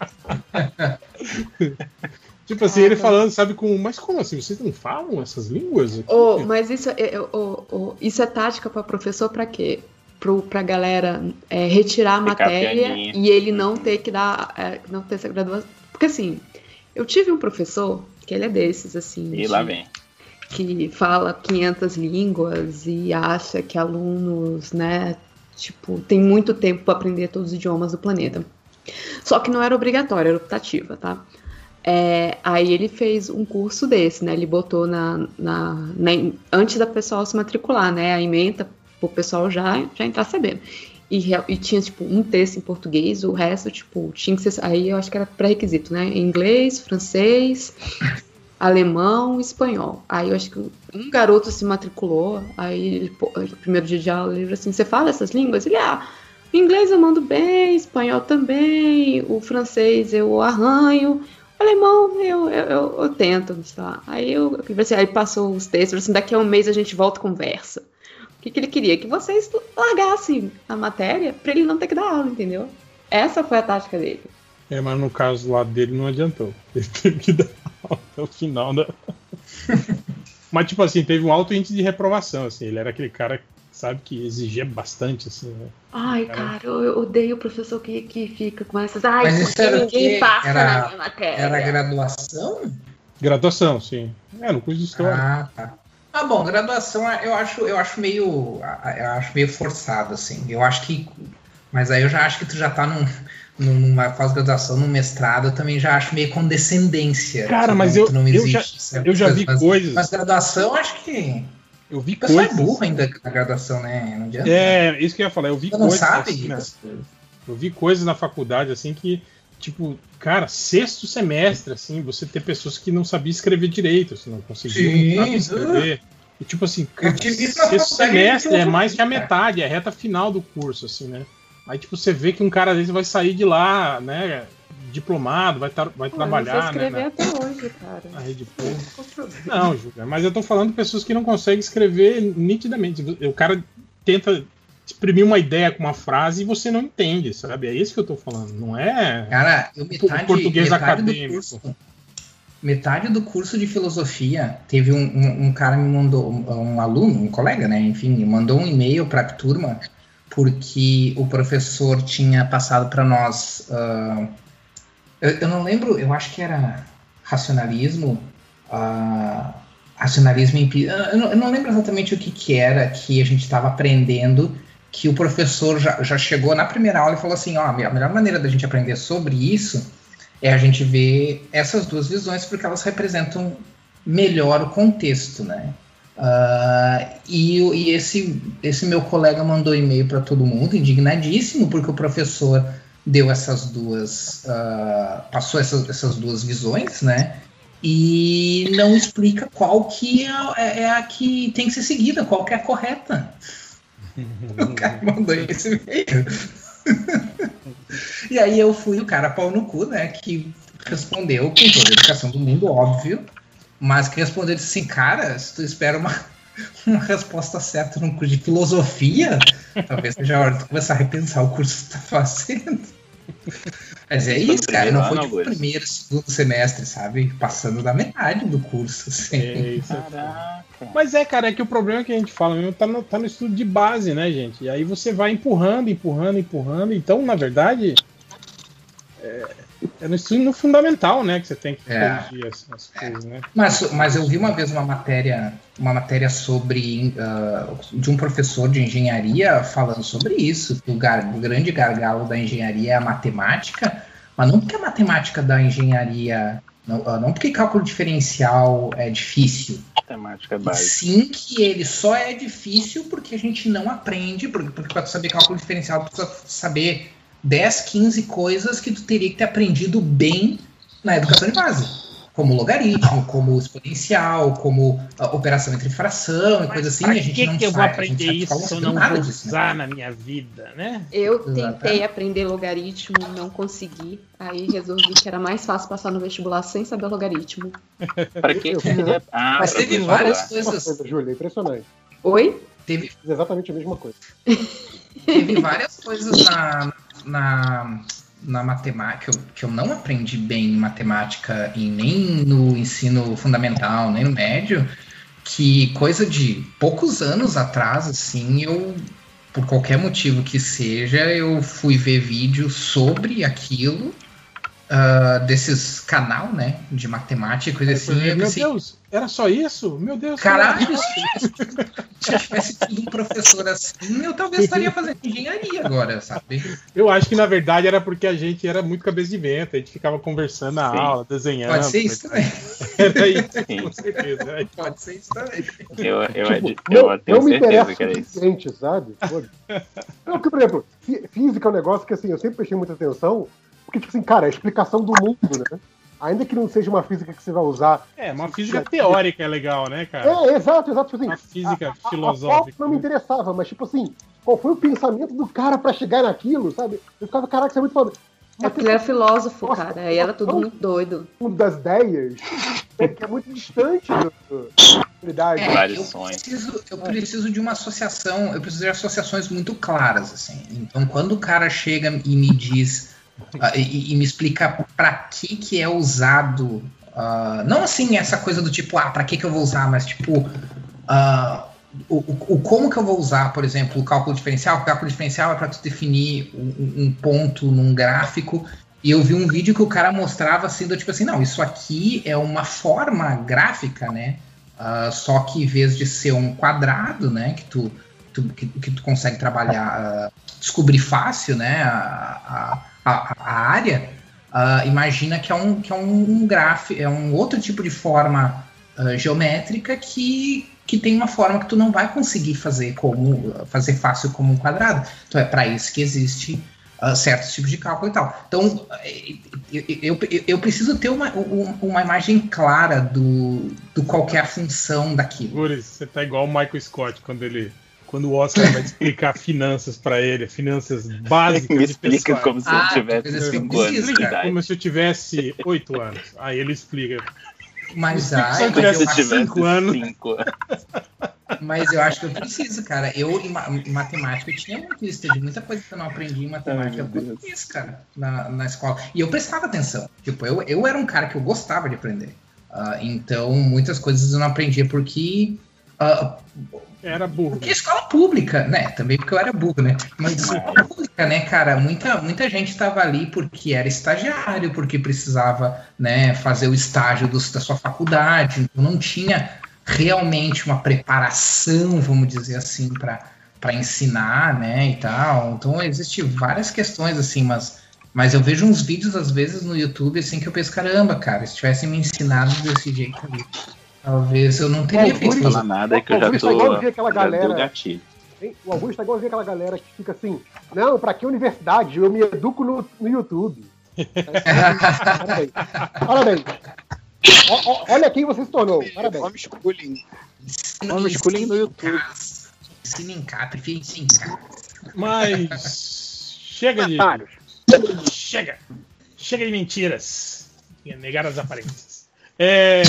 Tipo assim, ele falando, sabe, com. Mas como assim? Vocês não falam essas línguas? Ô, mas isso é, é, ô, ô, isso é tática pra professor pra quê? Pro, pra galera é, retirar a Ficar matéria pianinho. e ele não ter que dar. é, não ter essa graduação. Porque assim, eu tive um professor, que ele é desses, assim. E de- lá vem. que fala quinhentas línguas e acha que alunos, né, tipo, tem muito tempo para aprender todos os idiomas do planeta. Só que não era obrigatório, era optativa, tá? É, aí ele fez um curso desse, né? Ele botou na, na, na antes da pessoa se matricular, né? A ementa o pessoal já, já entrar sabendo. E, real- e tinha, tipo, um texto em português, o resto, tipo, tinha que ser. Aí eu acho que era pré-requisito, né? Inglês, francês, alemão, espanhol. Aí eu acho que um garoto se matriculou, aí ele, pô, no primeiro dia de aula, ele falou assim, você fala essas línguas? Ele, ah, o inglês eu mando bem, espanhol também, o francês eu arranho, o alemão eu, eu, eu, eu tento, sei lá. Aí eu, eu falei assim, aí passou os textos, falou assim, daqui a um mês a gente volta e conversa. O que, que ele queria? Que vocês largassem a matéria pra ele não ter que dar aula, entendeu? Essa foi a tática dele. É, mas no caso lá dele não adiantou. Ele teve que dar aula até o final da. Mas, tipo assim, teve um alto índice de reprovação, assim. Ele era aquele cara, sabe, que exigia bastante, assim, né? Ai, cara, eu, eu odeio o professor que, que fica com essas. Ai, Mas isso porque era o ninguém quê? passa Era- na minha matéria. Era graduação? Graduação, sim. É, no curso de história. Ah, tá. Ah, bom, graduação eu acho, eu acho meio, eu acho meio forçado, assim. Eu acho que Mas aí eu já acho que tu já tá num, numa pós-graduação, num mestrado, eu também já acho meio condescendência. Cara, mas não, eu, não eu já, eu já vi mas, coisas... Mas graduação, acho que... Eu vi o pessoal coisas... é burro ainda na graduação, né? Não adianta. É, isso que eu ia falar. Eu vi tu não coisas... sabe? Assim, né? Eu vi coisas na faculdade, assim, que... Tipo, cara, sexto semestre, assim, você ter pessoas que não sabiam escrever direito, assim, não conseguiam Sim, escrever. E tipo assim, cara, Eu tive isso na sexto faculdade semestre de é mais que a filosofia. metade, é a reta final do curso, assim, né? Aí, tipo, você vê que um cara desse vai sair de lá, né, diplomado, vai, tar, vai Pô, trabalhar, eu não sei né, escrever na, até hoje, cara. na rede pública. Não, Júlia, mas eu tô falando de pessoas que não conseguem escrever nitidamente. O cara tenta exprimir uma ideia com uma frase e você não entende, sabe? É isso que eu tô falando, não é Cara, eu metade, português metade acadêmico. do curso, metade do curso de filosofia, teve um, um, um cara me mandou, um, um aluno, um colega, né, enfim, me mandou um e-mail para a turma porque o professor tinha passado para nós, uh, eu, eu não lembro, eu acho que era racionalismo, uh, racionalismo empírico, eu não, eu não lembro exatamente o que que era que a gente estava aprendendo, que o professor já, já chegou na primeira aula e falou assim, ó, a melhor maneira da gente aprender sobre isso é a gente ver essas duas visões porque elas representam melhor o contexto, né? Uh, e e esse, esse meu colega mandou e-mail para todo mundo, indignadíssimo, porque o professor deu essas duas, uh, passou essas, essas duas visões, né? E não explica qual que é, é a que tem que ser seguida, qual que é a correta. O cara mandou esse e-mail. E aí eu fui o cara pau no cu, né? Que respondeu com toda a educação do mundo, óbvio. Mas que respondeu assim, cara, se tu espera uma, uma resposta certa num curso de filosofia, talvez seja a hora de tu começar a repensar o curso que tu tá fazendo. Mas é isso, cara. Não foi tipo o primeiro, segundo semestre, sabe? Passando da metade do curso, assim. É isso. Mas é, cara, é que o problema que a gente fala mesmo tá no, tá no estudo de base, né, gente? E aí você vai empurrando, empurrando, empurrando. Então, na verdade, é, é no estudo no fundamental, né, que você tem que corrigir é. as, as coisas, né? Mas, mas eu vi uma vez uma matéria, uma matéria sobre uh, de um professor de engenharia falando sobre isso, que o, gar, o grande gargalo da engenharia é a matemática, mas não porque a matemática da engenharia, não, uh, não porque cálculo diferencial é difícil. Matemática básica. Sim, que ele só é difícil porque a gente não aprende, porque, porque para saber cálculo diferencial, tu precisa saber dez, quinze coisas que tu teria que ter aprendido bem na educação de base. Como logaritmo, como exponencial, como a operação entre fração e coisa assim. Pra a gente que não que eu sabe, vou aprender isso se eu não vou disso, usar né? na minha vida, né? Eu tentei Exatamente. aprender logaritmo, não consegui. Aí resolvi que era mais fácil passar no vestibular sem saber logaritmo. Pra que que seria? Ah, Mas pra teve você várias falar. coisas. Coisa, Júlia, impressionante. Oi? Teve, Fiz exatamente a mesma coisa. teve várias coisas na, na, na matemática que eu, que eu não aprendi bem em matemática e nem no ensino fundamental, nem no médio, que coisa de poucos anos atrás, assim, eu, por qualquer motivo que seja, eu fui ver vídeo sobre aquilo, uh, desses canal, né, de matemática e coisa assim. Meu eu pensei, Deus, era só isso? Meu Deus. caralho, cara. se eu tivesse tido um professor assim, eu talvez estaria fazendo engenharia agora, sabe? Eu acho que na verdade era porque a gente era muito cabeça de vento, a gente ficava conversando na Sim. aula, desenhando. Pode ser isso também. Era isso, Sim. com certeza. Pode ser isso também. Eu, eu, Tipo, eu, não, tenho não me certeza interessa que era o isso. suficiente, sabe? Foda. Não, porque, por exemplo, fí- física é um negócio que assim, eu sempre prestei muita atenção, porque, tipo assim, cara, é a explicação do mundo, né? Ainda que não seja uma física que você vai usar. É, uma física teórica é legal, né, cara? É, exato, exato. Tipo assim, Uma física a, a, filosófica. A não me interessava, mas, tipo assim, qual foi o pensamento do cara pra chegar naquilo, sabe? Eu ficava, caraca, isso é muito foda. É porque ele era filósofo, cara. Aí era tudo muito doido. Um das ideias é que é muito distante da realidade. É, Vários eu sonhos. preciso, eu preciso de uma associação, eu preciso de associações muito claras, assim. Então, quando o cara chega e me diz, uh, e, e me explica pra que que é usado, uh, não assim essa coisa do tipo, ah, pra que que eu vou usar, mas tipo, uh, o, o, o como que eu vou usar, por exemplo, o cálculo diferencial. O cálculo diferencial é para tu definir um, um ponto num gráfico. E eu vi um vídeo que o cara mostrava assim, do tipo assim, não, isso aqui é uma forma gráfica, né? Uh, só que em vez de ser um quadrado, né, que tu, tu, que, que tu consegue trabalhar, uh, descobrir fácil, né, a, a, a, a área, uh, imagina que é um, que é um, um gráfico, é um outro tipo de forma uh, geométrica que, que tem uma forma que tu não vai conseguir fazer como fazer fácil como um quadrado. Então é para isso que existe uh, certos tipos de cálculo e tal. Então eu, eu, eu preciso ter uma, uma imagem clara do, do qual que é a função daquilo. Por isso, você tá igual o Michael Scott quando ele quando o Oscar vai explicar finanças pra ele, finanças básicas. Me explica de como se Ah, eu tivesse cinco anos de idade. Como se eu tivesse oito anos. Aí ele explica. Mas, ah, ai, mas eu eu tivesse cinco anos. Mas eu acho que eu preciso, cara. Eu, em, ma em matemática, eu tinha muito isso. Teve muita coisa que eu não aprendi em matemática por isso, cara, na, na escola. E eu prestava atenção. Tipo, eu, eu era um cara que eu gostava de aprender. Uh, então, muitas coisas eu não aprendia porque... Uh, era burro. Porque escola pública, né? Também porque eu era burro, né? Mas escola pública, né, cara? Muita, muita gente estava ali porque era estagiário, porque precisava, né, fazer o estágio do, da sua faculdade. Então não tinha realmente uma preparação, vamos dizer assim, para ensinar, né, e tal. Então existem várias questões, assim, mas, mas eu vejo uns vídeos, às vezes, no YouTube, assim, que eu penso, caramba, cara, se tivessem me ensinado desse jeito ali, talvez eu não teria feito. Não falar nada que eu já tô, igual ver aquela já galera, deu gatilho. O Augusto é igual ver aquela galera que fica assim, não, pra que universidade? Eu me educo no, no YouTube. Parabéns. Parabéns. O, o, olha quem você se tornou. Parabéns. Homeschooling. Homeschooling no YouTube. Ensina em casa, prefiro ensinar em casa. Mas chega de... Chega. Chega de mentiras. Negar as aparências. É...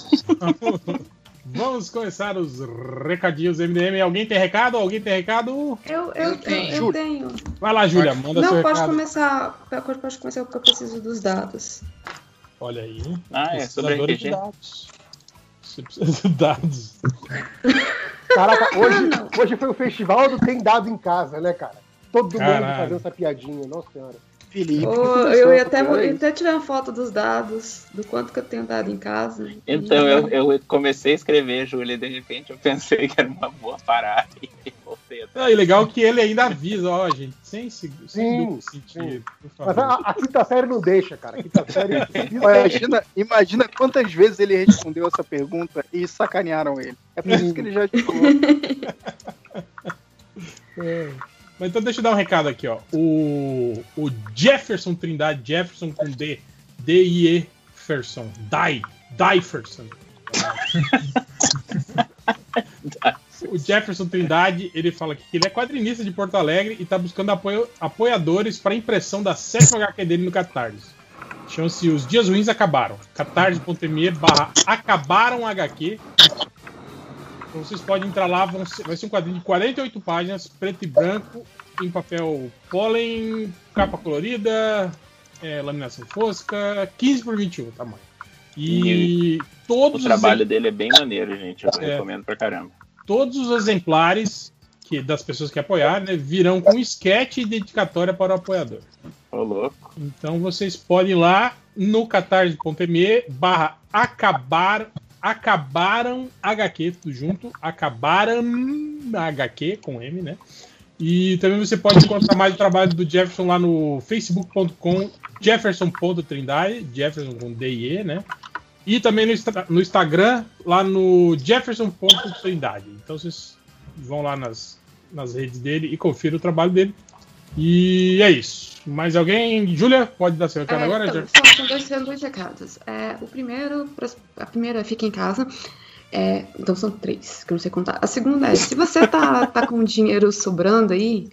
Vamos começar os recadinhos M D M. Alguém tem recado? Alguém tem recado? Eu, eu, eu, tenho. eu, eu tenho. Vai lá, Júlia, manda Não, seu pode recado. Começar, pode começar porque eu preciso dos dados. Olha aí. Ah, é sobre R P G. Dados. Você precisa de dados. Caraca, hoje, hoje foi o festival do Tem Dado em Casa, né, cara? Todo Caralho. mundo fazendo essa piadinha, nossa senhora. Felipe. Oh, eu ia até, eu até tirar uma foto dos dados, do quanto que eu tenho dado em casa. Então, eu, eu comecei a escrever, Júlia, e de repente eu pensei que era uma boa parada e voltei até. Ah, e legal que ele ainda avisa, ó, gente, sem, sem Sim, sentido, por Mas favor. a, a quinta série não deixa, cara. A quinta série... Imagina, imagina quantas vezes ele respondeu essa pergunta e sacanearam ele. É por isso que ele já falou. É. Mas então deixa eu dar um recado aqui, ó. O, o Jefferson Trindade, Jefferson com D, D I E Ferson, Dai, Daiferson. O Jefferson Trindade, ele fala aqui que ele é quadrinista de Porto Alegre e tá buscando apoio, apoiadores para impressão da sétima H Q dele no Catarse. Chama-se Os Dias Ruins Acabaram. catarse.me barra acabaram H Q. Então vocês podem entrar lá, vão ser, vai ser um quadrinho de quarenta e oito páginas, preto e branco, em papel pólen, capa colorida, é, laminação fosca, quinze por vinte e um tamanho. E, e todos o trabalho os... dele é bem maneiro, gente. Eu é, recomendo pra caramba. Todos os exemplares que, das pessoas que apoiarem, né, virão com esquete e dedicatória para o apoiador. Ô, louco. Então vocês podem ir lá no catarse.me barra acabar Acabaram H Q, tudo junto. Acabaram H Q, com M, né? E também você pode encontrar mais o trabalho do Jefferson lá no facebook ponto com Jefferson ponto Trindade, Jefferson com D I E, né? E também no, no Instagram, lá no Jefferson ponto Trindade. Então vocês vão lá nas, nas redes dele e confiram o trabalho dele. E é isso. Mais alguém? Júlia, pode dar seu recado é, agora? Então, só, são, dois, são dois recados. É, o primeiro, a primeira é fica em casa. É, então são três, que eu não sei contar. A segunda é, se você tá, tá com dinheiro sobrando aí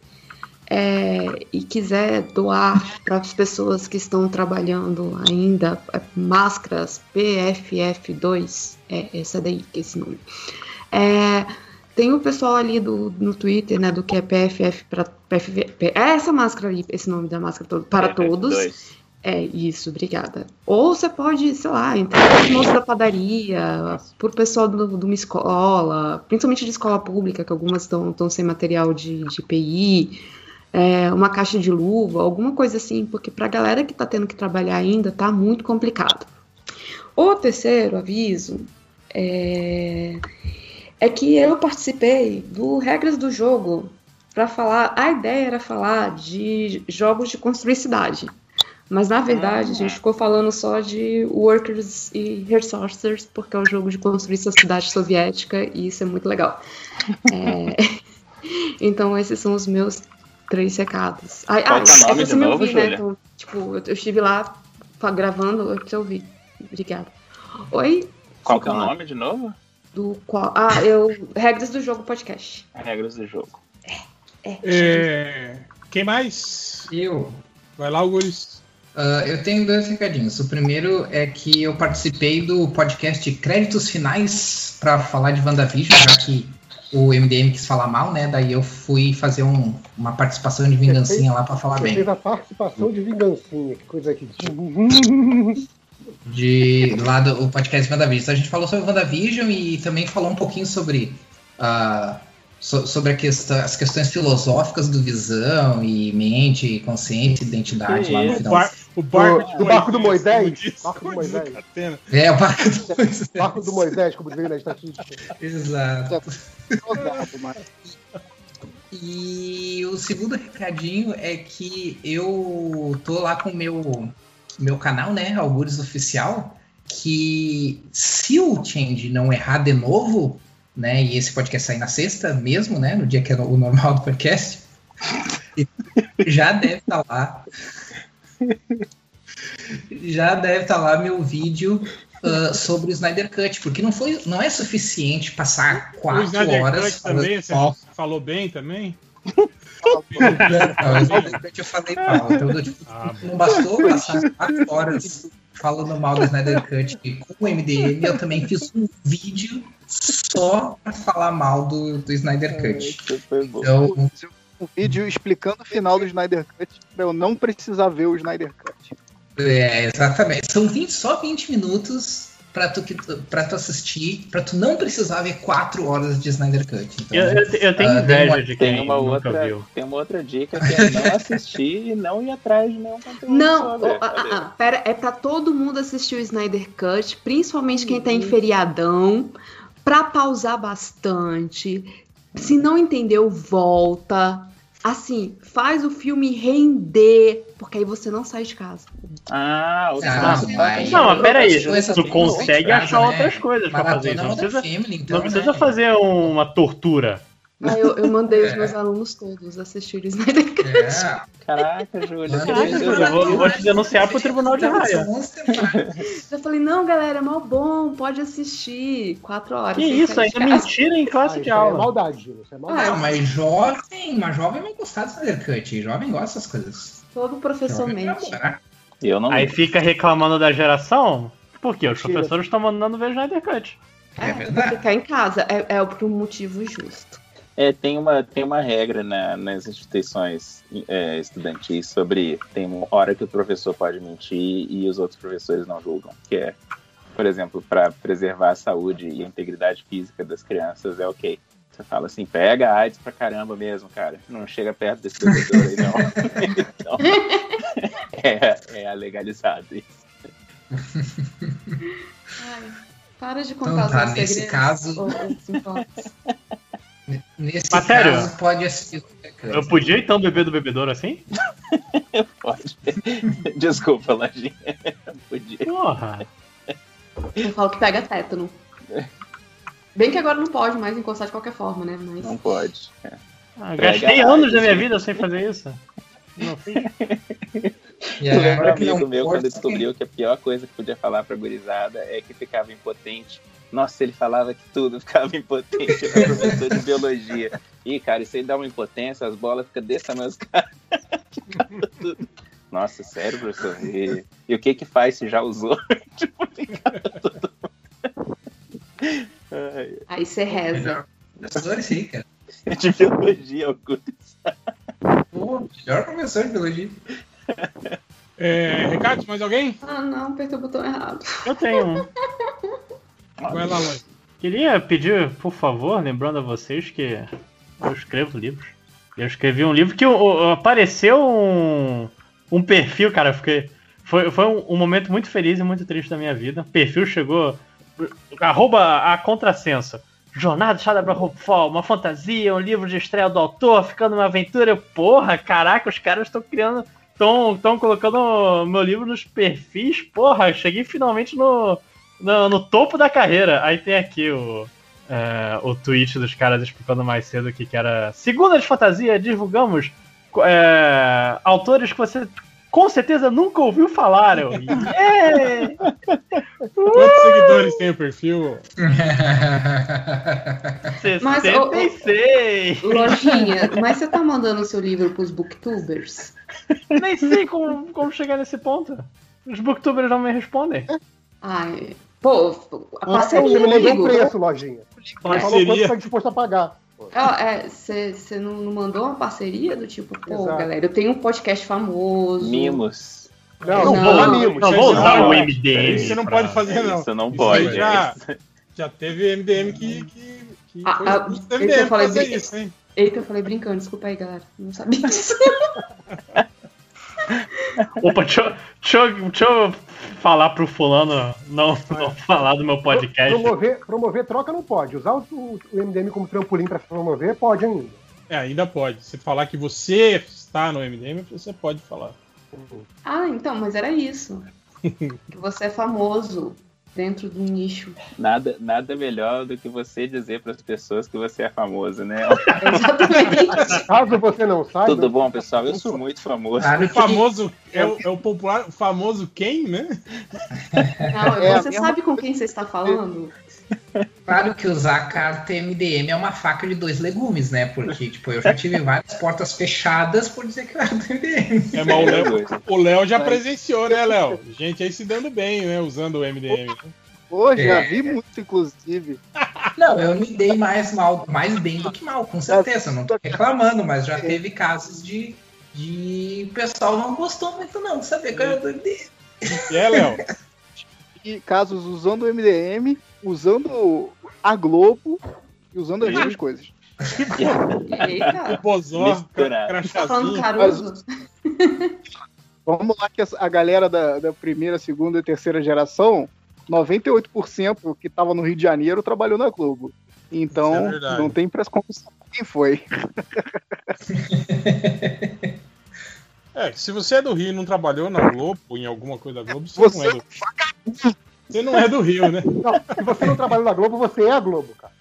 é, e quiser doar para as pessoas que estão trabalhando ainda, é, máscaras P F F dois, é essa daí, que é esse nome. É, tem o pessoal ali do, no Twitter, né, do que é P F F para P F F. É essa máscara ali, esse nome da máscara todo, para P F F dois. Todos. É isso, obrigada. Ou você pode, sei lá, entrar no moço da padaria, por pessoal de uma escola, principalmente de escola pública, que algumas estão sem material de, de P I, é, uma caixa de luva, alguma coisa assim, porque para a galera que está tendo que trabalhar ainda tá muito complicado. O terceiro aviso é. é que eu participei do Regras do Jogo para falar. A ideia era falar de jogos de construir cidade. Mas, na verdade, ah. a gente ficou falando só de Workers e Resourcers, porque é um jogo de construir sua cidade soviética, e isso é muito legal. É... Então, esses são os meus três recados. Ah, Qual ah, é o nome é de você me novo, ouvir, né? Júlia? Então, tipo, eu, eu estive lá gravando, eu te ouvi. Obrigada. Oi? Qual que é o nome de novo? Do qual? Ah, eu... Regras do Jogo Podcast. Regras do Jogo. É. É... Quem mais? Eu. Vai lá, Augusto. Uh, eu tenho dois recadinhos. O primeiro é que eu participei do podcast Créditos Finais para falar de WandaVision, já que o M D M quis falar mal, né? Daí eu fui fazer um, uma participação de vingancinha lá para falar Você bem. fez a participação de vingancinha, que coisa aqui. De lá do o podcast WandaVision. Então a gente falou sobre WandaVision e também falou um pouquinho sobre uh, so, sobre a questão, as questões filosóficas do Visão e mente, consciência, identidade lá no final. O barco do, do barco do Moisés. Barco do Moisés. É, o barco do Moisés. Barco do Moisés, como veio na estatística. Exato. E o segundo recadinho é que eu tô lá com o meu, meu canal, né, Algures Oficial, que se o Change não errar de novo, né, e esse podcast sair na sexta mesmo, né, no dia que é o normal do podcast, já deve estar lá. Já deve estar lá meu vídeo uh, sobre o Snyder Cut, porque não, foi, não é suficiente passar quatro o Snyder horas. Cut também, você ó, falou bem também? Não, o Snyder Cut eu falei mal. Então, tipo, ah, não bastou passar quatro horas falando mal do Snyder Cut com o M D M, eu também fiz um vídeo só para falar mal do, do Snyder Cut. Então, um vídeo explicando o final do Snyder Cut pra eu não precisar ver o Snyder Cut. É, exatamente. São vinte, só vinte minutos pra tu, pra tu assistir, pra tu não precisar ver quatro horas de Snyder Cut. Então, eu, eu, eu tenho uh, inveja uma, de quem tem uma nunca outra, viu. Tem uma outra dica que é não assistir e não ir atrás de nenhum conteúdo. Não, sobre, oh, ah, ah, pera, é pra todo mundo assistir o Snyder Cut, principalmente quem tá em feriadão, pra pausar bastante. Se não entendeu, volta. Assim, faz o filme render, porque aí você não sai de casa. Ah, o ah, mas... Não, mas peraí, tu consegue achar né? outras coisas pra fazer isso. Não precisa, family, então, não precisa né? fazer uma tortura. Ah, eu, eu mandei os meus alunos todos assistirem Snyder Cut. É. Caraca, Júlia. Caraca, Júlia, eu vou, vou te denunciar pro Tribunal de Raia. Eu falei, não, galera, é mal bom, pode assistir. Quatro horas. Que isso, ainda mentira em classe Ah, de isso aula. É maldade, Júlia. Isso é maldade. Ah, mas jovem, mas jovem vai gostar do Snyder Cut. Jovem gosta dessas coisas. Todo professor mente. Eu não Aí fica reclamando da geração? Por quê? Os Mentira. professores estão mandando ver Snyder Cut. É, é ficar em casa. É, é por um motivo justo. É, tem uma, tem uma regra na, nas instituições é, estudantis sobre tem uma hora que o professor pode mentir e os outros professores não julgam, que é, por exemplo, para preservar a saúde e a integridade física das crianças, é ok. Você fala assim, pega a AIDS pra caramba mesmo, cara. Não chega perto desse bebedor aí, não. Então, é, é legalizado isso. Ai, para de Então contar tá, os nesse segredos, caso- ou- ou sintomas. Nesse Mas sério? caso, pode assistir. Eu podia então beber do bebedouro assim? Pode. Desculpa, Lajinha. Podia. Porra. Eu falo que pega tétano. Bem que agora não pode mais encostar de qualquer forma, né? Mas... Não pode. É. Ah, gastei anos da minha vida sem fazer isso. Não fiz. E Eu lembro agora um que não amigo meu pode, quando descobriu que a pior coisa que podia falar pra gurizada é que ficava impotente. Nossa, ele falava que tudo ficava impotente. Ele era professor de biologia. Ih, cara, isso aí dá uma impotência, as bolas ficam desse tamanho, os caras. Tudo. Nossa, sério, professor? E, e o que que faz se já usou? Tipo, ficava tudo. Ai, Aí você reza. Professor, esse aí, cara. de biologia, Augusto. Pô, melhor professor de biologia. É, recados, mais alguém? Ah, não, apertei o botão errado. Eu tenho um. Vai lá, Lóis. Queria pedir, por favor, lembrando a vocês que eu escrevo livros. Eu escrevi um livro que uh, apareceu um, um perfil, cara. Eu fiquei, foi foi um, um momento muito feliz e muito triste da minha vida. O perfil chegou. Arroba a contrassenso. Jornada Estrada pra Hopefall, uma fantasia, um livro de estreia do autor, ficando uma aventura. Porra, caraca, os caras estão criando, estão estão colocando meu livro nos perfis. Porra, cheguei finalmente no, no, no topo da carreira. Aí tem aqui o, é, o tweet dos caras explicando mais cedo o que, que era. Segunda de fantasia, divulgamos é, autores que você com certeza nunca ouviu falar. Eu. Yeah! Quantos seguidores tem o perfil? Mas, sessenta e seis! Lojinha, mas você tá mandando o seu livro pros booktubers? Nem sei como, como chegar nesse ponto. Os booktubers não me respondem. Ai, pô, a Você parceria, não mandou um amigo. preço, Lojinha. Você falou quanto Parceria. tá disposto a pagar. Você não, não mandou uma parceria do tipo, pô, Exato. galera, eu tenho um podcast famoso. Mimos. Não, Não, não, vou não, mimos. Não, vou usar o M D M. Isso você não pra- pode fazer, não. Isso não Isso pode. aí já, já teve M D M que, que, que Ah, foi ah, justo do esse M D M eu falei fazer bem- isso, hein? Eita, eu falei brincando, desculpa aí, galera. Não sabia disso. Opa, deixa, eu- deixa, eu- deixa eu falar pro fulano não, não falar do meu podcast. Promover, promover troca não pode. Usar o, o- o M D M como trampolim pra se promover pode ainda. É, ainda pode. Você falar que você está no M D M, você pode falar. Ah, então, mas era isso. Que você é famoso dentro do nicho. Nada, nada melhor do que você dizer para as pessoas que você é famoso, né? Exatamente. Caso você não saiba. Tudo bom, pessoal? Eu sou muito famoso. Claro O que, famoso é o, é o popular, o famoso quem, né? Não, É, você a sabe com quem você está falando? claro que usar carta M D M é uma faca de dois legumes, né? Porque, tipo, eu já tive várias portas fechadas por dizer que eu era do M D M. É, mas o Léo, o Léo já presenciou, né, Léo? Gente aí se dando bem, né? Usando o M D M. Pô, já É. vi muito, inclusive. Não, eu me dei mais mal, mais bem do que mal, com certeza. Não tô reclamando, mas já teve casos de, de o pessoal não gostou muito, não, de saber que eu era do M D M. E é, Léo? E casos usando o M D M, usando a Globo e usando as duas coisas. Eita, Bozó, Misturado. tá falando crachazinho. Caruso? Vamos lá que a galera da, da primeira, segunda e terceira geração, noventa e oito por cento que estava no Rio de Janeiro trabalhou na Globo. Isso Então, é verdade. não tem pressa como saber quem foi. É, se você é do Rio e não trabalhou na Globo, em alguma coisa da Globo, você, Você não é do Você não é do Rio, né? Não, se você não trabalhou na Globo, você é a Globo, cara.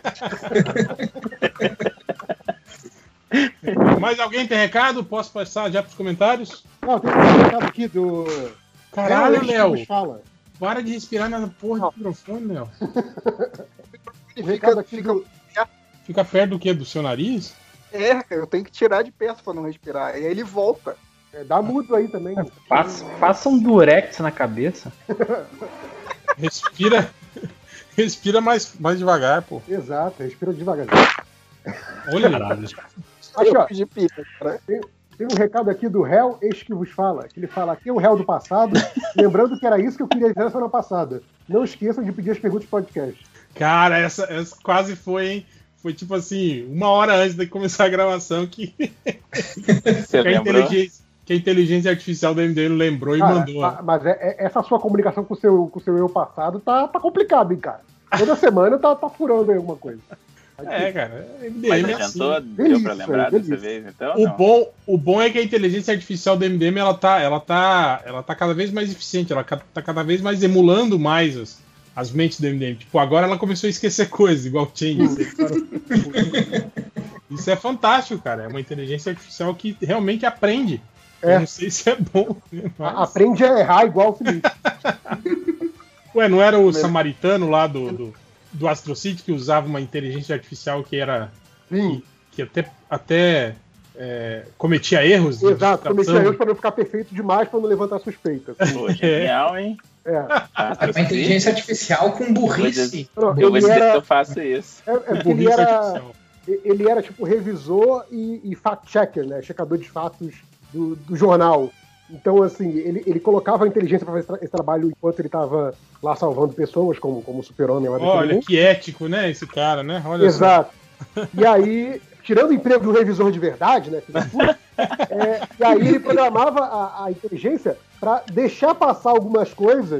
Mais alguém tem recado? Posso passar já pros comentários? Não, tem um recado aqui do. Caralho, Léo, Léo. que fala. Para de respirar na porra do microfone, Léo. O recado aqui do. Fica perto do quê? Do seu nariz? É, eu tenho que tirar de perto para não respirar. E aí ele volta. É, dá mudo aí também. Faça, faça um durex na cabeça. Respira. Respira mais, mais devagar, pô. Exato, respira devagarzinho. Olha, Aqui, ó, de pipa, cara. tem, tem um recado aqui do réu, eis que vos fala. Que ele fala aqui é o réu do passado. Lembrando que era isso que eu queria dizer na semana passada. Não esqueçam de pedir as perguntas do podcast. cara, essa, essa quase foi, hein? Foi tipo assim, uma hora antes de começar a gravação que, Você que, a, lembrou? inteligência, que a inteligência artificial do M D M lembrou e Cara, mandou. a- mas é- é- essa sua comunicação com o seu, com o seu eu passado tá, tá complicado, hein, cara. Toda semana tá, tá furando aí alguma coisa. É, cara, M D Mas M é assim. adiantou? Deu Delícia, pra lembrar delícia. dessa vez, então? O Não. bom, o bom é que a inteligência artificial do M D M ela tá, ela tá, ela tá cada vez mais eficiente, ela ca- tá cada vez mais emulando mais as, as mentes do M D M. Tipo, agora ela começou a esquecer coisas, igual o Change. Isso é fantástico, cara. É uma inteligência artificial que realmente aprende. É. Eu não sei se é bom, né, mas- A- Aprende a errar igual o Felipe. Ué, não era o samaritano lá do, do, do Astro City que usava uma inteligência artificial que era. Sim, que até, até é, cometia erros? de exato. digitação? Comecei a erro pra não ficar perfeito demais pra não levantar suspeita. Pô, genial, hein? É. Ah, Uma inteligência artificial com burrice. Não, Eu vou ele dizer que era, eu faço isso. é, é porque ele Burrice era, artificial. ele era tipo revisor e, e fact-checker, né? Checador de fatos do, do jornal. Então, assim, ele, ele colocava a inteligência pra fazer esse, tra- esse trabalho enquanto ele tava lá salvando pessoas, como, como o super-homem lá daquele Olha, mundo. que ético, né, esse cara, né? Olha Exato. E aí, tirando o emprego do revisor de verdade, né? filho da puta, é, e aí ele programava a, a inteligência para deixar passar algumas coisas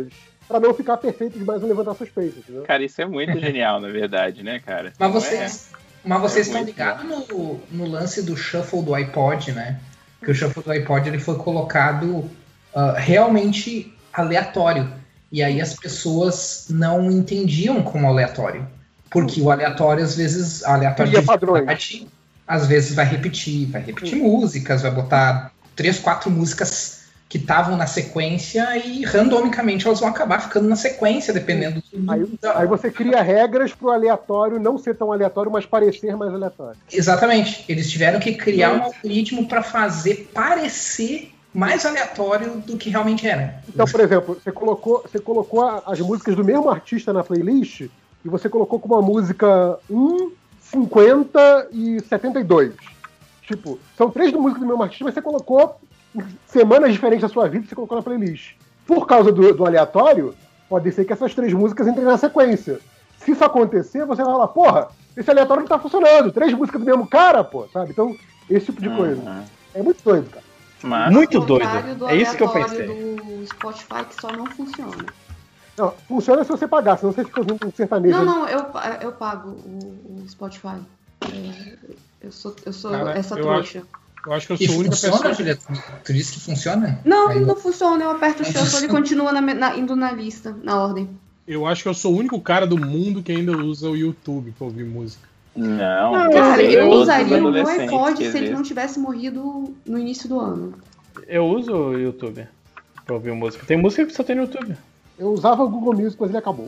pra não ficar perfeito demais e levantar suspeitas, entendeu? Cara, isso é muito genial, na verdade, né, cara? Mas Não vocês, mas vocês é estão muito ligados no, no lance do shuffle do iPod, né? Que o shuffle do iPod ele foi colocado uh, realmente aleatório. E aí as pessoas não entendiam como aleatório. Porque o aleatório, às vezes, aleatório Cria de padrões. verdade, às vezes vai repetir, vai repetir músicas, vai botar três, quatro músicas que estavam na sequência e randomicamente elas vão acabar ficando na sequência, dependendo do... Aí, aí você cria regras pro aleatório não ser tão aleatório, mas parecer mais aleatório. Exatamente. Eles tiveram que criar um algoritmo para fazer parecer mais aleatório do que realmente era. Então, por exemplo, você colocou, você colocou a- as músicas do mesmo artista na playlist e você colocou como uma música um, cinquenta e setenta e dois. Tipo, são três músicas do mesmo artista, mas você colocou em semanas diferentes da sua vida, você colocou na playlist. Por causa do, do aleatório, pode ser que essas três músicas entrem na sequência. Se isso acontecer, você vai falar, porra, esse aleatório não tá funcionando, três músicas do mesmo cara, pô, sabe? Então, esse tipo de coisa. Uhum. É muito doido, cara. Mas, Muito Ao contrário doido. do É isso que eu aleatório pensei. do Spotify que só não funciona. Não, funciona se você pagar, senão você fica ouvindo um sertanejo. Não, não, eu, eu pago o, o Spotify. É, eu sou, eu sou Cara, essa eu trouxa. Eu acho que eu E sou a única funciona, pessoa. Julia? Tu disse que funciona? Não, Aí eu- não funciona. Eu aperto o Não shuffle e funciona. continua na, na- indo na lista, na ordem. Eu acho que eu sou o único cara do mundo que ainda usa o YouTube pra ouvir música. não, Não, Cara, eu- eu todos os usaria o meu adolescentes iPod que se ele existem. não tivesse morrido no início do ano. Eu uso o YouTube pra ouvir música. Tem música que só tem no YouTube. Eu usava o Google Music, mas ele acabou.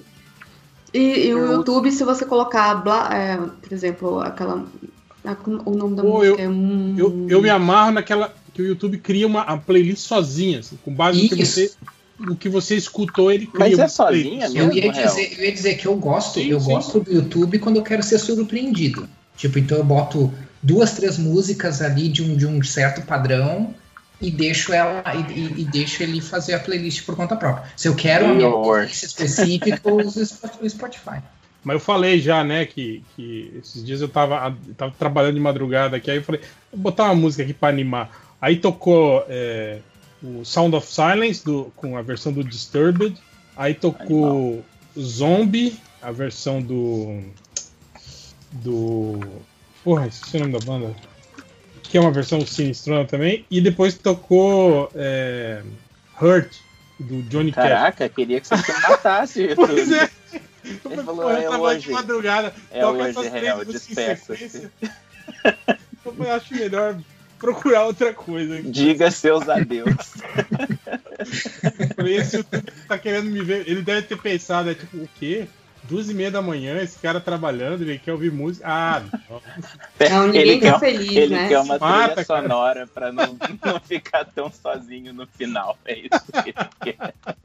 E, e o Eu- YouTube, se você colocar, bla- é, por exemplo, aquela. a- o nome da Pô, música é. Hum, Eu, eu me amarro naquela que o YouTube cria uma a playlist sozinha, assim, com base no que Isso. você, no que você escutou, ele cria Mas é uma sozinha playlist. mesmo? Eu ia, real. dizer, eu ia dizer que eu gosto, Sim, eu sim. gosto do YouTube quando eu quero ser surpreendido. Tipo, então eu boto duas, três músicas ali de um, de um certo padrão e deixo ela e, e- e deixo ele fazer a playlist por conta própria. Se eu quero uma minha Lord. playlist específica, eu uso o Spotify. Mas eu falei já, né, que, que esses dias eu tava, eu tava trabalhando de madrugada aqui, aí eu falei, vou botar uma música aqui pra animar. Aí tocou é, o Sound of Silence do, com a versão do Disturbed, aí tocou Zombie, a versão do do porra, esqueci o nome da banda, que é uma versão sinistrona também, e depois tocou é, Hurt do Johnny Cash. Caraca, queria que você me matasse. Pois tudo. é. Ele falou, eu é tava hoje. de madrugada, É toca hoje, essas três real, músicas em despeça-se. sequência. Eu acho melhor procurar outra coisa. Diga seus adeus. Falei, esse YouTube tá querendo me ver. Ele deve ter pensado, é tipo, o quê? Duas e meia da manhã, esse cara trabalhando, ele quer ouvir música. Ah, não. Não, ninguém ele tá quer, feliz, ele né? quer uma trilha Mata, cara. sonora pra não, não ficar tão sozinho no final. É isso que ele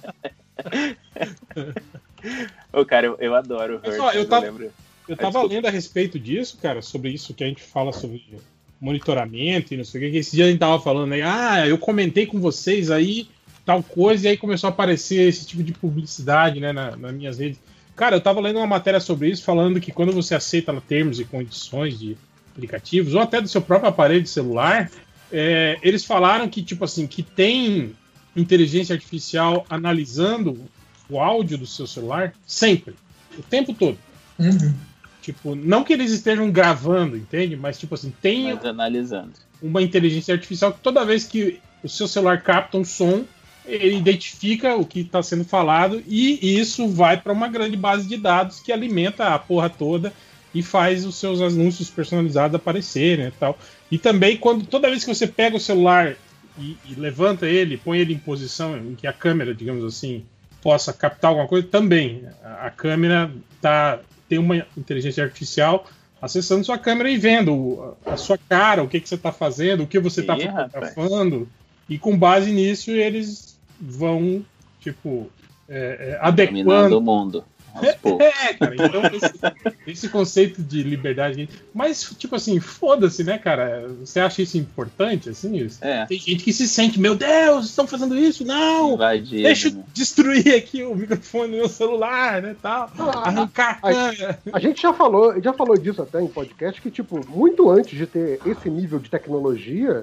quer. Ô, cara, eu, eu adoro o Mas, Hurt, ó, eu eu tava- lembro. Eu tava desculpa. lendo a respeito disso, cara, sobre isso que a gente fala sobre monitoramento e não sei o que, que esse dia a gente tava falando aí, ah, eu comentei com vocês aí tal coisa, e aí começou a aparecer esse tipo de publicidade, né, na, nas minhas redes. Cara, eu tava lendo uma matéria sobre isso, falando que quando você aceita termos e condições de aplicativos, ou até do seu próprio aparelho de celular, é, eles falaram que, tipo assim, que tem inteligência artificial analisando o áudio do seu celular sempre, o tempo todo. Uhum. Tipo, não que eles estejam gravando, entende? Mas, tipo assim, tem Mas analisando. uma inteligência artificial que toda vez que o seu celular capta um som, ele identifica o que está sendo falado e isso vai para uma grande base de dados que alimenta a porra toda e faz os seus anúncios personalizados aparecerem, né, tal. E também, quando toda vez que você pega o celular e, e levanta ele, põe ele em posição em que a câmera, digamos assim, possa captar alguma coisa, também a, a câmera tá, tem uma inteligência artificial acessando sua câmera e vendo a, a sua cara, o que, que você está fazendo, o que você está Ih, rapaz. fotografando, e com base nisso eles vão, tipo, é, é, Dominando adequando. o mundo. Aos poucos. É, cara, então esse, esse conceito de liberdade. Mas, tipo assim, foda-se, né, cara? Você acha isso importante, assim? É. Tem gente que se sente, meu Deus, estão fazendo isso? Não! Invadido, Deixa eu né? destruir aqui o microfone do meu celular, né, tal. Ah, Arrancar a a- câmera. A gente já falou, já falou disso até em podcast, que, tipo, muito antes de ter esse nível de tecnologia,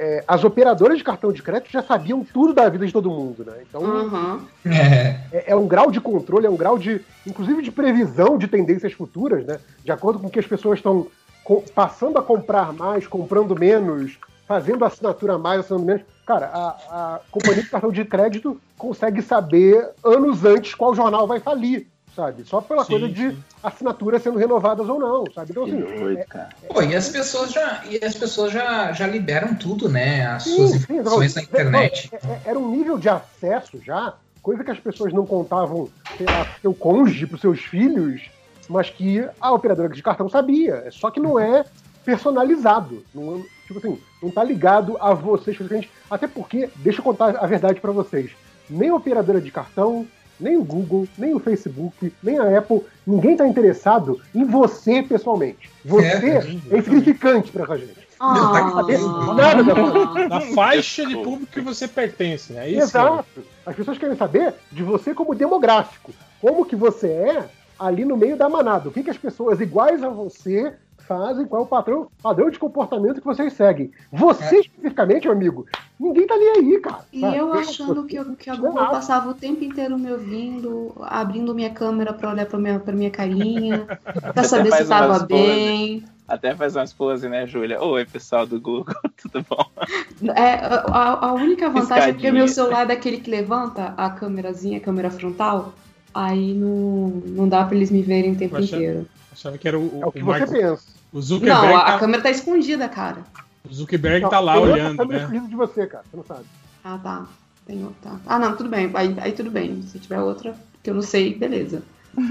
é, as operadoras de cartão de crédito já sabiam tudo da vida de todo mundo, né? Então Uhum. É. é, é um grau de controle, é um grau de, inclusive, de previsão de tendências futuras, né? De acordo com que as pessoas estão co- passando a comprar mais, comprando menos, fazendo assinatura a mais, assinando menos. Cara, a, a companhia de cartão de crédito consegue saber anos antes qual jornal vai falir, sabe? Só pela Sim, coisa de sim. assinaturas sendo renovadas ou não, sabe? Então, Que assim, doido, é- cara. Pô, e as pessoas já, e as pessoas já, já liberam tudo, né? As Sim, suas sim, informações na não, internet. é- é- Era um nível de acesso já, coisa que as pessoas não contavam, sei lá, pro seu cônjuge, pros seus filhos, mas que a operadora de cartão sabia. Só que não é personalizado. Não, tipo assim, não tá ligado a vocês fisicamente. Até porque, deixa eu contar a verdade pra vocês. Nem a operadora de cartão, nem o Google, nem o Facebook, nem a Apple, ninguém tá interessado em você pessoalmente. Você É, é, insignificante pra essa gente. Não, tá Ah. cabendo. Nada da Da faixa de público que você pertence, né? Isso, Exato. As pessoas querem saber de você como demográfico. Como que você é ali no meio da manada. O que, que as pessoas iguais a você fazem, qual é o padrão, padrão de comportamento que vocês seguem. Você, especificamente, meu amigo, ninguém tá nem aí, cara. E sabe? eu achando que, eu- que a Google Nada. passava o tempo inteiro me ouvindo, abrindo minha câmera pra olhar pra minha, pra minha carinha, pra saber se faz tava umas poses. bem. Até faz umas poses, né, Júlia? Oi, pessoal do Google, tudo bom? É, a, a única vantagem é que Piscadinha. meu celular é daquele que levanta a câmerazinha, a câmera frontal, aí não, não dá pra eles me verem o tempo Eu achava- inteiro. Achava que era o, É o que o você Mark- pensa. o Zuckerberg. Não, a, a tá, câmera tá escondida, cara. o Zuckerberg Não, tá lá tem outra olhando, câmera né? escondida de você, cara. Você não sabe. Ah, tá. Tem outra. Ah, não, tudo bem. Aí, aí tudo bem. Se tiver outra que eu não sei, beleza.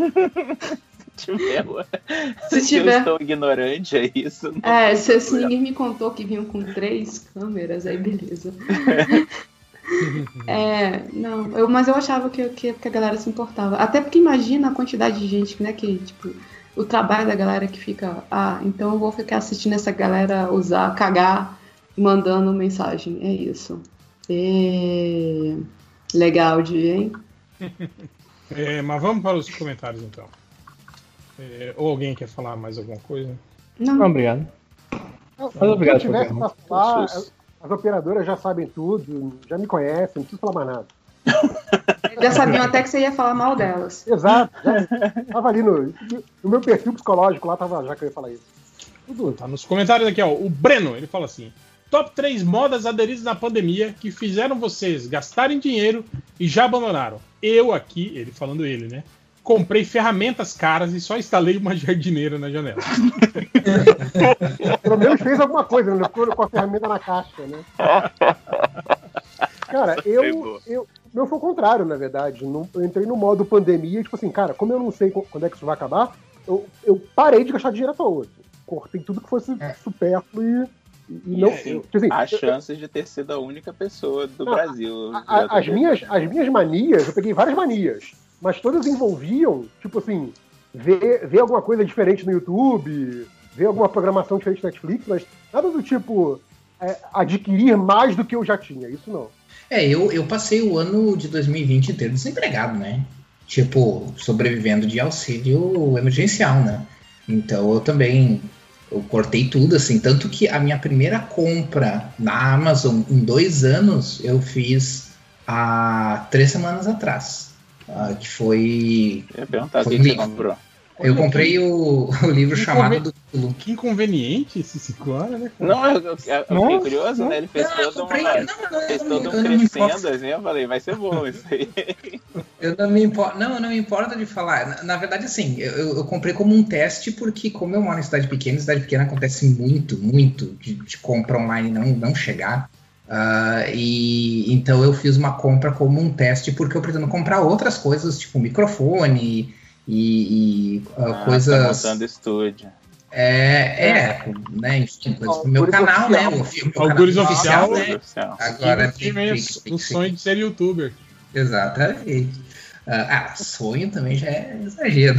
Se tiver, Se se tiver. eu estou ignorante, é isso? Não É, tem se, se problema. ninguém me contou que vinham com três câmeras, aí beleza. É, não, eu, mas eu achava que, que, que a galera se importava. Até porque imagina a quantidade de gente, né, que, tipo, o trabalho da galera que fica, ah, então eu vou ficar assistindo essa galera usar, cagar, mandando mensagem. É isso. É... Legal de, hein? É, mas vamos para os comentários então. É, ou alguém quer falar mais alguma coisa? Não, Não, obrigado. Não, Mas obrigado se eu tivesse por pra falar, Sus. as, as operadoras já sabem tudo, já me conhecem, não preciso falar mais nada. já sabiam até que você ia falar mal delas. Exato. Já, tava ali no, no meu perfil psicológico, lá tava já que eu ia falar isso. Tudo. Tá nos comentários aqui, ó. O Breno, ele fala assim: top três modas aderidas na pandemia que fizeram vocês gastarem dinheiro e já abandonaram. Eu aqui, ele falando ele, né? Comprei ferramentas caras e só instalei uma jardineira na janela. Pelo menos fez alguma coisa, né? Ficou com a ferramenta na caixa, né? Cara, Essa foi eu, boa. eu. Meu foi o contrário, na verdade. Não- Eu entrei no modo pandemia, tipo assim, cara, como eu não sei co- quando é que isso vai acabar, eu, eu parei de gastar dinheiro à toa. Cortei tudo que fosse É. supérfluo e, e E não. assim, eu- tipo assim, há eu- chances de ter sido a única pessoa do Não, Brasil. a- a- as, J B. minhas, as minhas manias, eu peguei várias manias, mas todas envolviam, tipo assim, ver, ver alguma coisa diferente no YouTube, ver alguma programação diferente na Netflix, mas nada do tipo é, adquirir mais do que eu já tinha. Isso não. É, eu, eu passei o ano de dois mil e vinte inteiro desempregado, né? Tipo, sobrevivendo de auxílio emergencial, né? Então eu também eu cortei tudo, assim. Tanto que a minha primeira compra na Amazon em dois anos eu fiz há três semanas atrás. ah, que foi. Eu ia perguntar o Foi que, que você livro. comprou. Eu comprei o, o livro Que chamado conven- do Cthulhu. Que inconveniente esses cinco anos, né? Não, eu, eu, eu fiquei Nossa, curioso, né? Ele fez Não, eu todo comprei. uma. Não, não, Fez eu todo não, um eu não me importo. crescendo, assim, eu falei, vai ser bom isso aí. Eu não me importo, não, eu não me importo de falar. Na, na verdade, assim, eu, eu- eu comprei como um teste, porque como eu moro em cidade pequena, em cidade pequena acontece muito, muito de, de compra online não, não chegar. Ah, e então eu fiz uma compra como um teste, porque eu pretendo comprar outras coisas, tipo microfone e, e, ah, Ah, coisas. tá montando estúdio. É, é, né, enfim, coisas pro meu Algures canal, né? oficial. O, fi- o meu Algures canal oficial, né? Oficial. Agora Quem tem, tem tem, o tem, o sonho de ser youtuber. Exatamente. Ah, ah, sonho também já é exagero.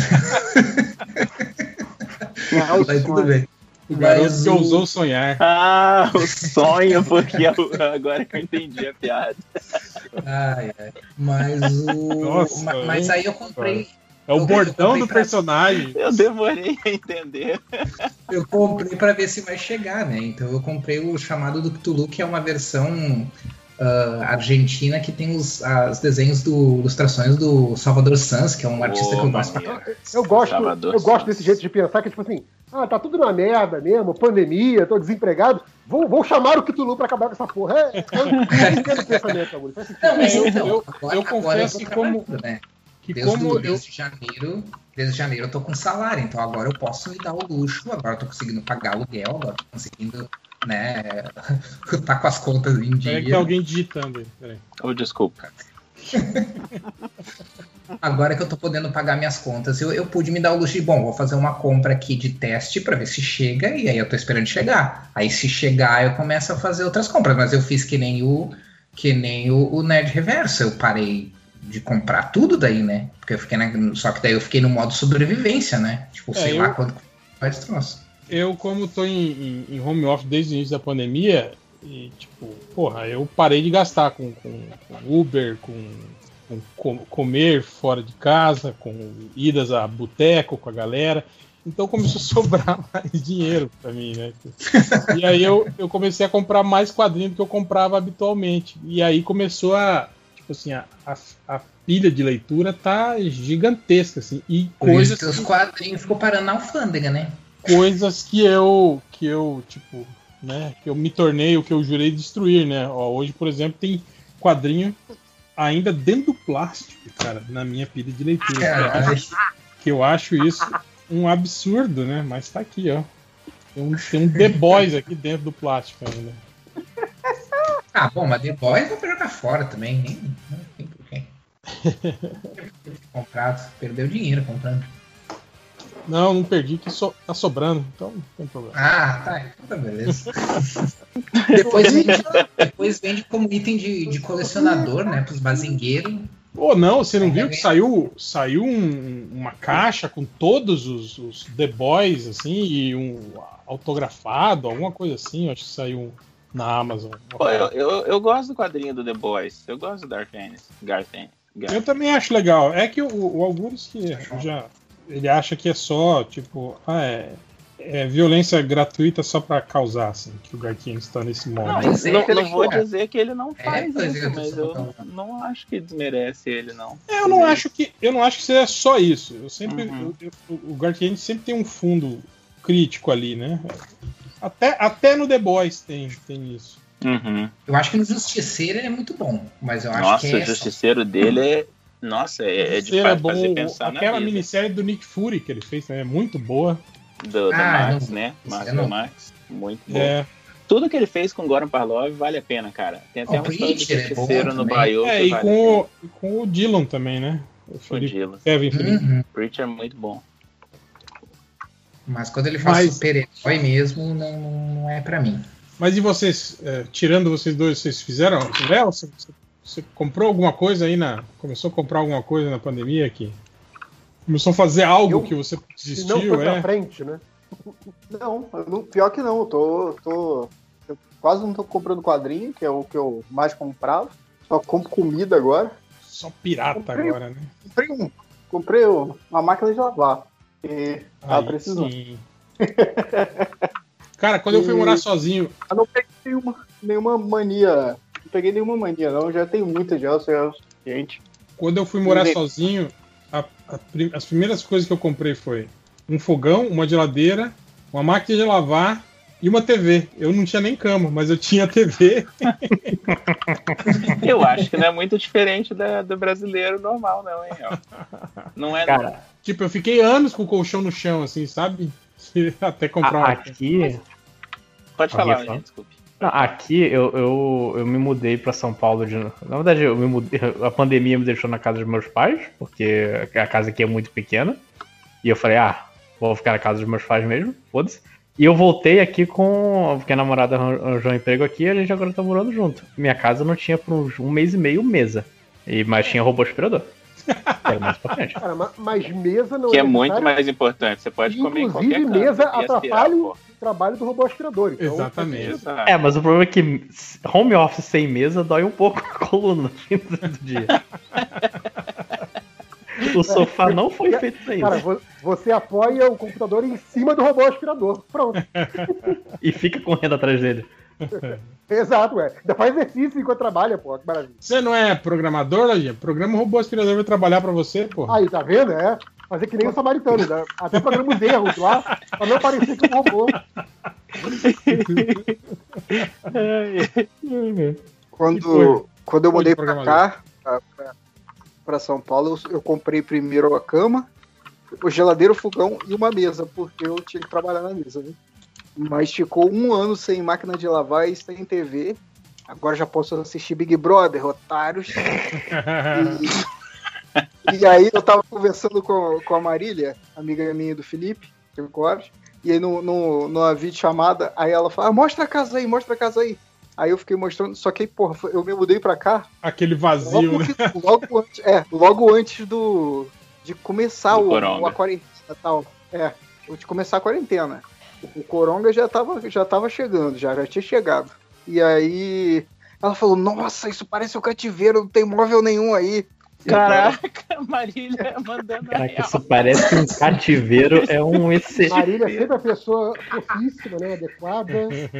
Mas tudo bem. O garoto Mas que o- ousou sonhar. Ah, o sonho, porque eu- agora que eu entendi a piada. Ai, ai. Mas o. Nossa, ma- mas aí eu comprei. É o bordão do personagem. Eu demorei a entender. Eu comprei pra ver se vai chegar, né? Então eu comprei o chamado do Cthulhu, que é uma versão uh, argentina que tem os as desenhos do ilustrações do Salvador Sanz, que é um artista que eu gosto pra caramba. Eu gosto, eu gosto desse jeito de pensar, que é tipo assim, ah, tá tudo na merda mesmo, pandemia, tô desempregado, vou, vou chamar o Cthulhu pra acabar com essa porra. É, eu entendo o pensamento, amor. Não, mas eu, então, eu, agora, eu confesso que como... Né? Que desde, como do, desde eu... janeiro, desde janeiro eu tô com salário, então agora eu posso me dar o luxo, agora eu tô conseguindo pagar aluguel, agora eu tô conseguindo, né, tá com as contas em dia. Peraí que tem alguém digitando aí, peraí. Oh, desculpa. Agora que eu tô podendo pagar minhas contas, eu, eu pude me dar o luxo de, bom, vou fazer uma compra aqui de teste pra ver se chega, e aí eu tô esperando chegar. Aí se chegar, eu começo a fazer outras compras, mas eu fiz que nem o, que nem o, o Nerd Reverso, eu parei de comprar tudo daí, né? Porque eu fiquei na... Só que daí eu fiquei no modo sobrevivência, né? Tipo, é, sei eu... lá quando faz troço. Eu, como tô em, em, em home office desde o início da pandemia, e tipo, porra, eu parei de gastar com, com, com Uber, com, com, com comer fora de casa, com idas a boteco com a galera. Então começou a sobrar mais dinheiro pra mim, né? E aí eu, eu comecei a comprar mais quadrinhos do que eu comprava habitualmente. E aí começou a... assim, a, a, a pilha de leitura tá gigantesca, assim, e Por coisas... Isso que os quadrinhos ficou parando na alfândega, né? Coisas que eu, que eu, tipo, né, que eu me tornei o que eu jurei destruir, né? Ó, hoje, por exemplo, tem quadrinho ainda dentro do plástico, cara, na minha pilha de leitura. Que eu, acho, que eu acho isso um absurdo, né? Mas tá aqui, ó. Tem um, tem um The Boys aqui dentro do plástico ainda. Ah, bom, mas The Boys dá pra jogar fora também, nem não tem porquê. Comprado, perdeu dinheiro comprando. Não, não perdi, que so, tá sobrando, então não tem problema. Ah, tá, então tá beleza. depois, vende, depois vende como item de, de colecionador, né, pros bazingueiros. Pô, não, você não viu que saiu, saiu um, uma caixa com todos os, os The Boys, assim, e um autografado, alguma coisa assim, acho que saiu na Amazon. Pô, eu, eu, eu gosto do quadrinho do The Boys, eu gosto do Dark Ennis, Garth Ennis. Eu também acho legal. É que o, o Algures que já ele acha que é só, tipo, ah, é, é violência gratuita só pra causar, assim, que o Garth Ennis tá nesse modo. Não, Mas não, não vou dizer que ele não faz é, isso, mas eu não acho que desmerece ele, não. É, eu não acho que eu não acho que seja só isso. Eu sempre, uhum. eu, eu, o Garth Ennis sempre tem um fundo crítico ali, né? Até, até no The Boys tem, tem isso. Uhum. Eu acho que no Justiceiro ele é muito bom, mas eu acho Nossa, que é o Justiceiro essa... dele é... Nossa, é, é de é bom. fazer pensar Aquela na vida. minissérie do Nick Fury que ele fez é muito boa. Do, do ah, Max, não, né? Max não. do Max. Muito boa. É. Tudo que ele fez com Goran Parlov vale a pena, cara. Tem até oh, uma história de Justiceiro é no Bayou. É, e vale com, o, e com o Dylan também, né? O, o Dylan. Kevin Felipe. Uhum. Preacher é muito bom. Mas quando ele faz Mas... super-herói mesmo, não, não é pra mim. Mas e vocês, é, tirando vocês dois, vocês fizeram? Léo, você, você comprou alguma coisa aí na... Começou a comprar alguma coisa na pandemia aqui? Começou a fazer algo eu, que você desistiu, não foi pra é? frente, né? Não, não, pior que não. Eu tô, tô, eu quase não tô comprando quadrinho, que é o que eu mais comprava. Só compro comida agora. Só pirata comprei, agora, né? Comprei, um, comprei uma máquina de lavar. E tava precisando. Cara, quando e... eu fui morar sozinho... Eu não peguei nenhuma, nenhuma mania. Não peguei nenhuma mania, não. Eu já tenho muita já, eu sei, gente. Quando eu fui morar eu sozinho, a, a, as primeiras coisas que eu comprei foi um fogão, uma geladeira, uma máquina de lavar e uma T V. Eu não tinha nem cama, mas eu tinha T V. Eu acho que não é muito diferente da, do brasileiro normal, não, hein? Não é, cara. Não. Tipo, eu fiquei anos com o colchão no chão, assim, sabe? Até comprar uma. Aqui. Pode falar, gente, desculpe. Não, aqui eu, eu, eu me mudei pra São Paulo de. Na verdade, eu me mudei, a pandemia me deixou na casa dos meus pais, porque a casa aqui é muito pequena. E eu falei, ah, vou ficar na casa dos meus pais mesmo, foda-se. E eu voltei aqui com. Porque a namorada arranjou um emprego aqui e a gente agora tá morando junto. Minha casa não tinha por uns um mês e meio mesa. E, mas tinha robô aspirador. Era mais importante. Cara, mas mesa não que é, é muito mais importante. Você pode comer em qualquer canto. Inclusive, mesa aspirar, atrapalha o trabalho do robô aspirador. Então, exatamente. É, mas o problema é que home office sem mesa dói um pouco a coluna no fim do dia. O sofá não foi feito pra isso. Cara, vo- você apoia o computador em cima do robô aspirador. Pronto. E fica correndo atrás dele. Exato, ué. Ainda faz exercício enquanto trabalha, pô. Que maravilha. Você não é programador, Lojinha? Programa um robô aspirador vai trabalhar pra você, porra. Aí, tá vendo? É. Fazer que nem o Samaritano, né? Até programa os erros lá, pra não parecer que é um robô. Quando, quando eu Foi mudei de pra programador. cá, pra, pra- pra São Paulo, eu, eu comprei primeiro a cama, depois geladeira, fogão e uma mesa, porque eu tinha que trabalhar na mesa, né? Mas ficou um ano sem máquina de lavar e sem T V. Agora já posso assistir Big Brother, otários. E, e aí eu tava conversando com, com a Marília, amiga minha do Felipe, cinco horas, e aí no, no, numa videochamada, aí ela fala, ah, mostra a casa aí, mostra a casa aí. Aí eu fiquei mostrando, só que, porra, foi- eu me mudei pra cá Aquele vazio, logo, né? que- logo antes, é, logo antes do de começar Do o, Coronga. o- a quarentena e tal. É, de começar a quarentena. O Coronga já tava, já tava chegando, já, já tinha chegado. E aí ela falou, nossa, isso parece um cativeiro, não tem móvel nenhum aí. Caraca, Marília mandando a Caraca, real. isso parece um cativeiro, é um excelente. Marília é sempre a pessoa fofíssima, né? Adequada,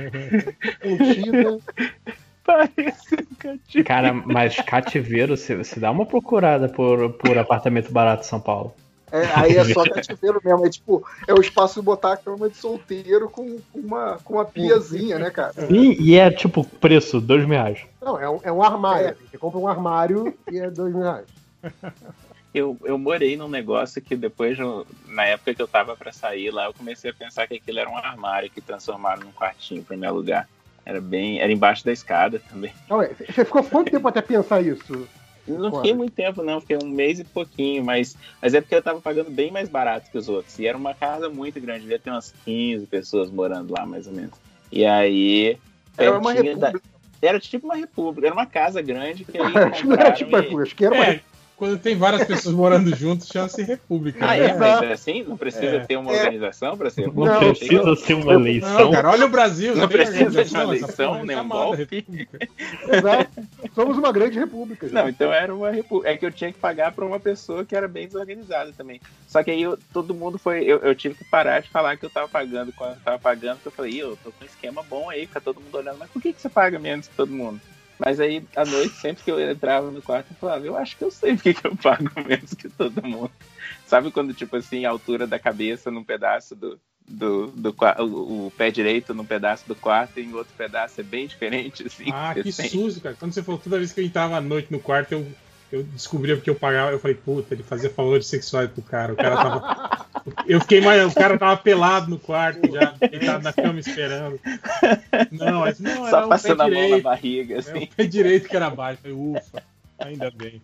contida. Parece um cativeiro. Cara, mas cativeiro, você, você dá uma procurada por, por apartamento barato em São Paulo. É, aí é só cativeiro mesmo, é tipo, é o espaço de botar a cama de solteiro com uma, com uma piazinha, né, cara? Sim, e é tipo preço, dois mil reais. Não, é um, é um armário. É. Você compra um armário e é dois mil reais. Eu, eu morei num negócio que depois, eu- na época que eu tava pra sair lá, eu comecei a pensar que aquilo era um armário que transformaram num quartinho pra me alugar. Era bem. Era embaixo da escada também. Não, é, você ficou quanto tempo até pensar isso? Não fiquei muito tempo, não, fiquei um mês e pouquinho, mas, mas é porque eu tava pagando bem mais barato que os outros. E era uma casa muito grande, devia ter umas quinze pessoas morando lá, mais ou menos. E aí. Era uma pertinho da- república. Era tipo uma república, era uma casa grande que aí. Acho que não era compraram tipo e- república, acho que era uma É, quando tem várias pessoas morando juntos, chama-se república. Ah, né? é? Mas é assim? Não precisa É. ter uma É. organização pra ser Não, república? Não, Achei que- precisa ser uma Não, eleição. cara, olha o Brasil. Não tem precisa de organização, uma essa eleição, porra é nem um chamada golpe. república. Exato. Somos uma grande república. gente. Não, então era uma república. É que eu tinha que pagar pra uma pessoa que era bem desorganizada também. Só que aí eu- todo mundo foi. Eu, eu tive que parar de falar que eu tava pagando quando eu tava pagando, porque eu falei, "Ih, eu tô com um esquema bom aí, fica todo mundo olhando, mas por que, que você paga menos que todo mundo? Mas aí, à noite, sempre que eu entrava no quarto, eu falava, eu acho que eu sei por que que eu pago menos que todo mundo. Sabe quando, tipo assim, a altura da cabeça num pedaço do. Do, do, qua- o, o pé direito num pedaço do quarto e em outro pedaço é bem diferente, assim. Ah, que assim. susto, cara. Quando você falou, toda vez que eu entrava à noite no quarto, eu, eu descobria porque eu pagava. Eu falei, puta, ele fazia favores sexuais pro cara. O cara tava. Eu fiquei mais. O cara tava pelado no quarto, já deitado na cama esperando. Não, mas não, era Só o passando pé a mão na direito. barriga, É assim. o pé direito que era baixo. Eu falei, ufa, ainda bem.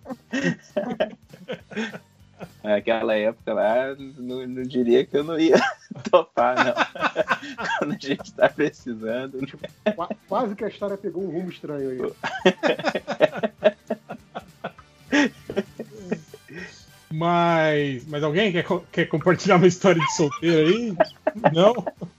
Naquela época lá, não, não diria que eu não ia topar, não. Quando a gente tá precisando. né? Qua- Quase que a história pegou um rumo estranho aí. Mas, mas alguém quer, co- quer compartilhar uma história de solteiro aí? Não?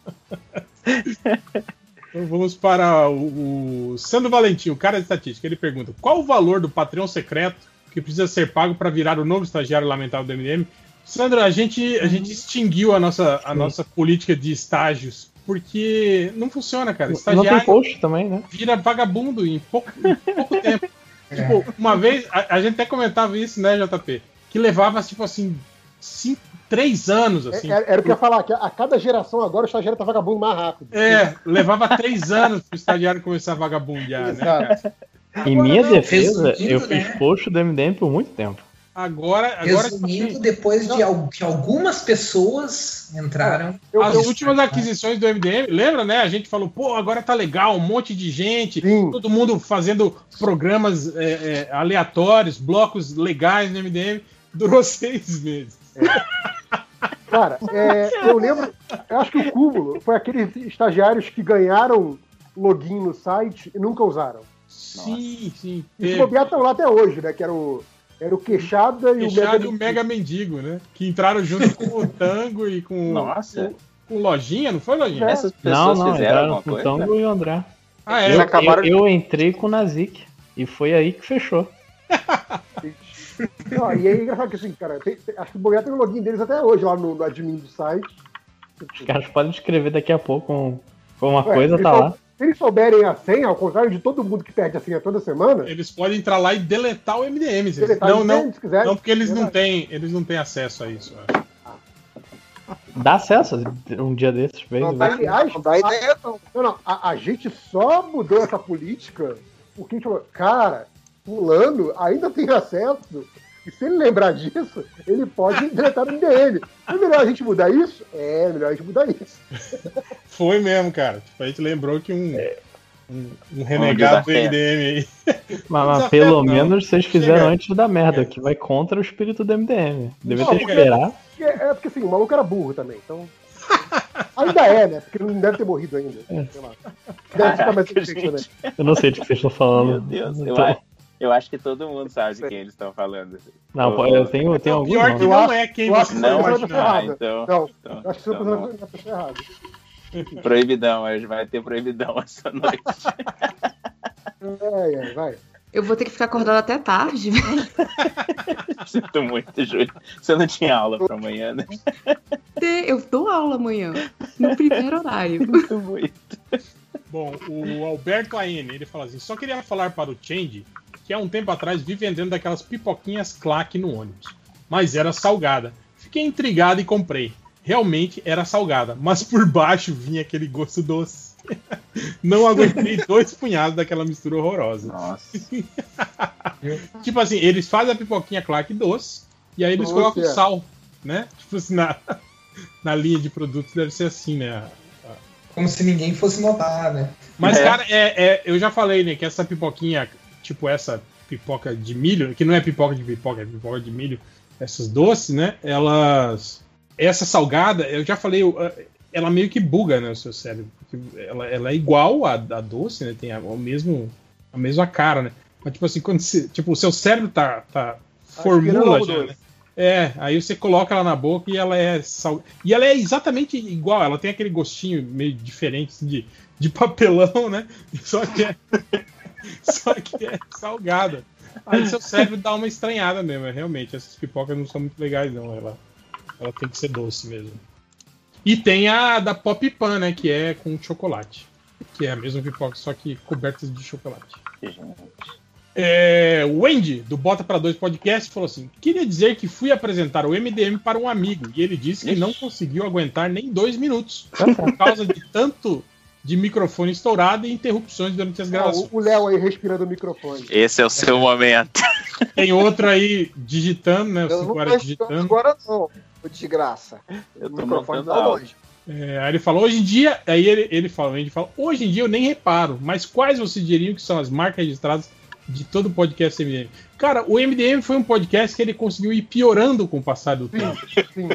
Então vamos para o, o Sandro Valentim, o cara de estatística. Ele pergunta: qual o valor do Patreon secreto que precisa ser pago para virar o novo estagiário lamentável do M D M? Sandro, a gente, a gente extinguiu a nossa, a nossa política de estágios porque não funciona, cara. Não tem Estagiário post também, né? vira vagabundo em pouco, em pouco tempo. Tipo, uma vez, a, a gente até comentava isso, né, J P? Que levava, tipo assim, cinco, três anos, assim. Era, era o que eu ia falar, que a cada geração agora o estagiário tá vagabundo mais rápido. É, levava três anos pro estagiário começar a vagabundear, né? Exato. Em minha não, defesa, resumindo, eu fiz né? post do M D M por muito tempo. Agora, agora Resumindo, depois de al- que algumas pessoas entraram. Eu, as eu, últimas aquisições do M D M, lembra, né? A gente falou, pô, agora tá legal, um monte de gente, Sim. todo mundo fazendo programas é, é, aleatórios, blocos legais no M D M. Durou seis meses. cara, é, eu lembro, eu acho que o cúmulo foi aqueles estagiários que ganharam login no site e nunca usaram. Sim, sim. E se teve. bobear estão lá até hoje, né? Que era o, era o Queixada e Fechado e o o Mega. Mega Mendigo, né? Que entraram junto com o Tango e com, Nossa. com, com Lojinha, não foi, Lojinha? É. Essas Não, pessoas não, fizeram entraram alguma com o coisa? Tango e o André. Ah, Eu, é? acabaram eu, eu entrei com o Nazik e foi aí que fechou. Não, e aí é engraçado que assim, cara, tem, tem, acho que o Boiá tem o login deles até hoje lá no, no admin do site. Os caras podem escrever daqui a pouco um, uma Ué, coisa, eles tá só- lá. Se eles souberem a senha, ao contrário de todo mundo que perde a senha toda semana, Eles podem entrar lá e deletar o M D M. se eles- Deletar Não, o M D M, não, se quiser. não, porque eles não, Verdade. têm, eles não têm acesso a isso. eu acho. Dá acesso um dia desses, vez, Não vez. dá, aliás, não dá ideia, não. não, não, a, a gente só mudou essa política porque a gente falou, cara, fulano ainda tem acesso, e se ele lembrar disso, ele pode deletar o M D M. É melhor a gente mudar isso? É, melhor a gente mudar isso. Foi mesmo, cara. Tipo, a gente lembrou que um, um, um Um renegado do desafio. M D M aí. Mas, mas Desafio pelo não. menos vocês fizeram Chega. antes da merda, que vai contra o espírito do M D M. Devia Não, ter porque- esperar. É, é porque assim, o maluco era burro também, então. Ainda é, né? Porque ele não deve ter morrido ainda. Sei lá. Deve ficar mais Caraca, inteligente também. gente. Eu não sei de que vocês estão Meu falando. Deus, eu, Então- acho, eu acho que todo mundo sabe de quem eles estão falando. Não, pô, eu tenho, eu tenho O alguns pior que nomes. não acho- é quem eu acho você que Não, você imagina. vai ah, errado. então, Não, então, eu acho que você então tá não. fazendo a pessoa errada. Proibidão, hoje vai ter proibidão essa noite. É, é, vai. Eu vou ter que ficar acordada até tarde. Sinto muito, Júlio. Você não tinha aula pra amanhã, né? Eu dou aula amanhã, no primeiro horário. Sinto muito. Bom, o Alberto A N, ele fala assim, só queria falar para o Change que há um tempo atrás vi vendendo daquelas pipoquinhas claque no ônibus. Mas era salgada. Fiquei intrigado e comprei. Realmente era salgada, mas por baixo vinha aquele gosto doce. Não aguentei dois punhados daquela mistura horrorosa. Nossa. Tipo assim, eles fazem a pipoquinha claque doce e aí eles Doce, colocam é. sal, né? Tipo assim, na, na linha de produtos deve ser assim, né? Como se ninguém fosse notar, né? Mas, É. cara, é, é, eu já falei, né, que essa pipoquinha, tipo essa pipoca de milho, que não é pipoca de pipoca, é pipoca de milho, essas doces, né, elas... Essa salgada, eu já falei, eu- ela meio que buga, né, o seu cérebro. Porque ela, ela é igual a, a doce, né, tem a, o mesmo, a mesma cara, né. Mas, tipo assim, quando você... Tipo, o seu cérebro tá... tá formula aspirando já, algo né? É, aí você coloca ela na boca e ela é sal... E ela é exatamente igual, ela tem aquele gostinho meio diferente assim, de, de papelão, né? Só que é. Só que é salgada. Aí seu cérebro dá uma estranhada mesmo, é, realmente. Essas pipocas não são muito legais, não. Ela, ela tem que ser doce mesmo. E tem a da Pop Pan, né? Que é com chocolate. Que é a mesma pipoca, só que coberta de chocolate. Gente. É, o Wendy, do Bota Pra Dois Podcast, falou assim: queria dizer que fui apresentar o M D M para um amigo e ele disse que não conseguiu aguentar nem dois minutos por causa de tanto de microfone estourado e interrupções durante as Ah, gravações. o o Léo aí respirando o microfone. Esse é o seu momento. Tem outro aí digitando, né? O Eu não cinco tô horas escutando digitando. agora, não. Ô, desgraça. Eu O tô microfone montando tá áudio. longe. É, aí ele falou, hoje em dia, aí ele, ele fala, ele fala, hoje em dia eu nem reparo, mas quais vocês diriam que são as marcas registradas de todo o podcast M D M? Cara, o M D M foi um podcast que ele conseguiu ir piorando com o passar do tempo. Sim.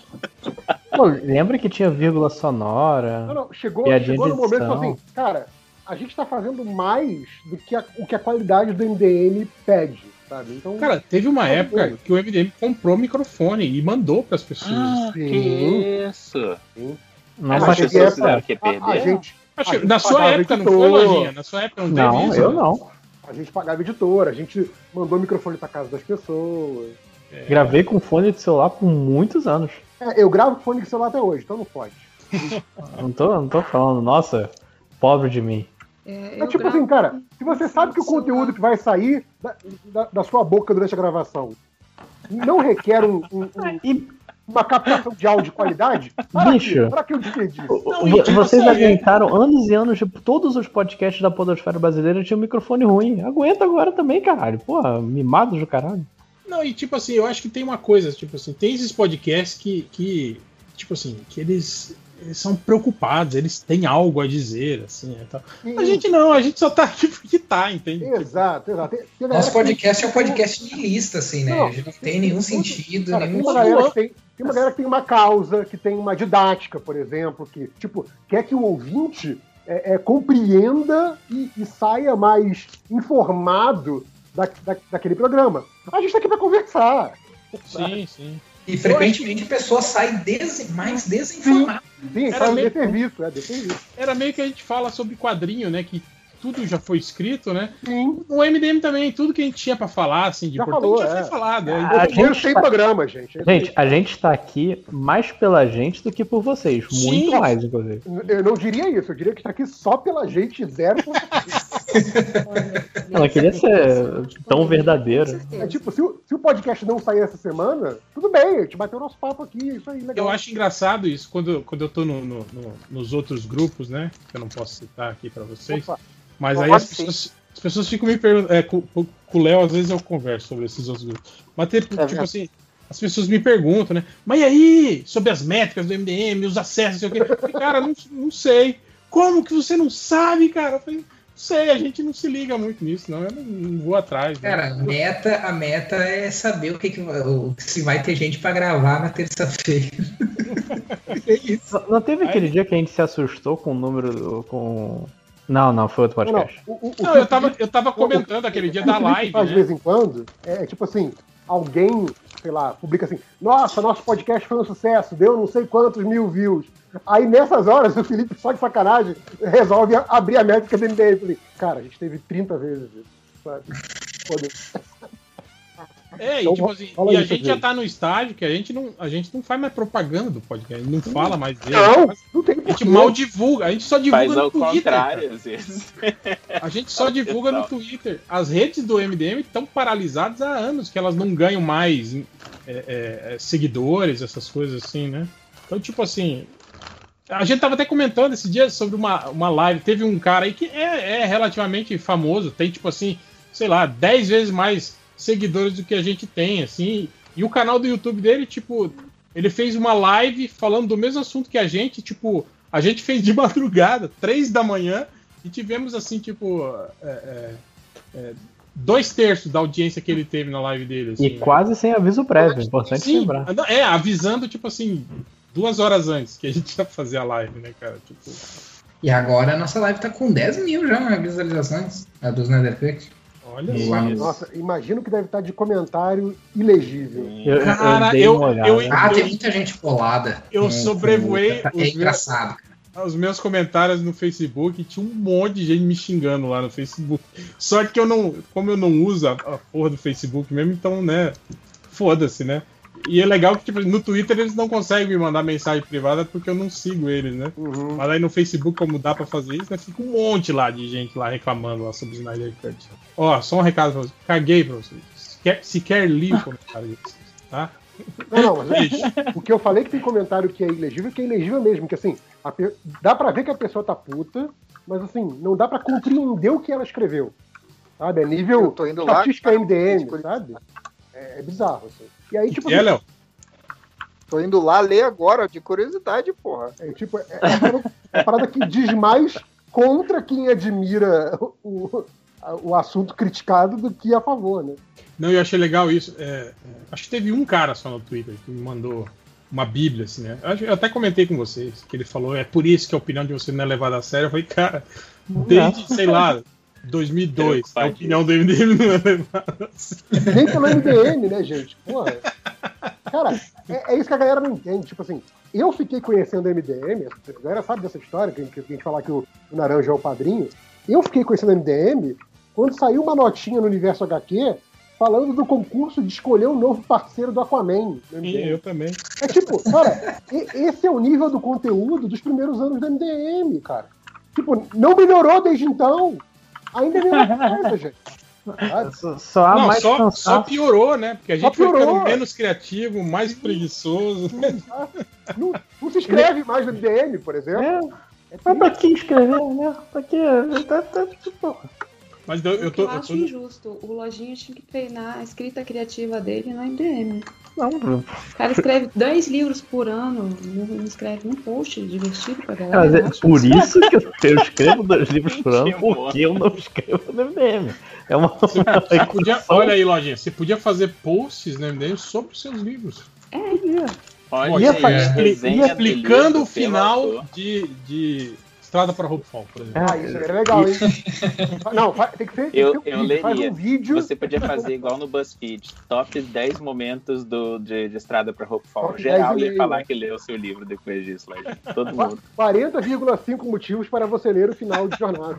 Pô, lembra que tinha vírgula sonora? Não, não, chegou, Piadinha chegou de no momento que edição. falou assim, cara, a gente tá fazendo mais do que a, o que a qualidade do M D M pede, sabe? Então, Cara, teve uma Tá época bom. que o M D M comprou microfone e mandou pras pessoas. Ah, Sim. que isso? Não Mas faz cheguei sentido. a- fizeram que a, a perder? gente, Acho a que gente na sua pagava época não foi, editor, Lojinha? Na sua época não teve Não, isso? eu né? não. a gente pagava editor, a gente mandou microfone pra casa das pessoas. Gravei com fone de celular por muitos anos. É, eu gravo com fone de celular até hoje, então não pode. Não tô, não tô falando, nossa, pobre de mim. É, É eu tipo gravo assim, cara, se você com sabe que o celular. conteúdo que vai sair da, da- da sua boca durante a gravação não requer um- um- um- E, uma captação de áudio de qualidade, para Bicho. que, para que eu desperdício? Não, e vo- tipo vocês assim, aguentaram anos e anos de todos os podcasts da podosfera brasileira tinham microfone ruim. Aguenta agora também, caralho. Porra, mimados do caralho. Não, e tipo assim, eu acho que tem uma coisa, tipo assim, tem esses podcasts que, que tipo assim, que eles, eles são preocupados, eles têm algo a dizer, assim, e tal. E- A gente não, a gente só tá aqui porque tá, entende? Exato, exato. Tem- tem galera Nosso que- podcast é um podcast nihilista, assim, né? Não, A gente não tem nenhum sentido, Cara, tem nenhum. uma galera que tem, tem uma galera que tem uma causa, que tem uma didática, por exemplo, que, tipo, quer que o ouvinte é, é, compreenda e, e saia mais informado da, da- daquele programa. A gente tá aqui pra conversar. Sim, sim. E frequentemente a pessoa sai des... mais desinformada. Sim, Era faz um meio- desserviço, é desserviço. Era meio que a gente fala sobre quadrinho, né? Que tudo já foi escrito, né? Sim. O M D M também, tudo que a gente tinha pra falar, assim, de Já importante falou, já é. foi falado. É. A Primeiro gente tem tá- programa, gente. Gente, a gente tá aqui mais pela gente do que por vocês. Sim. Muito mais, inclusive. Eu não diria isso, eu diria que está aqui só pela gente, zero por Ela queria ser tão verdadeira. É tipo, se o, se o podcast não sair essa semana, tudo bem, a gente bateu o nosso papo aqui, isso aí, legal. Eu acho engraçado isso, quando, quando eu tô no, no- no- nos outros grupos, né? Que eu não posso citar aqui pra vocês. Opa. Mas Não aí pode as pessoas, as pessoas ficam me perguntando. É, com, com com o Léo, às vezes eu converso sobre esses outros grupos. Mas tipo, É tipo mesmo. assim, as pessoas me perguntam, né? Mas e aí, sobre as métricas do M D M, os acessos, não sei o quê. Eu falei, cara, não, não sei. Como que você não sabe, cara? Eu falei, não sei, a gente não se liga muito nisso, não. Eu não, não vou atrás. Né? Cara, a meta, a meta é saber o que, que o- se vai ter gente pra gravar na terça-feira. É isso. Não- Não teve aquele dia que a gente se assustou com o número do- com. Não, não, foi outro Não, não, podcast. o, o, o Não, que eu tava, eu tava comentando o- aquele dia o da que o Felipe live, faz de né? vez em quando é tipo assim, alguém, sei lá, publica assim, nossa, nosso podcast foi um sucesso, deu não sei quantos mil views. Aí nessas horas o Felipe, só de sacanagem, resolve a- abrir a métrica do M D M. Eu falei, cara, a gente teve trinta vezes isso, sabe? Foda-se. É, e, Então, tipo assim, fala e a aí, gente Fabio. já tá no estágio que a gente não, a gente não faz mais propaganda do podcast, a gente não fala mais dele. Não, não tem A gente porquê. mal divulga, a gente só divulga Faz no ao Twitter. contrário, cara. às vezes. A gente só divulga no Twitter. As redes do M D M estão paralisadas há anos, que elas não ganham mais é, é, é, seguidores, essas coisas assim, né? Então, tipo assim, a gente tava até comentando esse dia sobre uma, uma live. Teve um cara aí que é, é relativamente famoso, tem, tipo assim, sei lá, dez vezes mais seguidores do que a gente tem, assim. E o canal do YouTube dele, tipo, ele fez uma live falando do mesmo assunto que a gente, tipo, a gente fez de madrugada, três da manhã, e tivemos, assim, tipo, é, é, é, dois terços da audiência que ele teve na live dele. Assim, E né? quase sem aviso prévio, importante Sim, lembrar. é, avisando, tipo assim, duas horas antes que a gente ia fazer a live, né, cara? Tipo, E agora a nossa live tá com dez mil já né, visualizações, a dos Nethercut. olha Isso. só. Nossa, imagino que deve estar de comentário ilegível. Eu, eu Cara, dei eu- uma olhada. eu- Ah, tem muita gente colada. Eu com- sobrevoei com- os É meus- engraçado. Os meus comentários no Facebook, tinha um monte de gente me xingando lá no Facebook. Sorte que eu não, como eu não uso a, a porra do Facebook mesmo, então, né, foda-se, né? E é legal que, tipo, no Twitter eles não conseguem me mandar mensagem privada porque eu não sigo eles, né? Uhum. Mas aí no Facebook, como dá pra fazer isso, né, fica um monte lá de gente lá reclamando lá sobre o Snyder Cut. Ó, só um recado pra vocês. Caguei pra vocês. Se quer, se quer li o comentário de vocês, tá? Não, não, mas é- o que eu falei que tem comentário que é ilegível, que é ilegível mesmo, que assim, a pe- dá pra ver que a pessoa tá puta, mas assim, não dá pra compreender o que ela escreveu. Sabe? É nível Eu tô indo lá, estatística cara, M D M, escolhi- sabe? É, é bizarro, assim. E aí, tipo, E é, Léo? Tô indo lá ler agora, de curiosidade, porra. é, tipo, é, é uma parada, é uma parada que diz mais contra quem admira o, a- o assunto criticado do que a favor, né? Não, eu achei legal isso. É, é, acho que teve um cara só no Twitter que me mandou uma bíblia, assim, né? Eu, acho- eu até comentei com vocês, que ele falou, é por isso que a opinião de você não é levada a sério. Eu falei, cara, desde, sei lá, dois mil e dois, a opinião do M D M não é levada a sério. Nem pelo M D M, né, gente? Porra. Cara, é, é isso que a galera não entende. Tipo assim, eu fiquei conhecendo o M D M, a galera sabe dessa história, que, que a gente fala que o, o Naranja é o padrinho. Eu fiquei conhecendo o M D M quando saiu uma notinha no Universo H Q falando do concurso de escolher um novo parceiro do Aquaman. no M D M. Eu também. É tipo, cara, e- esse é o nível do conteúdo dos primeiros anos do M D M, cara. Tipo, não melhorou desde então. Ainda é a mesma coisa, gente. Sabe? Só, só há Não, mais só, cansaço. só piorou, né? Porque a Só gente foi piorou. ficando menos criativo, mais preguiçoso. Não, não se escreve mais no M D M, por exemplo. É, É mas pra triste. que escrever, né? Pra que. Tá, tá, tipo, Mas eu, eu Eu, tô. Eu acho tô... injusto. O Lojinha tinha que treinar a escrita criativa dele no M D M. não, O cara escreve dois livros por ano, não, não escreve um post divertido pra galera. mas é eu acho por isso que eu, eu escrevo dois livros por ano, Que amor. porque eu não escrevo no M D M. É uma. Você podia, olha aí, Lojinha, você podia fazer posts no M D M sobre os seus livros. Olha Ia aí, fa- a Expli- resenha do explicando livro o final pelo autor. de, de Estrada para Hopefall, por exemplo. Ah, isso era legal, hein? Não, tem que ser, tem Eu, que ser eu um vídeo. Faz leria. um vídeo. Você podia fazer igual no BuzzFeed. Top dez momentos do, de, de Estrada para Hopefall. Top Geral dez e ia meio, falar né? que leu o seu livro depois disso. Lá, todo mundo. quarenta vírgula cinco motivos para você ler o final de Jornada.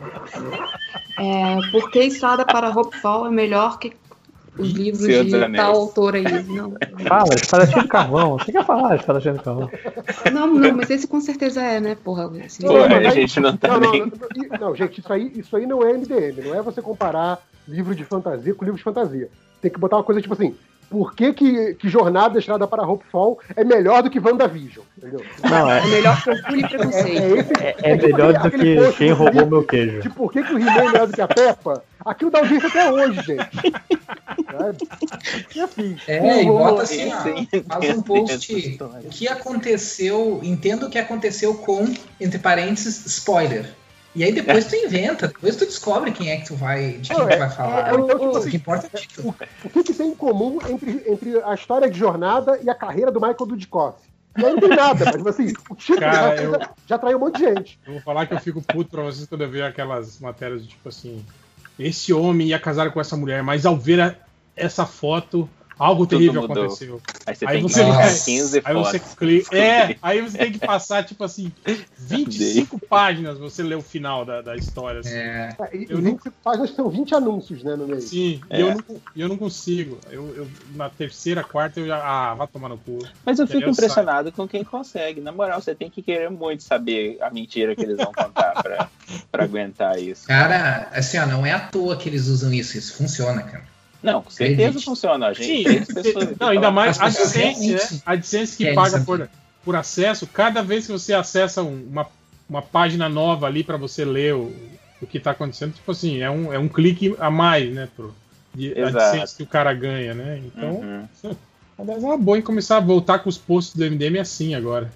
É, porque Estrada para Hopefall é melhor que os livros Senhor de dos Anéis. tal autor aí. Não, Fala, espadachim de carvão. Você quer falar espadachim de carvão? não, não, mas esse com certeza é, né, porra? Assim, Pô, Não, mas a aí- gente não tá Não, não, nem... não, não, gente, isso aí, isso aí não é M D M, não é você comparar livro de fantasia com livro de fantasia. Tem que botar uma coisa tipo assim, por que que, que Jornada Estrada para Hopefall é melhor do que WandaVision, entendeu? Não, é, é melhor que Orgulho e Preconceito. É, esse, é, é tipo melhor aquele- do aquele que post quem do roubou Felipe, meu queijo. de por que, que o He-Man é melhor do que a Peppa, aquilo dá audiência até hoje, gente. Sabe? E assim, É, e o- bota assim, ó, Sim, faz essa um post. história. O que aconteceu, entenda o que aconteceu com, entre parênteses, spoiler. E aí depois tu inventa, depois tu descobre quem é que tu vai, de quem Não, tu é- vai falar. é, ou então, tipo o assim, que importa é o título. O que, que tem em comum entre, entre a história de Jornada e a carreira do Michael Dudikoff? Não, não tem nada, mas assim, o título Cara, já, eu- já, já atraiu um monte de gente. Eu vou falar que eu fico puto pra vocês quando eu vejo aquelas matérias de tipo assim: esse homem ia casar com essa mulher, mas ao ver a- essa foto, algo Tudo terrível mudou. aconteceu. Aí você Aí tem que você colocar vai- quinze Aí você fotos. clica. É, aí você tem que passar, tipo assim, vinte e cinco páginas pra você ler o final da, da história. Assim. É, É, E, Eu e vinte e cinco páginas são vinte anúncios, né, no meio. Sim, É. e eu não, e eu não consigo. Eu, eu- na terceira, quarta, eu já. Ah, vai tomar no cu. Mas eu E aí fico eu impressionado com quem consegue. Na moral, você tem que querer muito saber a mentira que eles vão contar pra, pra aguentar isso. cara, assim, ó, não é à toa que eles usam isso, isso funciona, cara. Não, com certeza Acredite. funciona. A gente Sim, tem pessoas que não, ainda falam, mais a As pessoas AdSense, né? realmente A AdSense que querem paga saber. por, por acesso, cada vez que você acessa um- uma, uma página nova ali pra você ler o, o que tá acontecendo, tipo assim, é um, é um clique a mais, né, pro, de Exato. AdSense que o cara ganha, né? Então, Uhum. aliás, é uma boa em começar a voltar com os posts do M D M assim agora.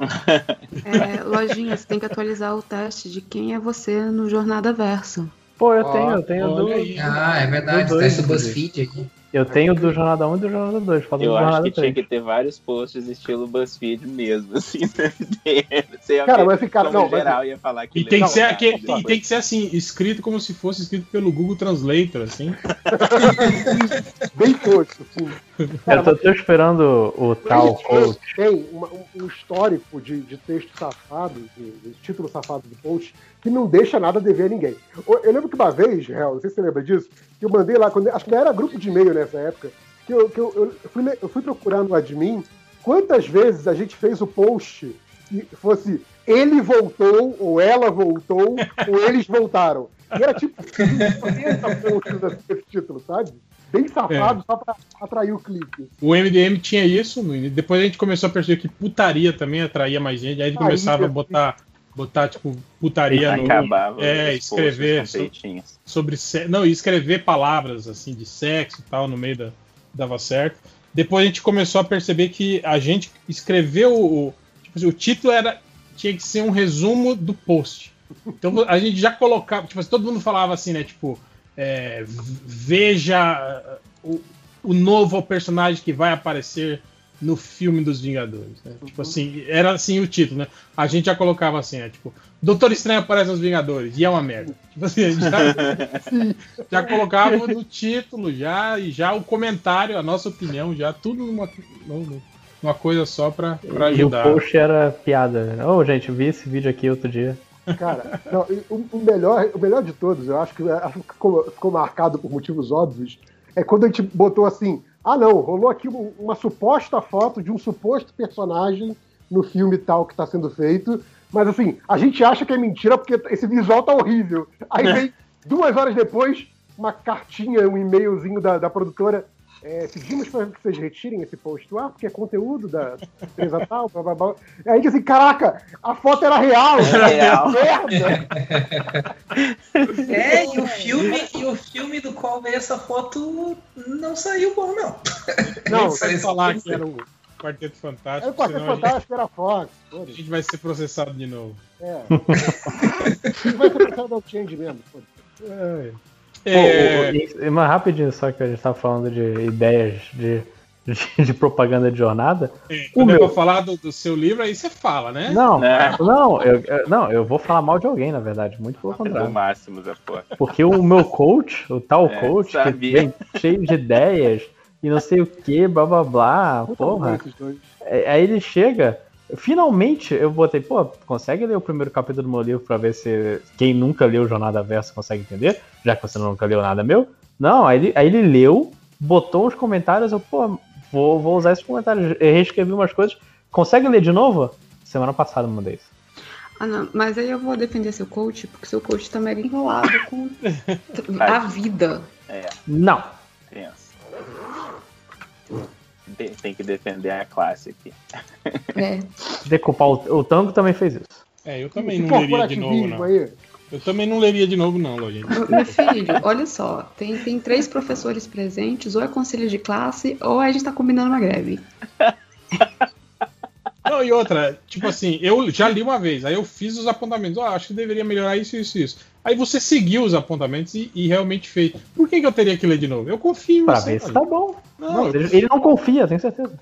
É, lojinha, você tem que atualizar o teste de quem é você no Jornada Verso. Pô, eu Ó, tenho, eu tenho olha do. aí. Ah, é verdade, do tá dois, esse inclusive. BuzzFeed aqui. Eu tenho do Jornada um e do Jornada dois. Falta do Eu acho Jornada que tinha três. que ter vários posts estilo BuzzFeed mesmo, assim, no M D M. Você ia Cara, ver mas assim, cara, como não, mas- geral ia falar que E ele tem ia que, ser, falar aquele- depois. e tem que ser assim, escrito como se fosse escrito pelo Google Translator, assim. Bem tosco, assim. Eu tô, tô esperando o tal Reddit coach. tem uma- um, um histórico de, de texto safado, de, de título safado de post, que não deixa nada a dever a ninguém. Eu, eu lembro que uma vez, real, não sei se você lembra disso, que eu mandei lá, quando, acho que não era grupo de e-mail nessa época, que eu, que eu, eu, fui, le- eu fui procurar no admin quantas vezes a gente fez o post que fosse ele voltou, ou ela voltou, ou eles voltaram. E era tipo quarenta posts desse título, sabe? Bem safado, só pra atrair o clique. O M D M tinha isso, no início. Depois a gente começou a perceber que putaria também atraía mais gente. Aí a gente Aí, começava a sim. botar, botar tipo, putaria no. Acabava É, os posts escrever com so- peitinhos. sobre se- não, e escrever palavras assim de sexo e tal no meio da dava certo. Depois a gente começou a perceber que a gente escreveu o tipo assim, o título era tinha que ser um resumo do post. Então a gente já colocava, tipo assim, todo mundo falava assim, né, tipo, é, veja o, o novo personagem que vai aparecer no filme dos Vingadores, né? Tipo assim, era assim o título, né? A gente já colocava assim, né? Tipo, Doutor Estranho aparece nos Vingadores e é uma merda. Tipo assim, a gente já, já colocava no título já e já o comentário, a nossa opinião, já tudo numa, numa coisa só pra, pra E o ajudar. post era piada. Ô, gente, vi esse vídeo aqui outro dia. Cara, não, e o, o melhor, o melhor de todos, eu acho que, acho que ficou, ficou marcado por motivos óbvios, é quando a gente botou assim, ah não, rolou aqui uma, uma suposta foto de um suposto personagem no filme tal que está sendo feito, mas assim, a gente acha que é mentira porque esse visual tá horrível. Aí vem, duas horas depois, uma cartinha, um e-mailzinho da, da produtora, é, pedimos para que vocês retirem esse post do ar, porque é conteúdo da empresa tal, blá, blá, blá. Aí diz assim, caraca, a foto era real! Era real. Merda! É, e o filme, e o filme do qual veio essa foto não saiu bom, não. Não, Saiu Sem esse falar filme. que era o Quarteto Fantástico, Era o Quarteto senão a gente- Fantástico, era Fox. a foda-se. gente vai ser processado de novo. É. Não vai ser pensado ao change mesmo. foda-se. É, Pô, o- e- mas rapidinho só que a gente tava falando de ideias de de, de propaganda de jornada. É, o quando é meu... pra falar do, do seu livro, aí você fala, né? Não, É. não, eu, eu- não, eu vou falar mal de alguém, na verdade, muito pelo É do contrário. máximo, Zé Porra. Porque o meu coach, o tal É, coach, que sabia. vem cheio de ideias e não sei o que, blá blá blá, porra. Esses dois. É, Aí ele chega, finalmente eu botei, pô, consegue ler o primeiro capítulo do meu livro pra ver se quem nunca leu Jornada Versa consegue entender, já que você nunca leu nada meu? Não, aí ele, aí ele leu, botou uns comentários, eu, pô, vou, vou usar esses comentários, eu reescrevi umas coisas, consegue ler de novo? Semana passada eu mandei isso. Ah, não, mas aí eu vou defender seu coach, porque seu coach tá mega enrolado com a vida. É, Não. pensa. Tem, tem que defender a classe aqui. É. Decupar o, o Tango também fez isso. É, eu também Que não leria de novo, corporativismo não. aí. Eu também não leria de novo, não, Lojinha. Meu filho, olha só, tem, tem três professores presentes, ou é conselho de classe, ou a gente tá combinando uma greve. Não, e outra, tipo assim, eu já li uma vez, aí eu fiz os apontamentos. Ó, acho que deveria melhorar isso, isso, isso. Aí você seguiu os apontamentos e, e realmente fez. Por que, que eu teria que ler de novo? Eu confio em Pra você. ver se Lojinha. tá bom. Não, eu- Ele, ele não confia, tenho certeza.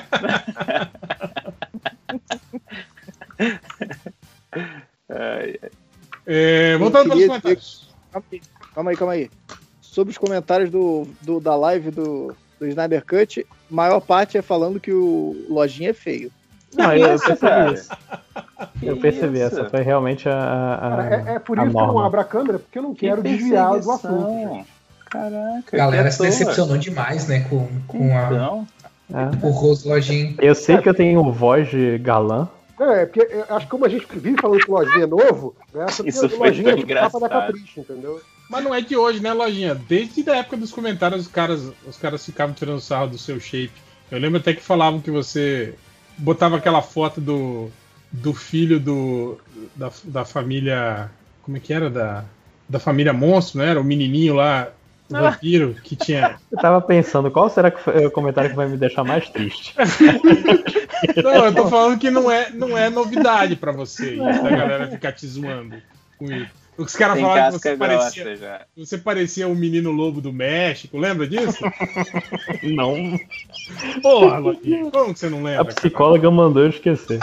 Ai, ai. É, voltando para os queria comentários. Calma aí, calma aí, calma aí. Sobre os comentários do, do- da live do, do Snyder Cut, maior parte é falando que o Lojinha é feio. Não, eu, eu Isso, percebi cara. isso. Eu percebi, Isso. essa foi realmente a, a, Cara, é, é por a isso que eu não norma. abro a câmera, porque eu não Que quero desviar do perseguição. assunto. Caraca. A galera que se à toa. decepcionou demais, né, com, com a, Então, É. o Rose Lojinha. Eu sei que eu tenho voz de galã. É, porque eu acho que como a gente vive falando que Lojinha é novo, né, essa Isso foi Lojinha é tão tipo capa da engraçado. Capricho, entendeu? Mas não é de hoje, né, Lojinha? Desde a época dos comentários, os caras, os caras ficavam tirando sarro do seu shape. Eu lembro até que falavam que você botava aquela foto do, do filho do, da, da família. Como é que era? Da, da família Monstro, não era? O menininho lá, o vampiro, que tinha. Eu tava pensando, qual será que foi o comentário que vai me deixar mais triste? Não, eu tô falando que não é, não é novidade pra você isso, da galera ficar te zoando com isso. Os caras tem falaram que casca você grossa parecia, já. você parecia o menino lobo do México, lembra disso? Não. Porra, Lojinha, como que você não A lembra? cara? psicóloga mandou eu esquecer.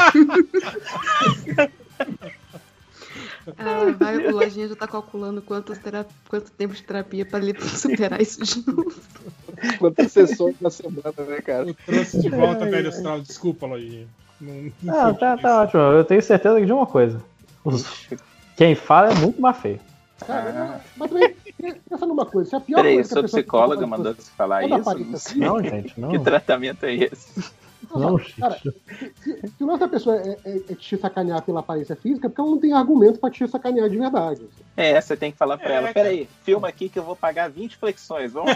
Ah, vai, o Lojinha já tá calculando quantos tera- quanto tempo de terapia pra ele superar isso de novo. Quantas sessões na semana, né, cara? Eu trouxe de volta a velha astral. Desculpa, Lojinha. Não, não Ah, foi tá, isso. tá ótimo. Eu tenho certeza de uma coisa. Os- Quem fala é muito mais feio. Cara, mas também, pensa numa coisa, se a pior Peraí, coisa que a sua pessoa psicóloga fala mandou pra você falar Toda isso? aparência Não sei. assim. Não, gente, não. Que tratamento é esse? Não, Cara, gente. se, se o lance da pessoa é, é- é te sacanear pela aparência física, é porque ela não tem argumento pra te sacanear de verdade. É, você tem que falar pra É, ela, peraí, filma aqui que eu vou pagar vinte flexões, vamos?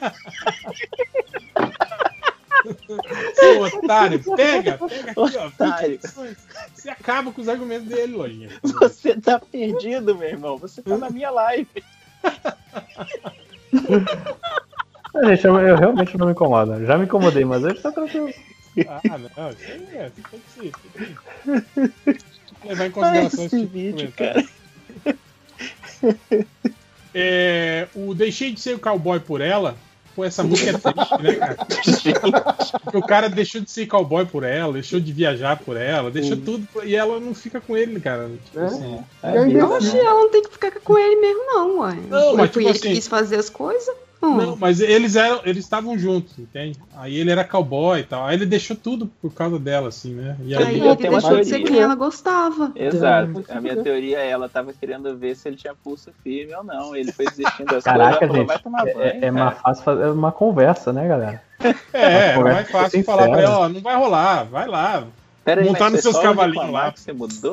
Seu otário, pega, pega aqui, ó. Otário. Você acaba com os argumentos dele, Lojinha. Você tá perdido, meu irmão, você tá na minha live. Ah, gente, eu, eu realmente não me incomodo. Já me incomodei, mas hoje tá tranquilo. Ah, não, isso aí é, você tem que ser. Tem que levar em consideração esse Esse tipo de vídeo, comentário. É, o Deixei de Ser o Cowboy por Ela. Pô, essa música é triste, né, cara? Porque o cara deixou de ser cowboy por ela, deixou de viajar por ela, deixou tudo. por- E ela não fica com ele, cara. Tipo É. assim. E ainda Oxe, assim, ela não tem que ficar com ele mesmo, não, ué. Não, mas Foi tipo ele que assim- quis fazer as coisas. Hum. Não, mas eles eram, eles estavam juntos, entende? Aí ele era cowboy e tal. Aí ele deixou tudo por causa dela, assim, né? E Aí aí, Eu ele tenho uma deixou de ser teoria. quem ela gostava. Exato. A minha teoria é ela tava querendo ver se ele tinha pulso firme ou não. Ele foi desistindo das Caraca, coisas, ela falou, gente. vai tomar banho, É, é cara. mais fácil fazer uma conversa, né, galera? é, é Conversa mais fácil sincera. falar pra ela, ó, não vai rolar, vai lá. Pera aí, montar mas nos você seus só anda cavalinhos com a lá. marca, Você mudou?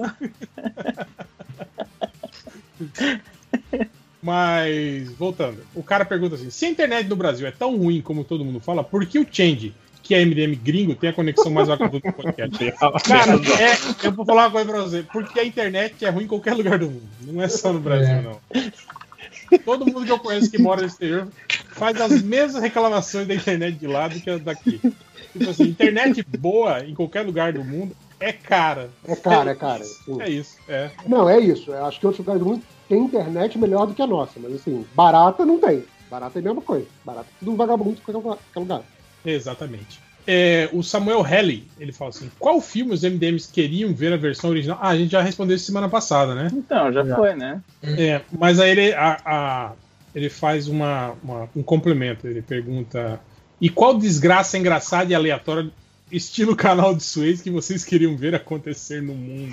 Mas, voltando, o cara pergunta assim: se a internet no Brasil é tão ruim como todo mundo fala, por que o Change, que é M D M gringo, tem a conexão mais vagabunda do podcast? Cara, é, eu vou falar uma coisa pra você: porque a internet é ruim em qualquer lugar do mundo, não é só no Brasil, É. não. Todo mundo que eu conheço que mora no exterior faz as mesmas reclamações da internet de lá do que a daqui. Tipo assim, internet boa em qualquer lugar do mundo é cara. é cara, é cara. sim. É isso, é. Não, é isso. Eu acho que outros lugares do mundo têm internet melhor do que a nossa, mas assim, barata não tem. Barata é a mesma coisa. Barata é tudo vagabundo em qualquer lugar- qualquer lugar. Exatamente. É, o Samuel Halley, ele fala assim, qual filme os M D Ms queriam ver a versão original? Ah, a gente já respondeu isso semana passada, né? Então, já, já. foi, né? É, mas aí ele, a, a, ele faz uma, uma, um complemento, ele pergunta, e qual desgraça engraçada e aleatória, estilo canal de Suez, que vocês queriam ver acontecer no mundo?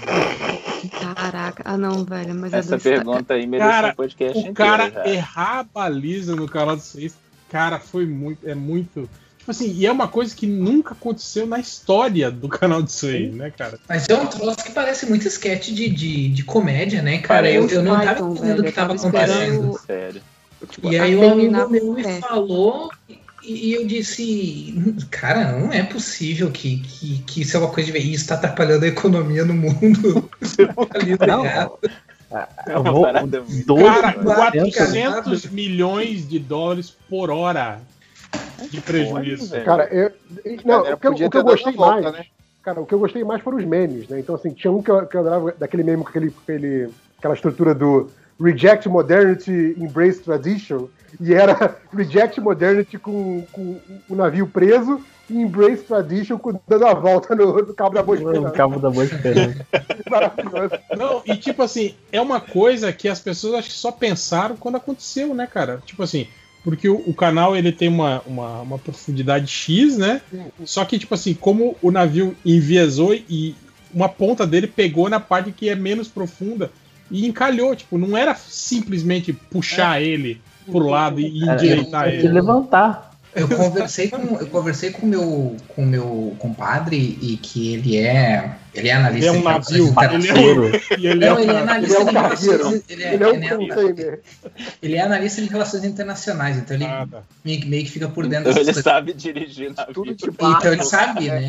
Caraca, ah não, velho, mas essa pergunta aí merece cara, um podcast o cara errar a baliza no canal de Suez, cara, foi muito, é muito... Tipo assim, e é uma coisa que nunca aconteceu na história do canal de Suez, né, cara? Mas é um troço que parece muito sketch de, de, de comédia, né, cara? Eu, eu não tava entendendo o que tava acontecendo. Sério. E aí um amigo meu me falou e eu disse, cara, não é possível que, que, que isso é uma coisa de ver. Isso tá atrapalhando a economia no mundo. Não. É uma parada muito... Cara, quatrocentos milhões de dólares por hora de prejuízo. Pode, cara, eu, não, o que, eu, o que eu gostei volta, mais, né? Cara, o que eu gostei mais foram os memes, né? Então, assim, tinha um que eu, que eu adorava daquele meme com aquele, aquele, aquela estrutura do Reject Modernity, Embrace Tradition, e era Reject Modernity com, com o navio preso e Embrace Tradition com, dando a volta no, no Cabo da Boa Esperança. No Cabo da Boa Esperança. Maravilhoso. Não, e tipo assim, é uma coisa que as pessoas acho que só pensaram quando aconteceu, né, cara? Tipo assim, porque o, o canal ele tem uma, uma, uma profundidade X, né? Só que, tipo assim, como o navio enviesou e uma ponta dele pegou na parte que é menos profunda e encalhou, tipo, não era simplesmente puxar é. ele pro lado e endireitar é, ele. Levantar. Eu conversei com eu conversei com meu com meu compadre e que ele é ele é analista ele é um de navio, relações internacionais. Ele é, não, ele é analista ele é um de relações ele é, ele é, um ele, é, ele é analista de relações internacionais, então ele ah, tá. meio, meio que fica por dentro então das ele sabe dirigir navio. Então ele sabe, né?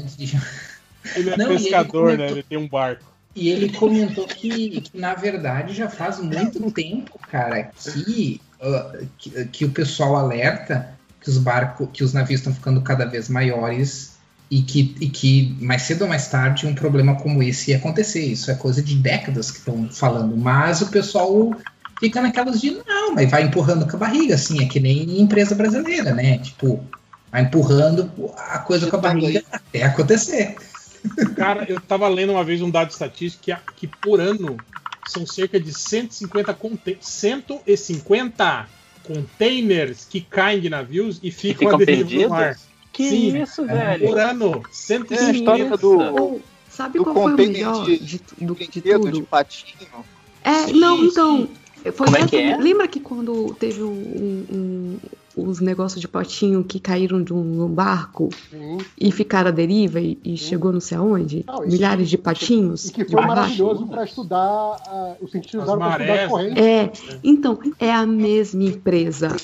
Ele é não, pescador, ele comentou, né? Ele tem um barco. E ele comentou que, que, na verdade, já faz muito tempo, cara, que, uh, que, que o pessoal alerta que os barcos, que os navios estão ficando cada vez maiores e que, e que mais cedo ou mais tarde um problema como esse ia acontecer. Isso é coisa de décadas que estão falando, mas o pessoal fica naquelas de não, mas vai empurrando com a barriga, assim, é que nem empresa brasileira, né? Tipo, vai empurrando a coisa com a barriga até acontecer. Cara, eu tava lendo uma vez um dado estatístico que, que por ano são cerca de cento e cinquenta conte- cento e cinquenta containers que caem de navios e ficam, ficam a deriva no mar. Que Sim, isso, velho? Por ano, cento e cinquenta. É a história do, sabe do qual foi o melhor de, de, do, de, de tudo? De patinho. É, não, então... Foi Como essa, é que é? Lembra que quando teve um, um, os negócios de patinho que caíram de um barco Sim. e ficaram à deriva e, e chegou não sei aonde? Não, Milhares de patinhos. E que foi maravilhoso para estudar uh, o sentido As usado para estudar as correntes. É, então, é a mesma empresa.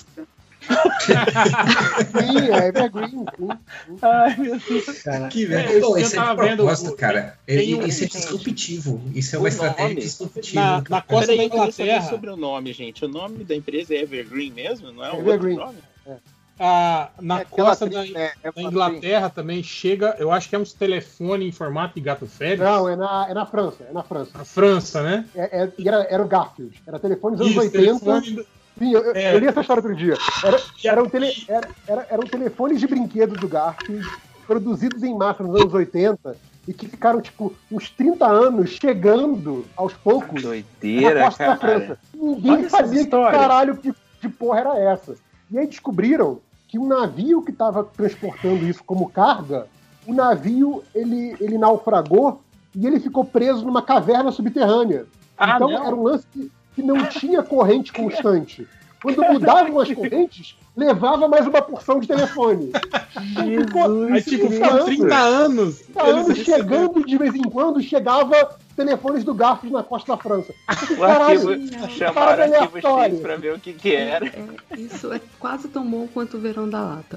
Sim, é Evergreen. Ai, meu Deus. Cara, que velho. Pô, isso é de proposta, cara. Um... Isso é disruptivo. Isso é uma estratégia disruptiva. Na, na costa da Inglaterra. Sobre o nome, gente. O nome da empresa é Evergreen mesmo? Não é o Evergreen. outro nome? É. Ah, na é costa tri, da, é, é da Inglaterra tri. Também chega, eu acho que é uns telefones em formato de gato férias. Não, é na, é na França, é na França. Na França, né? É, é, era, era o Garfield, era telefone dos anos Isso, oitenta. Telefone... Sim, eu, é. eu li essa história outro dia. Era, eram, tele, era, era, eram telefones de brinquedo do Garfield, produzidos em massa nos anos oitenta, e que ficaram, tipo, uns trinta anos chegando aos poucos Doideira, na costa cara. da França. Ninguém Olha sabia que caralho de, de porra era essa. E aí descobriram que um navio que estava transportando isso como carga, o navio, ele, ele naufragou e ele ficou preso numa caverna subterrânea. Ah, então não. era um lance que, que não tinha corrente constante. Quando mudavam as correntes, levava mais uma porção de telefone. Jesus, aí tipo, ficou trinta anos. trinta anos chegando, de vez em quando, chegava telefones do Garfield na costa da França. O arquivo, chamaram o arquivo X pra ver o que que era. É, é, isso é quase tão bom quanto o verão da lata.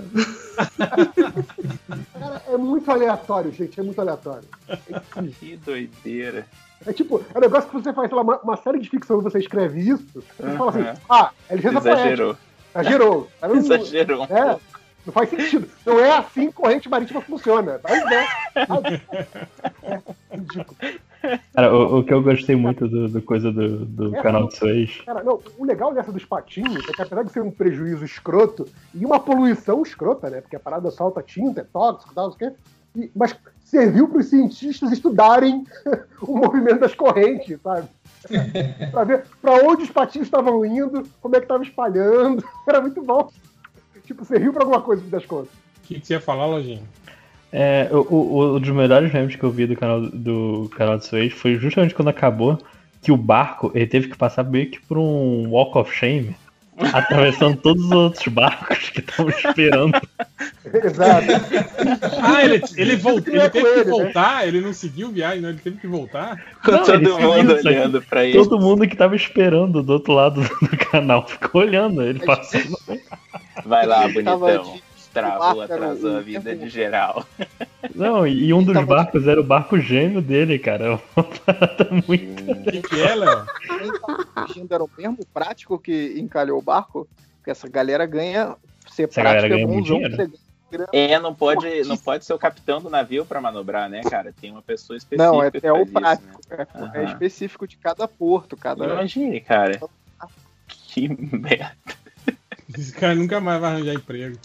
Cara, é muito aleatório, gente, é muito aleatório. É que doideira. É tipo, é um negócio que você faz, sei lá, uma, uma série de ficção, você escreve isso, você uh-huh. fala assim, ah, é licença Exagerou. Poética. Exagerou. Não, Exagerou. É, não faz sentido. Não é assim que corrente marítima funciona. Mas é. É ridículo. Cara, o, o que eu gostei muito do, do coisa do, do Essa canal não- de Suez. Cara, não, o legal dessa dos patinhos é que apesar de ser um prejuízo escroto e uma poluição escrota, né? Porque a parada solta tinta, é tóxico e tal, não sei o quê, e- mas serviu para os cientistas estudarem o movimento das correntes, sabe? Pra ver pra onde os patinhos estavam indo, como é que tava espalhando. Era muito bom. Tipo, serviu pra alguma coisa, no fim das contas. O que, que você ia falar, Lojinha? É, o, o, um dos melhores memes que eu vi do canal, do canal de Suez foi justamente quando acabou que o barco ele teve que passar meio que por um walk of shame, atravessando todos os outros barcos que estavam esperando. Exato. Ah, ele, ele, volt, ele Ele teve que ele, né? voltar, ele não seguiu viagem, não, ele teve que voltar. Com Não, todo ele mundo seguiu, só que olhando pra ele. Todo mundo que tava esperando do outro lado do canal ficou olhando ele passando. Vai lá, Tava bonitão. de- Travou, barco era atrasou o a vida tempo- de geral. Não, e um dos Tava- barcos era o barco gêmeo dele, cara. Uma parada muito. O que, que é, Léo? Quem tava fugindo era o mesmo prático que encalhou o barco, porque essa galera ganha. Ser Essa galera prático é ganha muito bonzão, dinheiro. você ganha grana. É, não pode, não pode ser o capitão do navio pra manobrar, né, cara? Tem uma pessoa específica. Não, é, que é o faz isso, prático. né? É, é Aham. específico de cada porto, cada. Imagine, cara. Que merda. Esse cara nunca mais vai arranjar emprego.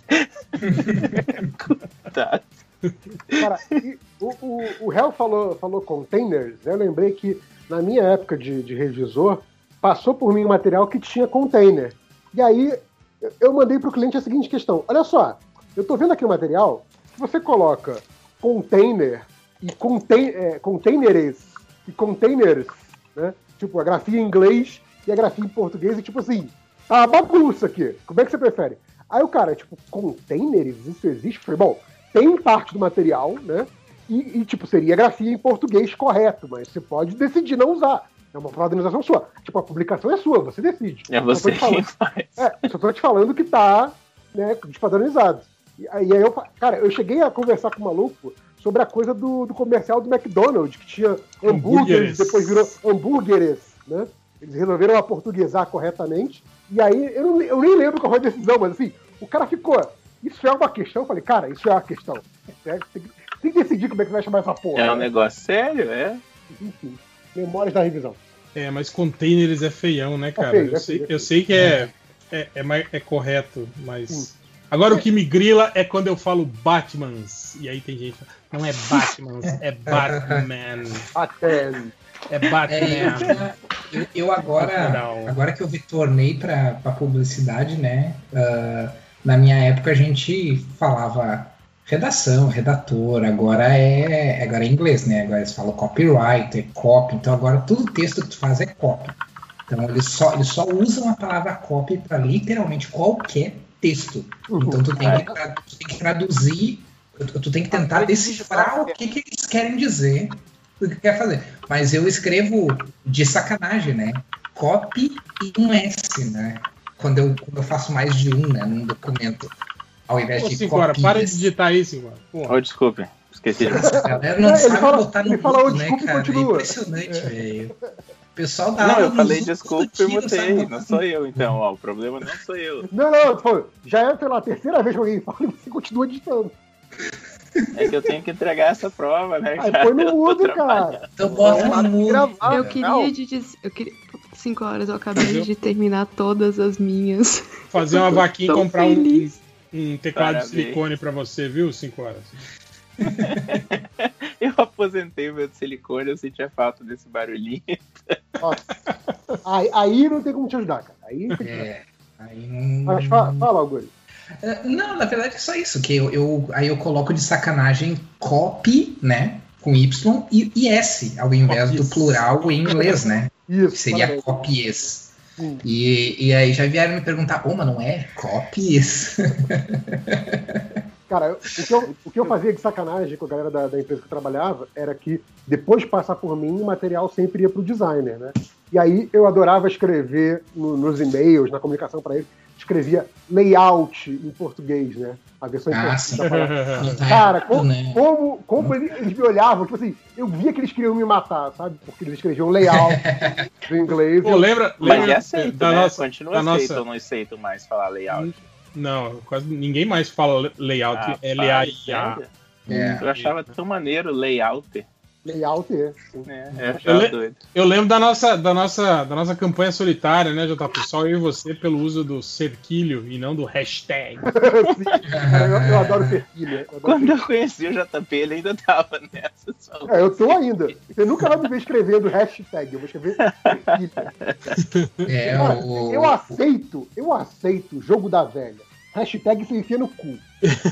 Tá. Cara, e o, o, o Hell falou, falou containers, né? Eu lembrei que na minha época de, de revisor, passou por mim um material que tinha container. E aí eu- eu mandei pro cliente a seguinte questão: olha só, eu tô vendo aqui o material, se você coloca container e contain, é, containers e containers, né? Tipo, a grafia em inglês e a grafia em português, e tipo assim, tá uma bagunça aqui. Como é que você prefere? Aí o cara, tipo, containers? Isso existe? Eu falei, bom, tem parte do material, né? E, e, tipo, seria a grafia em português correto, mas você pode decidir não usar. É uma padronização sua. Tipo, a publicação é sua, você decide. É você Só tô te quem falando, faz. é, só tô te falando que tá, né, despadronizado. E aí e aí eu, fa- cara, eu cheguei a conversar com o maluco sobre a coisa do, do comercial do McDonald's, que tinha hambúrgueres, Hambúrgueres. depois virou hambúrgueres, né? Eles resolveram aportuguesar corretamente. E aí, eu, não- eu nem lembro qual foi a decisão, mas assim, o cara ficou, isso é uma questão? Eu falei, cara, isso é uma questão. É, tem, que- tem que decidir como é que vai chamar essa porra. É um né? negócio sério, é? Enfim, memórias da revisão. É, mas containers é feião, né, cara? feio, eu, é sei, feio, é eu feio. sei que é, é, é, mais- é correto, mas. Agora o que me grila é quando eu falo Batmans. E aí tem gente que fala, não é Batmans, é Batman. Até. É Batman. É, eu, eu agora, Não. agora que eu retornei para a publicidade, né? ah, na minha época a gente falava redação, redator, agora é, agora é inglês, né? Agora eles falam copyright, é copy, então agora todo texto que tu faz é copy. Então eles só, eles só usam a palavra copy para literalmente qualquer texto. Então tu tem que, tra- tu tem que traduzir, tu, tu tem que tentar decifrar o que, que eles querem dizer, o que quer fazer. Mas eu escrevo de sacanagem, né? Copy e um S, né? Quando eu, quando eu faço mais de um, né? Num documento, ao invés Ô, de Cinco horas, copy. para de digitar aí, Cinco horas. Porra. Oh, desculpe, esqueci. A galera não Ele sabe fala- botar no ele fala, mundo, "Oh, né, desculpa", e cara? É continua. impressionante, velho. O pessoal dá Não, aula eu nos falei outros desculpa e tiros, mutei. sabe? Não sou eu, então. Ó, o problema não sou eu. Não, não, tu falou, já é, sei lá, a terceira vez que alguém fala e você continua digitando. É que eu tenho que entregar essa prova, né, Aí cara? põe no Eu tô mudo, trabalhando. cara. Então bota Para no de mundo. gravar, Eu né? queria Não. de dizer. Eu queria. Cinco horas eu acabei de terminar todas as minhas. Fazer uma vaquinha e Tô comprar um, feliz. um teclado Parabéns. de silicone pra você, viu, Cinco horas? Eu aposentei o meu de silicone, eu sentia falta desse barulhinho. Nossa. Aí, aí não tem como te ajudar, cara. Aí tem que... É, aí não... Mas fala, fala Augusto. É, Não, na verdade é só isso, que eu, eu- aí eu coloco de sacanagem copy, né, com Y e, e S, ao invés do Copies. plural em inglês, né, Isso. que seria parabéns. copies. Hum. E, e aí já vieram me perguntar, ô, mas não é copies? Cara, eu- o que, eu, o que eu fazia de sacanagem com a galera da, da empresa que eu trabalhava era que, depois de passar por mim, o material sempre ia pro designer, né? E aí eu adorava escrever no- nos e-mails, na comunicação para ele, escrevia layout em português, né? A versão em Ah, português sim. da palavra. Não tá Cara, errado, como, né? como, como eles, eles me olhavam, tipo assim, eu via que eles queriam me matar, sabe? Porque eles escreviam layout do inglês. Pô, lembra, Mas lembra é aceito, da né? nossa, Continua da aceito nossa... ou não aceito mais falar layout? Não, quase ninguém mais fala layout, Ah, L A I A. sério? É. Eu achava tão maneiro layout. Layout é. É, eu, le eu lembro da nossa, da, nossa, da nossa campanha solitária, né, J P? Só eu e você pelo uso do cerquilho e não do hashtag. Sim, cara, eu, eu adoro cerquilho. Eu adoro Quando cerquilho. eu conheci o J P, ele ainda tava nessa. Só É, eu tô ainda. Você nunca vai me ver escrevendo hashtag, eu vou escrever cerquilho. É, Cara, o... eu aceito, eu aceito o jogo da velha. Hashtag se enfia no cu.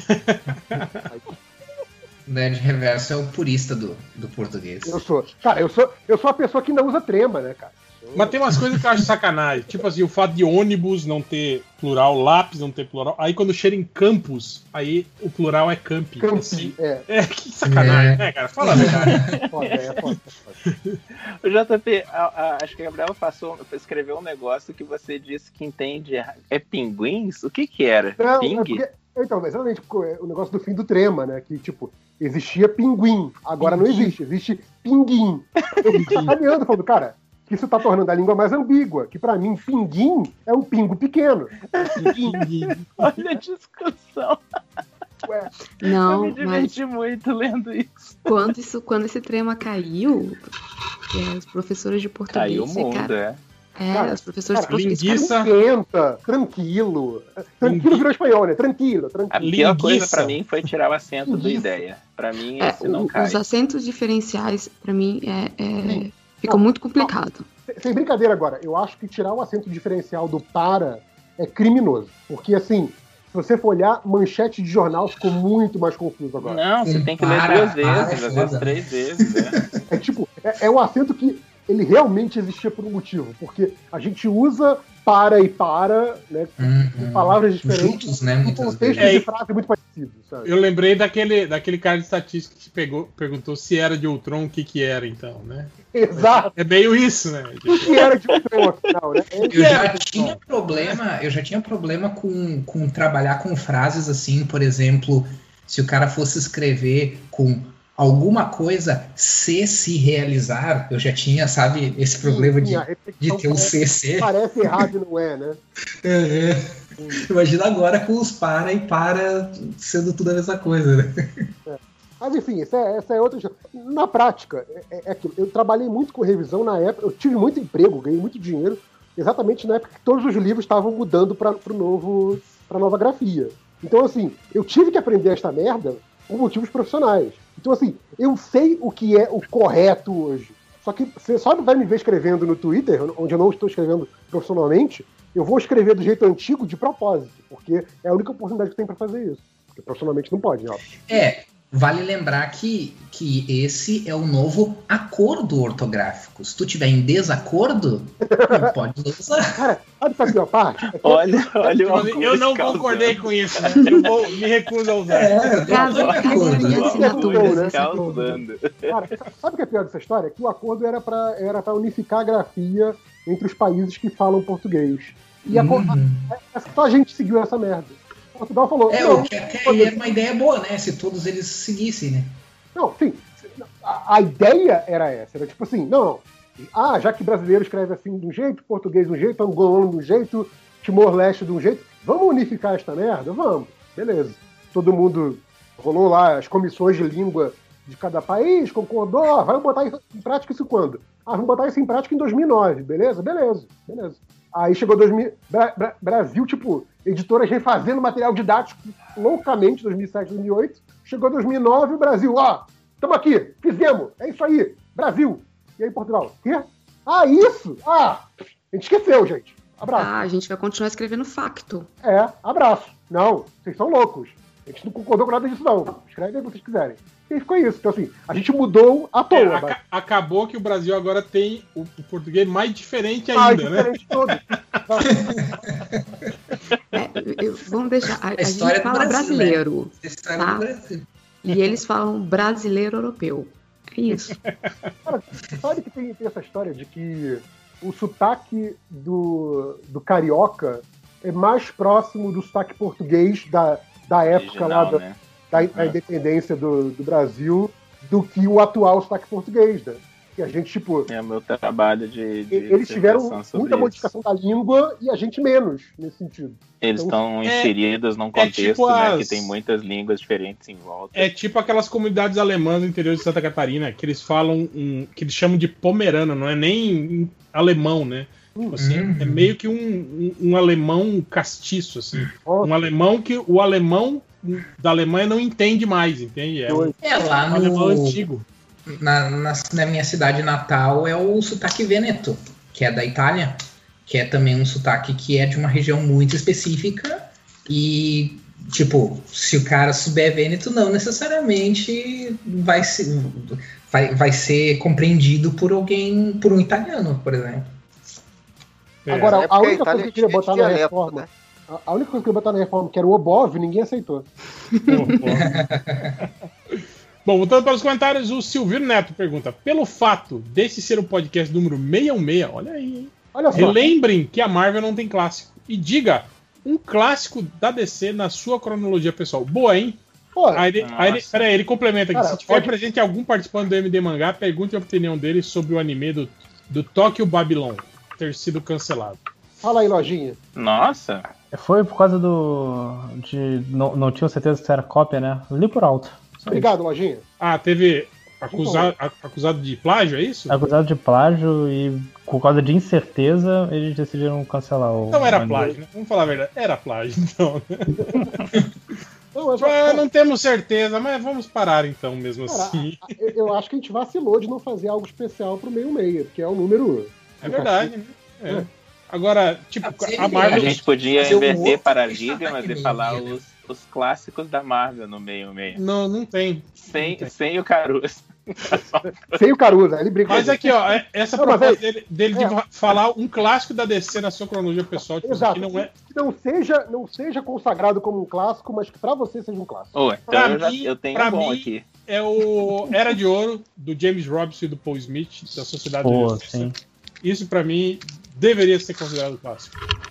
O Nerd Reverso é o purista do, do português. Eu sou. Cara, eu sou, eu sou a pessoa que não usa trema, né, cara? Mas tem umas coisas que eu acho sacanagem. Tipo assim, o fato de ônibus não ter plural, lápis não ter plural. Aí quando chega em campus, aí o plural é campi. Campi, assim. é. É, que sacanagem, É. né, cara? Fala a verdade. Foda, é foda, foda. O J P, a, a, acho que a Gabriela passou, escreveu um negócio que você disse que entende. É pinguins? O que que era? Não, Ping? é porque, então, exatamente o negócio do fim do trema, né? Que, tipo, existia pinguim, agora não existe, existe pinguim. Eu fico sacaneando, falando, cara, que isso tá tornando a língua mais ambígua, que pra mim, pinguim é um pingo pequeno. Pinguim. Olha a discussão. Ué, Não, eu me mas diverti muito lendo isso. quando, isso, quando esse trema caiu, é, os professores de português Caiu o mundo, ficaram... é. É, Cara, os professores cara, de português linguiça. Senta, tranquilo. Tranquilo virou espanhol, né? Tranquilo, A tranquilo. pior Linguiça. coisa pra mim foi tirar o acento do Linguiça. ideia. Pra mim, É, esse não o- cai. os acentos diferenciais, pra mim, é, é, fica muito complicado. Sem brincadeira agora, eu acho que tirar o acento diferencial do para é criminoso. Porque, assim, se você for olhar, manchete de jornal ficou muito mais confuso agora. Não, você tem que ler Para, duas para, vezes, às foda. vezes três vezes. É. É tipo, é, é um acento que ele realmente existia por um motivo. Porque a gente usa para e para, né? Hum, Com hum. palavras diferentes, Juntos, né, com muitas contextos vezes. de frase muito parecidos, sabe? Eu lembrei daquele, daquele cara de estatística que pegou, perguntou se era de Ultron, o que que era, então, né? Exato. É meio isso, né? O que era de Ultron, afinal, né? É, Eu já tinha problema, eu já tinha problema com, com trabalhar com frases assim, por exemplo, se o cara fosse escrever com alguma coisa se se realizar, eu já tinha, sabe, esse problema de, Sim, a repetição de ter o parece- C C. Parece errado e não é, né? Imagina agora com os para e para sendo tudo a mesma coisa, né? Mas enfim, essa é, essa é outra. Na prática, é, é, é aquilo. Eu trabalhei muito com revisão na época, eu tive muito emprego, ganhei muito dinheiro, exatamente na época que todos os livros estavam mudando para novo para nova grafia. Então, assim, eu tive que aprender esta merda por motivos profissionais. Então, assim, eu sei o que é o correto hoje. Só que você só vai me ver escrevendo no Twitter, onde eu não estou escrevendo profissionalmente, eu vou escrever do jeito antigo de propósito, porque é a única oportunidade que tem para fazer isso. Porque profissionalmente não pode, ó. É, vale lembrar que, que esse é o novo acordo ortográfico. Se tu tiver em desacordo, não pode usar. Cara, sabe essa pior parte? É que Olha, olha o Eu, eu não causando. concordei com isso, né? Eu vou, me recuso a usar. É, Caso- não, caso acordo. de assinaturas, né? esse acordo. Causando. Cara, sabe o que é pior dessa história? Que o acordo era para era pra unificar a grafia entre os países que falam português. E a, Uhum. a, só a gente seguiu essa merda. Portugal falou. É, não, o que até aí era uma ideia boa, né? Se todos eles seguissem, né? não, sim. A, a ideia era essa. Era tipo assim, não. Ah, já que brasileiro escreve assim de um jeito, português de um jeito, angolano de um jeito, Timor-Leste de um jeito, vamos unificar esta merda? Vamos. Beleza. Todo mundo rolou lá as comissões de língua de cada país, concordou, ah, vai botar isso em prática isso quando? Ah, vamos botar isso em prática em dois mil e nove, beleza? Beleza, beleza. Aí chegou dois mil, Bra- Bra- Brasil, tipo, editoras refazendo material didático loucamente, dois mil e sete, dois mil e oito. Chegou dois mil e nove, o Brasil, ó, estamos aqui, fizemos, é isso aí, Brasil. E aí Portugal, quê? Ah, isso? Ah, a gente esqueceu, gente. Abraço. Ah, a gente vai continuar escrevendo facto. É, abraço. Não, vocês são loucos. A gente não concordou com nada disso, não. Escreve aí o que vocês quiserem. E aí ficou isso. Então, assim, a gente mudou à toa. É, mas- aca- acabou que o Brasil agora tem o, o português mais diferente Ah, ainda, né? diferente de todos. É, eu- vamos deixar. A, a história gente do fala Brasil, brasileiro. Essa história Tá. do Brasil. E eles falam brasileiro europeu. É isso. Cara, sabe que tem, tem essa história de que o sotaque do, do carioca é mais próximo do sotaque português da, da época Original, lá da, né? da, da independência do, do Brasil do que o atual sotaque português, né? E a gente, tipo... É o meu trabalho de, de eles tiveram sobre muita isso. modificação da língua e a gente menos, nesse sentido. Eles Então, estão inseridos é, num contexto, é tipo né, as... que tem muitas línguas diferentes em volta. É tipo aquelas comunidades alemãs do interior de Santa Catarina, que eles falam, um, que eles chamam de pomerana, não é nem alemão, né? Tipo assim, Uhum. é meio que um, um, um alemão castiço, assim. Um alemão que o alemão da Alemanha não entende mais, entende? É um, É, lá um alemão no, antigo. na, na, na minha cidade natal é o sotaque vêneto, que é da Itália, que é também um sotaque que é de uma região muito específica e, tipo, se o cara souber vêneto, não necessariamente vai ser, vai, vai ser compreendido por alguém, por um italiano, por exemplo. Agora, É a porque única a coisa Itália que eu queria é cheia botar de na dialeto, reforma, né? a- a única coisa que eu queria botar na reforma, que era o Obov, ninguém aceitou. Bom, voltando para os comentários, o Silvio Neto pergunta: pelo fato desse ser o podcast número seiscentos e sessenta, olha aí, hein? Olha só. Relembrem que a Marvel não tem clássico. E diga um clássico da D C na sua cronologia pessoal. Boa, hein? Pô, Aí ele, aí ele, Nossa. peraí, ele complementa aqui. Cara, Se tiver pode- presente algum participante do M D Mangá, pergunte a opinião dele sobre o anime do, do Tokyo Babylon ter sido cancelado. fala aí, lojinha. Nossa, Foi por causa do. de. Não, não tinha certeza que era cópia, né? Li por alto. Só Obrigado, lojinha. Ah, teve acusado, acusado de plágio, é isso? isso. Acusado de plágio e por causa de incerteza eles decidiram cancelar o. Não era anime. plágio, né? Vamos falar a verdade. Era plágio, então. Não, eu, Ah, não temos certeza, mas vamos parar então, mesmo cara, assim. a- eu- eu acho que a gente vacilou de não fazer algo especial pro meio meia, porque é o número. É verdade, né? É. Agora, tipo, Ah, a sim, Marvel. a gente podia Fazer um inverter outro paradigmas que e falar meio, né? os, os clássicos da Marvel no meio meio. Não, não tem. Sem, Não tem. sem o Caruso. Sem o Caruso, aí ele brinca. Mas aqui, ó, é- essa Não, mas proposta é- dele, dele de é. fa- falar um clássico da D C na sua cronologia pessoal, tipo, Exato. que não é. Que não seja, não seja consagrado como um clássico, mas que pra você seja um clássico. Ô, então Pra eu, já, mim- eu tenho pra um bom mim- aqui. É o Era de Ouro, do James Robinson e do Paul Smith, da Sociedade Pô, da Justiça. sim. Isso, pra mim, deveria ser considerado clássico.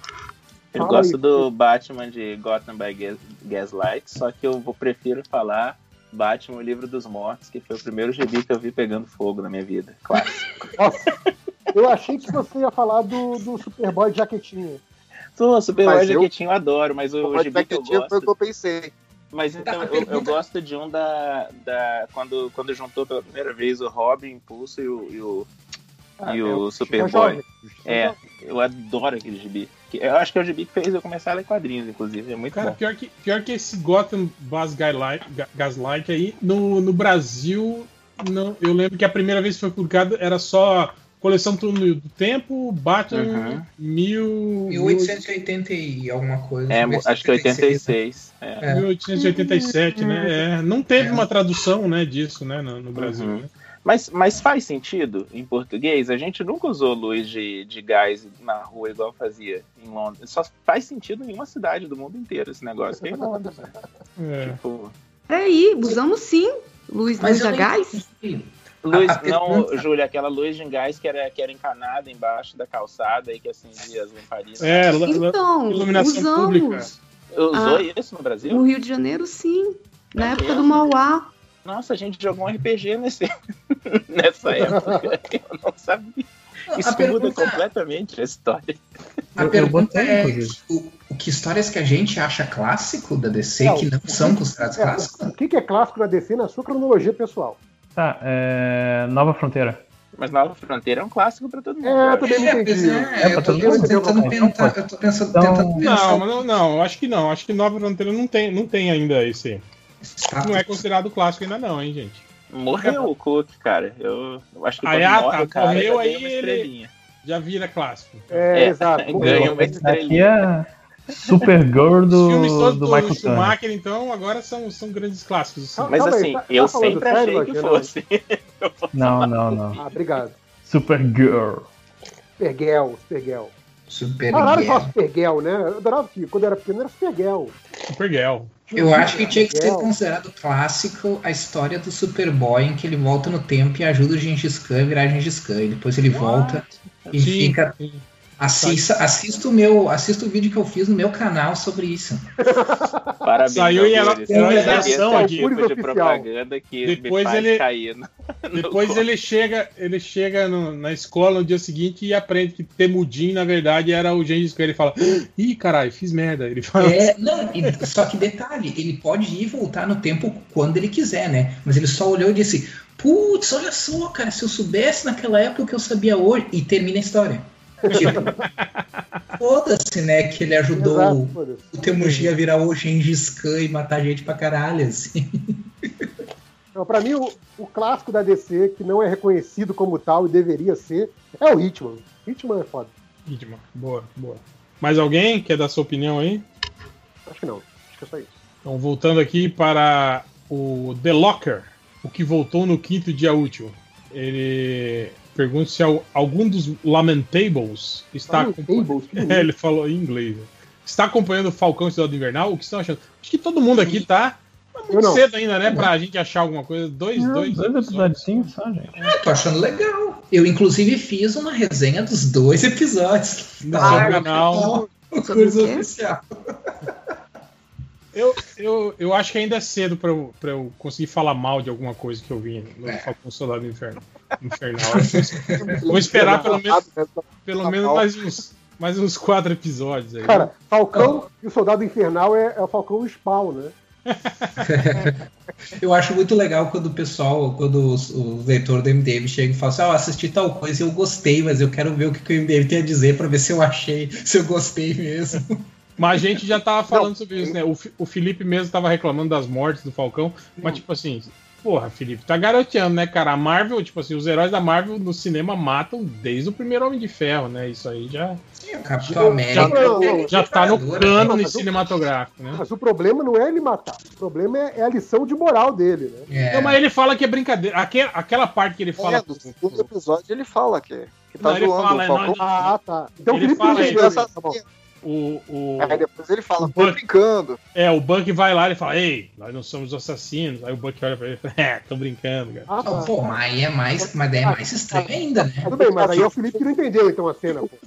Eu Fala gosto aí. do Batman de Gotham by Gas- Gaslight, só que eu vou- prefiro falar Batman, o Livro dos Mortos, que foi o primeiro gibi que eu vi pegando fogo na minha vida. Clássico. Nossa, eu achei que você ia falar do, do Superboy de jaquetinha. Pô, Superboy Mas eu- Jaquetinho eu adoro, mas o, O gibi que eu foi o gosto... que eu pensei. Mas então, A eu, eu pergunta- gosto de um da... da quando, quando juntou pela primeira vez o Robin, Impulso e o, e o, Ah, e é o o Superboy. Jovem. É, eu adoro aquele gibi. Que- Eu acho que é o gibi que fez eu começar a ler quadrinhos, inclusive. É muito Cara, bom. pior que, pior que esse Gotham Buzz Gaslight, Ga- Gaslight aí, no, no Brasil, não, eu lembro que a primeira vez que foi publicado era só Coleção Túnel do Tempo, Batman Uhum. mil... mil oitocentos e oitenta e alguma coisa. É, mil acho que oitenta e seis. É. mil oitocentos e oitenta e sete, né? É, não teve É. uma tradução, né, disso, né, no, no Brasil. Uhum. Né? Mas, mas faz sentido em português? A gente nunca usou luz de, de gás na rua igual fazia em Londres. Só faz sentido em uma cidade do mundo inteiro esse negócio, que é em Londres. É. Tipo, Peraí, usamos sim. Luz, Mas luz eu a não gás? entendi. luz, A- a não, pergunta- Júlia, aquela luz de gás que era, que era encanada embaixo da calçada e que acendia as lamparinas. É, la- la- Então, iluminação usamos. pública. Usou Ah. isso no Brasil? No Rio de Janeiro, sim. Na É época mesmo? do Mauá. Nossa, a gente jogou um R P G nesse, nessa época. Eu não sabia. Não, Isso a muda pergunta, completamente a história. a Eu- eu pergunta botei, é inclusive. o, o que histórias que a gente acha clássico da D C Não, que não são consideradas É, clássicos? o que que é clássico na D C na sua cronologia pessoal? Tá, é. Nova Fronteira. Mas Nova Fronteira é um clássico pra todo mundo. É, eu eu acho. também não É, pois entendi. é, eu pra tô, todo eu tô mundo. tentando Então, pensar, eu tô pensando, então- tentando pensar. Não, mas não, não, acho que não. Acho que Nova Fronteira não tem, não tem ainda esse. Tá, Não é considerado clássico ainda, não, hein, gente. Morreu o Cook, cara. Eu, eu acho que Ah, quando ah, morre tá. o cara, Morreu já aí, ganha uma ele- estrelinha. Já vira clássico. É, É, exato. ganha uma Aqui estrelinha. é Supergirl Os do, filmes todos do do, Michael Turner. Schumacher, então, agora são, são grandes clássicos. assim. Mas Calma aí, assim, tá- tá eu falando sempre sério, achei que Lojinha? fosse. Não, não, não. Ah, obrigado. Supergirl. Supergirl, Supergirl. Super Caralho, Guerra. fala Supergirl, né? Eu adorava que quando eu era pequeno era Supergirl. Supergirl. Eu acho que tinha que ser Supergirl. considerado clássico a história do Superboy em que ele volta no tempo e ajuda o Gengis Khan a virar Gengis Khan. E depois ele volta e Sim, fica. Assista, assista o meu, assista o vídeo que eu fiz no meu canal sobre isso. Parabéns, Saiu em Algures. heroização Esse é o aqui. tipo de propaganda que Depois me faz ele- cair no, no Depois colo. ele chega, ele chega no- na escola no dia seguinte e aprende que Temudin, na verdade, era o Gengis Khan. Ele fala, ih, caralho, fiz merda. Ele fala, É, não, e- só que detalhe, ele pode ir e voltar no tempo quando ele quiser, né? Mas ele só olhou e disse, putz, olha só, cara, se eu soubesse naquela época o que eu sabia hoje, e termina a história. Tipo, foda-se, né, que ele ajudou Exato, foda-se. o Temujin a virar o Gengis Khan e matar gente pra caralho, assim. Então, pra mim, o, o clássico da D C, que não é reconhecido como tal e deveria ser, é o Hitman. Hitman é foda. Hitman, boa, boa. Mais alguém quer dar sua opinião aí? Acho que não. Acho que é só isso. Então, voltando aqui para o The Locker, o que voltou no quinto dia útil. Ele pergunta se al- algum dos Lamentables está acompanhando. Lamentables? Que É, ele falou em inglês. né? Está acompanhando o Falcão e Cidade Invernal? O que estão achando? Acho que todo mundo aqui tá. Tá Eu muito não. cedo ainda, né? Pra gente achar alguma coisa. Dois, dois. Dois episódios sim, só, gente. Eu tô achando legal. Eu, inclusive, fiz uma resenha dos dois episódios. No seu canal. Coisa o quê? oficial. Eu, eu, eu acho que ainda é cedo pra eu, pra eu conseguir falar mal de alguma coisa que eu vi no É. Falcão Soldado Inferno, Infernal. Vou esperar pelo menos, pelo menos mais, uns, mais uns quatro episódios aí. Cara, Falcão e o Soldado Infernal é, é o Falcão e o Spawn, né? Eu acho muito legal quando o pessoal, quando os- o leitor do M D M chega e fala assim, ah, eu assisti tal coisa e eu gostei, mas eu quero ver o que que o M D M tem a dizer pra ver se eu achei, se eu gostei mesmo. Mas a gente já tava falando sobre isso, né? O, Fi- o Felipe mesmo tava reclamando das mortes do Falcão, mas tipo assim, porra, Felipe, tá garoteando, né, cara? A Marvel, tipo assim, os heróis da Marvel no cinema matam desde o primeiro Homem de Ferro, né? Isso aí já, O Capitão América. Não, não, já tá no Não, cânone mas o- cinematográfico, né? Mas o problema não é ele matar. O problema é, é a lição de moral dele, né? É. Não, mas ele fala que é brincadeira. Aquela, aquela parte que ele fala. É, no segundo episódio ele fala que, que tá Não, ele zoando fala, o é, Falcão. nós- Ah, tá. Então Ele o Felipe fala não aí, entendeu. essa- Tá bom. O, o, Aí depois ele fala, O tô Buck- brincando. é, o Buck vai lá e fala, ei, nós não somos assassinos. Aí o Buck olha pra ele e fala, é, tô brincando, cara. Ah, Oh, tá. pô, mas aí é mais, mas daí é mais estranho ainda, né? Tudo bem, mas aí é o Felipe que não entendeu então a cena. Pô.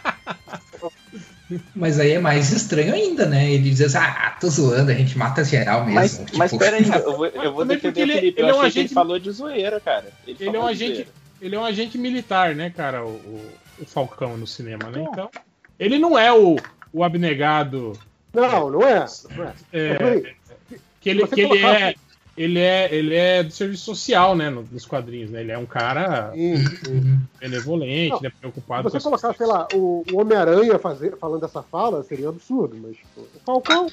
Mas aí é mais estranho ainda, né? Ele diz assim, ah, tô zoando, a gente mata geral mesmo. Mas, Tipo, mas peraí, eu vou, eu vou Também porque defender o ele- Felipe. ele é Eu um achei que agente- ele falou de zoeira, cara. Ele, Ele é falou um de agente. zoeira. Ele é um agente militar, né, cara? O, o, o Falcão no cinema, né? Então. Ele não é o, o abnegado. Não, não é. Não é. é, Mas, peraí, que ele, você que ele colocar- é. Ele é, ele é do serviço social, né? no- Nos quadrinhos, né? Ele é um cara sim. Uhum. benevolente, Não, né? Se Preocupado você as colocar, sei pessoas. lá, o, o Homem-Aranha fazer- falando essa fala, seria um absurdo, mas tipo, o Falcão.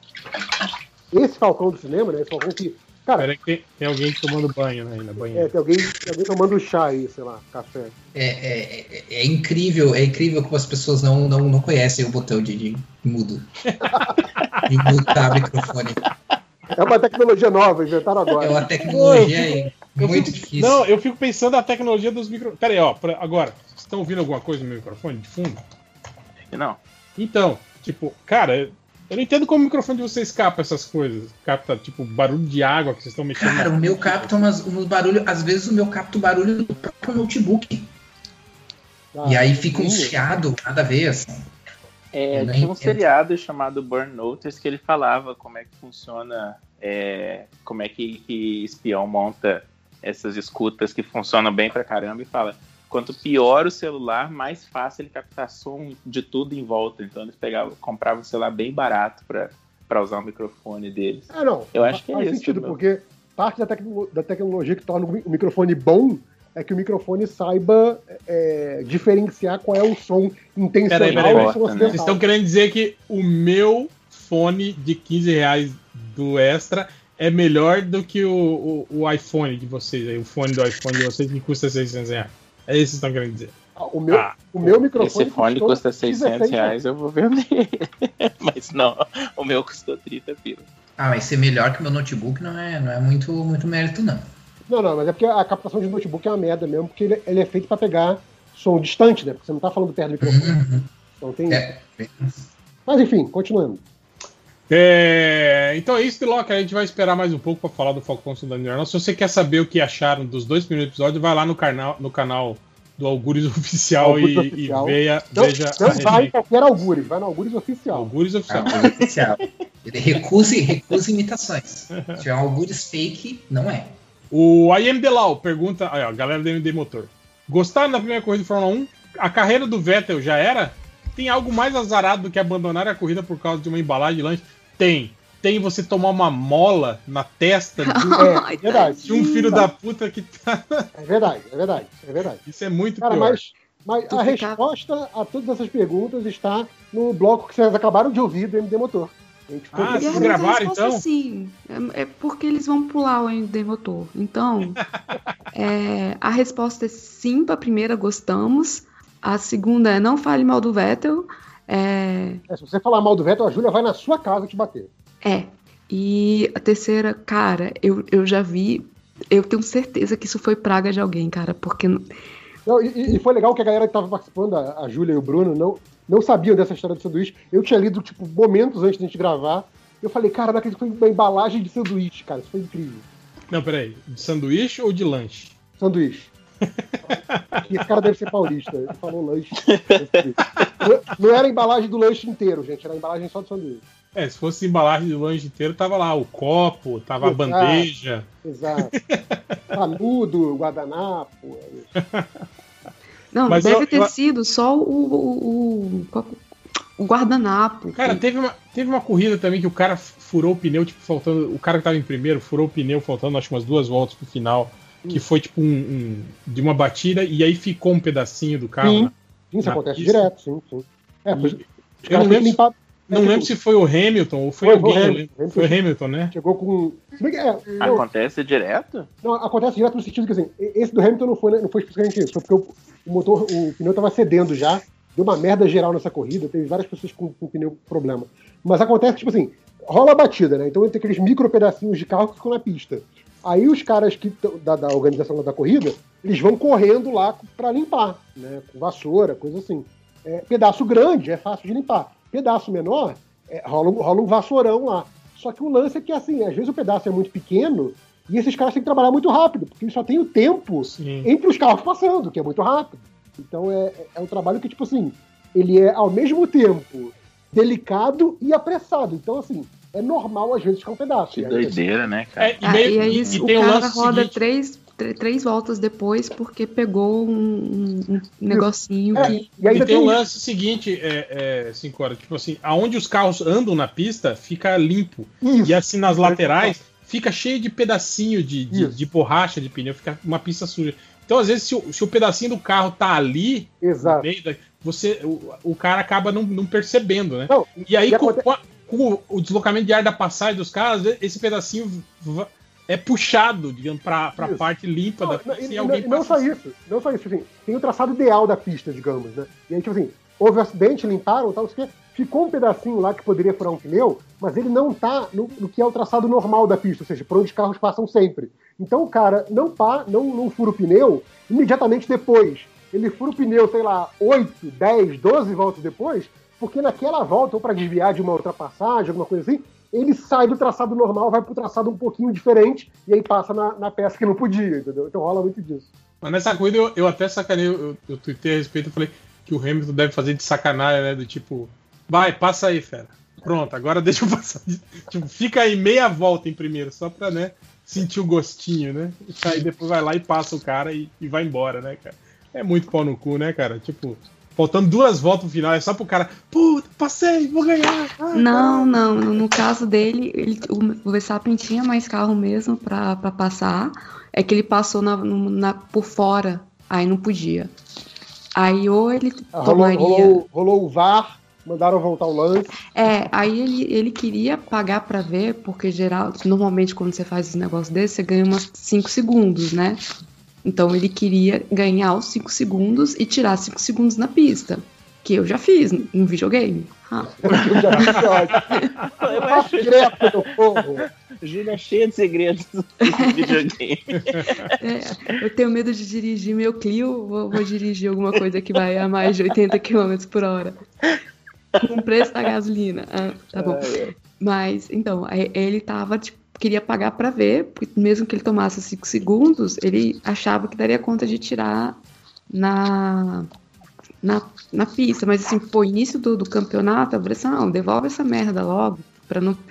Esse Falcão do cinema, né? Esse Falcão que. Cara, Peraí que tem, tem alguém tomando banho, né? aí Na é, banheira. tem, alguém, tem alguém tomando chá aí, sei lá, café. É, é, é- é incrível, é incrível como as pessoas não, não, não conhecem o botão de, de mudo. De mutar o microfone. É uma tecnologia nova, inventaram agora. É uma tecnologia Eu muito fico- difícil. Não, eu fico pensando na tecnologia dos microfones. Pera aí, ó. pra- agora, vocês estão ouvindo alguma coisa no meu microfone de fundo? Não. Então, tipo, cara, eu não entendo como o microfone de vocês capta essas coisas. Capta, tipo, barulho de água que vocês estão mexendo. Cara, na- o meu capta umas, uns barulhos, às vezes o meu capta o barulho do próprio notebook. Ah, e aí fica um sim. chiado nada a ver, assim. É, Eu não tinha um entendo. seriado chamado Burn Notice que ele falava como é que funciona, é, como é que, que espião monta essas escutas que funcionam bem pra caramba e fala, quanto pior o celular, mais fácil ele captar som de tudo em volta. Então eles pegavam, compravam um celular bem barato pra, pra usar o microfone deles. Ah, não. Eu acho que é Faz isso, sentido, meu. porque parte da, tecno- da tecnologia que torna o mi- o microfone bom é que o microfone saiba é, diferenciar qual é o som intencional Peraí, peraí, e o peraí. som Né? Vocês acidental. estão querendo dizer que o meu fone de quinze reais do Extra é melhor do que o, o, o iPhone de vocês aí, o fone do iPhone de vocês que custa seiscentos reais. É isso que vocês estão querendo dizer. Ah, O meu, Ah, o meu microfone Esse fone custou custa seiscentos dezesseis reais, eu vou vender. Mas não, o meu custou trinta pila. Ah, mas ser melhor que o meu notebook não é, não é muito, muito mérito, não. Não, não, mas é porque a captação de notebook é uma merda mesmo, porque ele, ele é feito pra pegar som distante, né? Porque você não tá falando perto do microfone. Uhum. Então tem. É. Mas enfim, continuando. É, então é isso, Tiloca. A gente vai esperar mais um pouco para falar do Falcão Soldado Invernal. Se você quer saber o que acharam dos dois primeiros episódios, vai lá no canal, no canal do Algures Oficial, Algures e, Oficial. e veja, Não, veja não a vai em resenha. qualquer Algures, vai no Algures Oficial. Algures Oficial. Ah, oficial. Recuse, recuse imitações. Se tiver algures fake, não é. O I M Delau pergunta, aí, ó, galera do M D Motor. Gostaram da primeira corrida de Fórmula um? A carreira do Vettel já era? Tem algo mais azarado do que abandonar a corrida por causa de uma embalagem de lanche? Tem. Tem você tomar uma mola na testa de um, É, verdade. de um filho da puta que tá... É verdade, é verdade, é verdade. Isso é muito Cara, pior. mas, mas Tu a fica- resposta a todas essas perguntas está no bloco que vocês acabaram de ouvir do M D Motor. A gente foi- Ah, E vocês a gravaram, resposta então? é sim. É, é porque eles vão pular o M D motor. Então, é, a resposta é sim para a primeira, gostamos. A segunda é não fale mal do Vettel. É, É, se você falar mal do Vettel, a Júlia vai na sua casa te bater. é. E a terceira, cara, eu, eu já vi. Eu tenho certeza que isso foi praga de alguém, cara. Porque Não, e, e foi legal que a galera que estava participando, a, a Júlia e o Bruno, não, não sabiam dessa história do sanduíche. Eu tinha lido, tipo, momentos antes da gente gravar. Eu falei, cara, não acredito que foi uma embalagem de sanduíche, cara. Isso foi incrível. Não, peraí. De sanduíche ou de lanche? Sanduíche. E esse cara deve ser paulista. Ele falou lanche. Não, não era a embalagem do lanche inteiro, gente. Era a embalagem só do sanduíche. É, se fosse embalagem de lanche inteiro, tava lá o copo, tava a Exato. bandeja. Exato. Canudo, guardanapo. não, Mas deve eu- ter eu- sido só o, o, o, o guardanapo. Cara, teve uma, teve uma corrida também que o cara furou o pneu, tipo, faltando. O cara que tava em primeiro furou o pneu, faltando acho que umas duas voltas pro final. Que foi tipo um, um- de uma batida e aí ficou um pedacinho do carro. Sim, né? sim, isso Na acontece pista. direto, sim, sim. É, pois, os Eu não caras têm que lembro, limpar. não é, lembro tipo, se foi o Hamilton ou foi, Foi, alguém. foi o eu Hamilton. lembro. Foi o Hamilton, né? Chegou com. Se bem que, é, não, Acontece direto? não, acontece direto no sentido que assim, esse do Hamilton não foi, né, não foi especificamente isso, foi porque o, o motor, o pneu estava cedendo já, deu uma merda geral nessa corrida, teve várias pessoas com, com pneu com problema. Mas acontece, tipo assim, rola a batida, né? Então tem aqueles micro pedacinhos de carro que ficam na pista. Aí os caras que tão- da, da organização da corrida, eles vão correndo lá para limpar, né? Com vassoura, coisa assim. É, pedaço grande é fácil de limpar. Pedaço menor, é, rola, um- rola um vassourão lá. Só que o lance é que, assim, às vezes o pedaço é muito pequeno e esses caras têm que trabalhar muito rápido, porque eles só têm o tempo Sim. entre os carros passando, que é muito rápido. Então é, é um trabalho que, tipo assim, ele é ao mesmo tempo delicado e apressado. Então, assim, é normal às vezes ficar um pedaço. Que E aí, doideira, né, cara? É, e, Ah, meio- e aí e o tem o cara lance roda seguinte, três, tr- três voltas depois porque pegou um, um negocinho É, que. e ainda E tem o isso. lance seguinte, é, é, cinco horas, tipo assim, aonde os carros andam na pista, fica limpo. Isso. E assim, nas laterais, fica cheio de pedacinho de, de, Isso. de borracha de pneu, fica uma pista suja. Então, às vezes, se o, se o pedacinho do carro tá ali, no Exato. meio da, você, o, o cara acaba não, não percebendo, né? Não, E aí, e com, aconte- com a- com o deslocamento de ar da passagem dos carros, esse pedacinho va- é puxado, digamos, pra, pra Isso. parte limpa da Não, pista e, e e alguém não, e não passa só isso, não só isso, assim, tem o traçado ideal da pista, digamos, né? E aí, tipo assim, houve um acidente, limparam, tal, não sei o quê, ficou um pedacinho lá que poderia furar um pneu, mas ele não tá no, no que é o traçado normal da pista, ou seja, por onde os carros passam sempre. Então o cara não, pá, não, não fura o pneu imediatamente depois. Ele fura o pneu, sei lá, oito, dez, doze voltas depois, porque naquela volta, ou para desviar de uma ultrapassagem, alguma coisa assim, ele sai do traçado normal, vai pro traçado um pouquinho diferente, e aí passa na, na peça que não podia, entendeu? Então rola muito disso. Mas nessa corrida eu, eu até sacanei, eu, eu, eu tuitei a respeito, eu falei que o Hamilton deve fazer de sacanagem, né? Do tipo, vai, passa aí, fera. Pronto, agora deixa eu passar. Tipo, fica aí meia volta em primeiro, só pra, né, sentir o gostinho, né? Aí depois vai lá e passa o cara e, e vai embora, né, cara? É muito pau no cu, né, cara? Tipo, faltando duas voltas no final, é só pro cara, puta, passei, vou ganhar. Ah, Não, não. No, no caso dele, ele, o Verstappen tinha mais carro mesmo pra, pra passar. É que ele passou na, no- na- por fora, aí não podia. Aí ou ele Ah, Rolou, tomaria. rolou, rolou o V A R, mandaram voltar o lance. É, aí ele, ele queria pagar pra ver, porque geral, normalmente quando você faz esse negócio desse, você ganha umas cinco segundos, né? Então ele queria ganhar os cinco segundos e tirar cinco segundos na pista. Que eu já fiz no videogame. Ah. Eu já vi que ótimo. Eu faço direto quando eu corro. Júlia é cheia de segredos do videogame. É, eu tenho medo de dirigir meu Clio, vou, vou dirigir alguma coisa que vai a mais de oitenta quilômetros por hora. Com o preço da gasolina. Ah, tá bom. Mas, então, aí ele tava, tipo, queria pagar pra ver, porque mesmo que ele tomasse cinco segundos, ele achava que daria conta de tirar na, na, na pista. Mas, assim, pô, início do, do campeonato, eu falei assim, não, devolve essa merda logo, pra não...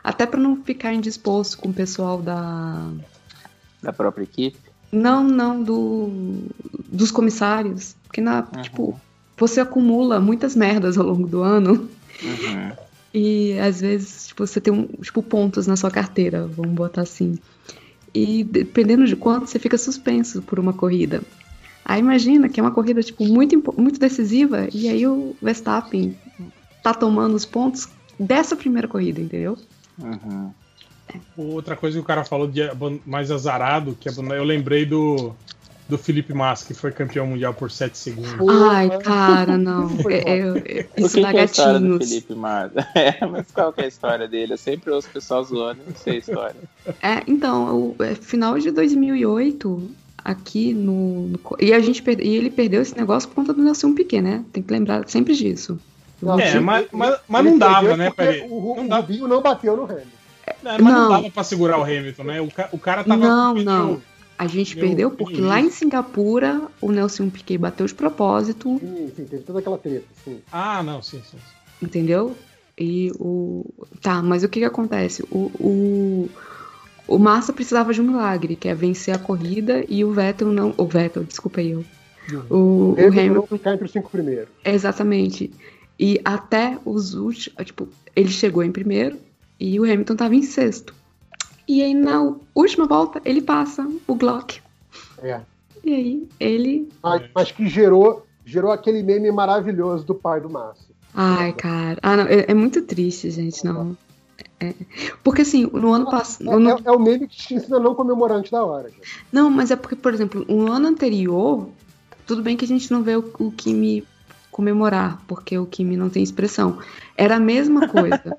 Até pra não ficar indisposto com o pessoal da... Da própria equipe? Não, não, do, dos comissários. Porque, na, Uhum. tipo, você acumula muitas merdas ao longo do ano. Uhum. E, às vezes, tipo, você tem, um, tipo, pontos na sua carteira, vamos botar assim. E, dependendo de quanto, você fica suspenso por uma corrida. Aí, imagina que é uma corrida, tipo, muito, impo- muito decisiva. E aí, o Verstappen tá tomando os pontos dessa primeira corrida, entendeu? Uhum. Outra coisa que o cara falou de aban- mais azarado, que aban- eu lembrei do, do Felipe Massa, que foi campeão mundial por sete segundos. Ai, cara, não. É, é, é, O isso que, dá que é a história do gatinhos. Felipe Massa? É, mas qual que é a história dele? Eu sempre ouço o pessoal zoando, não sei a história. É, então, o é, final de dois mil e oito, aqui no... no co- e, a gente perde, e ele perdeu esse negócio por conta do Nelson Piquet, né? Tem que lembrar sempre disso. Não, É, ele- mas, mas, mas ele não dava, perdeu né? porque Peraí. O, Ru- Não o dava, Rubinho não bateu no Hamilton. é, mas não Não. dava pra segurar o Hamilton, né? O, ca- o cara tava Não, com o pneu- não. A gente Meu, perdeu que porque isso? lá em Singapura o Nelson Piquet bateu de propósito, Sim, sim, teve toda aquela treta, sim. Ah, não, sim, sim. sim. entendeu? E o... Tá, mas o que que acontece? O, o, o Massa precisava de um milagre, que é vencer a corrida, e o Vettel não... O Vettel, desculpa aí, eu. O, o Hamilton não Hamilton... ficar entre os cinco primeiros. Exatamente. E até os últimos... Tipo, ele chegou em primeiro e o Hamilton tava em sexto. E aí, na última volta, ele passa o Glock. É. E aí, ele... Mas, mas que gerou, gerou aquele meme maravilhoso do pai do Massa. Ai, cara. Ah, não, é, é muito triste, gente, não. É. Porque, assim, no ano É, passado... é, é o meme que te ensina a não comemorar antes da hora. Gente. Não, mas é porque, por exemplo, no ano anterior, tudo bem que a gente não vê o, o Kimi comemorar, porque o Kimi não tem expressão. Era a mesma coisa.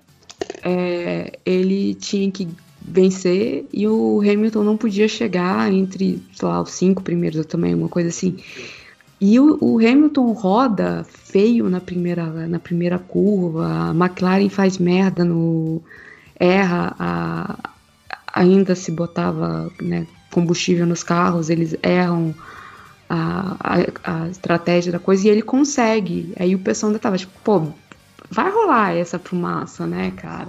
É, ele tinha que vencer e o Hamilton não podia chegar entre, sei lá, os cinco primeiros também, uma coisa assim. E o, o Hamilton roda feio na primeira, na primeira curva, a McLaren faz merda no... erra, a, ainda se botava, né, combustível nos carros, eles erram a, a, a estratégia da coisa e ele consegue. Aí o pessoal ainda tava tipo, pô, vai rolar essa pro Massa, né, cara?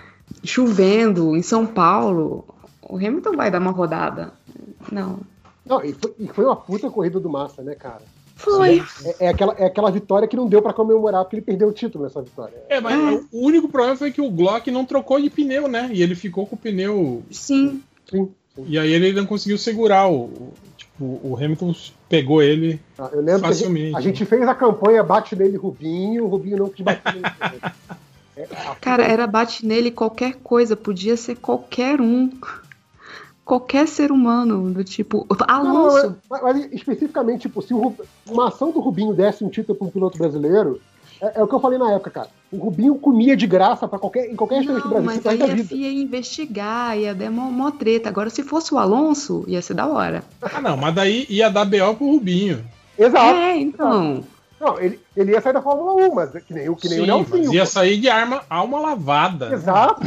Chovendo em São Paulo, o Hamilton vai dar uma rodada. Não. Não, e foi, e foi uma puta corrida do Massa, né, cara? Foi. É, é aquela, é aquela vitória que não deu pra comemorar, porque ele perdeu o título nessa vitória. É, mas É. o único problema foi que o Glock não trocou de pneu, né? E ele ficou com o pneu. Sim. Sim, sim. E aí ele não conseguiu segurar o. o- tipo, o Hamilton pegou ele. Ah, eu lembro que a gente, Facilmente. a gente fez a campanha Bate Nele Rubinho, o Rubinho não quis bater nele. É, a- Cara, era bate nele qualquer coisa, podia ser qualquer um. Qualquer ser humano, do tipo. Alonso. Não, mas, mas especificamente, tipo, se o Ru- uma ação do Rubinho desse um título para um piloto brasileiro, é, é o que eu falei na época, cara. O Rubinho comia de graça para qualquer, em qualquer restaurante do Não, Brasil, mas pro aí resto da a vida. F I A ia investigar, ia dar mó, mó treta. Agora, se fosse o Alonso, ia ser da hora. Ah, não, mas daí ia dar B O pro Rubinho. Exato. É, então. Não, ele, ele ia sair da Fórmula um, mas que nem, o- que nem Sim, o Nelson. mas ia sair de arma, alma lavada. Exato.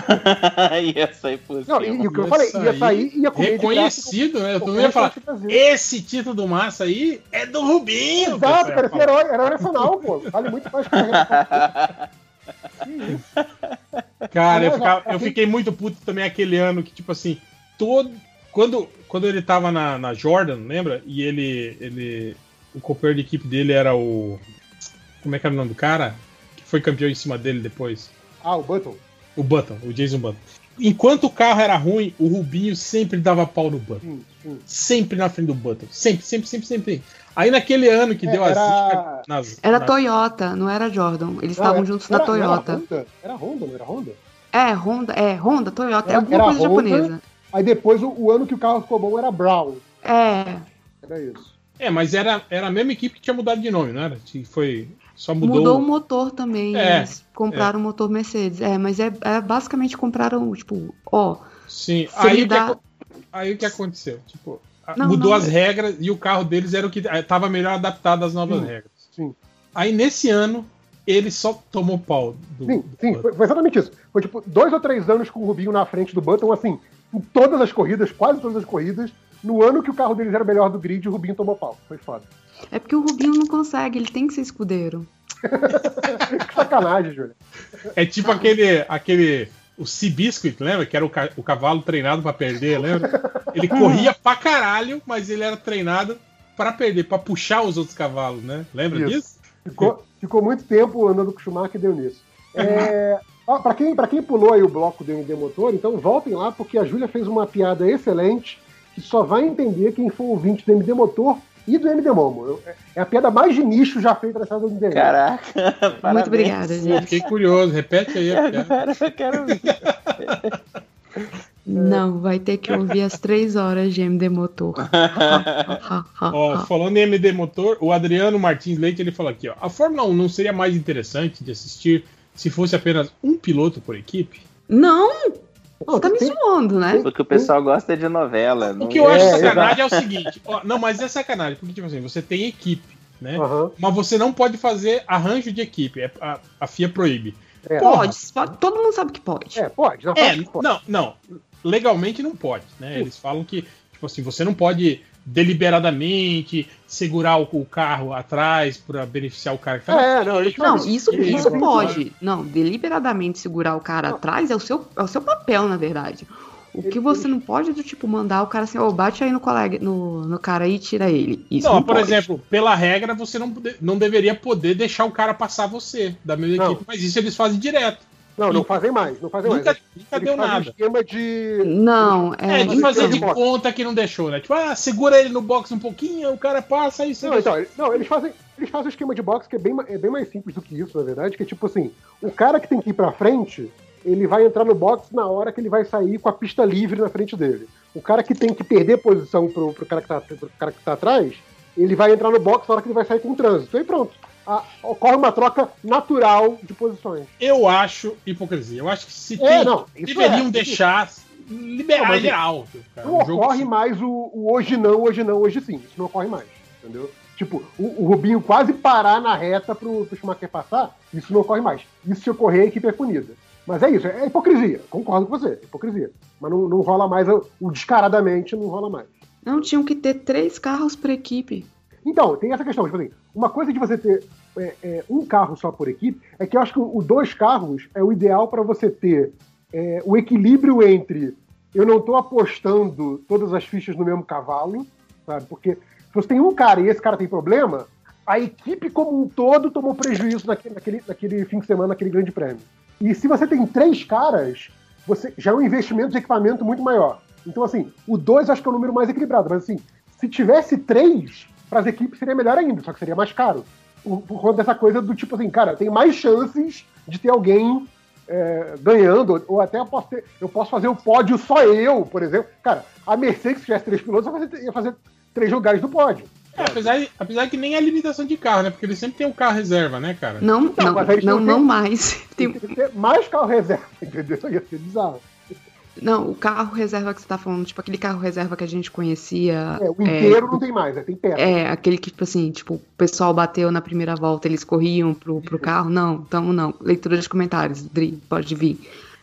Ia sair por Não, cima. e, e o que eu Ia falei, ia sair sair e ia comer Reconhecido, de né? graça Tu com não ia falar, qualquer restaurante do Brasil. esse título do Massa aí é do Rubinho. Exato, pessoal ia cara, esse falar. herói, herói nacional, pô. Vale muito mais que a Que isso? Cara, eu, Mas, ficava- ó, eu aqui- fiquei muito puto também aquele ano que, tipo assim, todo. Quando, quando ele tava na, na Jordan, lembra? E ele, ele. O companheiro de equipe dele era o. Como é que era o nome do cara? Que foi campeão em cima dele depois. Ah, o Button. O Button, o Jason Button. Enquanto o carro era ruim, o Rubinho sempre dava pau no Button. Sim, sim. Sempre na frente do Button. Sempre, sempre, sempre, sempre. Aí naquele ano que É, deu a era- zica nas. Era na- Toyota, não era Jordan. Eles Não, estavam era- juntos era- na Toyota. Era Honda? Era Honda, não era Honda? É, Honda, é, Honda, Toyota, é Era- alguma era coisa Honda. japonesa. Aí depois, o, o ano que o carro ficou bom era Brown. É, Era isso. É, mas era, era a mesma equipe que tinha mudado de nome, não era? Que foi. Só mudou. mudou o motor também. É, Eles compraram o motor Mercedes. É, mas é, é basicamente compraram, tipo, ó. Sim, Se aí ele o, que, dá- aco- aí o que aconteceu? Tipo, a- Não, mudou não. as regras e o carro deles era o que estava melhor adaptado às novas Sim, regras. sim. Aí nesse ano, ele só tomou pau do. Sim, do sim, Button. foi, foi exatamente isso. Foi tipo dois ou três anos com o Rubinho na frente do Button, assim, em todas as corridas, quase todas as corridas. No ano que o carro deles era o melhor do grid, o Rubinho tomou pau. Foi foda. É porque o Rubinho não consegue, ele tem que ser escudeiro. Que sacanagem, Júlia. É tipo aquele, aquele o Seabiscuit, lembra? Que era o, ca- o cavalo treinado pra perder, lembra? Ele corria pra caralho, mas ele era treinado pra perder, pra puxar os outros cavalos, né? Lembra Isso. disso? Ficou, ficou muito tempo andando com o Schumacher e deu nisso. É, ó, pra, quem, pra quem pulou aí o bloco do M D Motor, então voltem lá, porque a Júlia fez uma piada excelente, que só vai entender quem for ouvinte do M D Motor e do M D Momo. Eu- É a piada mais de nicho já feita nessa do M D M. Caraca, Muito parabéns. obrigada, Pô, gente. fiquei curioso, repete aí a piada. Agora eu quero ver. Não, vai ter que ouvir as três horas de M D Motor. Ó, falando em M D Motor, o Adriano Martins Leite, ele falou aqui, ó. A Fórmula um não seria mais interessante de assistir se fosse apenas um piloto por equipe? Não! Não, Você tá me tem- zoando, né? Porque o pessoal gosta de novela. O Não... que eu acho É, sacanagem é o seguinte, ó, não, mas é sacanagem, porque tipo assim, você tem equipe, né? Aham. Mas você não pode fazer arranjo de equipe, é- a, a F I A proíbe. É. Pode, pode, todo mundo sabe que pode. É, pode. Já É, fala que pode. não, não, legalmente não pode, né? Eles falam que, tipo assim, você não pode deliberadamente segurar o, o carro atrás para beneficiar o cara que tá na É, não, eles Não, fazem isso, Isso, isso isso, pode. Não, deliberadamente segurar o cara atrás é o seu, é o seu papel, na verdade. O que você não pode é do tipo mandar o cara assim, ó, bate aí no colega, no, no cara aí e tira ele. Isso Não, não, por pode. exemplo, pela regra, você não, pode- não deveria poder deixar o cara passar você da mesma Não. equipe, mas isso eles fazem direto. Não, não fazem mais, não fazem Nunca, mais. nunca Eles deu fazem nada. esquema de... Não, É, é. de fazer de box. conta que não deixou, né? Tipo, ah, segura ele no box um pouquinho, o cara passa e você Não, então, não, eles fazem, eles fazem um esquema de boxe que é bem, ma- é bem mais simples do que isso, na verdade, que é tipo assim, o cara que tem que ir pra frente, ele vai entrar no box na hora que ele vai sair com a pista livre na frente dele. O cara que tem que perder posição pro, pro, cara, que tá, pro cara que tá atrás, ele vai entrar no box na hora que ele vai sair com o trânsito. E pronto. A- ocorre uma troca natural de posições. Eu acho hipocrisia. Eu acho que se É, tem, não, isso deveriam é. deixar liberar Não, mas geral. Cara. Não Um jogo ocorre assim. mais o, o hoje não, hoje não, hoje sim. Isso não ocorre mais, entendeu? Tipo, o, o Rubinho quase parar na reta pro, pro Schumacher passar, isso não ocorre mais. Isso se ocorrer, a equipe é punida. Mas é isso, é hipocrisia. Concordo com você, é hipocrisia. Mas não, não rola mais, o, o descaradamente não rola mais. Não, tinham que ter três carros por equipe. Então, tem essa questão, tipo assim, uma coisa de você ter é, é, um carro só por equipe, é que eu acho que o, o dois carros é o ideal para você ter é, o equilíbrio entre eu não tô apostando todas as fichas no mesmo cavalo, sabe? Porque se você tem um cara e esse cara tem problema, a equipe como um todo tomou prejuízo naquele, naquele, naquele fim de semana, naquele grande prêmio. E se você tem três caras, você já é um investimento de equipamento muito maior. Então, assim, o dois acho que é o número mais equilibrado, mas assim, se tivesse três, para as equipes seria melhor ainda, só que seria mais caro. Por, por conta dessa coisa do tipo assim, cara, tem mais chances de ter alguém é, ganhando, ou até eu posso, ter, eu posso fazer o pódio só eu, por exemplo. Cara, a Mercedes, se tivesse três pilotos, ia fazer, ia fazer três lugares do pódio. É, apesar, de, apesar que nem a limitação de carro, né? Porque ele sempre tem um carro reserva, né, cara? Não, Então, não, mas a gente não, não não tem- mais. Tem- Tem que ter mais carro reserva, entendeu? Ia ser bizarro. não, o carro reserva que você tá falando, tipo aquele carro reserva que a gente conhecia. É, o inteiro não tem mais, é, tem peça. É, aquele que, tipo assim, tipo, o pessoal bateu na primeira volta, eles corriam pro, pro carro. Não, então não. Leitura de comentários, Dri, pode vir.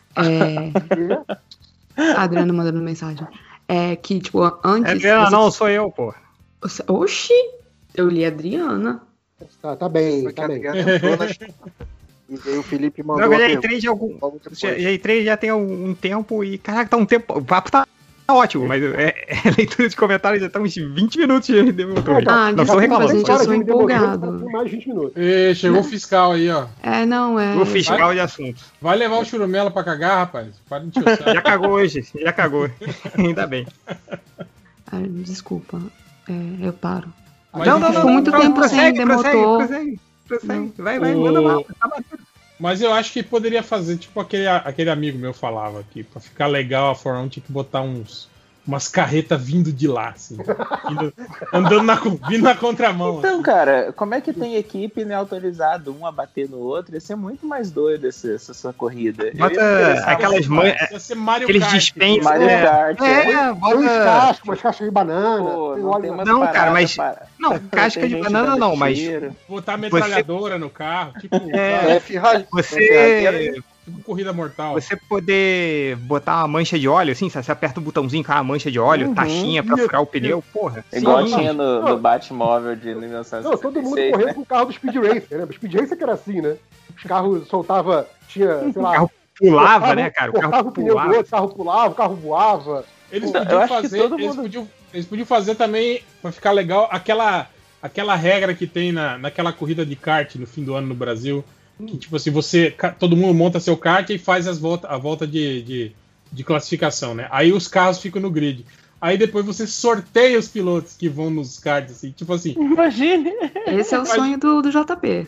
É, a Adriana mandando mensagem. É que, tipo, antes. É Adriana, você- não, sou eu, pô. você- Oxi! Eu li a Adriana. Tá, tá bem, Porque tá a bem. Adriana entrou na- E aí o Felipe mandou Não, a já pergunta entrei já, algum, logo depois. já, já entrei já tem um tempo e, caraca, tá um tempo. O papo tá ótimo, mas é, é leitura de comentários já tá uns vinte minutos de demotor. Ah, Não desculpa, sou reclamando. gente, eu sou empolgado. Tem mais de vinte minutos. E chegou o fiscal aí, ó. É, não, é. O fiscal de assunto. Vai levar o churumela pra cagar, rapaz? Para de encher o saco. Já cagou hoje, já cagou. Ainda bem. Ah, desculpa. É, eu paro. Mas não, não, enfim, não, Ficou muito não, tempo prossegue, sem prossegue, demotor. prossegue, prossegue. Vai, vai, O- manda mal. Tá batendo. Mas eu acho que poderia fazer, tipo aquele, aquele amigo meu falava aqui, pra ficar legal a Fórmula um tinha que botar uns, umas carretas vindo de lá, assim. Indo- andando na, co- vindo na contramão. Então, assim. cara, como é que tem equipe né, autorizado um a bater no outro? Ia ser muito mais doido essa, essa, essa corrida. Eu ia Bota me interessar aquelas muito mães. mais. Ia ser Mario Aqueles Kart. dispensas. Mario É, Kart, é, Tem uns bota. cascos, umas caixas de banana. Pô, tem não óleo tem na- umas Não, cara, paradas mas- para- Não, casca tem de gente banana dando não, mas. tiro. Botar metralhadora no carro, tipo, É, É, Ferrari. Você. tipo corrida mortal. Você poder botar uma mancha de óleo, assim, sabe? Você aperta o botãozinho com a mancha de óleo, Uhum. taxinha pra furar o pneu, porra. Igual Sim. tinha no, Não. no Batmóvel de mil novecentos e Não, todo mundo sessenta e seis, correndo né? com o carro do Speed Racer, né? O Speed Racer que era assim, né? Os carros soltava, tinha, sei lá, Carro pulava, cortava, né, cara? O cortava carro o pneu do pulava. outro, o carro pulava, o carro voava. Eles Eu podiam acho que fazer, todo eles mundo- podiam, eles podiam fazer também, pra ficar legal, aquela, aquela regra que tem na, naquela corrida de kart no fim do ano no Brasil, que tipo assim, você, ca- todo mundo monta seu kart e faz as volta, a volta de, de, de classificação, né? Aí os carros ficam no grid. Aí depois você sorteia os pilotos que vão nos karts, assim, tipo assim, Imagine. Esse é o sonho do, do J P.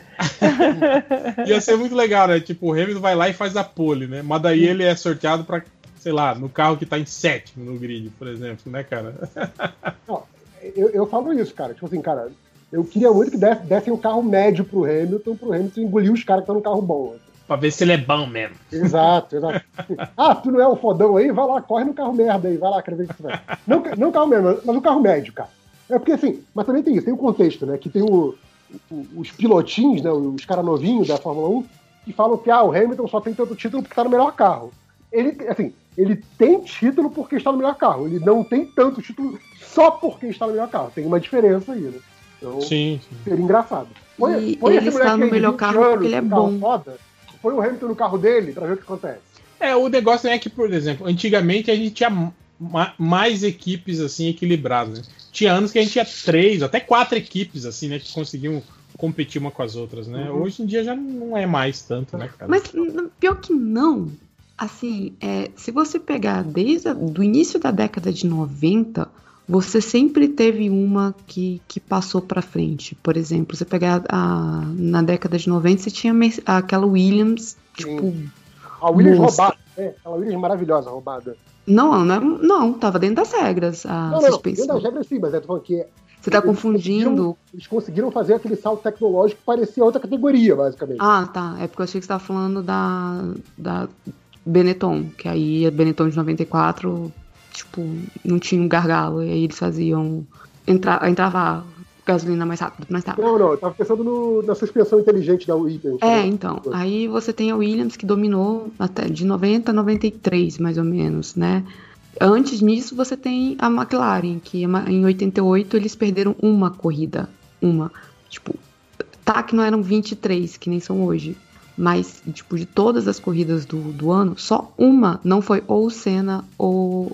ia ser muito legal, né? Tipo, o Hamilton vai lá e faz a pole, né? Mas daí ele é sorteado pra, sei lá, no carro que tá em sétimo no grid, por exemplo, né, cara? Não, eu, eu falo isso, cara. Tipo assim, cara, eu queria muito que desse- dessem um carro médio pro Hamilton, pro Hamilton engolir os caras que estão no carro bom. Pra ver se ele é bom mesmo. Exato, exato. Ah, tu não é o fodão aí? Vai lá, corre no carro merda aí, vai lá, quero ver o que você vai. Não, não o carro merda, mas o carro médio, cara. É porque assim, mas também tem isso, tem o contexto, né? Que tem o, o- os pilotinhos, né? Os caras novinhos da Fórmula um, que falam que ah, o Hamilton só tem tanto título porque tá no melhor carro. Ele, assim, ele tem título porque está no melhor carro. Ele não tem tanto título só porque está no melhor carro. Tem uma diferença aí, né? Então, Sim, sim. seria engraçado. E põe ele esse está moleque no aí de melhor vinte carro anos porque ele é com carro bom. Foda, põe o Hamilton no carro dele pra ver o que acontece. É, o negócio é que, por exemplo, antigamente a gente tinha ma- mais equipes assim equilibradas, né? Tinha anos que a gente tinha três, até quatro equipes assim, né, que conseguiam competir uma com as outras, né? Uhum. Hoje em dia já não é mais tanto, né, cara? Mas n- pior que não. Assim, é, se você pegar desde o do início da década de noventa, você sempre teve uma que, que passou pra frente. Por exemplo, você pegar a, na década de noventa, você tinha Merce- aquela Williams, tipo. A Williams monstro. roubada, né? Aquela Williams maravilhosa, roubada. Não, não, é- não, tava dentro das regras a Não, não, não, suspensão. dentro das regras sim, mas é tô falando que Você tá eles confundindo. conseguiram- Eles conseguiram fazer aquele salto tecnológico que parecia outra categoria, basicamente. Ah, tá. É porque eu achei que você tava falando da, da Benetton, que aí a Benetton de noventa e quatro, tipo, não tinha um gargalo, e aí eles faziam. Entra, entrava gasolina mais rápido, mais rápido. Não, não, eu tava pensando no- na suspensão inteligente da Williams. É, né? então. Aí você tem a Williams que dominou até de noventa a noventa e três, mais ou menos, né? Antes disso, você tem a McLaren, que em oitenta e oito eles perderam uma corrida. Uma. Tipo, tá que não eram vinte e três, que nem são hoje. Mas, tipo, de todas as corridas do, do ano, só uma não foi ou o Senna ou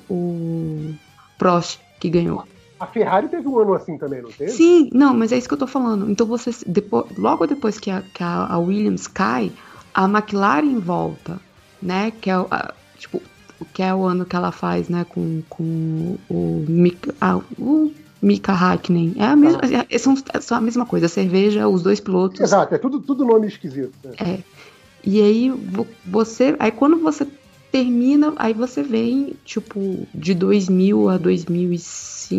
o Prost que ganhou. A Ferrari teve um ano assim também, não teve? Sim, não, mas é isso que eu tô falando. Então você, depois, logo depois que, a, que a, a Williams cai, a McLaren volta, né? Que é, o- a, tipo, que é o ano que ela faz, né? Com, com o Mika, ah, o Mika Hakkinen. É a mesma, é, são, são a mesma coisa. Cerveja, os dois pilotos. Exato, é tudo, tudo nome esquisito. né? É. E aí vo- você, aí quando você termina, aí você vem tipo de dois mil a dois mil e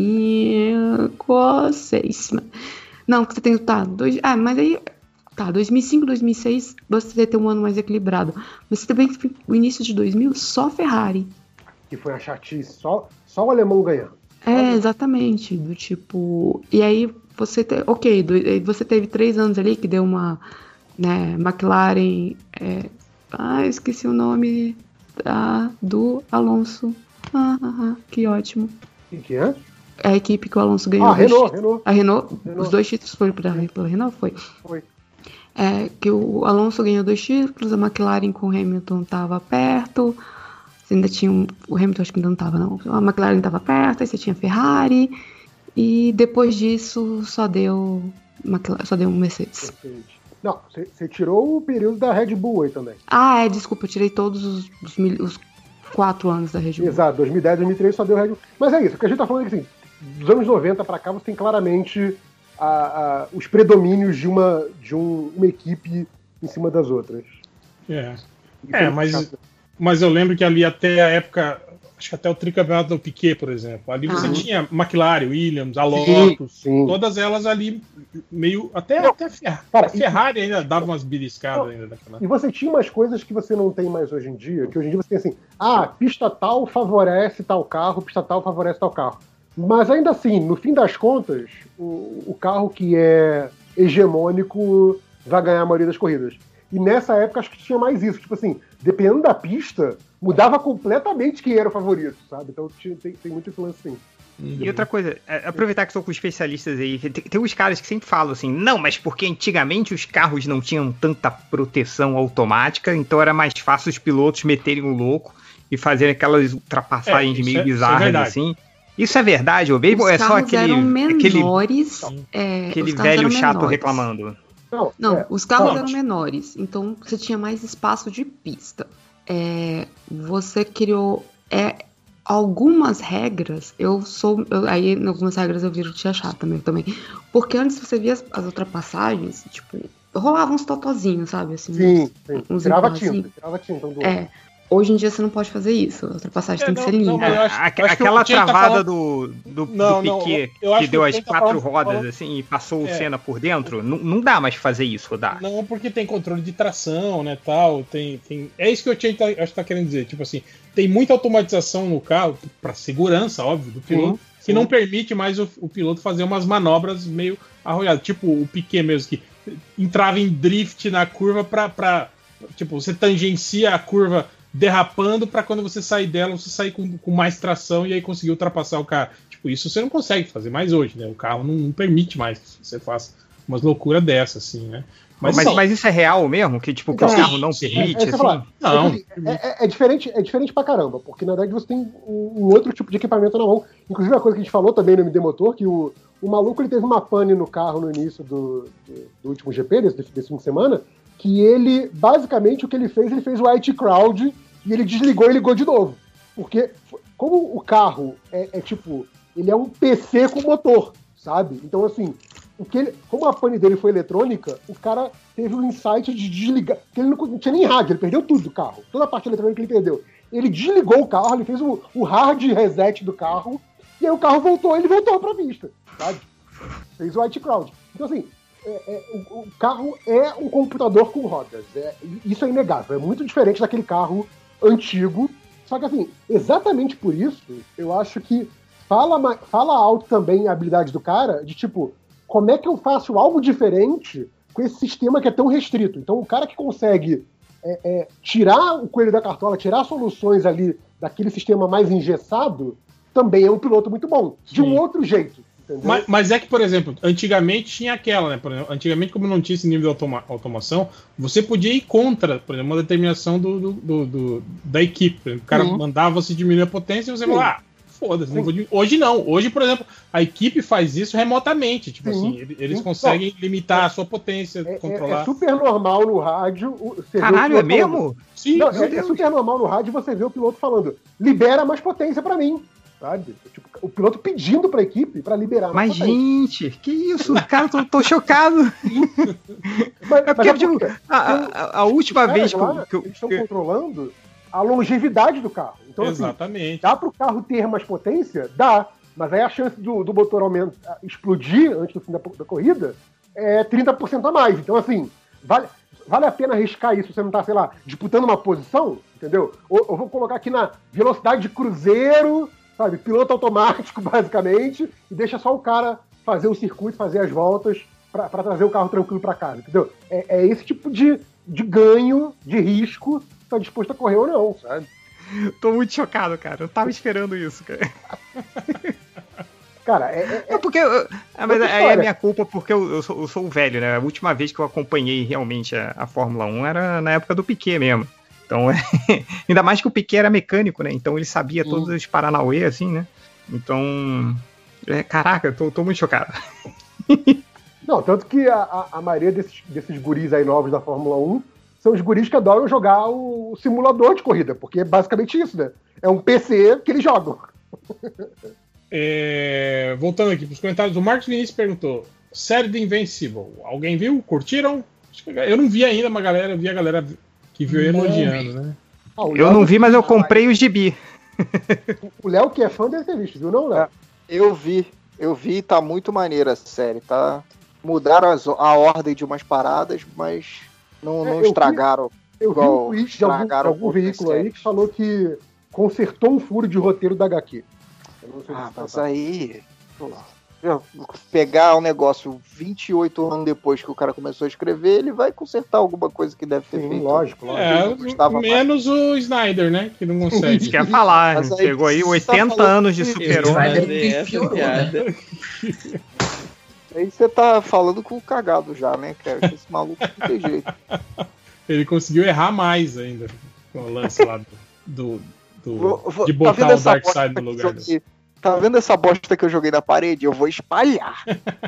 cinco, seis. Não, que você tem tá, dois, ah, mas aí tá, dois mil e cinco, dois mil e seis, você tem um ano mais equilibrado. Mas você também o início de dois mil só Ferrari. Que foi a chatice, só, só o alemão ganhando. É, exatamente, do tipo, e aí você te, OK, do, aí você teve três anos ali que deu uma, né, McLaren, é, ah, esqueci o nome da, do Alonso. Ah, ah, ah, que ótimo. O que é? É a equipe que o Alonso ganhou. Ah, dois Renault, títulos. Renault. A Renault, Renault. os dois títulos foram para pela Renault, foi. Foi. É, que o Alonso ganhou dois títulos, a McLaren com o Hamilton tava perto. Você ainda tinha um, o Hamilton acho que ainda não tava, não. A McLaren tava perto, aí você tinha Ferrari. E depois disso só deu McLaren, só deu um Mercedes. Perfeito. Não, você tirou o período da Red Bull aí também. Ah, é, desculpa, eu tirei todos os, os, mil- os quatro anos da Red Bull. Exato, dois mil e dez, dois mil e treze só deu Red Bull. Mas é isso, o que a gente tá falando é que assim, dos anos noventa pra cá você tem claramente a- a- os predomínios de, uma, de um- uma equipe em cima das outras. É. Isso É, muito mas, chato. mas eu lembro que ali até a época, acho que até o tricampeonato do Piquet, por exemplo, ali você Ah. tinha McLaren, Williams, a Sim, Lotus, sim. todas elas ali meio. Até, Não, até a Fer- cara, a Ferrari ainda dava umas beliscadas ainda daquela. E você tinha umas coisas que você não tem mais hoje em dia, que hoje em dia você tem assim, ah, pista tal favorece tal carro, pista tal favorece tal carro. Mas ainda assim, no fim das contas, o, o carro que é hegemônico vai ganhar a maioria das corridas. E nessa época acho que tinha mais isso, tipo assim, dependendo da pista, mudava completamente quem era o favorito, sabe? Então tinha- tem, tem muito influência sim. E outra coisa, aproveitar que estou com especialistas aí, tem, tem uns caras que sempre falam assim, não, mas porque antigamente os carros não tinham tanta proteção automática, então era mais fácil os pilotos meterem o louco e fazerem aquelas ultrapassagens É, meio isso é- isso é bizarras verdade. assim. Isso é verdade, ou mesmo Os é só carros aquele, eram aquele, menores. é, aquele os carros velho eram chato menores. reclamando? Não, Não, é, os carros fala. eram menores, então você tinha mais espaço de pista. É, você criou é, algumas regras. Eu sou. eu- aí, em algumas regras eu viro tia chata mesmo também. Porque antes você via as, as ultrapassagens, tipo, rolavam uns totozinhos, sabe? Assim, Sim, uns- sim. uns Tirava empurrazinhos. tinta, tirava tinta um do outro. É. Hoje em dia você não pode fazer isso. A ultrapassagem É, tem que não, ser não, limpa. mas eu acho- A- acho que aquela o Tien tá travada falando- do, do, Não, do não, Piquet eu acho que que deu o as Tien tá quatro falando- rodas falando- assim e passou o É. Senna por dentro, não, não dá mais fazer isso, dá. Não, porque tem controle de tração, né, tal, tem, tem... É isso que eu tinha, tá, acho que tá querendo dizer, tipo assim, tem muita automatização no carro, para segurança, óbvio, do piloto, Sim, que sim. não permite mais o, o piloto fazer umas manobras meio arrojadas, tipo o Piquet mesmo, que entrava em drift na curva pra, pra tipo, você tangencia a curva derrapando pra quando você sair dela, você sair com, com mais tração e aí conseguir ultrapassar o cara. Tipo, isso você não consegue fazer mais hoje, né? O carro não, não permite mais que você faça umas loucuras dessas, assim, né? Mas, Mas, mas, isso é real mesmo? Que tipo, que Então, o carro não sim, permite, É, é, assim? falar, Não. é, que, assim, é, é- é diferente, é diferente pra caramba, porque na verdade você tem um, um outro tipo de equipamento na mão. Inclusive a coisa que a gente falou também no M D Motor, que o, o maluco ele teve uma pane no carro no início do, do, do último G P, desse, desse fim de semana, que ele, basicamente, o que ele fez, ele fez o white crowd e ele desligou e ligou de novo. Porque, como o carro é, é tipo, ele é um P C com motor, sabe? Então, assim, o que ele, como a pane dele foi eletrônica, o cara teve um insight de desligar, porque ele não, não tinha nem rádio, ele perdeu tudo do carro, toda a parte eletrônica ele perdeu. Ele desligou o carro, ele fez o, o hard reset do carro, e aí o carro voltou, ele voltou pra pista, sabe? Fez o white crowd. Então, assim, é- é, o, o carro é um computador com rodas, é, isso é inegável, é muito diferente daquele carro antigo, só que, assim, exatamente por isso, eu acho que fala, ma- fala alto também a habilidade do cara, de tipo, como é que eu faço algo diferente com esse sistema que é tão restrito? Então, o cara que consegue é, é, tirar o coelho da cartola, tirar soluções ali daquele sistema mais engessado, também é um piloto muito bom. De um Sim. outro jeito, entendeu? Mas, mas é que, por exemplo, antigamente tinha aquela, né? Por exemplo, antigamente, como não tinha esse nível de automa- automação, você podia ir contra, por exemplo, uma determinação do, do- do- do- da equipe. Por exemplo, o cara Sim. mandava você diminuir a potência e você Sim. falava, ah, foda-se, não vou diminuir. Hoje não. Hoje, por exemplo, a equipe faz isso remotamente. Tipo Sim. assim, ele- eles Sim. conseguem limitar a sua potência, É, é- controlar. é super normal no rádio. o- Você vê o Caralho, é piloto falando- mesmo? Sim, Não, meu é, é Deus. super normal no rádio você ver o piloto falando, libera mais potência pra mim, sabe? Tipo, o piloto pedindo pra equipe pra liberar mais Mas, potência. gente, que isso? Cara, eu tô, tô chocado. Mas, É porque, mas tipo, por quê? a, a- a última Os caras vez que lá, eu, que eu- eles estão que eu- controlando a longevidade do carro. Então, assim, Exatamente. dá pro carro ter mais potência? Dá. Mas aí a chance do, do motor aumentar, explodir antes do fim da, da corrida é trinta por cento a mais. Então, assim, vale, vale a pena arriscar isso se você não tá, sei lá, disputando uma posição, entendeu? Ou eu vou colocar aqui na velocidade de cruzeiro, sabe? Piloto automático, basicamente, e deixa só o cara fazer o circuito, fazer as voltas pra pra trazer o carro tranquilo pra casa, entendeu? É, é esse tipo de, de ganho, de risco, que tá disposto a correr ou não, sabe? tô muito chocado, cara. Eu tava esperando isso, cara. Cara, é, é- É porque. eu- ah, mas Outra aí é história. minha culpa porque eu, eu, sou, eu sou o velho, né? A última vez que eu acompanhei realmente a, a Fórmula um era na época do Piquet mesmo. Então, é, ainda mais que o Piquet era mecânico, né? Então ele sabia Sim. todos os Paranauê, assim, né? Então. É, caraca, eu tô, tô muito chocado. Não, tanto que a, a, a maioria desses, desses guris aí novos da Fórmula um são os guris que adoram jogar o, simulador de corrida, porque é basicamente isso, né? É um P C que eles jogam. É, voltando aqui para os comentários, o Marcos Vinícius perguntou: série de Invincible, alguém viu? Curtiram? Acho que eu não vi ainda, mas galera, eu vi a galera que viu aí Não elogiando, né? Ah, o Eu Léo- não vi, mas eu comprei os gibi. O Léo, que é fã, deve ter visto, viu, não, Léo? Eu vi, eu vi, tá muito maneira a série, tá? Mudaram as- a ordem de umas paradas, mas não, É, não eu vi- estragaram. Eu vi igual um tweet de algum, de estragaram algum outras veículo aí séries. que falou que consertou um furo de roteiro da agá quê. Eu não sei Ah, se mas tá- aí. pô, pegar um negócio vinte e oito anos depois que o cara começou a escrever, ele vai consertar alguma coisa que deve ter Sim, feito. lógico, lógico. É, menos o Snyder, né? Que não consegue. Isso quer falar, Mas aí pegou aí você tá oitenta falando anos de que- super-homem. Snyder essa piorou, piada. né? Aí você tá falando com o cagado já, né, cara? Que esse maluco não tem jeito. Ele conseguiu errar mais ainda com o lance lá do, do- Vou- vou- de tá botar vendo o essa Darkseid bosta no que eu lugar. joguei? Tá vendo essa bosta que eu joguei na parede? Eu vou espalhar.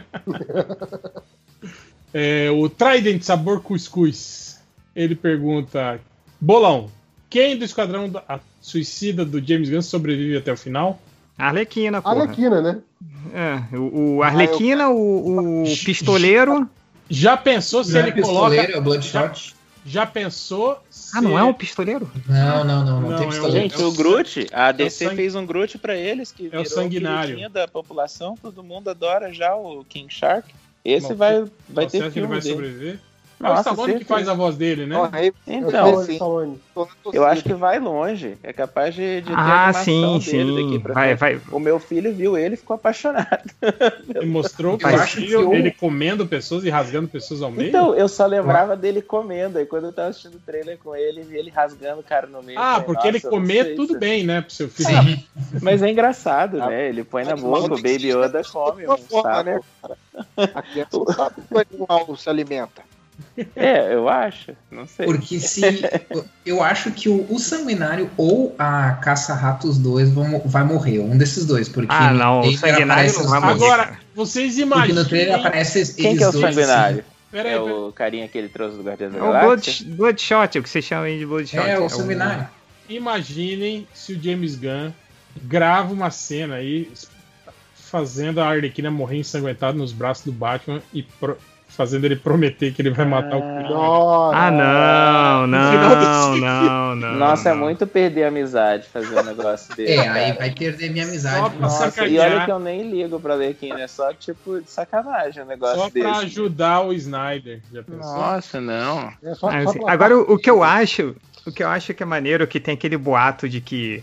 É, o Trident Sabor Cuscuz. Ele pergunta: Bolão, quem do Esquadrão da- a Suicida do James Gunn sobrevive até o final? Arlequina, porra. Arlequina, né? É, o, o Arlequina, o, o Pistoleiro. Já pensou se Não é ele pistoleiro, coloca. é o Bloodshot. Já pensou se... Ah, não é um Pistoleiro? Não, não, não, não, Não, tem é o- pistoleiro. Gente, o Groot, a D C sangue- fez um Groot pra eles que É o virou sanguinário. queridinho da população, todo mundo adora já o King Shark. Esse Bom, vai, vai Você ter acha que ele filme vai dele. sobreviver? É o Nossa, Stallone que certeza. faz a voz dele, né? Ó, aí- Então, eu sei, Stallone. tô na torcida. eu acho que vai longe. É capaz de, de ter Ah, animação sim, dele sim. daqui pra Vai, frente. vai. O meu filho viu ele e ficou apaixonado. Ele mostrou Eu o acho que filho, eu- ele comendo pessoas e rasgando pessoas ao meio. Então, eu só lembrava dele comendo. Aí quando eu tava assistindo o trailer com ele, vi ele rasgando o cara no meio. eu Ah, falei, porque ele "Nossa, eu não comer sei tudo se-" bem, né, pro seu filho. Sim. Mas é engraçado, né? Ele põe na boca, o Baby Yoda come um forma, sapo. né, cara? A criança não sabe que o animal se alimenta. É, eu acho. Não sei. Porque se. Eu acho que o, o Sanguinário ou a Caça-Ratos dois vão, vai morrer. Um desses dois. Porque Ah, no não, o trailer Sanguinário aparece não os vai dois. morrer. Agora, vocês Porque no trailer imaginem... aparece eles Quem que é o dois, Sanguinário? Pera aí, É pera- o carinha que ele trouxe do Guardiões da É o Galáxia? Blood, Bloodshot, o que vocês chamam aí de Bloodshot. assim. É, o Sanguinário. Imaginem se o James Gunn grava uma cena aí fazendo a Arlequina morrer ensanguentada nos braços do Batman e pro- fazendo ele prometer que ele vai matar o Coringa. Nossa. Ah, não, No final do não, filme. não, não. Nossa, é não. muito perder a amizade fazer um negócio desse. É, aí cara. vai perder minha Só amizade. pra Nossa, Nossa, sacanear. e olha que eu nem ligo pra Arlequina, é só tipo de sacanagem um negócio Só pra desse. ajudar o Snyder. Já pensou? Nossa, não. É só, Ah, só assim, pra- agora, o, o que eu acho, o que eu acho que é maneiro é que tem aquele boato de que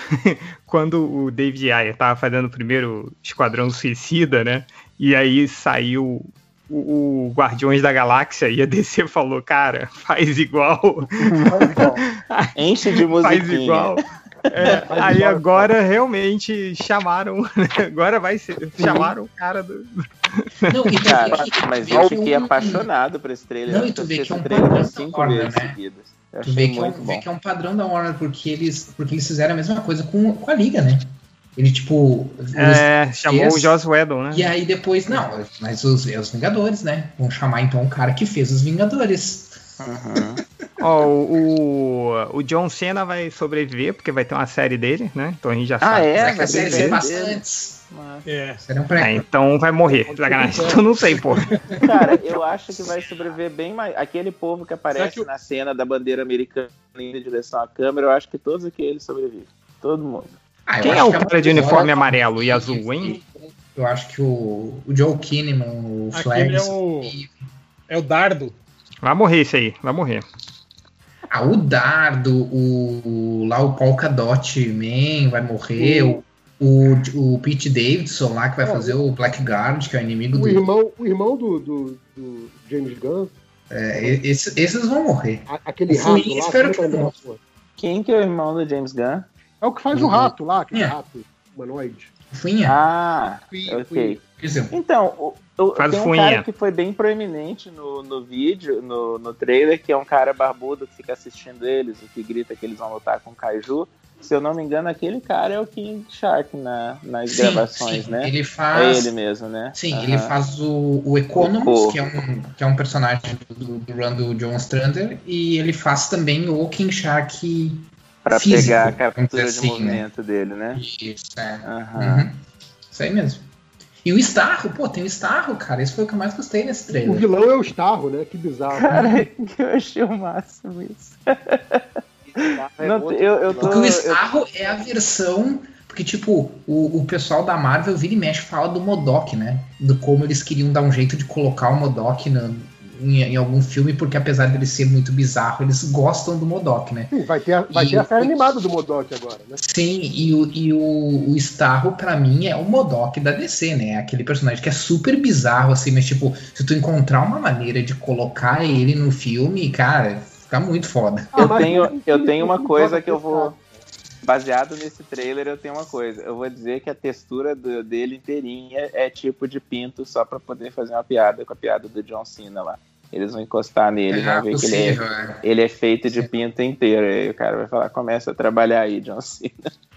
quando o David Ayer tava fazendo o primeiro Esquadrão Suicida, né? E aí saiu o, o Guardiões da Galáxia e a D C falou, cara, faz igual, Enche de musiquinha. faz igual. É, aí agora realmente chamaram, agora vai ser, chamaram o cara do... Não, e tu Cara, vê que- mas vê eu que fiquei um- apaixonado por esse trailer. Não, Eu e tu vê assisti que é um esse trailer padrão cinco da Warner, vezes né? seguidas. Eu Tu achei vê que, é um, muito vê bom. que é um padrão da Warner porque eles, porque eles fizeram a mesma coisa com, com a Liga, né? Ele, tipo. É, os- chamou fez, o Joss Whedon, né? E aí depois, não, mas os, é os Vingadores, né? Vão chamar então o cara que fez os Vingadores. Uhum. Ó, o, o John Cena vai sobreviver, porque vai ter uma série dele, né? Então a gente já Ah, sabe. é? Mas que vai a série ter se passa dele. antes. É. Será um É, pré então vai morrer. Sacanagem. Eu não sei, pô. Cara, eu acho que vai sobreviver bem mais. Aquele povo que aparece Será que o- na cena da bandeira americana indo em direção à câmera, eu acho que todos aqueles sobrevivem. Todo mundo. Ah, eu Quem acho é o que cara de uma uniforme hora- amarelo e azul, hein? Eu acho que o, o Joe Kinnaman, o Aquele Flags. é o, é o Dardo. Vai morrer isso aí, vai morrer. Ah, o Dardo, o, lá o Polka Dot Man vai morrer, o, o, o Pete Davidson lá que vai fazer o Blackguard, que é o inimigo O do. irmão, o irmão do, do, do James Gunn, É, esse- esses vão morrer. a- aquele O rato Fui, lá, espero como é que o não. nome? Quem que é o irmão do James Gunn? É o que faz o Uhum. rato lá, aquele É. rato humanoide. Fuinha. Ah, Fui- ok. fui- Quer dizer, Então, o, o, Faz tem um fuinha. cara que foi bem proeminente no, no vídeo, no, no trailer, que é um cara barbudo que fica assistindo eles, o que grita que eles vão lutar com o Kaiju. Se eu não me engano, aquele cara é o King Shark na, nas sim, gravações, sim, né? ele É faz. ele mesmo, né? Sim, Aham. ele faz o, o Economus, O Co. que é, um, que é um personagem do, do run do John Strander, e ele faz também o King Shark Pra físico, pegar a vamos captura dizer de assim, né? movimento dele, né? Isso, é. Aham. Uhum. Isso aí mesmo. E o Starro, pô, tem o Starro, cara. Esse foi o que eu mais gostei nesse O trailer. vilão é o Starro, né? Que bizarro. Cara, eu achei o máximo isso. É Não, outro eu, eu vilão. tô. Porque o eu- Starro é a versão. Porque, tipo, o, o pessoal da Marvel vira e mexe fala do Modok, né? Do como eles queriam dar um jeito de colocar o Modok no, em, em algum filme, porque apesar dele ser muito bizarro, eles gostam do MODOK, né? Sim, vai ter a, vai E ter a série o- animada do MODOK agora, né? Sim, e o, e o, o Starro, pra mim, é o MODOK da D C, né? Aquele personagem que é super bizarro, assim, mas, tipo, se tu encontrar uma maneira de colocar ele no filme, cara, fica muito foda. Eu tenho, eu tenho uma coisa que eu vou. Baseado nesse trailer, eu tenho uma coisa. Eu vou dizer que a textura do- dele inteirinha é tipo de pinto, só pra poder fazer uma piada com a piada do John Cena lá. Eles vão encostar nele, É vão ver que ele possível, é, é. ele é feito de pinto inteiro. Aí o cara vai falar, começa a trabalhar aí, John Cena.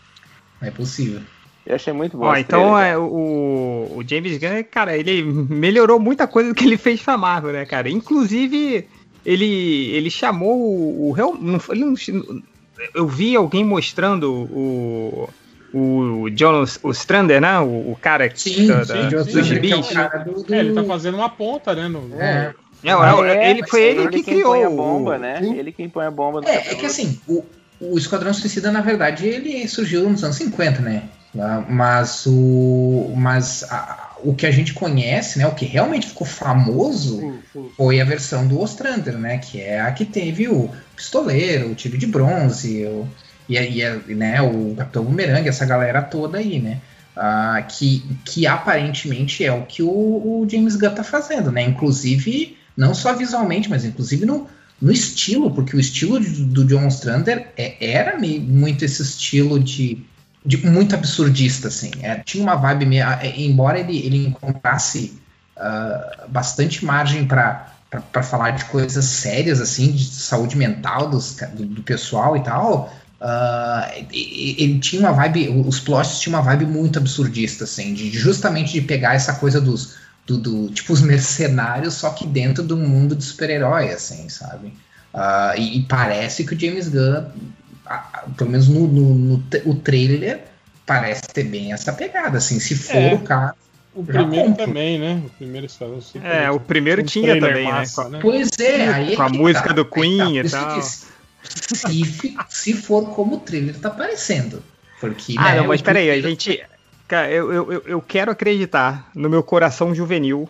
É possível. Eu achei muito bom. Ó, esse então trailer, é, o, o James Gunn, cara, ele melhorou muita coisa do que ele fez pra Marvel, né, cara? Inclusive, ele, ele chamou o. o real- não, foi- ele não- eu vi alguém mostrando o. O John Ostrander, né? O, o cara que Sim, da, sim, da, John dos Ostrander, que é o gibis. cara do- do- É, ele tá fazendo uma ponta, né? No... É. É, é, ele foi ele, que quem criou põe a o- bomba, né? Ele quem põe a bomba no É, é que assim, o, o Esquadrão Suicida, na verdade, ele surgiu nos anos cinquenta, né? Ah, Mas o. Mas a- o que a gente conhece, né? O que realmente ficou famoso Sim, sim. foi a versão do Ostrander, né? Que é a que teve o Pistoleiro, o Tigre de Bronze, o, e, a- e a- né, o Capitão Boomerang, essa galera toda aí, né? Ah, que, que aparentemente é o que o, o James Gunn tá fazendo, né? Inclusive, não só visualmente, mas inclusive no, no estilo, porque o estilo de- do John Ostrander é- era meio- muito esse estilo de, de muito absurdista, assim. É, tinha uma vibe meio, é, embora ele, ele encontrasse ah, bastante margem para para falar de coisas sérias, assim, de saúde mental dos, ca- do, do pessoal e tal. ah, e- e- ele tinha uma vibe, os plots tinham uma vibe muito absurdista, assim, de de justamente de pegar essa coisa dos do, do- tipo os mercenários, só que dentro do mundo de super-herói, assim, sabe? Ah, e, e parece que o James Gunn, ah, ah, pelo menos no, no, no tra- o trailer, parece ter bem essa pegada, assim, se for É. o caso. O já primeiro compro. também, né? O primeiro Esquadrão Suicida. É, o primeiro Um tinha trailer também, né? massa, Com- né? Pois é, aí é Com a que música tá, do aí Queen tá, e por isso que eu tal. disse, Se, fi- se for como o trailer tá parecendo. Porque, Ah, né, não, mas o peraí, a trailer- gente. Cara, eu, eu, eu- eu quero acreditar no meu coração juvenil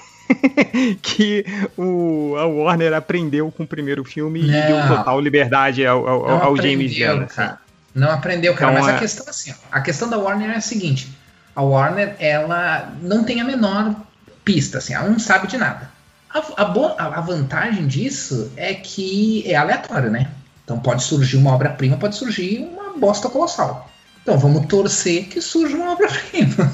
que o, a Warner aprendeu com o primeiro filme e Não. deu total liberdade ao, ao, Não ao James aprendeu, Gunn. assim. cara. Não aprendeu, cara. Então, mas é- a questão assim, ó, a questão da Warner é a seguinte: a Warner, ela não tem a menor pista, assim, ela não sabe de nada. A, a, boa- a- a vantagem disso é que é aleatório, né? Então pode surgir uma obra-prima, pode surgir uma bosta colossal. Então vamos torcer que surja uma obra-prima.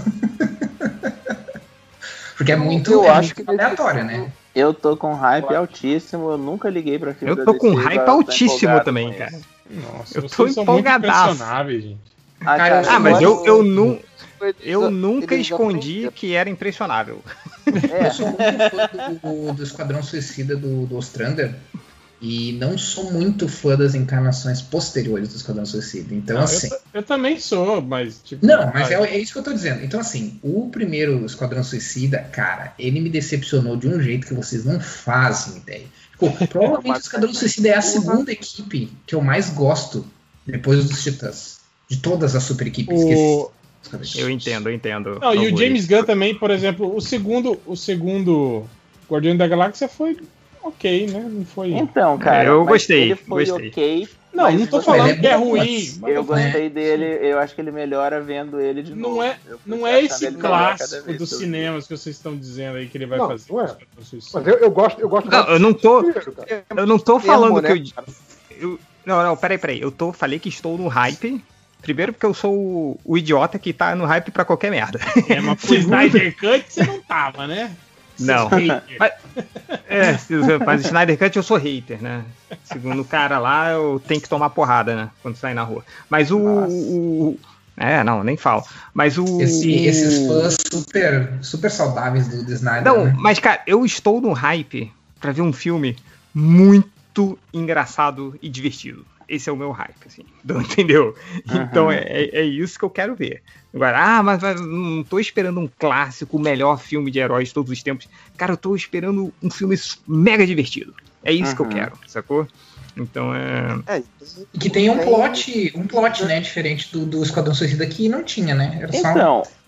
Porque é muito, Eu é acho muito que nesse- aleatório, né? Eu tô com hype altíssimo, eu nunca liguei pra filme Eu da tô D C, com igual hype eu tô altíssimo empolgado também, com cara. isso. Nossa, Eu tô vocês são muito empolgadaço. impressionáveis, gente. Ah, Cara, cara, Ah, mas eu, eu, nu, Eles- eu nunca eles escondi aprenderam. que era impressionável. Eu sou muito fã do, do Esquadrão Suicida do, do Ostrander e não sou muito fã das encarnações posteriores do Esquadrão Suicida. Então, Não, assim. eu, eu também sou, mas tipo. Não, mas ah, é, é isso que eu tô dizendo. Então, assim, o primeiro Esquadrão Suicida, cara, ele me decepcionou de um jeito que vocês não fazem ideia. Tipo, provavelmente o Esquadrão Suicida é a segunda equipe que eu mais gosto depois dos Titãs. De todas as super equipes que O- existem. Eu entendo, eu entendo. Não, e o Augusto. James Gunn também, por exemplo, o segundo, o segundo Guardião da Galáxia foi ok, né? Não foi. Então, cara, Eu mas gostei, ele foi gostei. ok. Não, mas não tô você- falando ele é que é bom, ruim. mas Eu tô falando- gostei dele, eu acho que ele melhora vendo ele de novo. Não é, Eu fui não é achando esse ele melhor cada clássico vez dos que eu vi. cinemas que vocês estão dizendo aí que ele vai Não, fazer. não é. Mas Mas eu, eu gosto, eu gosto Não, mais eu não do tô. primeiro, cara. Eu não tô Termo, falando né, que eu, eu. Não, não, peraí, peraí. Eu tô, falei que estou no hype. Primeiro porque eu sou o, o idiota que tá no hype pra qualquer merda. É, mas pro Snyder Cut você não tava, né? Não. Mas, é, se você faz Snyder Cut, eu sou hater, né? Segundo o cara lá, eu tenho que tomar porrada, né? Quando sair na rua. Mas o. o- é, não, nem falo. Mas o. Esse- esses fãs super, super saudáveis do, do Snyder. Não, né? mas, cara, eu estou no hype pra ver um filme muito engraçado e divertido. Esse é o meu hype, assim. Entendeu? Uhum. Então é, é- é isso que eu quero ver. Agora, ah, mas, mas não tô esperando um clássico, o melhor filme de heróis de todos os tempos. Cara, eu tô esperando um filme mega divertido. É isso que eu Uhum. quero, sacou? Então é. É, E que tem um tem- plot, um plot, né, diferente do, do Esquadrão Suicida que não tinha, né? Era só um- Então,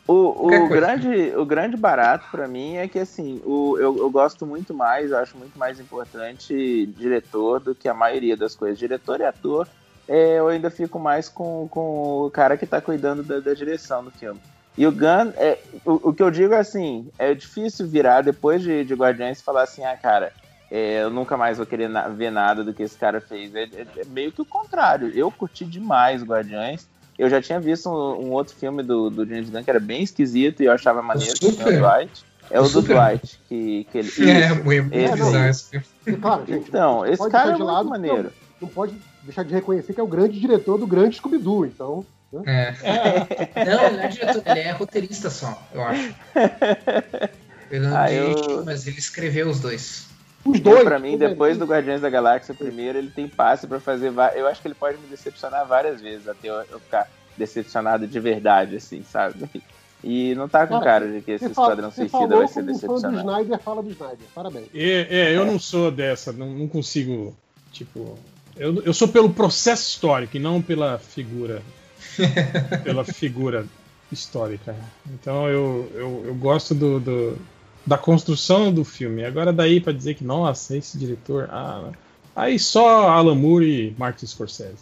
O, o, grande, o grande barato pra mim é que, assim, o, eu, eu gosto muito mais, eu acho muito mais importante diretor do que a maioria das coisas. Diretor e ator, é, eu ainda fico mais com, com o cara que tá cuidando da, da direção do filme. E o Gunn, é, o, o que eu digo é assim, é difícil virar depois de, de Guardiões e falar assim, ah, cara, é, eu nunca mais vou querer na, ver nada do que esse cara fez. É, é, é meio que o contrário. Eu curti demais Guardiões. Eu já tinha visto um, um outro filme do, do James Gunn que era bem esquisito e eu achava maneiro, que tinha o Dwight. É o, o do super. Dwight, que, que ele... É, muito bizarro esse filme. Claro, gente, então, esse cara é muito lado, maneiro. Não pode deixar de reconhecer que é o grande diretor do grande Scooby-Doo, então... Né? É. Não, ele não é diretor, ele é roteirista só, eu acho. Ele não ah, dirige, eu... mas ele escreveu os dois. Os dois? Eu, pra mim, depois do Guardiões da Galáxia, primeiro, ele tem passe pra fazer... Eu acho que ele pode me decepcionar várias vezes, até eu, eu ficar decepcionado de verdade, assim, sabe? E não tá com cara, cara de que esse Esquadrão Suicida vai ser decepcionante. Do Snyder, fala do Snyder, parabéns. É, é eu não sou dessa, não, não consigo, tipo... Eu, eu sou pelo processo histórico e não pela figura... pela figura histórica. Então eu, eu, eu gosto do, do, da construção do filme. Agora daí pra dizer que, nossa, esse diretor... Ah, aí só Alan Moore e Martin Scorsese.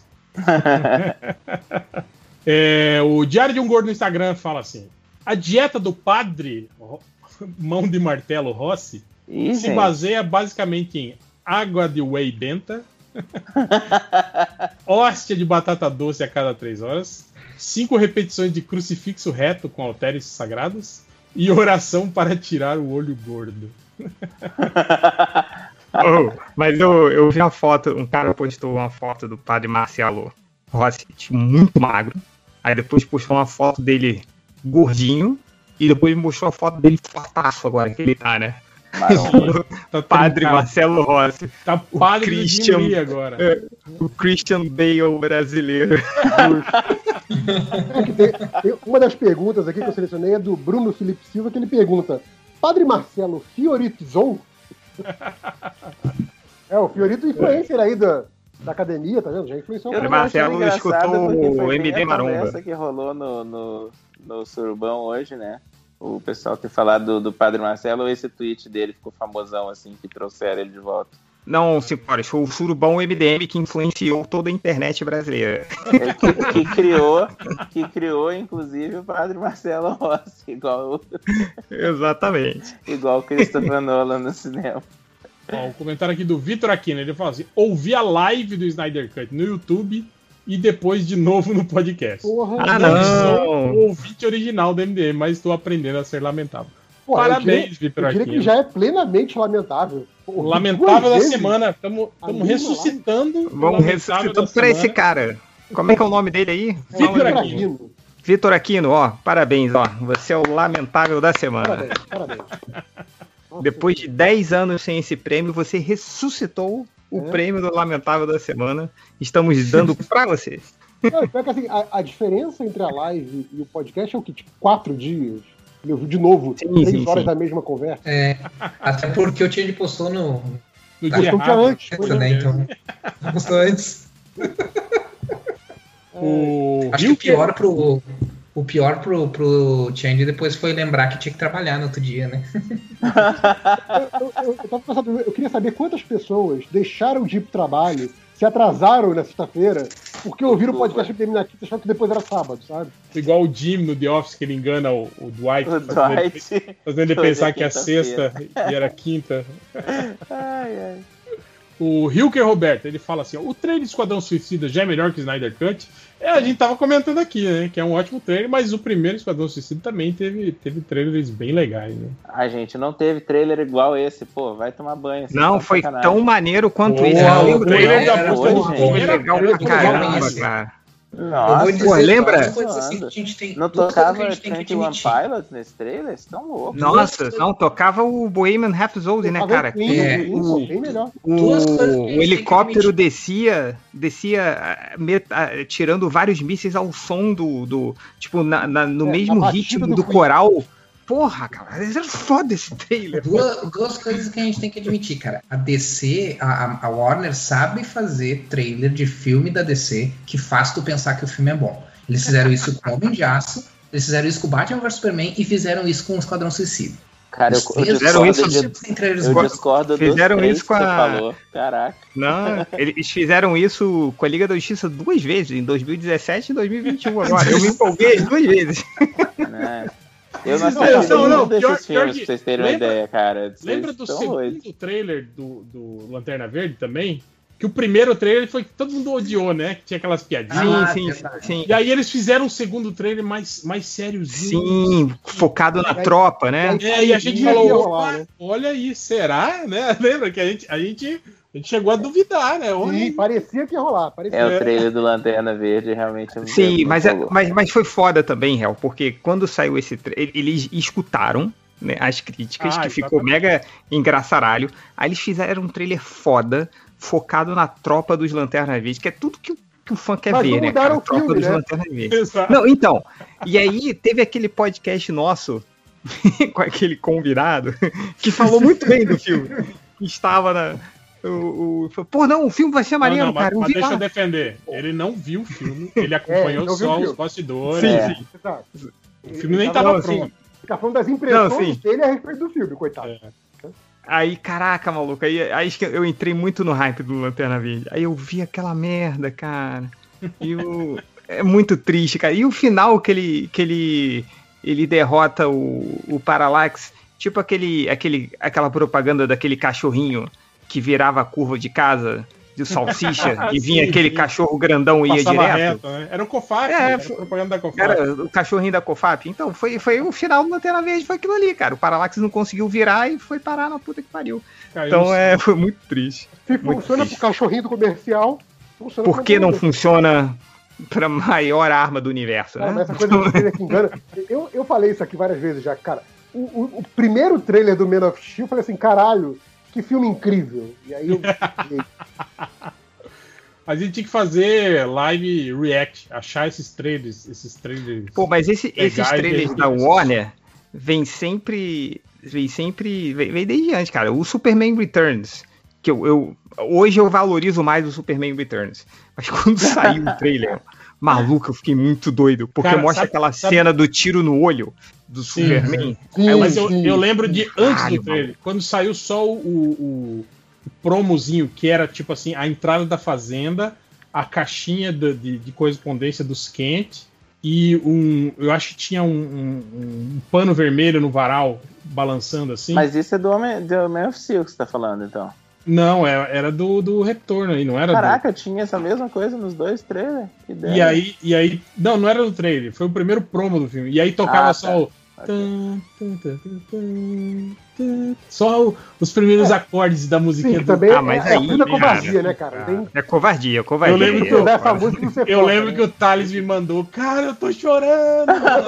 É, o Diário de um Gordo no Instagram fala assim: a dieta do padre Mão de Martelo Rossi Ih, se gente. baseia basicamente em água de whey benta, hóstia de batata doce a cada três horas, cinco repetições de crucifixo reto com halteres sagrados e oração para tirar o olho gordo. Oh, mas eu, eu vi uma foto, um cara postou uma foto do padre Marcelo Rossi, tipo, muito magro. Aí depois postou uma foto dele gordinho. E depois mostrou a foto dele fortaço agora que ele tá, né? Tá padre Marcelo Rossi. Tá o padre Christian agora. É, o Christian Bale brasileiro. É que tem, tem uma das perguntas aqui que eu selecionei é do Bruno Felipe Silva, que ele pergunta: Padre Marcelo fioritizou? É, o Fiorito influencer aí da, da academia, tá vendo? Já influenciou. O Marcelo escutou o M D Maromba. Essa que rolou no, no, no Surubão hoje, né? O pessoal ter falado do, do Padre Marcelo, esse tweet dele ficou famosão, assim, que trouxeram ele de volta. Não, senhores, foi o Surubão M D M que influenciou toda a internet brasileira. É, que, que criou, que criou, inclusive, o Padre Marcelo Rossi, igual o... Exatamente. Igual o Christopher Nolan no cinema. Ó, o comentário aqui do Vitor Aquino, ele fala assim: ouvi a live do Snyder Cut no YouTube e depois de novo no podcast. Porra, ah, não! Sou o ouvinte original do M D M, mas estou aprendendo a ser lamentável. Pô, parabéns, Vitor Aquino. Eu diria que já é plenamente lamentável. O lamentável da semana. Estamos ressuscitando. Vamos ressuscitando pra esse cara. Como é que é o nome dele aí? Vitor Aquino. Vitor Aquino, ó, parabéns, ó. Você é o lamentável da semana. Parabéns, parabéns. Depois de dez anos sem esse prêmio, você ressuscitou o é. prêmio do lamentável da semana. Estamos dando pra vocês. Não, pior que assim, a, a diferença entre a live e o podcast é o que? Tipo, quatro dias? Eu vi de novo, sim, três sim, horas sim. da mesma conversa. É, até porque o Change postou no... No dia postou antes. Foi né, então, postou antes. O... Acho que o pior pro... O pior pro, pro Change depois foi lembrar que tinha que trabalhar no outro dia, né? eu, eu, eu, eu, tava pensando, eu queria saber quantas pessoas deixaram de ir pro trabalho, se atrasaram na sexta-feira, porque ouviram o podcast terminar aqui e acharam que depois era sábado, sabe? Igual o Jim no The Office, que ele engana o, o Dwight, o fazendo, Dwight ele, fazendo ele pensar que é sexta e era quinta. Ai, ai. O Hilker Roberto, ele fala assim: ó, o trailer de Esquadrão Suicida já é melhor que o Snyder Cut? É, a gente tava comentando aqui, né, que é um ótimo trailer, mas o primeiro Esquadrão Suicida também teve, teve trailers bem legais, né? A gente não teve trailer igual esse, pô, vai tomar banho. Não, foi sacanagem. Tão maneiro quanto esse. O trailer da busca do foi legal pra caramba, cara. Nossa, pô, lembra? Assim, a gente tem, não tocava twenty one Pilots nesse trailer? Vocês estão loucos. Nossa, não, tocava o Bohemian Rhapsody, né, cara? É. O, o, o helicóptero descia, descia met, tirando vários mísseis ao som do, do tipo, na, na, no é, mesmo ritmo do, do coral. Porra, cara, era foda esse trailer. Duas, duas coisas que a gente tem que admitir, cara. A D C, a, a Warner sabe fazer trailer de filme da D C que faz tu pensar que o filme é bom. Eles fizeram isso com Homem de Aço, Eles fizeram isso com o Batman versus Superman e fizeram isso com o Esquadrão Suicida. Cara, eu, eu Fizeram discordo, isso- de, eu discordo dos Fizeram três isso que com você a- falou. Caraca. Não, eles fizeram isso com a Liga da Justiça duas vezes, em dois mil e dezessete e dois mil e vinte e um agora. Eu me empolguei as duas vezes. Né? Eu não Não, assisti não, nenhum não, desses pior- filmes, pior pra que- vocês terem uma lembra- ideia, cara. Vocês Lembra do estão segundo doidos. trailer do, do Lanterna Verde também? Que o primeiro trailer foi que todo mundo odiou, né? Que tinha aquelas piadinhas. Sim, sim, sim. E aí eles fizeram um segundo trailer mais, mais sériozinho. Sim, focado na tropa, né? É, e a gente Ia falou, rolar, opa, né? olha aí, será? Né? Lembra que a gente, a gente, a gente chegou a duvidar, né? Olha Sim, aí. parecia que ia rolar. Parecia. É, o trailer do Lanterna Verde realmente é Sim, é mas, é- muito louco. mas, mas foi foda também, Real, porque quando saiu esse trailer, eles escutaram, né, as críticas, Ah, que ficou exatamente. mega engraçaralho. Aí eles fizeram um trailer foda, focado na tropa dos Lanterna Verde, que é tudo que, o- que o fã quer Mas ver, não né? mudaram Cara? o Tropa filme, dos né? Lanterna Verde. Exato. Não, então. E aí teve aquele podcast nosso com aquele convidado que falou muito bem do filme. Que estava na. O, o- pô, não, o filme vai ser Não, maneiro, não, mas, cara. Eu mas vi deixa lá. eu defender. Ele não viu o filme, ele acompanhou não viu o só os filme. bastidores. Sim, É. sim. Exato. O filme nem Ele tava Não, pronto. assim, Fica falando das impressões Não, sim. dele a respeito do filme, coitado. É. Aí, caraca, maluco, aí, aí que eu entrei muito no hype do Lanterna Verde. Aí eu vi aquela merda, cara. E o... é muito triste, cara. E o final que ele, que ele, ele derrota o, o Parallax, tipo aquele, aquele, aquela propaganda daquele cachorrinho que virava a curva de casa de salsicha e vinha Sim, aquele sim. cachorro grandão e ia Passava direto. reto, né? Era o Cofap, É, era foi- a propaganda da Cofap. Era o cachorrinho da Cofap. Então, foi, foi o final do Lanterna Verde, foi aquilo ali, cara. O Parallax não conseguiu virar e foi parar na puta que pariu. Caiu Então, no é, foi muito triste. Se Muito funciona triste. pro cachorrinho do comercial, funciona Por que pro não Lanterna funciona pra maior arma do universo, Verde. né? Ah, mas essa coisa de trailer que engana. Eu, eu falei isso aqui várias vezes já, cara. O, o- o primeiro trailer do Man of Steel, eu falei assim, caralho, que filme incrível. E aí eu. A gente tinha que fazer live react, achar esses trailers, esses trailers. Pô, mas esse- legais esses trailers desde da o início. Warner vem sempre. Vem sempre. Vem, vem desde antes, cara. O Superman Returns. Que eu, eu- hoje eu valorizo mais o Superman Returns. Mas quando saiu o trailer, maluco, eu fiquei muito doido. Porque Cara, mostra sabe- aquela sabe- cena do tiro no olho do Sim, Superman. Sim, Aí eu- Mas eu, sim. eu lembro de antes Caralho, do trailer, quando saiu só o, o, o promozinho, que era tipo assim, a entrada da fazenda, a caixinha do- de, de correspondência dos Kent e um. Eu acho que tinha um, um- um pano vermelho no varal balançando assim. Mas isso é do Homem, do Man of Steel que você tá falando, então. Não, era, era do, do retorno aí, não era do. Caraca, tinha essa mesma coisa nos dois trailers? Que ideia. E aí, e aí. Não, não era do trailer, foi o primeiro promo do filme. E aí tocava Ah, só tá. o. Tan, tan, tan, tan, tan, tan. Só o- os primeiros acordes da musiquinha Sim, do. também Ah, mas é, é aí, puta cara, covardia, né, cara? Tem, É covardia, covardia. Eu lembro que eu- essa música não ser Eu foda, lembro né? que o Thales me mandou, cara, eu tô chorando.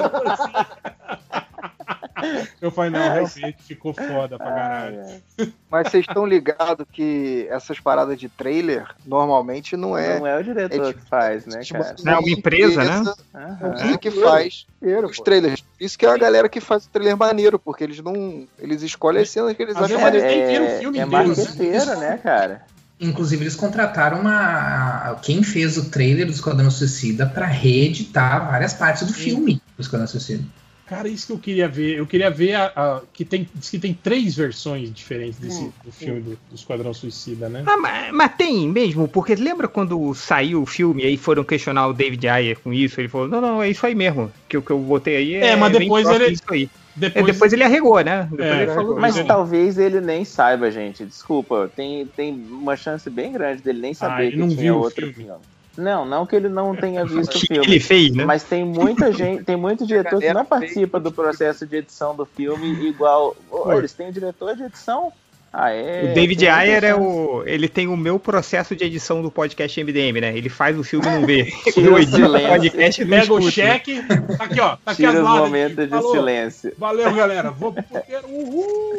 Eu falei, não, realmente ficou foda pra caralho. Mas vocês estão ligados que essas paradas de trailer normalmente não é. Não é o diretor é que faz, né, tipo, cara? Não, é uma empresa, né? Aham. empresa que faz Inteiro, os pô. trailers. Isso que é a galera que faz o trailer maneiro, porque eles não. Eles escolhem as cenas que eles Às acham vezes eles maneiras. nem viram o É, filme é inteiro, né? marqueteiro, né, cara? Inclusive, eles contrataram uma. Quem fez o trailer do Esquadrão Suicida pra reeditar várias partes do filme do Esquadrão Suicida. Cara, isso que eu queria ver. Eu queria ver a, a- que tem, diz que tem três versões diferentes desse, Hum, do filme do, do Esquadrão Suicida, né? Ah, mas, mas tem mesmo, porque lembra quando saiu o filme e aí foram questionar o David Ayer com isso? Ele falou, não, não, é isso aí mesmo. Que o que eu botei aí é, É, mas bem depois próximo ele- disso aí. Depois, É, depois ele arregou, né? Depois É, ele falou, Mas Pois é. talvez ele nem saiba, gente. Desculpa, tem, tem uma chance bem grande dele nem saber Ah, ele que não tinha viu o outro filme. filme. Não, não que ele não tenha visto o que filme. ele fez, né? Mas tem muita gente, tem muito diretor que Galera não participa do processo de edição do filme igual. Ô, Foi. eles têm diretor de edição? Ah, é. O David tem muita Ayer é chance. o. Ele tem o meu processo de edição do podcast M D M, né? Ele faz o filme e não vê. Tira Eu o edito o silêncio. podcast e não pega o escuto. cheque. Tá aqui, ó. Tá aqui Tira as os latas momentos aqui. de Falou. silêncio. Valeu, galera. Vou pro puteiro. Uhul.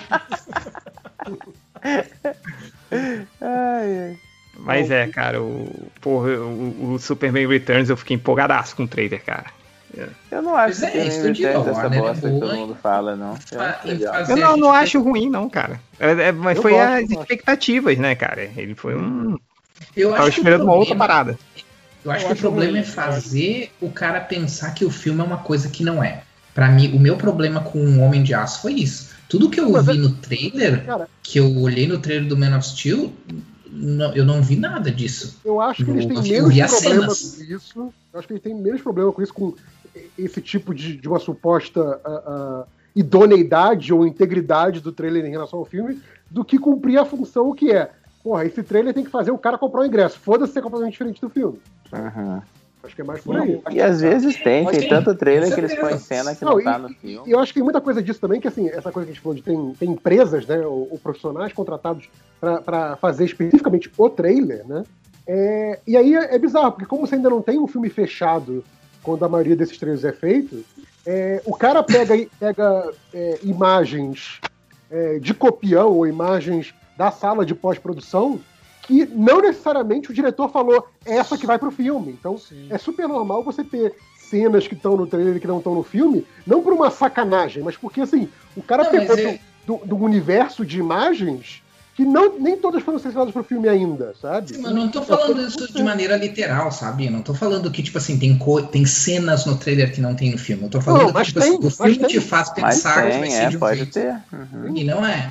Ai, ai. Mas é, cara, o, porra, o, o Superman Returns eu fiquei empolgadaço com o trailer, cara. Eu não acho Pois é, que tem estúdio essa Warner é bosta que boa todo mundo fala, não. Eu Fa- acho em legal. fazer- Eu não, não a gente- acho ruim, não, cara. É, é, mas Eu foi gosto, as eu gosto. expectativas, né, cara? Ele foi um. Eu Tava acho que o esperando uma outra problema- parada. Eu acho Eu que acho o problema ruim, é fazer o cara pensar que o filme é uma coisa que não é. Pra mim, o meu problema com o Homem de Aço foi isso. Tudo que eu Mas vi é- no trailer, Cara, que eu olhei no trailer do Man of Steel, não- eu não vi nada disso. eu acho que eles têm Eu vi menos as problema cenas. com isso. Eu acho que eles têm menos problema com isso, com esse tipo de, de uma suposta ah, ah, idoneidade ou integridade do trailer em relação ao filme, do que cumprir a função que é. Porra, esse trailer tem que fazer o cara comprar o ingresso. Foda-se ser completamente diferente do filme. Uhum. Acho que é mais por aí. E às vezes tem, Mas tem tem, tanto trailer com que eles certeza. põem cena que Não, não e, tá no e- filme. e eu acho que tem muita coisa disso também, que assim, essa coisa que a gente falou de tem, tem empresas, né, ou, ou profissionais contratados para fazer especificamente o trailer, né? É, e aí é, é bizarro, porque como você ainda não tem um filme fechado quando a maioria desses trailers é feito, é, o cara pega, i- pega é, imagens é, de copião ou imagens da sala de pós-produção que não necessariamente o diretor falou é essa que vai pro filme. Então é super normal você ter cenas que estão no trailer e que não estão no filme, não por uma sacanagem, mas porque assim, o cara Não, pegou mas é- do, do- do universo de imagens que não, nem todas foram selecionadas pro filme ainda, sabe? Sim, mas eu não tô falando isso de maneira literal, sabe? Eu não tô falando que, tipo assim, tem, co- tem cenas no trailer que não tem no filme. Eu tô falando Não, que, mas tipo tem, assim, o mas filme tem. te faz Mas pensar que vai tem, ser é, de um pode jeito. ter. Uhum. E não é.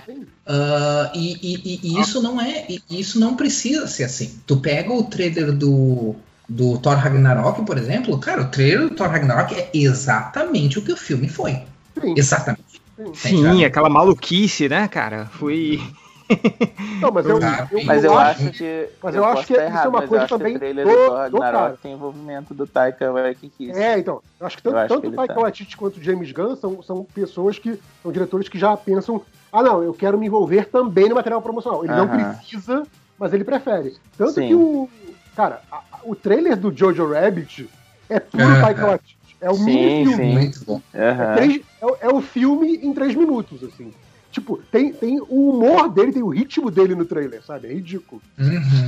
Ah, e, e- e- e isso não é. E isso não precisa ser assim. Tu pega o trailer do, do Thor Ragnarok, por exemplo, cara, o trailer do Thor Ragnarok é exatamente o que o filme foi. Sim. Exatamente. Sim, aquela maluquice, né, cara? Foi. Não, mas eu, Cara, eu, Mas eu acho que. Mas eu acho posso que estar isso é errado, uma mas coisa eu acho também que o trailer do- do Thor do Ragnarok cara. tem envolvimento do Taika Waititi. É, então, eu acho que tanto, Eu acho tanto que ele o Taika tá. Waititi quanto o James Gunn são, são pessoas que são diretores que já pensam, ah não, eu quero me envolver também no material promocional. Ele não Aham. precisa, mas ele prefere. Tanto Sim. que o, cara, a- o trailer do Jojo Rabbit é puro Ah, Taika é. Waititi. É o Sim, mini filme. sim. Muito bom. É, Aham. três- é o- é o filme em três minutos, assim. Tipo, tem, tem o humor dele, tem o ritmo dele no trailer, sabe? É ridículo. Uhum.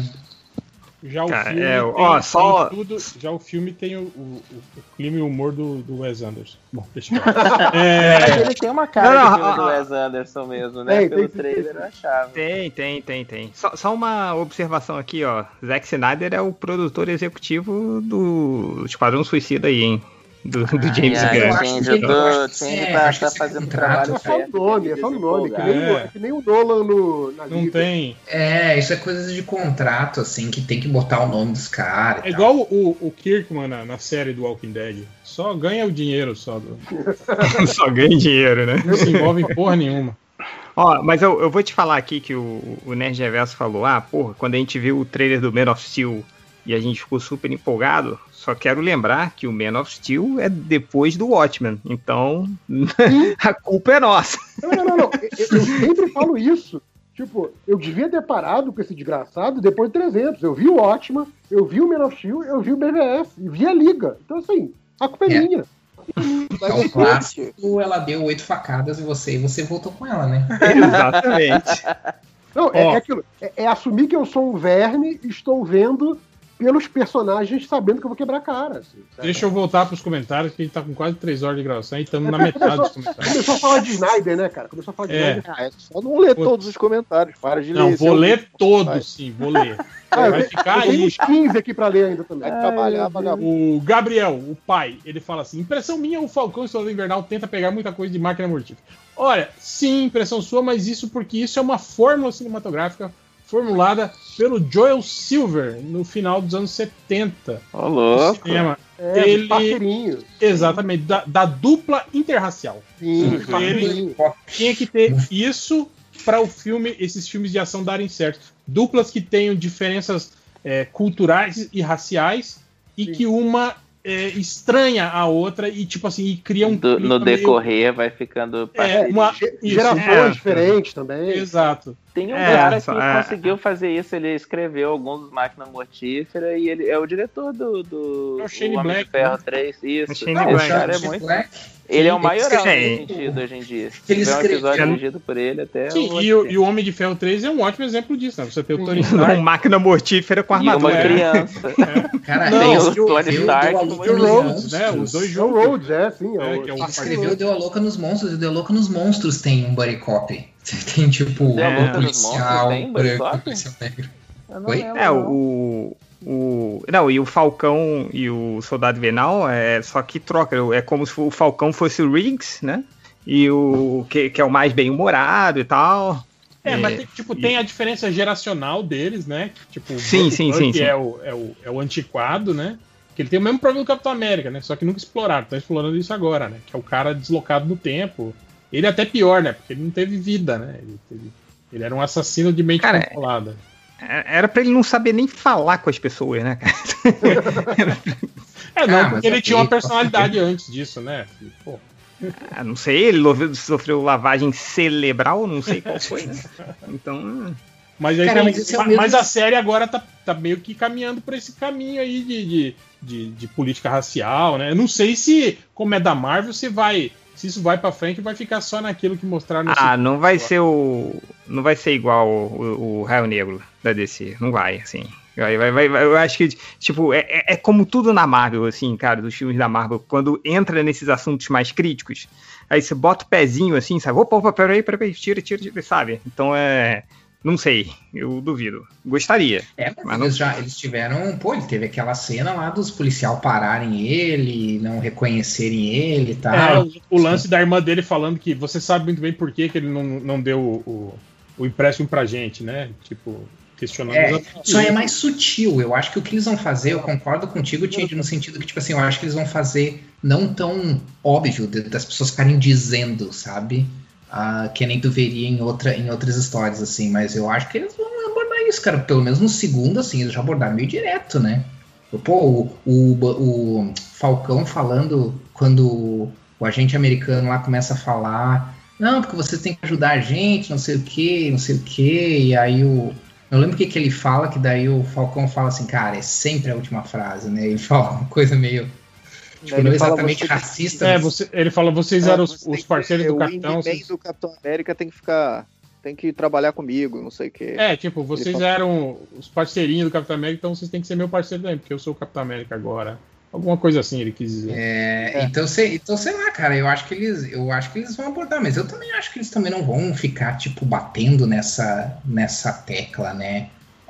Já o Cara, filme é, tem, ó, tem só- tudo, já o filme tem o, o, o clima e o humor do, do Wes Anderson. Bom, deixa eu é, Mas ele tem uma cara Não, não, de filme ah, do ah. Wes Anderson mesmo, né? Tem, Pelo tem, trailer tem. eu achava. Tem, tem, tem, tem. Só, só uma observação aqui, ó. Zack Snyder é o produtor executivo do Esquadrão Suicida aí, hein? Do, do James Ai, eu Gunn. acho Change, que eu ele- tô, eu acho que Change é, tá, acho que tá esse fazendo contrato trabalho É só o certo. nome, tem é que só o nome. Que nem, desempolgar. o- é que nem o Nolan no, na não Liga. tem. É, isso é coisa de contrato, assim, que tem que botar o nome dos caras. É e tal. igual o, o Kirkman na, na série do Walking Dead. Só ganha o dinheiro só. Do, Só ganha dinheiro, né? não se envolve em porra nenhuma. Ó, mas eu, eu vou te falar aqui que o, o Nerd Reverso falou, ah, porra, quando a gente viu o trailer do Man of Steel e a gente ficou super empolgado, só quero lembrar que o Man of Steel é depois do Watchmen, então a culpa é nossa. Não, não, não, não. Eu, eu sempre falo isso. Tipo, eu devia ter parado com esse desgraçado depois de trezentos. Eu vi o Ótima, eu vi o Man of Steel, eu vi o B V S, e vi a Liga. Então, assim, a culpa é, É. minha. É o clássico, ela deu oito facadas em você e você voltou com ela, né? Exatamente. Não, é, Ó. é aquilo. É, é assumir que eu sou um verme e estou vendo pelos personagens sabendo que eu vou quebrar a cara. Assim, sabe? Deixa eu voltar pros comentários, que a gente tá com quase três horas de gravação e estamos na metade dos comentários. Começou a falar de Snyder, né, cara? Começou a falar de É. Snyder. Ah, é só não ler todos os comentários. Para de ler. Não, esse vou é o ler último. todos, sim, vou ler. Ah, eu Vai tenho- ficar eu tenho aí. uns quinze aqui pra ler ainda também. Vai trabalhar, vagabundo. O Gabriel, o pai, ele fala assim: impressão minha, o Falcão e o Soldado Invernal tenta pegar muita coisa de Máquina Mortífera. Olha, sim, impressão sua, mas isso porque isso é uma fórmula cinematográfica formulada pelo Joel Silver no final dos anos setenta. Ô, No louco. cinema. É, Ele- dos parceirinhos. Exatamente, da, da dupla interracial. Sim, dos Ele- parceirinhos. Tinha que ter isso para o filme, esses filmes de ação darem certo. Duplas que tenham diferenças é, culturais e raciais e Sim. que uma é, estranha a outra e tipo assim, e cria um Do- no clima meio- decorrer vai ficando. É, uma, Ge- isso, Gerações é. diferentes também. Exato. Tem um É, cara só- que é. conseguiu fazer isso, ele escreveu alguns dos Máquina Mortífera e ele é o diretor do, do É o Shane Homem Black, de Ferro né? três. Isso, É Shane esse Black. cara é Shane muito. Black, Ele é o ele maioral escreveu- nesse sentido hoje em dia. Se Ele tiver um episódio escreveu- dirigido por ele, até. Sim, eu e o, e o Homem de Ferro três é um ótimo exemplo disso, né? Você tem o Tony Um Tá. Stark. máquina mortífera com E uma armadura. É. criança. cara, Não, Tem ele o e o- Tony escreveu Stark Deu a e Louca E o nos Rhodes, né? Os Monstros. dois É o juntos. Rhodes, é, sim. É, É, o- que é o- Ele escreveu Deu a Louca nos Monstros e Deu a Louca nos Monstros tem um buddy cop. Tem tipo Deu a um Louca nos policial Monstros, tem buddy branco cop? e policial negro. Eu não Oi? lembro, É, não. o, O, não, e o Falcão e o Soldado Invernal é só que troca. É como se o Falcão fosse o Riggs, né? E o que, que é o mais bem-humorado e tal. É, é, mas tem, tipo, e... tem a diferença geracional deles, né? Tipo, sim, sim, sim, que sim. É o, é, o, é o antiquado, né? Que ele tem o mesmo problema do Capitão América, né? Só que nunca exploraram. Estão explorando isso agora, né? Que é o cara deslocado no tempo. Ele é até pior, né? Porque ele não teve vida, né? Ele, ele, ele era um assassino de mente cara, controlada. Era pra ele não saber nem falar com as pessoas, né, cara? É, não, ah, porque ele tinha uma personalidade antes disso, né? Pô. Ah, não sei, ele sofreu lavagem cerebral, não sei qual foi, né? Então. Mas, aí, cara, mas, é mas a série agora tá, tá meio que caminhando por esse caminho aí de, de, de, de política racial, né? Eu não sei se, como é da Marvel, se vai. Se isso vai pra frente, vai ficar só naquilo que mostraram no Ah, não vai ser o. Não vai ser igual o, o Raio Negro da D C. Não vai, assim. Vai, vai, vai, eu acho que, tipo, é, é como tudo na Marvel, assim, cara, dos filmes da Marvel. Quando entra nesses assuntos mais críticos, aí você bota o pezinho assim, sabe? Opa, opa, peraí, peraí, tira, tira, tira, sabe? Então é. Não sei, eu duvido. Gostaria. É, mas, mas eles, não... já, eles tiveram... Pô, ele teve aquela cena lá dos policiais pararem ele, não reconhecerem ele e tal. É, o, o lance da irmã dele falando que você sabe muito bem por que, que ele não, não deu o, o, o empréstimo pra gente, né? Tipo, questionando... É, isso aí é mais sutil. Eu acho que o que eles vão fazer, eu concordo contigo, Tindy, no sentido que, tipo assim, eu acho que eles vão fazer não tão óbvio das pessoas ficarem dizendo, sabe? Uh, que nem tu veria em, outra, em outras histórias, assim, mas eu acho que eles vão abordar isso, cara, pelo menos no segundo, assim, eles já abordaram meio direto, né? Pô, o, o, o Falcão falando, quando o agente americano lá começa a falar, não, porque vocês têm que ajudar a gente, não sei o que, não sei o que, e aí o... Eu lembro o que, que ele fala, que daí o Falcão fala assim, cara, é sempre a última frase, né? Ele fala uma coisa meio... Tipo, não exatamente você, racista. É, mas... você, ele fala, vocês é, eram os, os parceiros que, do Capitão. O vocês... do Capitão América tem que ficar. Tem que trabalhar comigo, não sei o que. É, tipo, vocês fala... eram os parceirinhos do Capitão América, então vocês têm que ser meu parceiro também, porque eu sou o Capitão América agora. Alguma coisa assim, ele quis dizer. É, é. Então, sei, então, sei lá, cara, eu acho que eles, eu acho que eles vão abordar, mas eu também acho que eles também não vão ficar, tipo, batendo nessa, nessa tecla, né?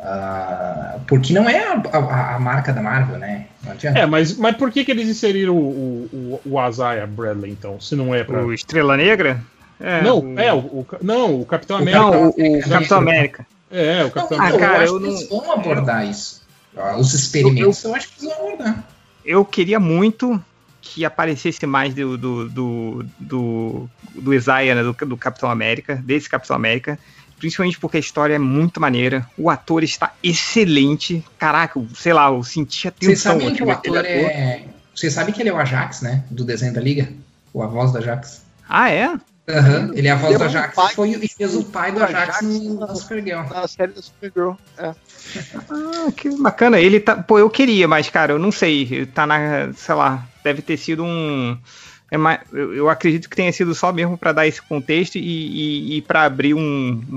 Uh, porque não é a, a, a marca da Marvel, né? Não adianta. É, mas, mas por que, que eles inseriram o, o, o Isaiah Bradley, então? Se não é pra... O Estrela Negra? É, não, o... é o, o, não, o Capitão América. Não, o, o Capitão América. É, o Capitão não, América. Ah, cara, eu, eu acho não... que eles vão abordar isso. Os experimentos, eu, eu... eu acho que eles vão abordar. Eu queria muito que aparecesse mais do, do, do, do, do Isaiah, né, do, do Capitão América, desse Capitão América. Principalmente porque a história é muito maneira. O ator está excelente. Caraca, sei lá, eu senti a tensão. Vocês sabem que o ator é... Vocês sabem que ele é o Ajax, né? Do desenho da Liga? O a voz do Ajax. Ah, é? Uhum. Ele é a voz ele do Ajax. Pai, foi, e fez o pai do Ajax na Supergirl. Na série da Supergirl, é. Ah, que bacana. Ele tá... Pô, eu queria, mas, cara, eu não sei. Ele tá na... Sei lá, deve ter sido um... É mais, eu, eu acredito que tenha sido só mesmo para dar esse contexto e, e, e para abrir um,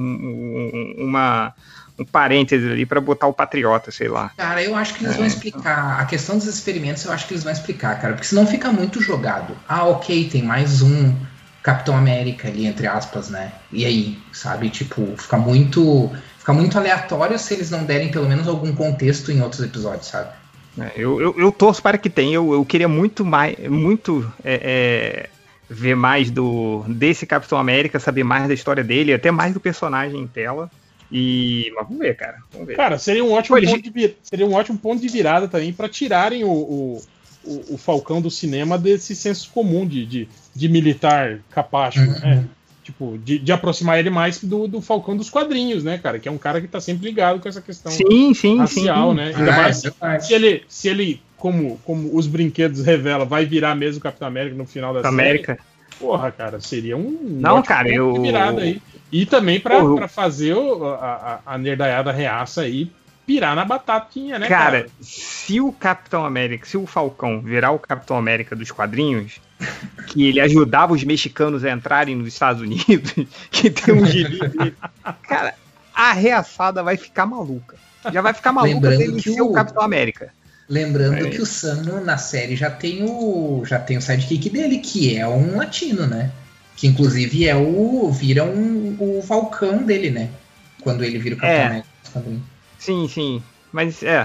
um, uma, um parêntese ali para botar o Patriota, sei lá. Cara, eu acho que eles é. vão explicar. A questão dos experimentos eu acho que eles vão explicar, cara, porque senão fica muito jogado. Ah, ok, tem mais um Capitão América ali, entre aspas, né? E aí, sabe? Tipo, fica muito, fica muito aleatório se eles não derem pelo menos algum contexto em outros episódios, sabe? Eu, eu, eu torço para que tenha. Eu, eu queria muito mais, muito é, é, ver mais do desse Capitão América, saber mais da história dele, até mais do personagem em tela. E mas vamos ver, cara. Vamos ver. Cara, seria um ótimo, Pô, ponto, ele... de, seria um ótimo ponto de virada também para tirarem o, o, o, o Falcão do cinema desse senso comum de, de, de militar capacho, uhum. né? Tipo, de, de aproximar ele mais do, do Falcão dos quadrinhos, né, cara? Que é um cara que tá sempre ligado com essa questão sim, sim, racial, sim. né? Ainda ah, mais é se ele, se ele como, como os brinquedos revelam, vai virar mesmo o Capitão América no final da série. América. Porra, cara, seria um Não, cara, eu... de virada aí. E também pra, oh, pra fazer o, a, a nerdaiada reaça aí pirar na batatinha, né, cara? Cara, se o Capitão América, se o Falcão virar o Capitão América dos quadrinhos, que ele ajudava os mexicanos a entrarem nos Estados Unidos, que tem um gibi dele, cara, a reaçada vai ficar maluca. Já vai ficar maluca Lembrando dele que ser o... o Capitão América. Lembrando é. que o Sam na série já tem o já tem o sidekick dele, que é um latino, né? Que inclusive é o vira um, o Falcão dele, né? Quando ele vira o Capitão é. América. Sim, sim. Mas é.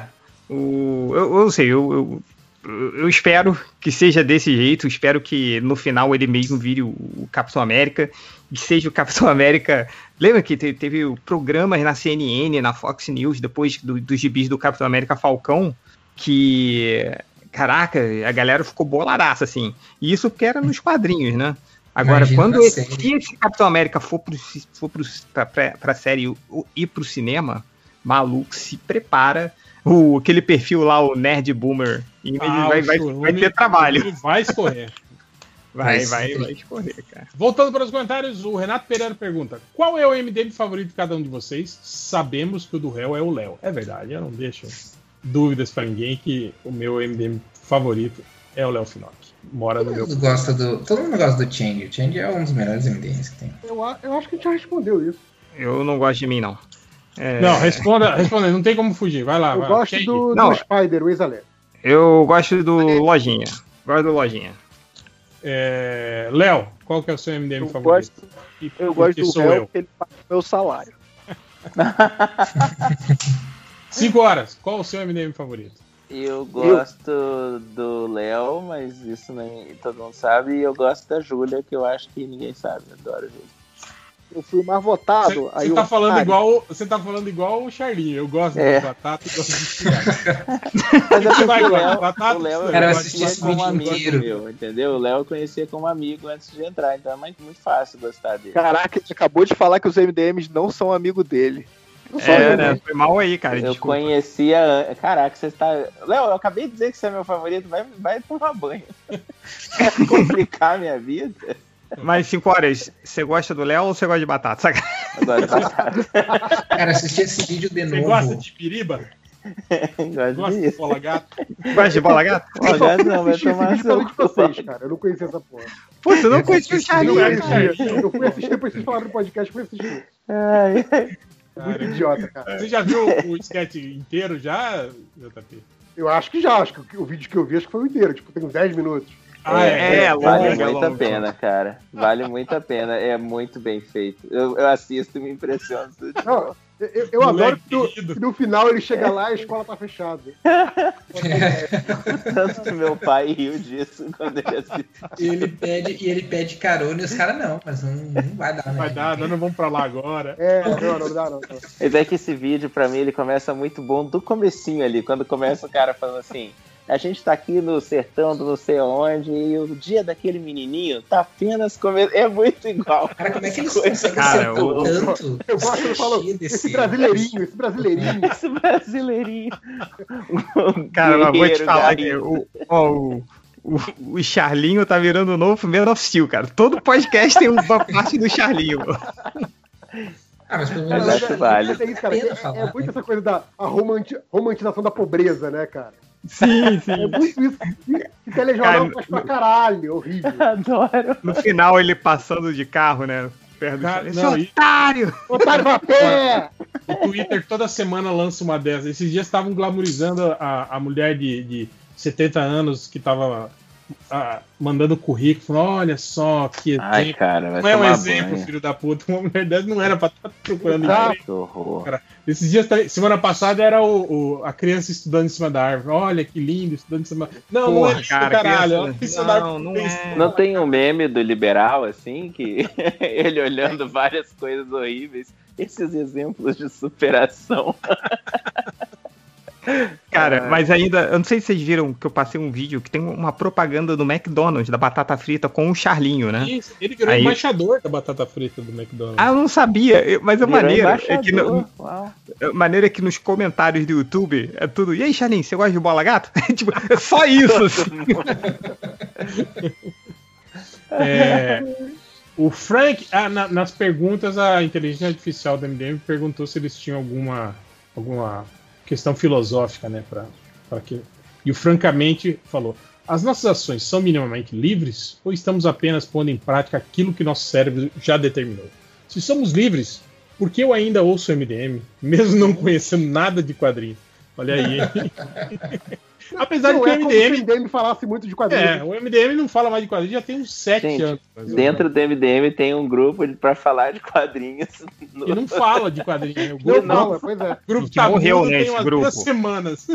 O, eu, eu não sei, eu, eu, eu espero que seja desse jeito, espero que no final ele mesmo vire o, o Capitão América, que seja o Capitão América. Lembra que teve, teve programas na C N N, na Fox News, depois do, dos gibis do Capitão América Falcão, que, caraca, a galera ficou boladaça, assim. E isso porque era nos quadrinhos, né? Agora, Imagina quando pra esse, série. se esse Capitão América for, pro, for pro, pra, pra, pra série ou ir pro cinema, maluco, se prepara. O, aquele perfil lá, o Nerd Boomer, e Ah, vai, o vai, churume- vai ter trabalho. Ele vai escorrer. Vai, Vai vai, sim. vai escorrer, cara. Voltando para os comentários, o Renato Pereira pergunta: qual é o M D M favorito de cada um de vocês? Sabemos que o do réu é o Léo. É verdade, eu não deixo dúvidas para ninguém que o meu M D M favorito é o Léo Finock. Mora no Todo meu. mundo gosta do, todo mundo gosta do Change. O Change é um dos melhores M D Ms que tem. Eu, a- eu acho que a gente já respondeu isso. Eu não gosto de mim, não. É, Não, responda, responda, não tem como fugir. Vai lá. eu vai. gosto Change. do, Não. do Spider, o ex-alerta. Eu gosto do Lojinha. Gosto do Lojinha. É, Léo, qual que é o seu M D M Eu favorito? gosto, E eu por gosto que do sou réu eu? porque ele paga o meu salário. Cinco horas, qual o seu M D M favorito? Eu gosto do Léo, mas isso nem todo mundo sabe. E eu gosto da Júlia, que eu acho que ninguém sabe. Eu adoro a Júlia. Eu fui mais votado. Você aí tá eu- falando Ah, igual, você tá falando igual o Charlinho. Eu gosto É. de batata e gosto de cigarro. Mas é porque Vai, o vai, Léo, batata, o Léo eu Cara, eu conhecia assisti esse como vídeo amigo inteiro. meu, entendeu? O Léo eu conhecia como amigo antes de entrar, então é muito, muito fácil gostar dele. Caraca, ele acabou de falar que os M D Ms não são amigo dele. Não são É, amigos né? dele. Foi mal aí, cara. Eu Desculpa. conhecia. an- Caraca, você está. Léo, eu acabei de dizer que você é meu favorito, vai, vai tomar banho. Quer complicar a minha vida? Mas cinco horas, você gosta do Léo ou você gosta de batata? Saca? Eu gosto de batata. Cara, assisti esse vídeo de Você novo. gosta de piriba? Gosto Gosta de disso. bola gato? Gosta de bola gata? Ó, gato não, vai Assisti esse tomar vídeo por causa seu de cu. vocês, cara. Eu não conhecia essa porra. Pô, você não Eu conhecia o assisti Charlinho, Eu é, cara. conhecia. Eu fui assistir depois que vocês falaram no podcast, fui assistir. Ai, ai. Muito idiota, cara. Você já viu o sketch inteiro já, J P? Eu acho que já, acho que o vídeo que eu vi acho que foi o inteiro, tipo, tem uns dez minutos. Ah, É, é, vale longa, muito a longa. pena, cara. Vale muito a pena. É muito bem feito. Eu, eu assisto e me impressiono. Não, eu, eu Moleque adoro que no, querido. que no final ele chega lá e a escola tá fechada. Tanto que meu pai riu disso quando ele assistiu. E ele pede, e ele pede carona e os caras não, mas não, não vai dar, né? Vai dar, nós não vamos pra lá agora. É, não, não dá, não. não. Mas é que esse vídeo, pra mim, ele começa muito bom do comecinho ali, quando começa o cara falando assim: a gente tá aqui no sertão do não sei onde, e o dia daquele menininho tá apenas começando. É muito igual. Cara, como é que eles Coisa conseguem Cara, acertar o- tanto? Eu gosto que ele falou, Cheio esse desse- brasileirinho, esse brasileirinho. Esse brasileirinho. Cara, mas vou te Guerreiro falar da que o, ó, o, o, o Charlinho tá virando o novo Man of Steel, cara. Todo podcast tem uma parte do Charlinho. Ah, mas pelo Mas menos acho válido. É, isso, cara. Pena É- falar, é muito né? essa coisa da a romanti- romantização da pobreza, né, cara? Sim, É sim. muito isso. E, e telejornal Cara, faz pra caralho, horrível. Adoro. No final ele passando de carro, né? Perto do Cara, Charlinho. não, Seu e- otário! Otário pra pé! O Twitter toda semana lança uma dessas. Esses dias estavam glamorizando a, a mulher de, de setenta anos que tava ah, mandando currículo, falando: olha só que Ai, exemplo. cara, vai Não é um tomar exemplo, banho. filho da puta. Uma mulher dessa não era pra estar procurando Ah, emprego. Que horror. Esses dias, tá- semana passada, era o, o- a criança estudando em cima da árvore. Olha que lindo, estudando em cima da árvore. Não, não é Porra, lindo, cara, caralho. criança- Ela tá em cima da Não, árvore, não tem é. Não tem um meme do liberal, assim, que ele olhando várias coisas horríveis, esses exemplos de superação. Cara, Ah. mas ainda, eu não sei se vocês viram que eu passei um vídeo que tem uma propaganda do McDonald's, da batata frita com o Charlinho, né? Isso, ele virou Aí- embaixador da batata frita do McDonald's. Ah, eu não sabia, eu- mas a Virou maneira é que, embaixador. no, Uau. a maneira é que nos comentários do YouTube é tudo. E aí, Charlinho, você gosta de bola gato? tipo, é só isso. assim. É, o Frank, ah, na- nas perguntas, a inteligência artificial do M D M perguntou se eles tinham alguma, alguma questão filosófica, né? Pra, pra que... E o Francamente falou: as nossas ações são minimamente livres ou estamos apenas pondo em prática aquilo que nosso cérebro já determinou? Se somos livres, por que eu ainda ouço M D M, mesmo não conhecendo nada de quadrinhos? Olha aí. Apesar Não de que é o como M D M. se o M D M falasse muito de quadrinhos. É, o M D M não fala mais de quadrinhos já tem uns sete Gente, anos. mais ou dentro do M D M tem um grupo de- pra falar de quadrinhos. menos. E não fala de quadrinhos. O Não grupo, fala, pois é. o grupo Que tá morreu, mudo né, tem esse umas grupo. duas semanas.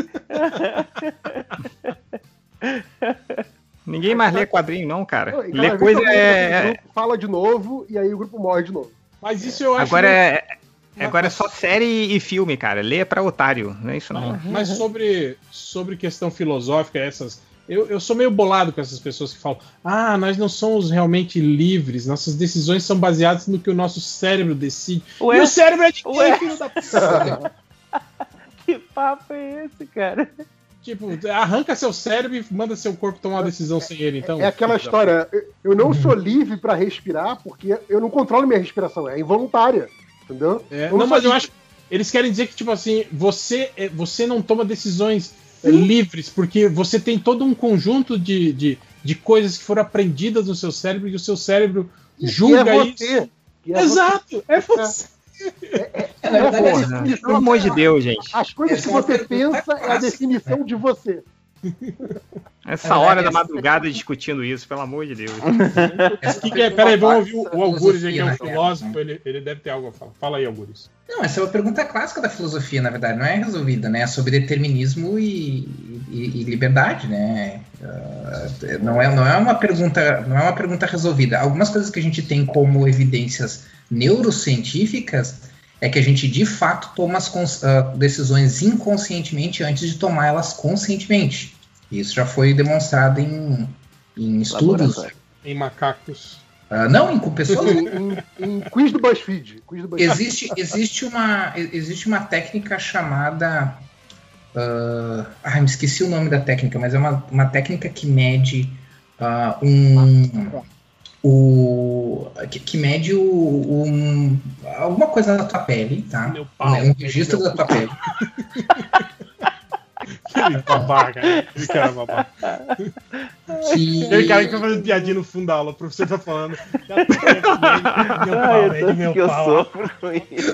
Ninguém mais lê quadrinho, não, cara. Não, e cada Lê vez coisa que alguém é. entra no grupo, fala de novo e aí o grupo morre de novo. Mas isso eu acho. Agora meio- é. Agora é só série e filme, cara. Lê pra otário, não é isso não. Mas sobre, sobre questão filosófica, essas. Eu, eu sou meio bolado com essas pessoas que falam: ah, nós não somos realmente livres, nossas decisões são baseadas no que o nosso cérebro decide. Ué? E o cérebro é de quem, Ué? filho da puta? Que papo é esse, cara? Tipo, arranca seu cérebro e manda seu corpo tomar uma decisão sem ele, então. É aquela filho da história, eu- eu não sou livre pra respirar porque eu não controlo minha respiração, é involuntária, entendeu? É, Eu não, sou mas eu livre. acho. Eles querem dizer que, tipo assim, você, é- você não toma decisões é, livres, porque você tem todo um conjunto de, de, de coisas que foram aprendidas no seu cérebro e o seu cérebro julga E é isso. você. E é Exato, é você. É, na verdade, Porra, essa né? definição- Pelo amor de Deus, gente. As coisas Essa que é uma você pergunta pensa é a clássica, definição de você. Essa hora da madrugada discutindo isso, pelo amor de Deus. essa Que que é? pergunta Peraí, vamos ouvir clássica o, da o Algures aí, que é um filosofia, na filósofo, real, né? ele, ele deve ter algo a falar. Fala aí, Algures. Não, essa é uma pergunta clássica da filosofia, na verdade, não é resolvida, né? É sobre determinismo e, e- e liberdade, né? Ah, não, é, não, é uma pergunta, não é uma pergunta resolvida. Algumas coisas que a gente tem como evidências neurocientíficas é que a gente, de fato, toma as cons- ah, decisões inconscientemente antes de tomar elas conscientemente. Isso já foi demonstrado em, em estudos. Laboratório. Em macacos. Ah, não, em com pessoas. Em, em- em quiz do BuzzFeed. Quiz do BuzzFeed. Existe, existe, uma, existe uma técnica chamada. ah, ai, me esqueci o nome da técnica, mas é uma, uma técnica que mede ah, um. O, que, que mede o, um, alguma coisa na tua pele, tá? Meu pau. Um registro Meu da tua pele. Que babaca, né? Esse cara é babaca. Que, Aquele cara que tá fazendo piadinha no fundo da aula, o professor tá falando. Já tô aqui, meu pau, Ai, é eu de tô, meu que eu pau. sofro com isso.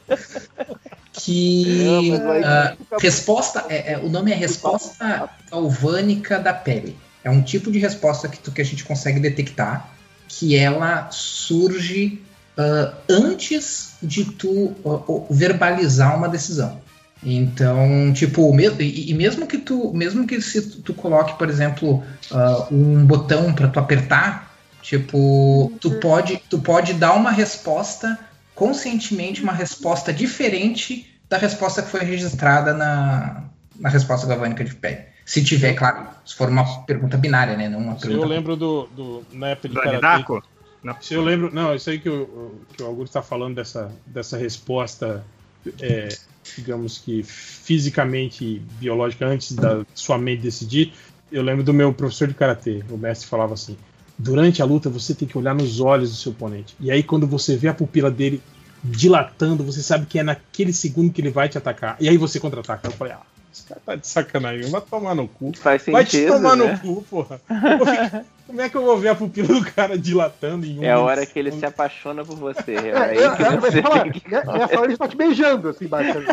que Não, mas aí ah, fica- resposta é, é- o nome é resposta galvânica da pele. É um tipo de resposta que, tu, que a gente consegue detectar que ela surge ah, antes de tu ah, ah, verbalizar uma decisão. Então, tipo, me- e, e mesmo que tu, mesmo que se tu, tu coloque, por exemplo, ah, um botão para tu apertar, tipo, tu pode, tu pode dar uma resposta conscientemente, uma resposta diferente da resposta que foi registrada na, na resposta galvânica de pele. Se tiver, claro, se for uma pergunta binária, né? Não uma Isso eu pergunta. lembro do, do, na época de Donnie karatê. Darko? Não. Se eu lembro, não, isso aí que o, que o Augusto está falando dessa, dessa resposta, é, digamos que fisicamente e biológica antes da sua mente decidir. Eu lembro do meu professor de karatê, o mestre falava assim: durante a luta você tem que olhar nos olhos do seu oponente. E aí quando você vê a pupila dele dilatando, você sabe que é naquele segundo que ele vai te atacar. E aí você contra-ataca. Eu falei: ah, esse cara tá de sacanagem, vai tomar no cu. Faz Vai te sentido, tomar né? no cu, porra. Eu vou ficar- Como é que eu vou ver a pupila do cara dilatando em um É a hora que ele segundo? se apaixona por você. É, É, aí é, que é, vai você falar, tem que... né, nessa hora ele está te beijando, assim, basicamente.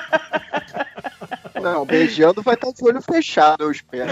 Não, beijando vai estar de olho fechado, eu espero.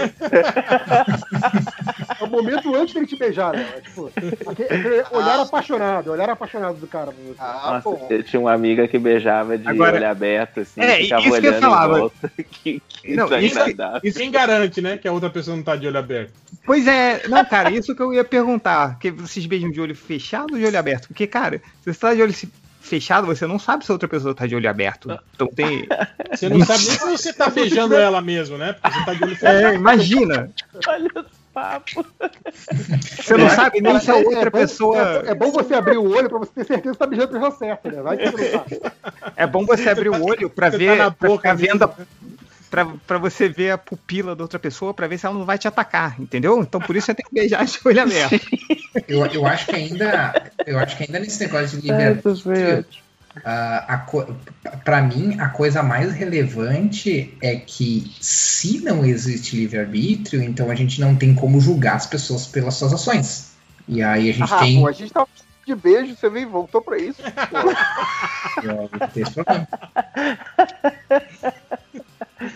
É o momento antes dele te beijar, né? É, tipo, aquele, aquele olhar apaixonado, olhar apaixonado do cara. pra você. Ah, Nossa, bom. eu tinha uma amiga que beijava de Agora- olho aberto, assim, É, ficava isso que eu olhando falava. em volta. que, que Não, isso que- desagradável. Quem garante, né, que a outra pessoa não tá de olho aberto? Pois é, não, cara, isso que eu ia perguntar. Que vocês beijam de olho fechado ou de olho aberto? Porque, cara, se você tá de olho se- fechado, você não sabe se a outra pessoa tá de olho aberto. Então tem. Você não sabe nem se você tá beijando ela mesmo, né? Porque você tá de olho fechado. É, imagina. Olha os papos. Você não sabe nem se a É, é outra bom- pessoa. É, é bom você abrir o olho pra você ter certeza que tá beijando a pessoa certa, né? Vai que você não sabe. É bom você abrir o olho pra Você ver. tá na pra boca ficar mesmo. vendo. a- Pra, pra você ver a pupila da outra pessoa, pra ver se ela não vai te atacar, entendeu? Então por isso você tem que beijar de olho aberto. Eu, eu acho que ainda. Eu acho que ainda nesse negócio de Ai, isso foi livre-arbítrio. ótimo. Ah, a co- pra mim, a coisa mais relevante é que se não existe livre-arbítrio, então a gente não tem como julgar as pessoas pelas suas ações. E aí a gente Ah, tem pô, a gente tava de beijo, você veio e voltou pra isso. Pô. tem esse problema.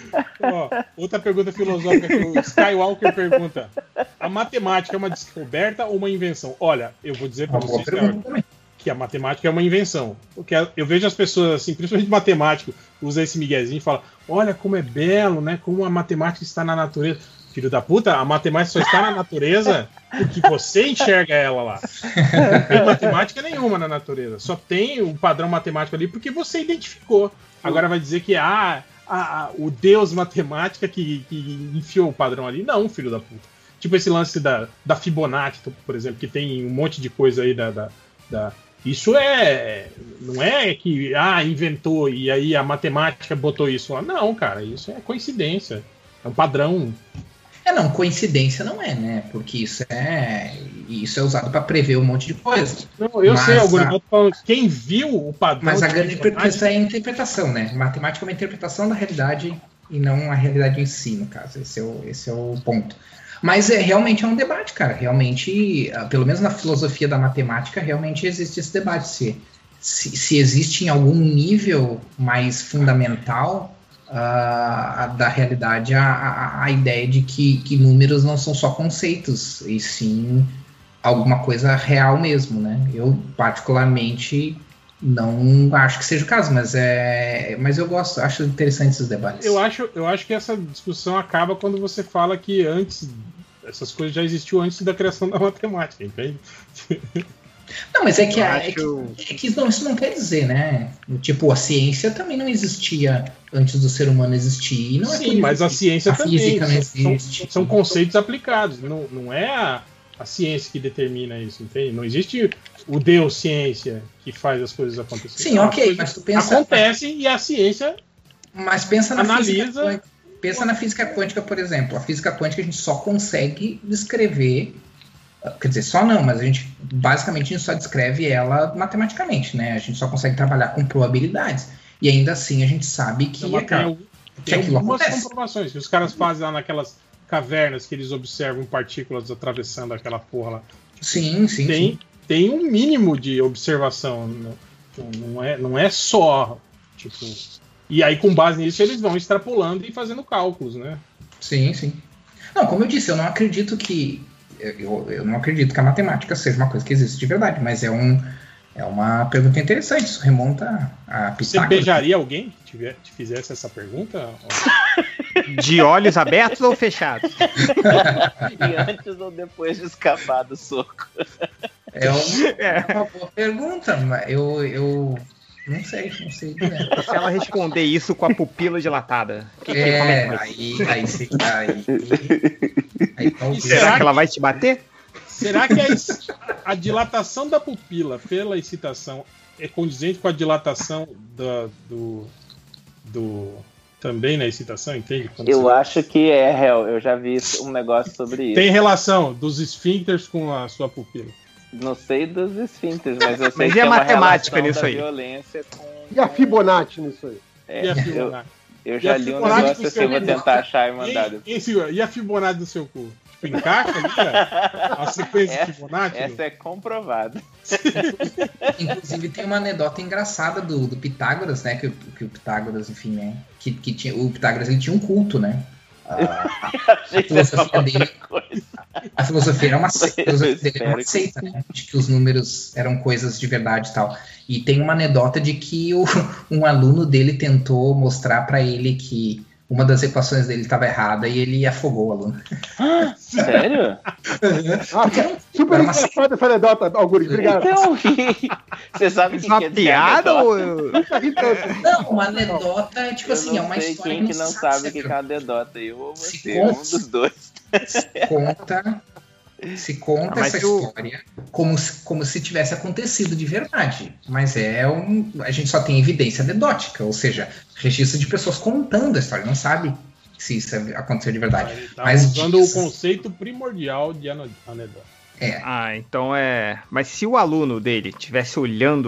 outra pergunta filosófica que o Skywalker pergunta. A matemática é uma descoberta ou uma invenção? Olha, eu vou dizer para vocês que a matemática é uma invenção. Porque eu vejo as pessoas, assim, principalmente matemático, usa esse miguezinho e fala, olha como é belo, né? Como a matemática está na natureza. Filho da puta, a matemática só está na natureza porque você enxerga ela lá. Não tem matemática nenhuma na natureza. Só tem o padrão matemático ali porque você identificou. Agora vai dizer que ah, a, a, o Deus matemática que, que enfiou o padrão ali. Não, filho da puta. Tipo esse lance da, da Fibonacci, por exemplo, que tem um monte de coisa aí da... da, da isso é... Não é que ah, inventou e aí a matemática botou isso lá. Não, cara, isso é coincidência. É um padrão. É, não, coincidência não é, né? Porque isso é isso é usado para prever um monte de coisa. Não, eu mas sei, Augusto, a... quem viu o padrão... Mas a grande questão é a interpretação, né? Matemática é uma interpretação da realidade e não a realidade em si, no caso. Esse é o, esse é o ponto. Mas é, realmente é um debate, cara. Realmente, pelo menos na filosofia da matemática, realmente existe esse debate. Se, se, se existe em algum nível mais fundamental... Uh, da realidade a, a, a ideia de que, que números não são só conceitos, e sim alguma coisa real mesmo, né? Eu, particularmente, não acho que seja o caso, mas, é, mas eu gosto, acho interessante esses debates. Eu acho, eu acho que essa discussão acaba quando você fala que antes, essas coisas já existiam antes da criação da matemática, entende? Não, mas é que, é, que, é que não, isso não quer dizer, né? Tipo, a ciência também não existia antes do ser humano existir. Não Sim, é mas a ciência a também. Física não são, são, são conceitos aplicados. Não, não é a, a ciência que determina isso, entende? Não existe o Deus ciência que faz as coisas acontecerem. Sim, ok, mas tu pensa... Acontece e a ciência mas pensa na analisa... Física quântica, pensa na física quântica, por exemplo. A física quântica a gente só consegue descrever... Quer dizer, só não, mas a gente basicamente a gente só descreve ela matematicamente, né? A gente só consegue trabalhar com probabilidades. E ainda assim a gente sabe que, então, é, cara, tem, que tem aquilo algumas acontece. comprovações que os caras fazem lá naquelas cavernas que eles observam partículas atravessando aquela porra lá. Sim, sim. Tem, sim. tem um mínimo de observação. Não, não, é, não é só. Tipo, e aí, com base nisso, eles vão extrapolando e fazendo cálculos, né? Sim, sim. Não, como eu disse, eu não acredito que. Eu, eu não acredito que a matemática seja uma coisa que existe de verdade, mas é, um, é uma pergunta interessante. Isso remonta a Pitágoras. Você beijaria alguém que tiver, te fizesse essa pergunta? De olhos abertos ou fechados? E antes ou depois de escapar do soco? É uma, é uma boa pergunta, mas eu, eu não sei, não sei. É. Se ela responder isso com a pupila dilatada. Que que é, que aí, aí, você, aí, aí, aí será que ela vai te bater? Será que a, a dilatação da pupila pela excitação é condizente com a dilatação da, do, do... também na excitação, entende? Quando eu você... acho que é, real. Eu já vi um negócio sobre isso. Tem relação dos esfíncteres com a sua pupila. Não sei dos esfíncteres, mas eu sei mas que é é uma matemática nisso da aí. Violência com... E a Fibonacci nisso aí? É, e a Fibonacci? Eu, eu já li um negócio assim, eu vou tentar achar e mandar. E, e, e a Fibonacci do seu cu? Tipo, encaixa ali, cara? A sequência essa, de Fibonacci? Essa é comprovada. Inclusive tem uma anedota engraçada do, do Pitágoras, né? Que, que o Pitágoras, enfim, né? Que, que tinha, o Pitágoras ele tinha um culto, né? A, a, filosofia dele, a filosofia era uma seita, a filosofia dele era uma seita, né? De que os números eram coisas de verdade e tal. E tem uma anedota de que o, um aluno dele tentou mostrar para ele que uma das equações dele estava errada e ele afogou o aluno. Ah, sério? Ah, super engraçado essa anedota, Augusto, obrigado. Então, você sabe que uma que piada ou... Não, uma anedota é tipo eu assim, não é uma sei história quem que não sabe o que é uma anedota, eu ou você, um dos dois. Se conta, se conta ah, essa eu... história como se, como se tivesse acontecido de verdade, mas é um, a gente só tem evidência anedótica, ou seja, registro de pessoas contando a história, não sabe se isso aconteceu de verdade. Ele tá mas usando diz... o conceito primordial de anedota. É. Ah, então é... Mas se o aluno dele estivesse olhando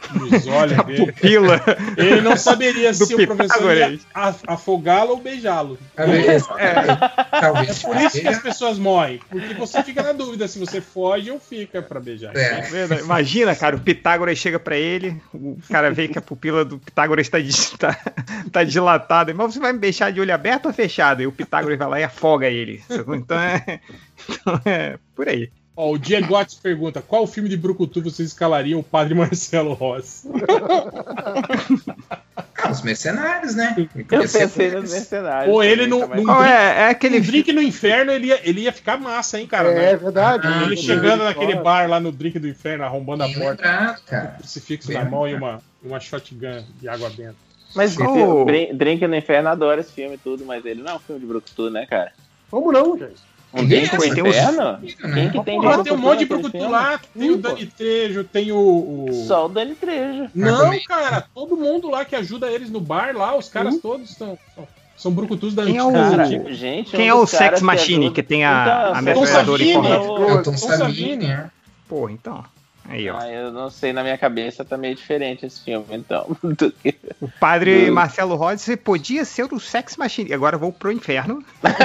Nos olhos A dele. pupila. Ele não saberia do se o professor ia Pitágoras. a- afogá-lo ou beijá-lo. É, talvez É por isso que as pessoas morrem. Porque você fica na dúvida se você foge ou fica pra beijar. É. Verdade. Imagina, cara, o Pitágoras chega pra ele, o cara vê que a pupila do Pitágoras tá, dis- tá, tá dilatada. Mas você vai me beijar de olho aberto ou fechado? E o Pitágoras vai lá e afoga ele. Então é, então é por aí. Ó, o Diegotes pergunta: qual filme de brucutu vocês escalariam o Padre Marcelo Rossi? Ah, os mercenários, né? Eu pensei nos mercenários. Ou ele também, no, também. num Qual drink, é? É aquele num drink no inferno, ele ia, ele ia ficar massa, hein, cara? É né? verdade. Ah, Ele Ele chegando de naquele fora. bar lá no drink do inferno, arrombando a Bem porta, lembrado, com cara. o crucifixo Bem na mão e uma, uma shotgun de água benta. Mas Qual- o Drink, Drink no Inferno adora esse filme e tudo, mas ele não é um filme de brucutu, né, cara? Como não, gente? Um Ele Drink é, no tem uns- Inferno? né? Quem que tem de Porra, tem um monte de naquele brucutu filme? lá, tem o Sim, pô. Dani Trejo, tem o... o- Só o Dani Trejo. Não, também. cara, todo mundo lá que ajuda eles no bar lá, os caras todos são, são, são brucutus da Quem é o- antiga. Cara, antiga. gente, Quem um é o dos caras Sex Machine, ajuda- que tem a- Então, a Tom metralhadora em Savini, formato- o- É o Tom Tom Savini, né? Porra, então. Aí, ó. Ah, eu não sei, na minha cabeça tá meio diferente esse filme, então. do que- O padre Do- Marcelo Rossi podia ser o Sex Machine. Agora eu vou pro inferno.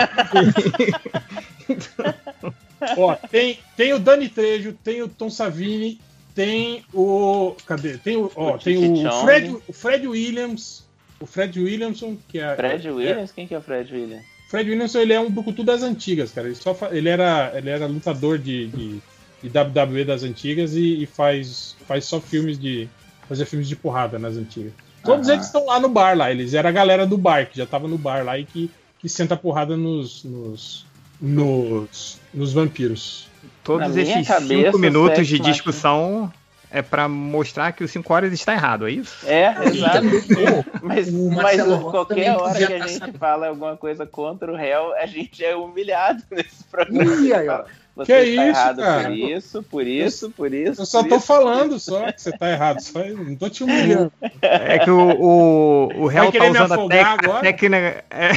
Ó, tem, tem o Dani Trejo, tem o Tom Savini, tem o. Cadê? Tem o. Ó, O tem Titi o Chong. Fred, o Fred Williams. O Fred Williamson, que é. Fred é- Williams? Quem que é o Fred Williams? Fred Williamson, ele é um brucutu das antigas, cara. Ele, só fa- ele, era, ele era lutador de, de, de W W E das antigas e, e faz, faz só filmes de. Fazia filmes de porrada nas antigas. Todos Aham. eles estão lá no bar lá. Eles eram a galera do bar, que já tava no bar lá e que, que senta porrada nos. nos. nos, nos vampiros. Todos Na minha esses cabeça, cinco o minutos Sex de Machine- discussão é pra mostrar que o cinco horas está errado, é isso? É, E exato. também, pô, Mas, o mas Marcelo Rossi qualquer também hora podia que a tá gente sabendo. fala alguma coisa contra o réu, a gente é humilhado nesse programa. Ih, aí, ó. Você Que está isso, errado cara? por isso, por isso, por isso. Eu só por tô isso. falando só que você tá errado. Só, eu não tô te humilhando. É que o, o, o réu tá querer me usando a, afogar tec- a agora? técnica. é.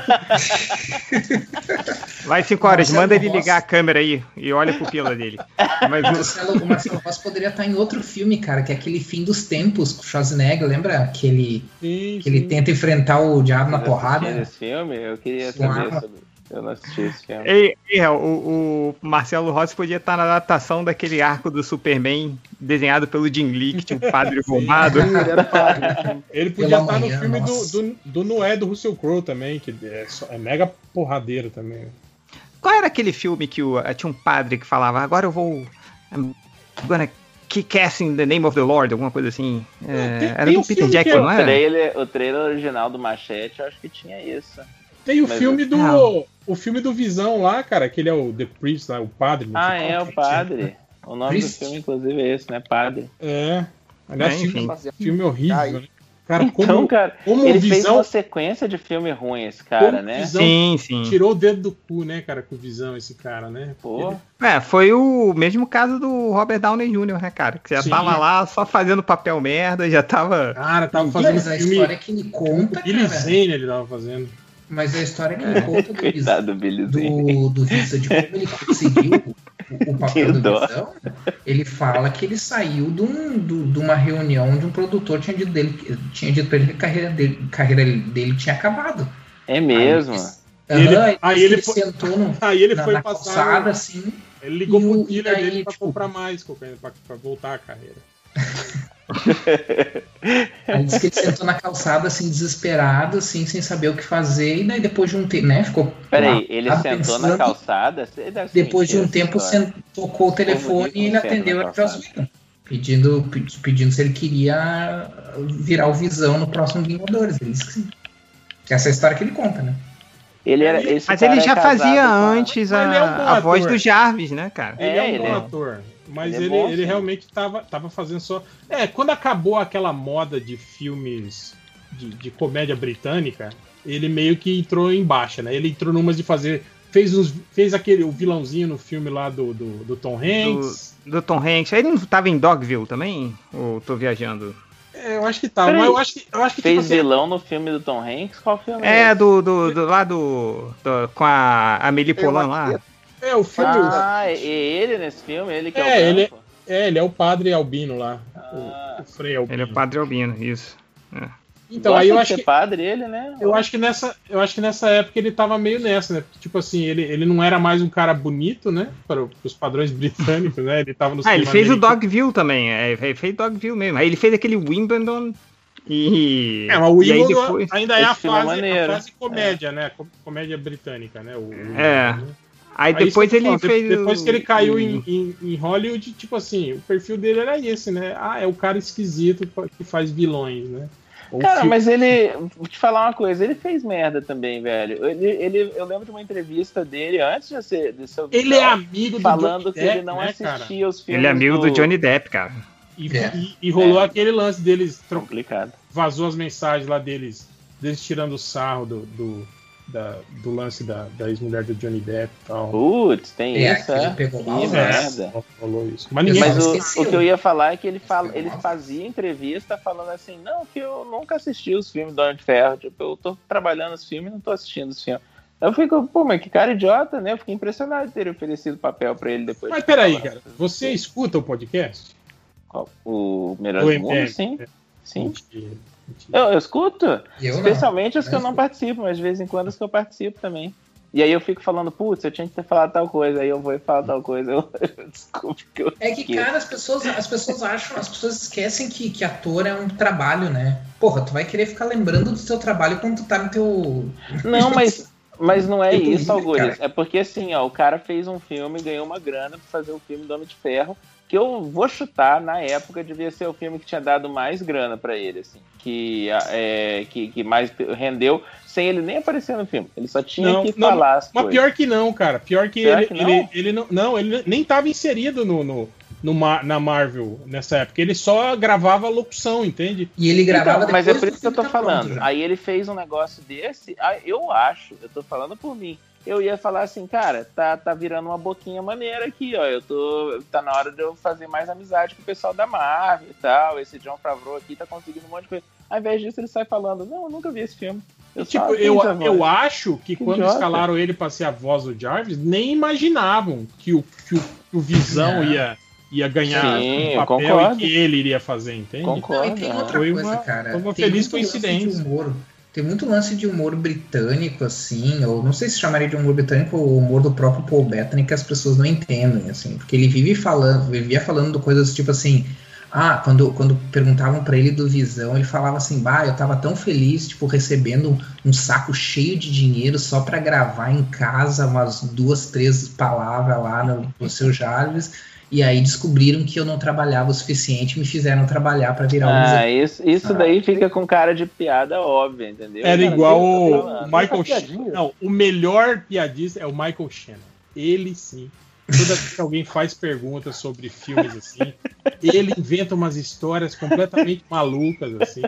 Vai, cinco horas, Marcelo manda ele Rossi. ligar a câmera aí e olha a pupila dele. Mas O Marcelo, o Marcelo Rossi poderia estar em outro filme, cara, que é aquele Fim dos Tempos com o Schwarzenegger, lembra? Que ele, Sim, que ele sim. tenta enfrentar o diabo na Vocês assistiram porrada. esse filme? Eu queria Suave. saber sobre. Eu não assisti esse filme. Ei, ei, réu, o, o Marcelo Rossi podia estar na adaptação daquele arco do Superman desenhado pelo Jim Lee, que tinha um padre roubado. Sim, ele era padre. Ele podia Pela estar no manhã, filme do, nossa. do, do Noé do Russell Crowe também, que é, só- é mega porradeiro também. Qual era aquele filme que o, tinha um padre que falava, agora eu vou. I'm gonna kick ass in the name of the Lord, alguma coisa assim. É, tem- era tem do um Peter filme que Jackson, é- não O era? trailer, o trailer original do Machete, eu acho que tinha isso. Tem o Mas filme eu- do. Não. O filme do Visão lá, cara, que ele é o The Priest, lá, o padre. não Ah, sei é, qual o que padre. O nome Priest. do filme, inclusive, é esse, né? Padre. É. Aliás, É, filme, enfim. filme horrível, Aí. né? Cara, Então, como, cara, como ele o fez Visão, uma sequência de filme ruim, esse cara, como o né? Visão Sim, sim. tirou o dedo do cu, né, cara, com o Visão, esse cara, né? Pô, É, foi o mesmo caso do Robert Downey Júnior, né, cara? Que já Sim. tava lá só fazendo papel merda, já tava. Cara, tava fazendo Mas a filme. história que ele conta, Billy cara. Zane ele tava fazendo. Mas a história que ele conta do, coitado do Billy Zane. do, do Visa, de como ele conseguiu o, o papel Que do dó. Visão, ele fala que ele saiu de, um, do- de uma reunião onde um produtor tinha dito, dele, tinha dito pra ele que a carreira dele, carreira dele tinha acabado. É mesmo? Aí, Ele- aham, aí ele, ele foi- sentou no, Aí ele na, foi na passar. calçada, assim, Ele ligou E pro o- dealer e aí, dele pra tipo- comprar mais cocaína, pra, pra voltar a carreira. aí disse que ele sentou na calçada, assim, desesperado, assim, sem saber o que fazer, e daí depois de um tempo, né, ficou Peraí, lá, ele lá sentou na pensando. calçada? Você deve ser Depois de um mentira essa tempo, história. sen- tocou o telefone e ele senta atendeu na era Joss calçada? Whedon, pedindo, pe- pedindo se ele queria virar o Visão no próximo Vingadores. Ele disse que sim. Essa é a história que ele conta, né? Ele era, esse Mas cara ele é já casado fazia com a- antes Mas ele é um bom a, a voz ator. do Jarvis, né, cara? Ele é, É, um ele bom é. ator. Mas Ele é ele, bom, ele sim. realmente tava, tava fazendo só. É, quando acabou aquela moda de filmes de, de comédia britânica, ele meio que entrou em baixa, né? Ele entrou numas de fazer. Fez, uns, fez aquele o vilãozinho no filme lá do, do, do Tom Hanks. Do, do Tom Hanks. Ele não tava em Dogville também? Ou tô viajando? É, eu acho que tá. Peraí. Mas eu acho que, eu acho que Fez tipo assim, vilão no filme do Tom Hanks? Qual filme É, esse? do, do, do lá do, do- com a Amélie Poulain lá. É, o filme. Ah, é ele nesse filme? Ele que é, É, o ele- branco? É, ele é o padre albino lá. Ah. O, o Frei Albino. Ele é o Padre Albino, isso. É. Então, aí eu de acho ser que padre ele, né? eu acho que nessa, eu acho que nessa época ele tava meio nessa, né? Tipo assim, ele, ele não era mais um cara bonito, né? Para os padrões britânicos, né? Ele tava no Ah, ele cinema fez o americano. Dogville também. É, ele fez Dogville mesmo. Aí ele fez aquele Wimbledon e. É, mas o e aí Wimbledon depois... ainda é a Esse filme é fase, a maneiro. fase comédia, né? Com- Comédia britânica, né? O, o É. Wimbledon, né? Aí Aí depois isso que eu ele falo, de- fez. Depois o- que ele caiu o- em, em, em Hollywood, tipo assim, o perfil dele era esse, né? Ah, é o cara esquisito que faz vilões, né? Ou Cara, filme- mas ele. Vou te falar uma coisa, ele fez merda também, velho. Ele, ele, eu lembro de uma entrevista dele antes de ser. De ser o Ele vilão, é amigo do falando Johnny que Depp, ele não né, assistia cara? os filmes. Ele é amigo do Johnny Depp, cara. E, É. e- e rolou É. aquele lance deles, tro- Complicado. vazou as mensagens lá deles, deles tirando o sarro do, do, da- do lance da, da ex-mulher do Johnny Depp e tal. Putz, tem É, isso, que ele é? pegou Que mal, né? merda. Rolou isso. Mas ninguém Mas Só o, esqueceu. o que eu ia falar é que ele, fala, Esqueceu. ele fazia entrevista falando assim, não, que eu nunca assisti os filmes do Homem de Ferro, tipo, eu tô trabalhando os filmes e não tô assistindo os filmes. Eu fico, pô, mas que cara idiota, né? Eu fiquei impressionado de ter oferecido papel pra ele depois. Mas de peraí, falar. cara, você escuta o podcast? Qual? O Melhor Do do M Mundo, M? sim. Sim. Mentira, mentira. Eu, eu escuto, Eu não. especialmente os que eu não Mas- participo, mas de vez em quando os que eu participo também. E aí eu fico falando, putz, eu tinha que ter falado tal coisa, aí eu vou e falo tal coisa, eu, eu desculpe que eu É que, esqueço. cara, as pessoas, as pessoas acham, as pessoas esquecem que, que ator é um trabalho, né? Porra, tu vai querer ficar lembrando do teu trabalho quando tu tá no teu. Não, mas, mas não é Eu tô isso, rindo, Algures. cara. É porque assim, ó, o cara fez um filme, ganhou uma grana pra fazer o filme do Homem de Ferro, que eu vou chutar, na época, devia ser o filme que tinha dado mais grana pra ele, assim, que, é, que, que mais rendeu, sem ele nem aparecer no filme. Ele só tinha Não, que não, falar as Mas coisas. pior que não, cara. Pior que, Pior ele, que não? ele, ele não. Não, ele nem tava inserido no, no, no Ma- na Marvel nessa época. Ele só gravava locução, entende? E ele gravava Então, mas é depois por do isso que eu tô filme tá falando. pronto já. Aí ele fez um negócio desse, ah, eu acho, eu tô falando por mim. Eu ia falar assim, cara, tá, tá virando uma boquinha maneira aqui, ó. Eu tô. Tá na hora de eu fazer mais amizade com o pessoal da Marvel e tal. Esse John Favreau aqui tá conseguindo um monte de coisa. Ao invés disso, ele sai falando, não, eu nunca vi esse filme. Eu E, tipo, só eu, fiz a voz." eu acho que, Que quando idiota. escalaram ele pra ser a voz do Jarvis, nem imaginavam que o, que o, que o Visão Não. ia, ia ganhar Sim, um eu papel concordo. e que ele iria fazer, entende? Concordo. Não, e tem Olha, outra foi coisa, uma- cara. foi uma Tem feliz muito lance de coincidência. humor. Tem muito lance de humor britânico, assim, ou não sei se chamaria de humor britânico ou humor do próprio Paul Bettany, que as pessoas não entendem, assim, porque ele vive falando, vivia falando coisas tipo assim, ah, quando, quando perguntavam pra ele do Visão, ele falava assim, bah, eu tava tão feliz, tipo, recebendo um, um saco cheio de dinheiro só pra gravar em casa umas duas, três palavras lá no, no seu Jarvis, e aí descobriram que eu não trabalhava o suficiente e me fizeram trabalhar pra virar um Ah, Visão. isso, isso daí fica com cara de piada óbvia, entendeu? Era Cara, igual o que eu tô o falando? Michael Essa piadinha. Shannon. Não, o melhor piadista é o Michael Shannon. Ele sim. Toda vez que alguém faz perguntas sobre filmes assim, ele inventa umas histórias completamente malucas assim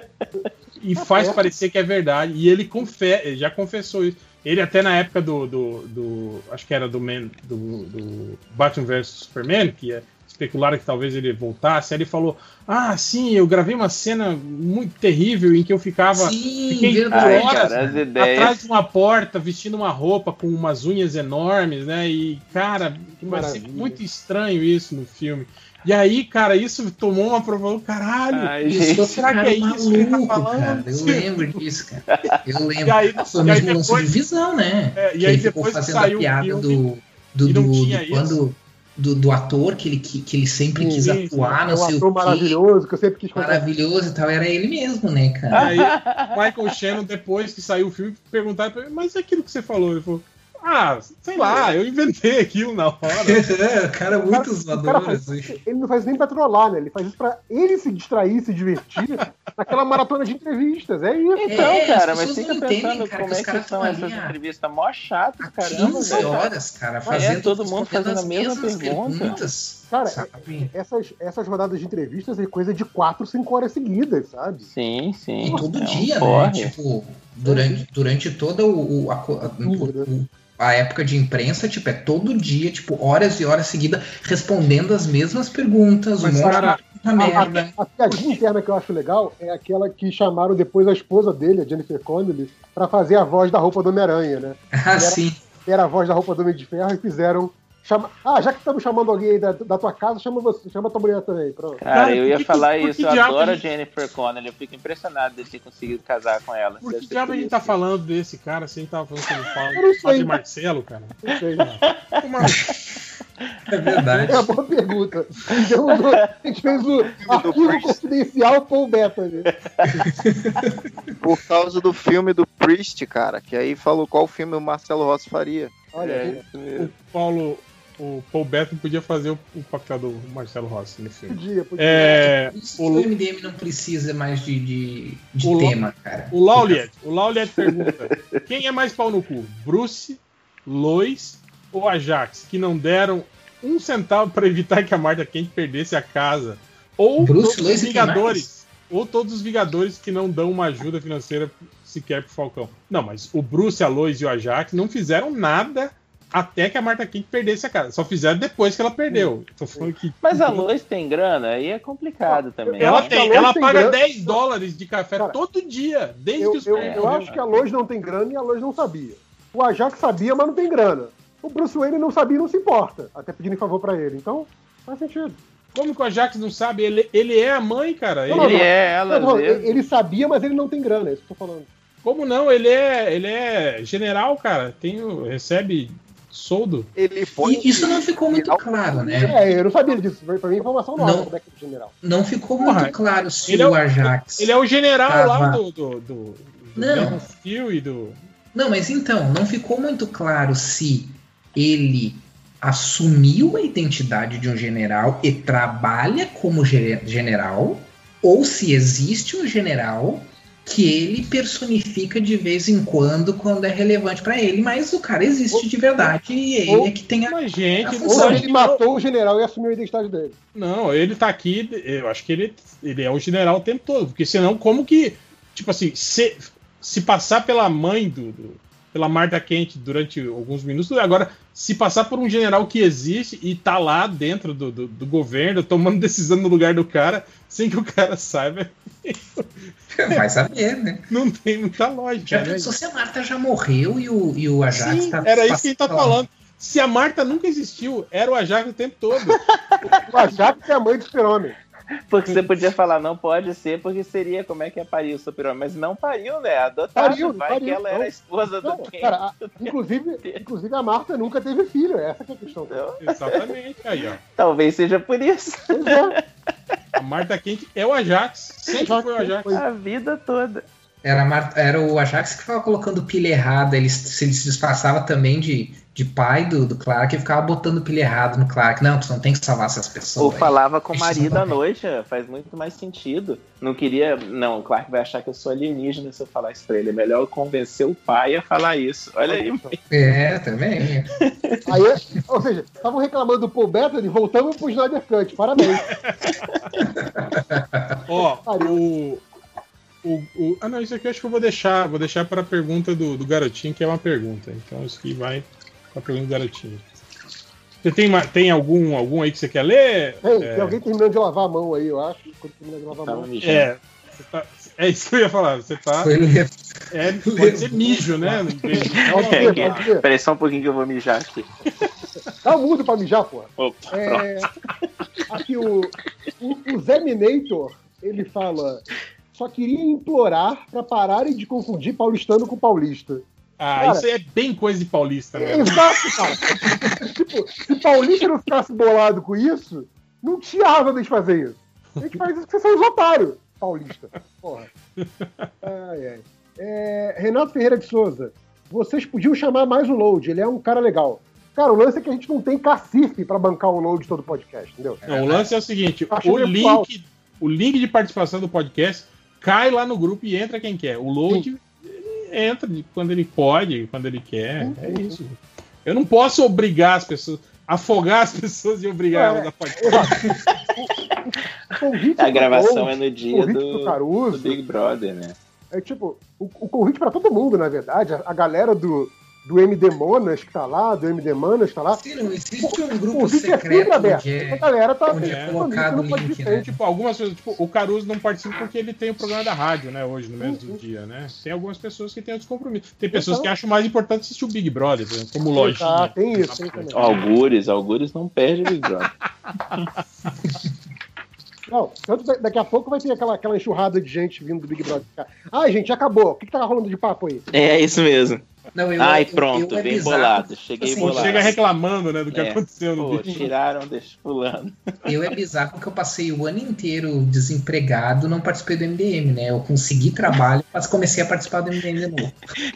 e faz parecer que é verdade. E ele confe ele já confessou isso. Ele até na época do, do, do acho que era do, Man, do, do Batman versus Superman, que é especularam que talvez ele voltasse, aí ele falou, ah, sim, eu gravei uma cena muito terrível em que eu ficava Sim, fiquei verdade. Ai, horas cara, as ideias. atrás de uma porta, vestindo uma roupa com umas unhas enormes, né? E, cara, Que vai ser maravilha. muito estranho isso no filme. E aí, cara, isso tomou uma provocação, caralho. Ai, Isso, gente. será cara, que é isso que ele tá maluco, falando? cara. Eu lembro disso, cara. Eu lembro. E aí- Foi o e aí mesmo lance depois- de Visão, né? É, e que aí ele ficou depois que fazendo a saiu o piada filme, do, do, e não do, tinha do isso. quando do, do ator que ele, que, que ele sempre quis Sim, sim. atuar, É não um sei ator o quê. maravilhoso que eu sempre quis contar. Maravilhoso e tal, era ele mesmo, né, cara? Aí, Michael Shannon, depois que saiu o filme, perguntaram pra ele, mas aquilo que você falou? Ele falou, ah, sei lá, eu inventei aquilo na hora. o cara é muito O cara zoador, faz- assim. Ele não faz nem pra trollar, né? Ele faz isso pra ele se distrair, se divertir naquela maratona de entrevistas. É isso. Então, É, cara, as mas pessoas fica não entendem, pensando cara, como que é os que caras são tão essas ali, ah, entrevistas mó chatas, Há caramba, quinze velho. horas, cara, É, fazendo todo mundo respondendo fazendo a as mesma mesmas pergunta. perguntas. Cara, sabe? essas, essas rodadas de entrevistas é coisa de quatro, cinco horas seguidas, sabe? Sim, sim. E todo é um dia, né? porre. Tipo, durante, durante toda o, o- a, co- a- o- a época de imprensa, tipo, é todo dia, tipo, horas e horas seguidas, respondendo as mesmas perguntas, Mas, um monte cara, de puta merda. A piadinha interna que eu acho legal é aquela que chamaram depois a esposa dele, a Jennifer Connelly, pra fazer a voz da roupa do Homem-Aranha, né? Ah, sim. Era a voz da roupa do Homem de Ferro e fizeram Chama... Ah, já que estamos chamando alguém aí da, da tua casa, chama você, chama a tua mulher também. Pronto. Cara, Cara, eu por ia que falar que- por isso, que eu diabo adoro a a gente- Jennifer Connelly, eu fico impressionado de ter conseguido casar com ela. Por Deve que ser diabo a por gente isso. tá falando desse cara sem tava falando sobre o Paulo, Eu não sei. Padre Marcelo, cara? Não sei. Uma- É verdade. É uma boa pergunta. Fizemos o- A gente fez o arquivo confidencial Paul Bettany. Por causa do filme do Priest, cara, que aí falou qual filme o Marcelo Rossi faria. Olha, É, gente, isso mesmo. O Paulo, o Paul Bettany podia fazer o, o papel do Marcelo Rossi no filme. podia, podia. É, Por isso que o o, M D M não precisa mais de, de, de O- tema, cara. o Lauliet, o Lauliet pergunta: quem é mais pau no cu? Bruce, Lois ou Ajax, que não deram um centavo para evitar que a Marta Quente perdesse a casa? Ou Bruce, todos Lois os e quem Vingadores? Ou todos os Vingadores que não dão uma ajuda financeira sequer pro Falcão? Não, mas o Bruce, a Lois e o Ajax não fizeram nada até que a Marta Quente perdesse a casa. Só fizeram depois que ela perdeu. Tô falando que Mas a Lois tem grana, aí é complicado também. ela né? tem, a Lois ela tem paga grana. dez dólares de café Cara, todo dia, desde Eu, que os eu, pais eu morreram. acho que a Lois não tem grana e a Lois não sabia. O Ajax sabia, mas não tem grana. O Bruce Wayne não sabia e não se importa. Até pedindo favor pra ele. Então, faz sentido. Como que o Ajax não sabe? Ele, ele é a mãe, cara. Não, Ele- Ele é ela Não, não, mesmo. ele sabia, mas ele não tem grana, é isso que eu tô falando. Como não? Ele é, ele é general, cara. Tem, o- recebe soldo. Ele foi. E isso não ficou muito claro, né? É, eu não sabia disso. Foi pra mim informação nova Não. como é que é o general. Não ficou Porra, muito claro se ele é o o- Ajax. Ele é o general Tava- lá do, do, do, do Não. Man of Steel e do... Não, mas então, não ficou muito claro se ele assumiu a identidade de um general e trabalha como ge- general, ou se existe um general que ele personifica de vez em quando, quando é relevante pra ele, mas o cara existe de verdade e ele ou- é que tem a. Mas, gente, a Ou função. ele matou o general e assumiu a identidade dele. não, ele tá aqui, eu acho que ele, ele é o general o tempo todo, porque senão como que, tipo assim, se, se passar pela mãe do, do- pela Marta Quente durante alguns minutos, agora, se passar por um general que existe e tá lá dentro do, do, do governo, tomando decisão no lugar do cara, sem que o cara saiba, Vai saber, né? não tem muita lógica, Já né? pensou se a Marta já morreu e o, e o Ajax Sim, tá. era isso que ele tá passando lá? falando. Se a Marta nunca existiu, era o Ajax o tempo todo. O Ajax é a mãe do super-homem. Porque você podia falar, não pode ser, porque seria como é que é parir o super-homem. Mas não pariu, né? Adotaram, Pariu, vai pariu, que ela não. era a esposa Não, do quem. cara, a- inclusive, inclusive a Marta nunca teve filho, essa que é a questão. Exatamente. Aí, ó. Talvez seja por isso. Pois é. A Marta Quente é o Ajax. Sempre foi o Ajax. A vida toda. Era, a Mar- era o Ajax que ficava colocando pilha errada, ele se ele se disfarçava também de, de pai do, do Clark e ficava botando pilha errada no Clark. Não, tu não tem que salvar essas pessoas. Ou aí. falava com o Isso marido não à noite, faz muito mais sentido. Não queria. Não, o Clark vai achar que eu sou alienígena se eu falar isso pra ele. É melhor eu convencer o pai a falar isso. Olha aí. É, também. Aí, ou seja, estavam reclamando do Paul Bettany, voltamos pro Snyder Cut. Parabéns. Ó, o, o, o. Ah, não, isso aqui eu acho que eu vou deixar. Vou deixar para a pergunta do, do garotinho, que é uma pergunta. Então isso aqui vai para a pergunta do garotinho. Você tem, ma- tem algum, algum aí que você quer ler? Ei, é, tem alguém terminando de lavar a mão aí, eu acho. Quando terminar de lavar a mão. é, você tá- é isso que eu ia falar. Você tá. Foi ler- É, pode ser mijo, né? Em vez de- Pode ser, pode ser. Peraí só um pouquinho que eu vou mijar aqui. Tá mudo pra mijar, pô. Opa, É, aqui o, o, o Zé Minator, ele fala: só queria implorar pra pararem de confundir paulistano com paulista. Ah, Cara, isso aí é bem coisa de paulista, né? Exato, cara. Tipo, se paulista não ficasse bolado com isso, não tinha razão de fazer isso. A gente faz isso porque vocês são os otários, paulista. Porra. Ai, ai. É, Renato Ferreira de Souza, vocês podiam chamar mais o Load, ele é um cara legal. Cara, o lance é que a gente não tem cacife pra bancar o Load todo o podcast, entendeu? Não, o lance é o seguinte: Acho o que é link, o link de participação do podcast cai lá no grupo e entra quem quer. O load ele entra de quando ele pode, quando ele quer. Sim, É sim, isso. Eu não posso obrigar as pessoas, afogar as pessoas e obrigar É, elas a participar. Convite A pro gravação Load, é no dia convite do, pro Caruso. do Big Brother, né? É tipo, o, o convite pra todo mundo, na verdade. A, a galera do, do M D Monas que tá lá, do M D Manas que tá lá. Sim, não existe um grupo O vídeo é secreto sempre aberto. onde é- A galera tá onde é tá colocado não o pode link, ser. né? Tipo, algumas pessoas, tipo, o Caruso não participa porque ele tem o programa da rádio, né, hoje, no mesmo dia, né? Tem algumas pessoas que têm outros compromissos. Tem pessoas Então- que acham mais importante assistir o Big Brother, por exemplo, como Ah, lojinha. tem isso, tem também. Algures, Algures não perde Big Brother. Não, tanto da- daqui a pouco vai ter aquela, aquela enxurrada de gente vindo do Big Brother. Ai, gente, já acabou. O que, que tá rolando de papo aí? É isso mesmo. Não, eu- Ai, eu- pronto, eu é vem bizarro. bolado. Cheguei Assim, bolado. Chega reclamando, né, do que É. aconteceu no Pô, vídeo. tiraram, deixa pulando. Eu é bizarro porque eu passei o ano inteiro desempregado, não participei do M D M, né? Eu consegui trabalho, mas comecei a participar do M D M de novo.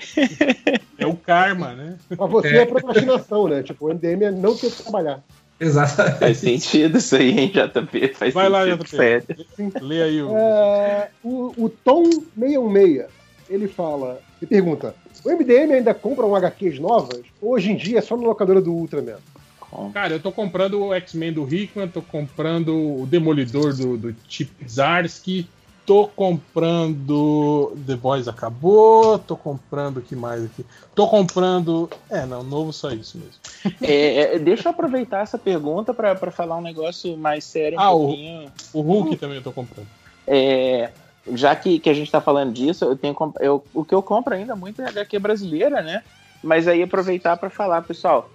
É o karma, né? Pra você é procrastinação, né? Tipo, o M D M é não ter que trabalhar. Exatamente. Faz sentido isso aí, hein, J P? Faz Vai lá, sentido, J P. sério. Lê aí o. É, o, o Tom seiscentos e sessenta, ele fala, ele pergunta, o M D M ainda compra um H Qs novas? Ou hoje em dia é só na locadora do Ultraman? Cara, eu tô comprando o X-Men do Hickman, tô comprando o Demolidor do, do Chip Zdarsky, tô comprando The Boys acabou, tô comprando o que mais aqui? Tô comprando... É, não, novo só isso mesmo. É, é, deixa eu aproveitar essa pergunta pra, pra falar um negócio mais sério um Ah, o- pouquinho. O Hulk também eu tô comprando. É, já que, que a gente tá falando disso, eu tenho comp- eu, o que eu compro ainda muito é H Q brasileira, né? Mas aí aproveitar pra falar, pessoal,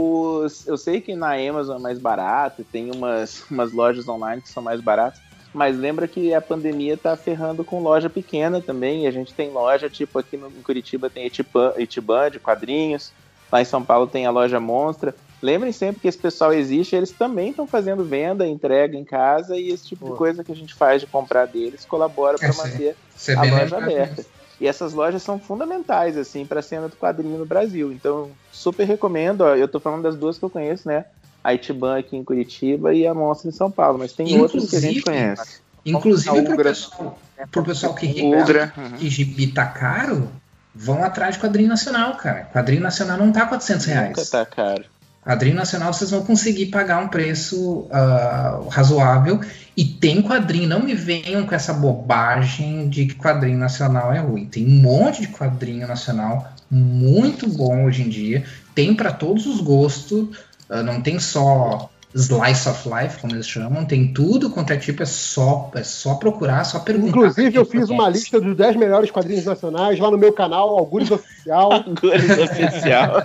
os, eu sei que na Amazon é mais barato, tem umas, umas lojas online que são mais baratas, mas lembra que a pandemia tá ferrando com loja pequena também, e a gente tem loja, tipo aqui no, em Curitiba tem Etiban, Etiban de quadrinhos, lá em São Paulo tem a loja Monstra. Lembrem sempre que esse pessoal existe, eles também estão fazendo venda, entrega em casa, e esse tipo de coisa que a gente faz de comprar deles colabora para É, isso é- manter isso é a bem loja lembrado aberta. mesmo. E essas lojas são fundamentais, assim, para a cena do quadrinho no Brasil. Então, super recomendo. Ó, eu tô falando das duas que eu conheço, né? A Itiban aqui em Curitiba e a Monstra em São Paulo, mas tem outras que a gente conhece. Inclusive, A pro Ugra. pessoal, pro pessoal que Ugra, reclama que gibi tá caro, vão atrás de quadrinho nacional, cara. Quadrinho nacional não tá quatrocentos reais. Nunca tá caro. Quadrinho nacional vocês vão conseguir pagar um preço ah, razoável, e tem quadrinho, não me venham com essa bobagem de que quadrinho nacional é ruim. Tem um monte de quadrinho nacional muito bom hoje em dia, tem para todos os gostos, ah, não tem só slice of life, como eles chamam, tem tudo quanto é tipo, é só, é só procurar, só perguntar. Inclusive, eu fiz uma lista dos dez melhores quadrinhos nacionais lá no meu canal, Algures Oficial. Algures Oficial.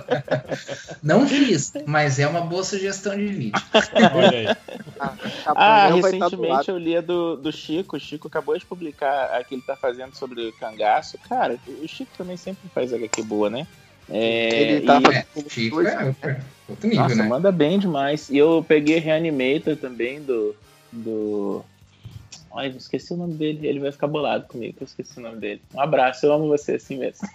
Não fiz, mas é uma boa sugestão de vídeo. Olha aí. Ah, Não vai estar do recentemente lado. eu li a do, do Chico. O Chico acabou de publicar a que ele tá fazendo sobre o cangaço. Cara, o Chico também sempre faz H Q boa, né? É, Ele tá e- fazendo É, Chico é outro, outro nível, Nossa, né? manda bem demais. E eu peguei Reanimator também do. do... Ai, eu esqueci o nome dele. Ele vai ficar bolado comigo, que eu esqueci o nome dele. Um abraço, eu amo você assim mesmo.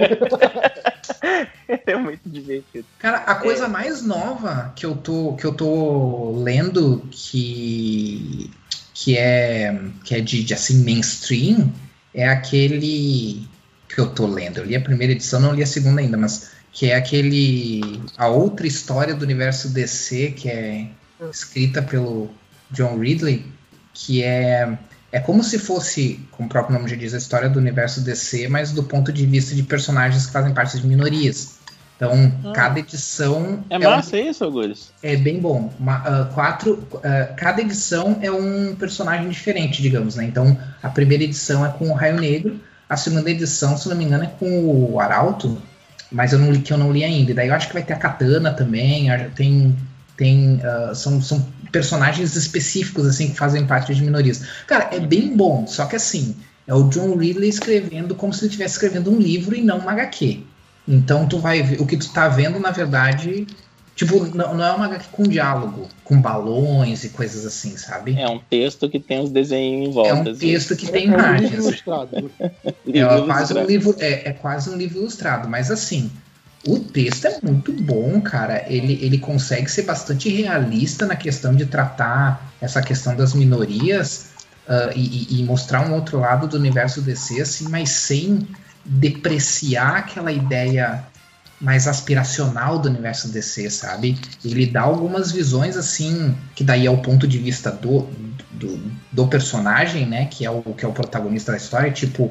É muito divertido. Cara, a coisa mais nova que eu tô, que eu tô lendo que, que é, que é de, de assim, mainstream é aquele que eu tô lendo. Eu li a primeira edição, não li a segunda ainda, mas que é aquele a outra história do universo D C, que é escrita pelo John Ridley, que é é como se fosse, como o próprio nome já diz, a história do universo D C, mas do ponto de vista de personagens que fazem parte de minorias. Então, Ah. cada edição É um- massa isso, Augusto? é bem bom. Uma, ah, quatro, ah, cada edição é um personagem diferente, digamos, né? Então, a primeira edição é com o Raio Negro, a segunda edição, se não me engano, é com o Arauto, mas eu não li, que eu não li ainda. E daí eu acho que vai ter a Katana também, a- tem, tem ah, são, são personagens específicos, assim, que fazem parte de minorias. Cara, é bem bom, só que assim, é o John Ridley escrevendo como se ele estivesse escrevendo um livro e não uma H Q. Então tu vai ver, o que tu tá vendo, na verdade, tipo, não, não é uma H Q com diálogo, com balões e coisas assim, sabe? É um texto que tem uns desenhos em volta. É um assim. texto que tem É um livro imagens. ilustrado. É Livro quase, um ilustrado. livro, é, é quase um livro ilustrado, mas assim, o texto é muito bom, cara. Ele, ele consegue ser bastante realista na questão de tratar essa questão das minorias ah, e, e- e mostrar um outro lado do universo D C, assim, mas sem depreciar aquela ideia mais aspiracional do universo D C, sabe? Ele dá algumas visões, assim, que daí é o ponto de vista do, do, do personagem, né? Que é o, que é o protagonista da história, tipo,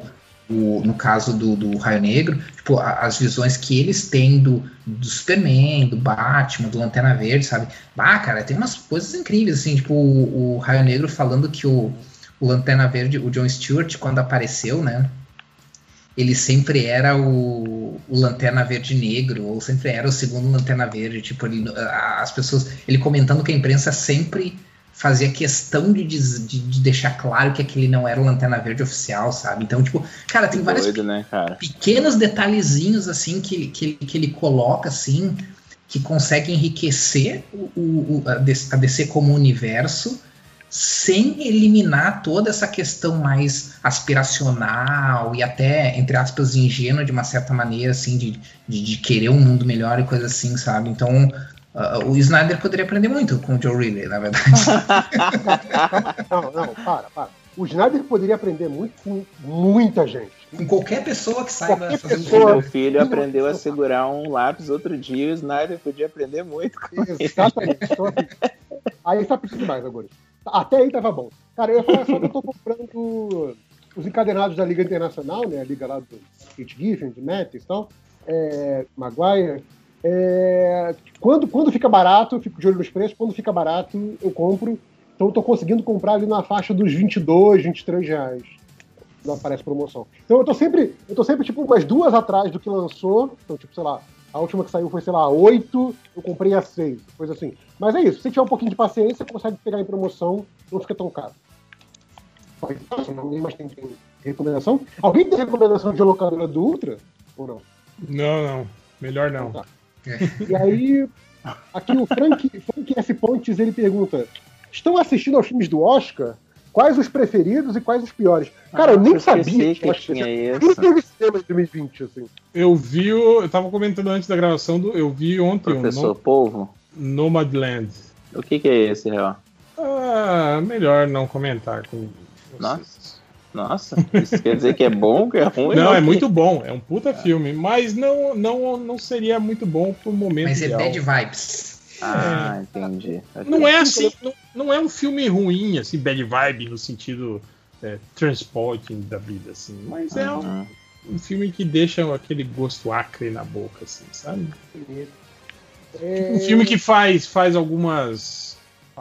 o, no caso do, do Raio Negro, tipo, a, as visões que eles têm do, do Superman, do Batman, do Lanterna Verde, sabe? Ah, cara, tem umas coisas incríveis, assim, tipo, o, o Raio Negro falando que o, o Lanterna Verde, o John Stewart, quando apareceu, né, ele sempre era o, o Lanterna Verde negro, ou sempre era o segundo Lanterna Verde, tipo, ele, as pessoas, ele comentando que a imprensa sempre fazia questão de, de, de deixar claro que aquele não era o Lanterna Verde oficial, sabe? Então, tipo, cara, tem vários Doido, né, cara? pequenos detalhezinhos, assim, que, que, que ele coloca, assim, que consegue enriquecer o, o, a D C como universo, sem eliminar toda essa questão mais aspiracional e até, entre aspas, ingênua, de uma certa maneira, assim, de, de, de querer um mundo melhor e coisa assim, sabe? Então... Uh, o Snyder poderia aprender muito com o Joe Riley, na verdade. Não, não, para, para. O Snyder poderia aprender muito com muita gente. Com qualquer pessoa que saiba Qualquer fazer pessoa. Meu filho aprendeu a segurar um lápis outro dia, o Snyder podia aprender muito com ele. Exatamente. Então, assim, aí tá pedindo mais agora. Até aí tava bom. Cara, eu ia falar só que eu tô comprando os encadenados da Liga Internacional, né? A Liga lá do Kate Giffen, de Matthews e tal. É, Maguire. É, quando, quando fica barato, eu fico de olho nos preços. Quando fica barato, eu compro. Então eu tô conseguindo comprar ali na faixa dos vinte e dois, vinte e três reais. Não aparece promoção. Então eu tô sempre, eu tô sempre tipo umas duas atrás do que lançou. Então, tipo, sei lá, a última que saiu foi, sei lá, oito, eu comprei a seis, coisa assim. Mas é isso, se você tiver um pouquinho de paciência, você consegue pegar em promoção, não fica tão caro. Alguém mais tem, tem recomendação? Alguém tem recomendação de locadora do Ultra? Ou não? Não, não. Melhor não. Tá. E aí, aqui o Frank, Frank S. Pontes, ele pergunta: estão assistindo aos filmes do Oscar? Quais os preferidos e quais os piores? Cara, Ah, eu nem eu sabia esqueci que que o Oscar tinha tinha- isso. nem teve cinema em dois mil e vinte, assim. Eu vi o. Eu tava comentando antes da gravação do. Eu vi ontem Professor o Polvo? No, Nomadland. O que, que é esse, Real? Ah, melhor não comentar com vocês. Nossa. Nossa, isso quer dizer que é bom, que é ruim? Não, é que- muito bom, é um puta filme, mas não, não, não seria muito bom pro momento Mas é ideal. bad vibes. Ah, entendi. Não é assim, não, não é um filme ruim, assim, bad vibe no sentido é, transporting da vida, assim, mas é um, Uhum. um filme que deixa aquele gosto acre na boca, assim, sabe? É, Um filme que faz, faz algumas,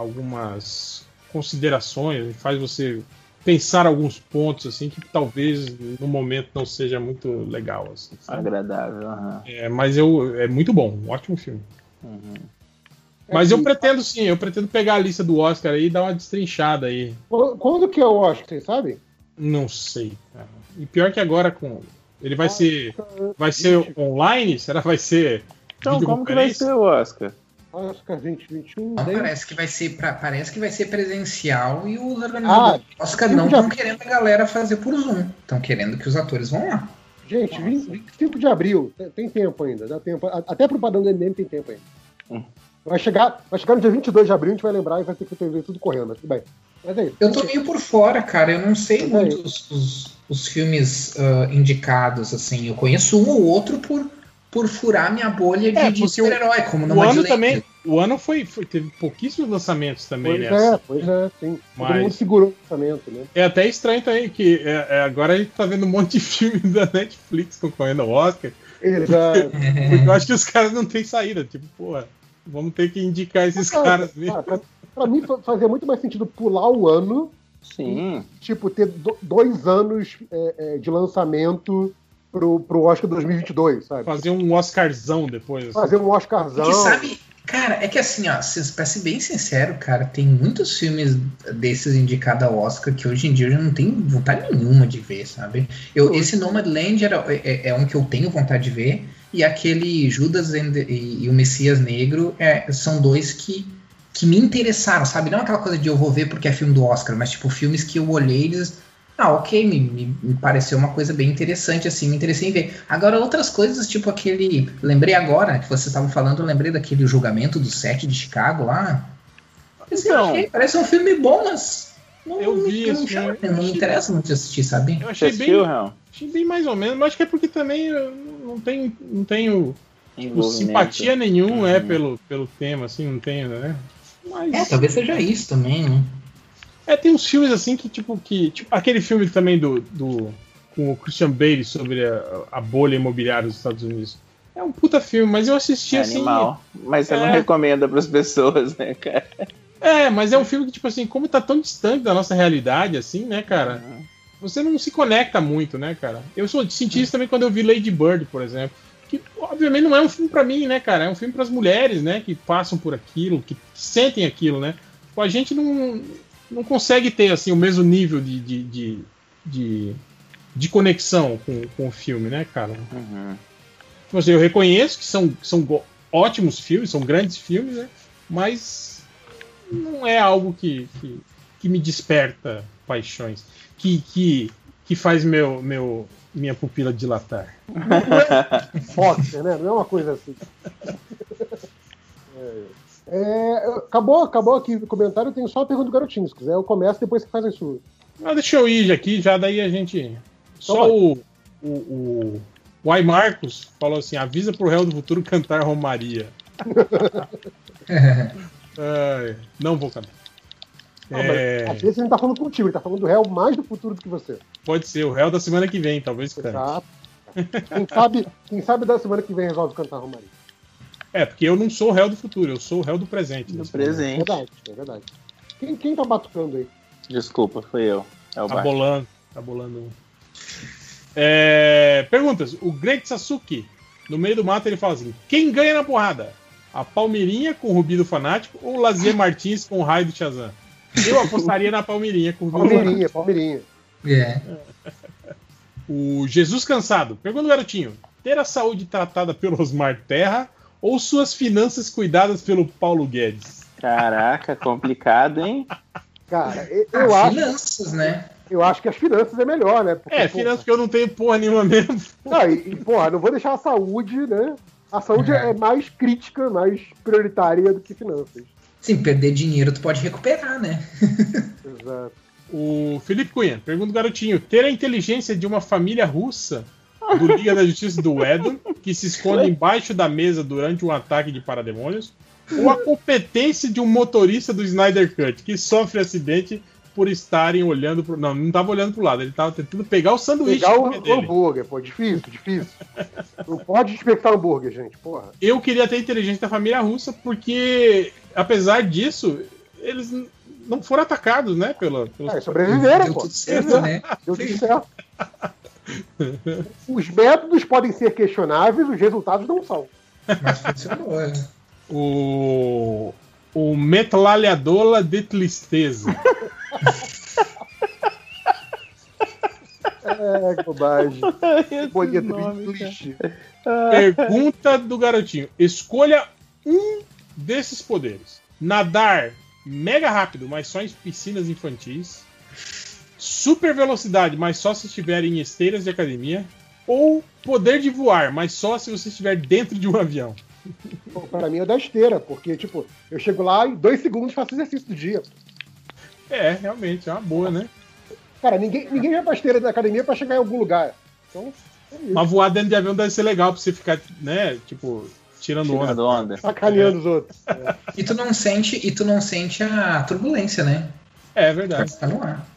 algumas considerações, faz você pensar alguns pontos, assim, que talvez no momento não seja muito legal, assim, sabe? Agradável. aham. É, mas eu, é muito bom, um ótimo filme. Uhum. Mas eu assim, pretendo sim, eu pretendo pegar a lista do Oscar aí e dar uma destrinchada aí. Quando, quando que é o Oscar, vocês sabem? Não sei, cara. E pior que agora com. Ele vai ser. Vai ser online? Será que vai ser. Então, como que vai videoconferência? ser o Oscar? Oscar vinte e vinte e um. Não, daí- parece que vai ser pra, parece que vai ser presencial e os organizadores Ah, do Oscar eu não já- estão querendo a galera fazer por Zoom. Estão querendo que os atores vão lá. Gente, vinte vinte e cinco de abril, tem, tem tempo ainda, dá tempo. A- Até pro padrão do M M tem tempo ainda. Hum. Vai chegar, vai chegar no dia vinte e dois de abril, a gente vai lembrar e vai ter que ter tudo correndo, mas tudo bem. Mas é isso. Eu tô meio por fora, cara. Eu não sei Mas é muito os, os, os filmes ah, indicados, assim. Eu conheço um ou outro por, por furar minha bolha de, É, de porque o- super-herói, como no O ano Nomadland. também. O ano foi, foi- teve pouquíssimos lançamentos também, Pois né? é, pois é, sim. Todo Mas- mundo segurou o lançamento, né? É até estranho também que é, é, agora a gente tá vendo um monte de filmes da Netflix concorrendo ao Oscar. Exato. Porque eu acho que os caras não têm saída. Tipo, porra, vamos ter que indicar esses Cara, caras mesmo. cara, pra, pra mim fa- fazia muito mais sentido pular o ano, Sim. tipo, ter do- dois anos é, é, de lançamento pro, pro Oscar dois mil e vinte e dois, sabe? Fazer um Oscarzão depois. assim. Fazer um Oscarzão. Que sabe, cara, é que assim, ó, se- pra ser bem sincero, cara, tem muitos filmes desses indicados ao Oscar que hoje em dia eu já não tenho vontade nenhuma de ver, sabe? Eu, esse Nomadland era, é, é um que eu tenho vontade de ver, e aquele Judas and the- e, e o Messias Negro é, são dois que, que me interessaram, sabe? Não aquela coisa de eu vou ver porque é filme do Oscar, mas tipo, filmes que eu olhei e disse, ah, ok, me, me, me pareceu uma coisa bem interessante, assim, me interessei em ver. Agora, outras coisas, tipo aquele... Lembrei agora, que vocês estavam falando, eu lembrei daquele Julgamento do Sete de Chicago lá. Pensei, Então. ok, parece um filme bom, mas... Não, Eu não- vi não, esse me chama- filme. não me interessa muito assistir, sabe? Eu Você achei bem, assistiu, Real? achei bem mais ou menos, mas acho que é porque também eu não tenho, não tenho tipo, Envolvimento. simpatia nenhum é, Uhum. pelo, pelo tema, assim, não tenho, né? Mas, É, talvez seja isso também, né? É, tem uns filmes assim que, tipo, que. Tipo, aquele filme também do. do com o Christian Bale sobre a, a bolha imobiliária dos Estados Unidos. É um puta filme, mas eu assisti É assim... animal. Mas você é... não recomenda pras pessoas, né, cara? É, mas é um filme que, tipo assim, como tá tão distante da nossa realidade, assim, né, cara? Uhum. Você não se conecta muito, né, cara? Eu sou, senti isso também quando eu vi Lady Bird, por exemplo. Que, obviamente, não é um filme pra mim, né, cara? É um filme pras mulheres, né, que passam por aquilo, que sentem aquilo, né? Pô, a gente não, não consegue ter, assim, o mesmo nível de, de, de, de, de conexão com, com o filme, né, cara? Uhum. Tipo assim, eu reconheço que são, são ótimos filmes, são grandes filmes, né? Mas... não é algo que, que, que me desperta paixões, que, que, que faz meu, meu, minha pupila dilatar. Não é Foster, né? Não é uma coisa assim. É, é, acabou, acabou aqui o comentário, eu tenho só a pergunta do Garotinho. Se quiser, eu começo depois você faz a sua. Ah, deixa eu ir aqui, já daí a gente. Então só o, o, o, o Ai Marcos falou assim: avisa pro réu do futuro cantar Romaria. Ai, não vou cantar. Não, é... Às vezes ele não tá falando contigo, ele tá falando do réu mais do futuro do que você. Pode ser, o réu da semana que vem, talvez cante. Exato. Quem sabe, quem sabe da semana que vem resolve cantar Romaria. É, porque eu não sou o réu do futuro, eu sou o réu do presente. Do presente. É verdade, é verdade. Quem, quem tá batucando aí? Desculpa, foi eu. É o tá Bart. bolando, tá bolando. É... Perguntas. O Great Sasuke, no meio do mato, ele fala assim: quem ganha na porrada? A Palmeirinha com o Rubi do Fanático ou o Lazier Martins com o Raio do Shazam? Eu apostaria na Palmeirinha com o Rubi Palmeirinha, Palmeirinha. É. O Jesus Cansado. Pergunta do Garotinho: ter a saúde tratada pelo Osmar Terra ou suas finanças cuidadas pelo Paulo Guedes? Caraca, complicado, hein? Cara, eu, eu ah, acho... finanças, né? Eu acho que as finanças é melhor, né? Porque, é, pô, finanças que eu não tenho porra nenhuma mesmo. Não, e, e, porra, não vou deixar a saúde, né? A saúde é. é mais crítica, mais prioritária do que finanças. Sim, perder dinheiro tu pode recuperar, né? Exato. O Felipe Cunha, pergunta do Garotinho: ter a inteligência de uma família russa do Liga da Justiça do Edom, que se esconde embaixo da mesa durante um ataque de parademônios, ou a competência de um motorista do Snyder Cut, que sofre acidente por estarem olhando pro... Não, não tava olhando pro lado, ele tava tentando pegar o sanduíche. Pegar o dele. Hambúrguer, pô, difícil, difícil. Não pode despertar hambúrguer, gente, porra. Eu queria ter a inteligência da família russa, porque, apesar disso, eles não foram atacados, né? Pela, pelos... É, sobreviveram, Deu pô. tudo certo, né? Deu tudo certo. Os métodos podem ser questionáveis, os resultados não são. Mas funcionou, é. O... O Metralhadora de Tristeza. É, bobagem. Bolinha de triste. Pergunta do Garotinho: escolha um desses poderes. Nadar mega rápido, mas só em piscinas infantis. Super velocidade, mas só se estiver em esteiras de academia. Ou poder de voar, mas só se você estiver dentro de um avião. Pô, pra mim é da esteira, porque, tipo, eu chego lá e em dois segundos faço exercício do dia. É, realmente, é uma boa, né? Cara, ninguém, ninguém vai pra esteira da academia pra chegar em algum lugar. Então, é isso. Mas voar dentro de avião deve ser legal pra você ficar, né, tipo, tirando onda. Tirando onda. Sacaneando os outros. É. E tu não sente, e tu não sente a turbulência, né? É verdade. Tá no ar.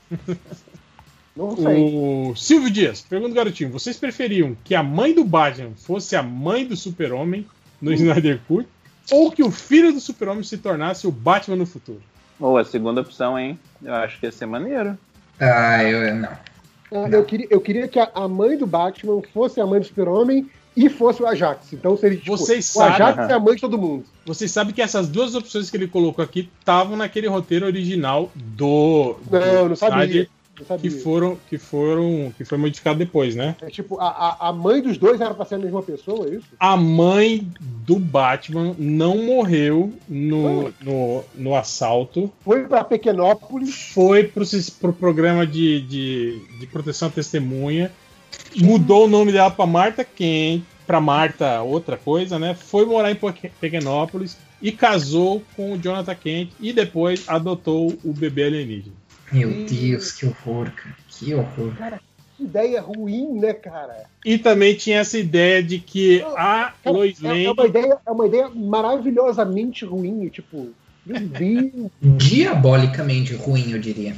Não sei. O Silvio Dias, pergunta, Garotinho: vocês preferiam que a mãe do Batman fosse a mãe do Super-Homem no Snyder Cut, ou que o filho do Super-Homem se tornasse o Batman no futuro? Ou a segunda opção, hein? Eu acho que ia ser maneiro. Ah, eu não. Ah, eu, queria, eu queria que a, a mãe do Batman fosse a mãe do Super-Homem e fosse o Ajax. Então seria tipo, Vocês o sabem- Ajax é a mãe de todo mundo. Vocês sabem que essas duas opções que ele colocou aqui estavam naquele roteiro original do, do Não, não sabia. Snyder, Não sabia. que foram que foram que foi modificado depois, né? É tipo, a, a, a mãe dos dois era pra ser a mesma pessoa, é isso? A mãe do Batman não morreu no, no, no assalto. Foi pra Pequenópolis. Foi pro, pro programa de, de, de proteção à testemunha. Mudou o nome dela pra Marta Kent, pra Marta outra coisa, né? Foi morar em Pe- Pequenópolis e casou com o Jonathan Kent e depois adotou o bebê alienígena. Meu Deus, que horror, cara. Que horror. Cara, que ideia ruim, né, cara? E também tinha essa ideia de que a Cara, Lois é, Lane... é uma ideia, é uma ideia maravilhosamente ruim, tipo, meu Deus. Diabolicamente ruim, eu diria.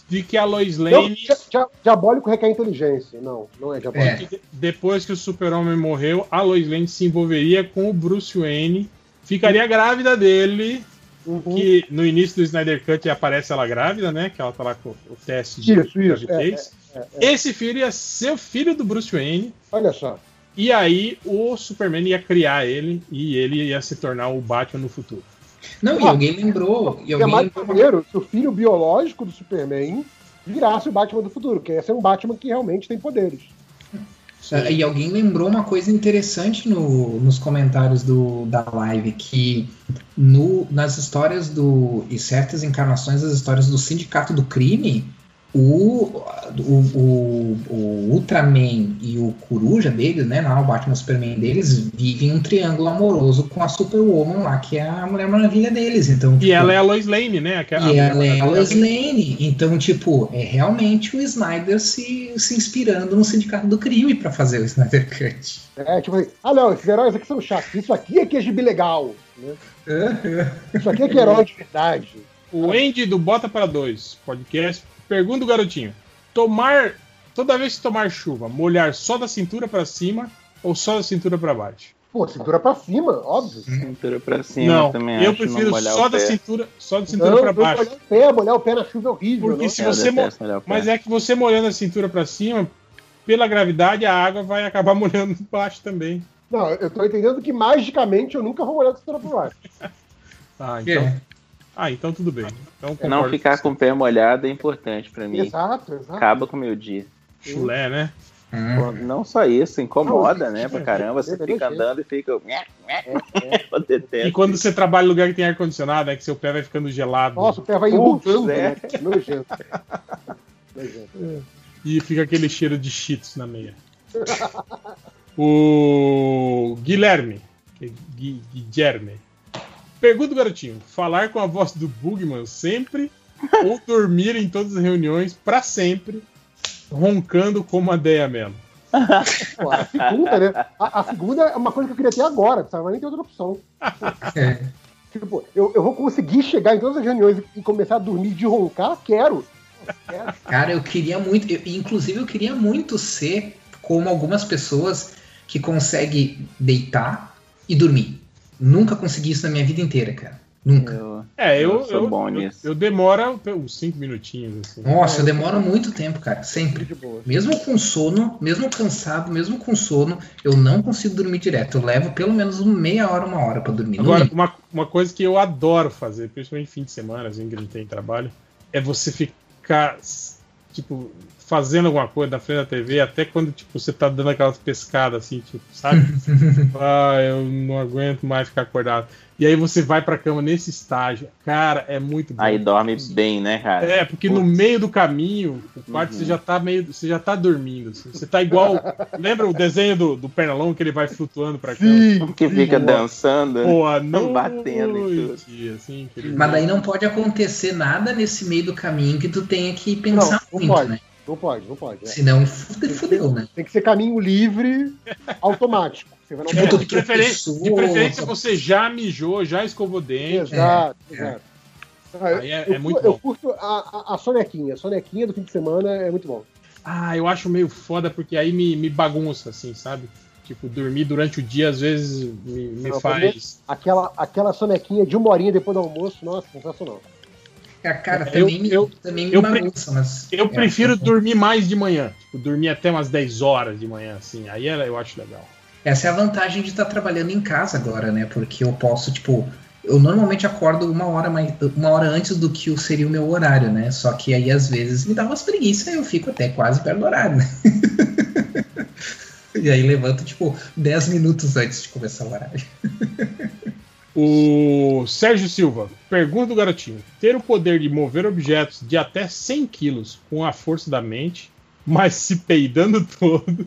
de que a Lois Lane... Não, dia- diabólico requer inteligência. Não, não é diabólico. de que depois que o Super-Homem morreu, a Lois Lane se envolveria com o Bruce Wayne, ficaria grávida dele, Uhum. que no início do Snyder Cut aparece ela grávida, né? Que ela tá lá com o teste de Isso, isso. gravidez. É, é, é, é. Esse filho ia ser o filho do Bruce Wayne. Olha só. E aí o Superman ia criar ele e ele ia se tornar o Batman no futuro. Não, e Ah, alguém lembrou. E É alguém mais lembrou maneiro se o filho biológico do Superman virasse o Batman do futuro, que ia ser um Batman que realmente tem poderes. Ah, E alguém lembrou uma coisa interessante no- nos comentários do, da live, que no- nas histórias do. E certas encarnações das histórias do Sindicato do Crime, o, o, o, o Ultraman e o Coruja deles, né? Lá, o Batman e o Superman deles, vivem um triângulo amoroso com a Superwoman lá, que é a Mulher Maravilha deles. Então, E tipo, ela é a Lois Lane, né? Que e ela é a Lois Lane. Então, tipo, é realmente o Snyder se, se inspirando no Sindicato do Crime pra fazer o Snyder Cut. É, tipo assim, ah não, esses heróis aqui são chatos. Isso aqui é que é gibi legal. Né? Isso aqui é que é herói de verdade. O Andy do Bota para Dois podcast pergunta o garotinho: tomar toda vez que tomar chuva, molhar só da cintura para cima ou só da cintura para baixo? Pô, cintura pra cima, óbvio. Cintura pra cima Não, também eu acho, não prefiro molhar só o da pé. cintura, só da cintura Não, para não baixo. molhar o pé, molhar o pé na chuva é horrível. Porque não. se Eu você mo- detesto molhar o pé. Mas é que você molhando a cintura para cima, pela gravidade a água vai acabar molhando baixo também. Não, eu tô entendendo que magicamente eu nunca vou molhar com cintura pra baixo. Ah, então, É. ah, então tudo bem. Então, Não concordo ficar com com o pé molhado é importante pra mim. Exato, exato. Acaba com o meu dia. você. Chulé, né? Pô, não só isso, incomoda, Não, né? é, Pra caramba, você é, fica é, andando e fica. Eu E detesto. quando você trabalha em lugar que tem ar-condicionado, é que seu pé vai ficando gelado. Nossa, o pé vai Putz, enrugando, é. né? Nojento. Nojento. E fica aquele cheiro de cheetos na meia. O Guilherme. que é Gui- Guilherme. Pergunta do garotinho: falar com a voz do Bugman sempre ou dormir em todas as reuniões pra sempre, roncando como a Deia mesmo? Pô, a segunda, né? A, a segunda é uma coisa que eu queria ter agora, sabe? Mas nem tem outra opção. É. Tipo, eu, eu vou conseguir chegar em todas as reuniões e, e começar a dormir de roncar? Quero. Quero. Cara, eu queria muito, eu- inclusive eu queria muito ser como algumas pessoas que conseguem deitar e dormir. Nunca consegui isso na minha vida inteira, cara. Nunca. Eu, É, eu, eu sou eu, bom eu, nisso. eu demoro uns cinco minutinhos. Assim. Nossa, eu demoro muito tempo, cara. Sempre. De boa. Mesmo com sono, mesmo cansado, mesmo com sono, eu não consigo dormir direto. Eu levo pelo menos uma meia hora, uma hora pra dormir. No Agora, mínimo. uma, uma coisa que eu adoro fazer, principalmente fim de semana, assim, que não tem trabalho, é você ficar, tipo, fazendo alguma coisa na frente da T V, até quando, tipo, você tá dando aquelas pescadas, assim, tipo, sabe? Ah, eu não aguento mais ficar acordado. E aí você vai pra cama nesse estágio. Cara, é muito bom. Aí dorme bem, né, cara? É, porque no meio do caminho, o quarto Uhum. você já tá meio. Você já tá dormindo. Assim. Você tá igual. Lembra o desenho do, do Pernalonga que ele vai flutuando pra cama? Sim, Que fica sim. dançando, Boa noite, batendo em tudo. assim, que ele- Mas daí não pode acontecer nada nesse meio do caminho que tu tenha que Não, pensar não muito, pode. né? Não pode, não pode. é. Senão fude- fudeu, né? Tem que ser caminho livre, automático. Você vai Tipo, É, tudo de, que preferência, de pessoa- preferência você já mijou, já escovou dente. Exato, É, exato. Ah, eu- Aí é- eu, é muito eu bom. curto a, a, a sonequinha. A sonequinha do fim de semana é muito bom. Ah, eu acho meio foda porque aí me, me bagunça, assim, sabe? Tipo, dormir durante o dia às vezes me, me Não, faz. Aquela, aquela sonequinha de uma horinha depois do almoço, nossa, sensacional. A cara Eu- também me, eu- também me eu pre- bagunça, mas. Eu é, prefiro é- dormir mais de manhã. Tipo, dormir até umas dez horas de manhã, assim. Aí é- eu acho legal. Essa é a vantagem de estar trabalhando em casa agora, né? Porque eu posso, tipo, eu normalmente acordo uma hora, mais, uma hora antes do que seria o meu horário, né? Só que aí às vezes me dá umas preguiças e eu fico até quase perto do horário, né? E aí levanto, tipo, dez minutos antes de começar o horário. O Sérgio Silva, pergunta do garotinho: ter o poder de mover objetos de até cem quilos com a força da mente, mas se peidando todo.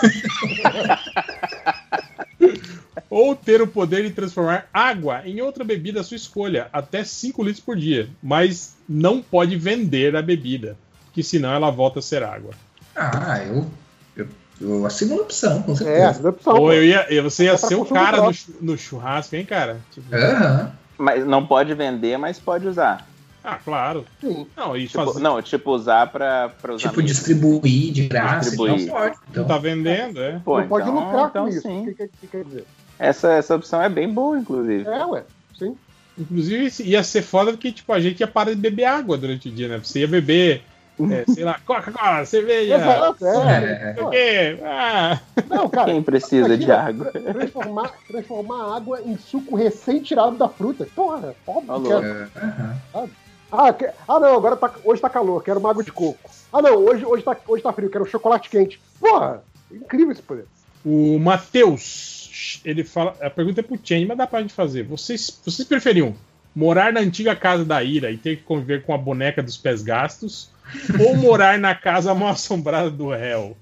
Ou ter o poder de transformar água em outra bebida à sua escolha, até cinco litros por dia, mas não pode vender a bebida, que senão ela volta a ser água. Ah, eu. eu, eu a segunda opção, com É, certeza. essa é a opção. Ou pô. eu ia, você ia É pra ser o consumo cara no, próprio. chu- no churrasco, hein, cara? Tipo, Aham. Mas não pode vender, mas pode usar. Ah, claro. Sim. Não, e Tipo, fazer... não, tipo, usar pra, pra usar Tipo, distribuir de graça. Distribuir. Então pode. Não Então, tá vendendo, é. Pô, Não pode então- lucrar então com isso. sim. O que, que, que quer dizer? Essa, essa opção é bem boa, inclusive. É, ué. Sim. Inclusive, ia ser foda porque, tipo, a gente ia parar de beber água durante o dia, né? Você ia beber, é, sei lá, Coca-Cola, cerveja, Exato, não é. sei o quê. Ah. Não, cara. Quem precisa de imagina, água? tra- Transformar, transformar água em suco recém-tirado da fruta. Porra, óbvio Alô. que é. é, aham. Ah, que- ah, não, agora tá, hoje tá calor, quero uma água de coco. Ah, não, hoje, hoje, tá, hoje tá frio, quero chocolate quente. Porra, incrível esse poder. O Matheus, ele fala. A pergunta é pro Change, mas dá pra gente fazer. Vocês, vocês preferiam morar na antiga casa da Ira e ter que conviver com a boneca dos pés gastos? Ou morar na casa mal assombrada do réu?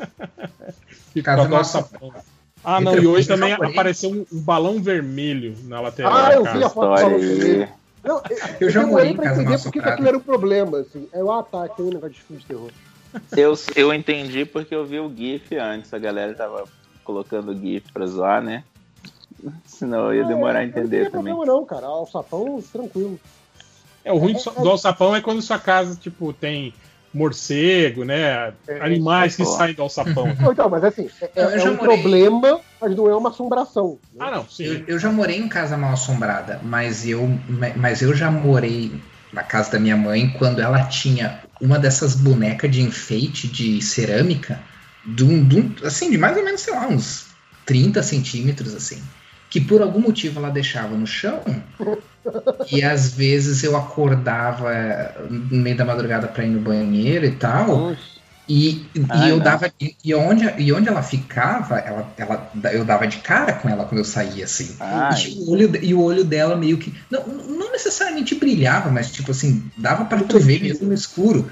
Que Casa por causa mal do sapão. Ah, não, e Então, hoje eu também já apareceu um, um balão vermelho na lateral Ah, da eu casa. vi a foto do História balão vermelho. aí. Não, Eu já demorei morei em pra casa entender mal porque que assombrada. aquilo era um problema, assim. Eu, ah, tá, tem um negócio de filme de terror. Eu, eu entendi porque eu vi o GIF antes. A galera tava colocando o GIF pra zoar, né? Senão eu ia demorar a Eu entender não tem também. problema não, cara. Alçapão, tranquilo. É, o ruim do, do alçapão é quando sua casa, tipo, tem morcego, né? É, Animais que é, saem do alçapão. Não, então, mas assim, é, Eu é já um morei- problema, mas não é uma assombração. né? Ah, não, sim. Eu, eu já morei em casa mal assombrada, mas eu, mas eu já morei na casa da minha mãe quando ela tinha uma dessas bonecas de enfeite de cerâmica, de um, de um- assim, de mais ou menos, sei lá, uns trinta centímetros, assim, que por algum motivo ela deixava no chão e às vezes eu acordava no meio da madrugada para ir no banheiro e tal. E, e Ai, eu não. dava. E, e onde, e onde ela ficava, ela, ela, eu dava de cara com ela quando eu saía, assim. Ai. E o, olho, e o olho dela meio que. Não, não necessariamente brilhava, mas tipo assim, dava pra tu ver mesmo no escuro.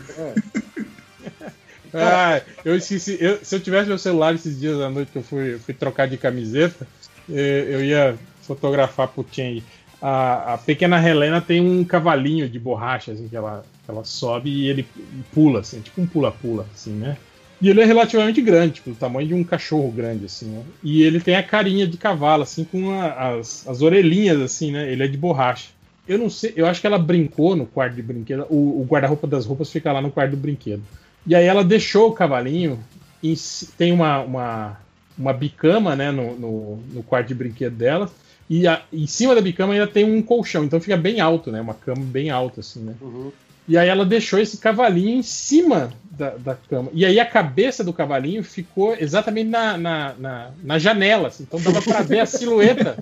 Ah, eu esqueci. Eu- se eu tivesse meu celular esses dias à noite que eu fui, fui trocar de camiseta, eh, eu ia fotografar pro Chang. A, a pequena Helena tem um cavalinho de borracha, assim, que ela, que ela sobe e ele pula, assim, tipo um pula-pula, assim, né? E ele é relativamente grande, tipo, do tamanho de um cachorro grande, assim, né? E ele tem a carinha de cavalo, assim, com a- as, as orelhinhas, assim, né? Ele é de borracha. Eu não sei, eu acho que ela brincou no quarto de brinquedo. O, o guarda-roupa das roupas fica lá no quarto do brinquedo. E aí ela deixou o cavalinho, em ci- tem uma, uma, uma bicama, né, no, no, no quarto de brinquedo dela, e a- em cima da bicama ainda tem um colchão, então fica bem alto, né, uma cama bem alta, assim, né. Uhum. E aí ela deixou esse cavalinho em cima da, da cama. E aí a cabeça do cavalinho ficou exatamente na, na, na, na janela, assim, então dava pra ver a silhueta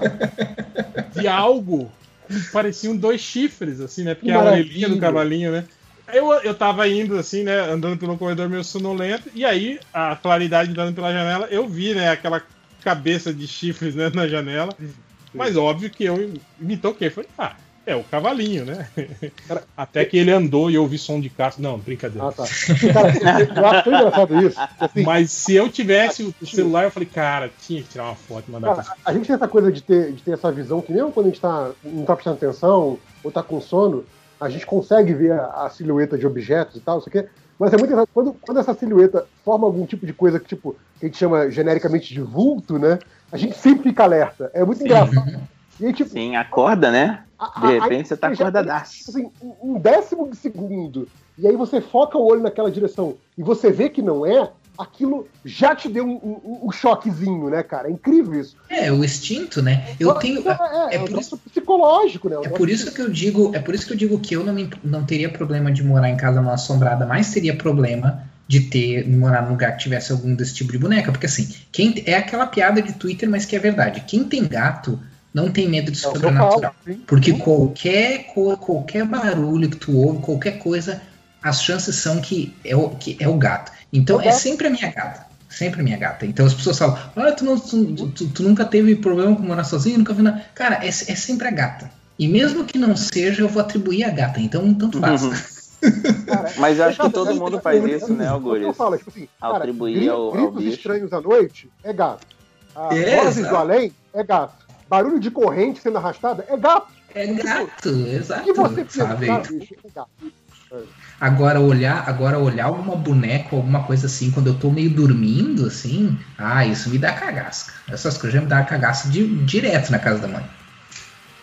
de algo que pareciam dois chifres, assim, né, porque é a orelhinha do Maravilha. cavalinho, né. Eu, eu tava indo assim, né, andando pelo corredor meio sonolento, e aí, a claridade dando pela janela, eu vi, né, aquela cabeça de chifres, né, na janela, mas óbvio que eu me toquei, falei, ah, é o cavalinho, né, até que ele andou e eu ouvi som de caça, não, brincadeira. Ah, tá. Cara, eu acho tão engraçado isso. que, assim, Mas se eu tivesse o celular, eu falei, cara, tinha que tirar uma foto e mandar pra cara, a gente tem essa coisa de ter, de ter essa visão que mesmo quando a gente tá, não tá prestando atenção ou tá com sono, a gente consegue ver a, a silhueta de objetos e tal, não sei o quê. Mas é muito engraçado, quando, quando essa silhueta forma algum tipo de coisa que, tipo, que a gente chama genericamente de vulto, né? A gente sempre fica alerta. É muito engraçado. E aí, tipo, Sim, acorda, né? a- De a- repente aí você tá já- acordadaço. Assim, um um décimo de segundo. E aí você foca o olho naquela direção e você vê que não é, aquilo já te deu um, um- um choquezinho, né, cara? É incrível isso. É, o instinto, né? Eu tenho. É, é, É é um por troço psicológico, né? Um É troço por isso que eu digo, é por isso que eu digo que eu não, me- não teria problema de morar em casa mal assombrada, mas teria problema de ter morar num lugar que tivesse algum desse tipo de boneca, porque assim, quem é aquela piada de Twitter, mas que é verdade. Quem tem gato não tem medo de É o que eu sobrenatural, falo, sim. porque qualquer co- qualquer barulho que tu ouve, qualquer coisa, as chances são que é o, que é o gato. Então É o é gato. sempre a minha gata. Sempre a minha gata. Então as pessoas falam, olha, tu, não- tu- tu- tu nunca teve problema com morar sozinho, nunca vi nada. Cara, é, é sempre a gata. E mesmo que não seja, eu vou atribuir a gata. Então, tanto faz. Uhum. Cara, Mas eu acho que cara, todo é mundo interessante, faz é isso, né, É o que eu Algures? falo, tipo assim, cara, Atribuir gri- ao- ao gritos bicho. estranhos à noite é gato. Ah, É, vozes exato. do além é gato. Barulho de corrente sendo arrastada é gato. É gato, O exato. que você Sabe? pensar, bicho, é gato. Agora olhar, agora olhar alguma boneca, alguma coisa assim, quando eu tô meio dormindo, assim, ah, isso me dá cagaço. Essas coisas já me dá cagaço de, direto na casa da mãe.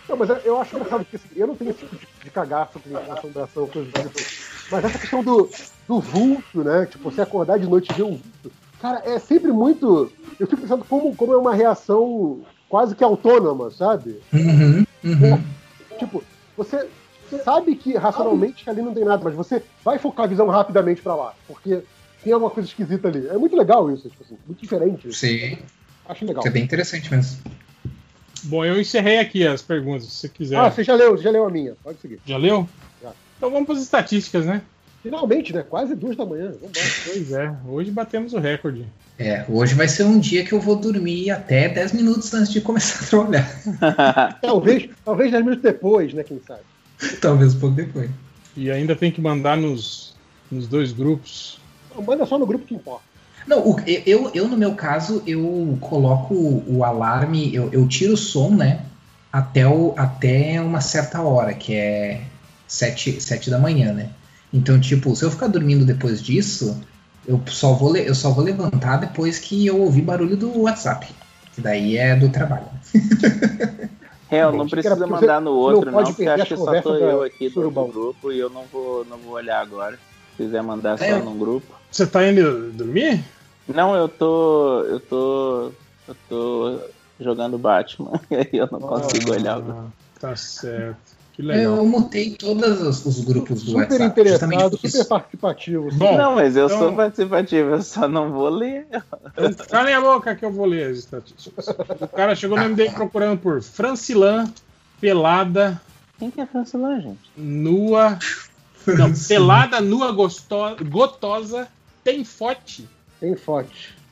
Não, mas eu- eu acho engraçado que assim, eu não tenho esse tipo de, de cagaço com assombração, coisa do tipo. Mas essa questão do, do vulto, né? Tipo, você acordar de noite e ver um vulto. Cara, é sempre muito. Eu fico pensando como, como é uma reação quase que autônoma, sabe? Uhum, uhum. Tipo, você sabe que racionalmente ali não tem nada, mas você vai focar a visão rapidamente pra lá, porque tem alguma coisa esquisita ali. É muito legal isso, tipo assim, muito diferente. Sim. Acho legal. Isso é bem interessante mesmo. Bom, eu encerrei aqui as perguntas, se você quiser. Ah, você já leu, já leu a minha, pode seguir. Já leu? Já. Então vamos para as estatísticas, né? Finalmente, né? Quase duas da manhã. Vambora. Pois é, hoje batemos o recorde. É, hoje vai ser um dia que eu vou dormir até dez minutos antes de começar a trabalhar. Talvez, talvez dez minutos depois, né? Quem sabe? Talvez um pouco depois. E ainda tem que mandar nos, nos dois grupos. Não, manda só no grupo que importa. Não, o- eu, eu, no meu caso, eu coloco o alarme, eu, eu tiro o som, né? Até, o, até uma certa hora, que é sete, sete da manhã, né? Então, tipo, se eu ficar dormindo depois disso, eu só vou, le- eu só vou levantar depois que eu ouvir barulho do WhatsApp. Que daí é do trabalho. É, eu Bom, não achei que era precisa porque mandar no outro, não não, pode porque perder acho as que só conversas tô da eu aqui do Surubão. grupo e eu não vou, não vou olhar agora. Se quiser mandar só É. num grupo. Você tá indo dormir? Não, eu tô. Eu tô. Eu tô jogando Batman. E aí eu não consigo olhar. Ah, tá certo. Que legal. Eu mutei todos os, os grupos do Super WhatsApp. justamente interessado, por isso. super participativo. Bom, Não, mas eu então- sou participativo, eu só não vou ler. Então, calem a boca que eu vou ler as estatísticas. O cara chegou no M D procurando por Francilã, pelada, Quem que é Francilã, gente? nua. Não, pelada, nua, gostosa, gotosa, tem fote. Tem foto.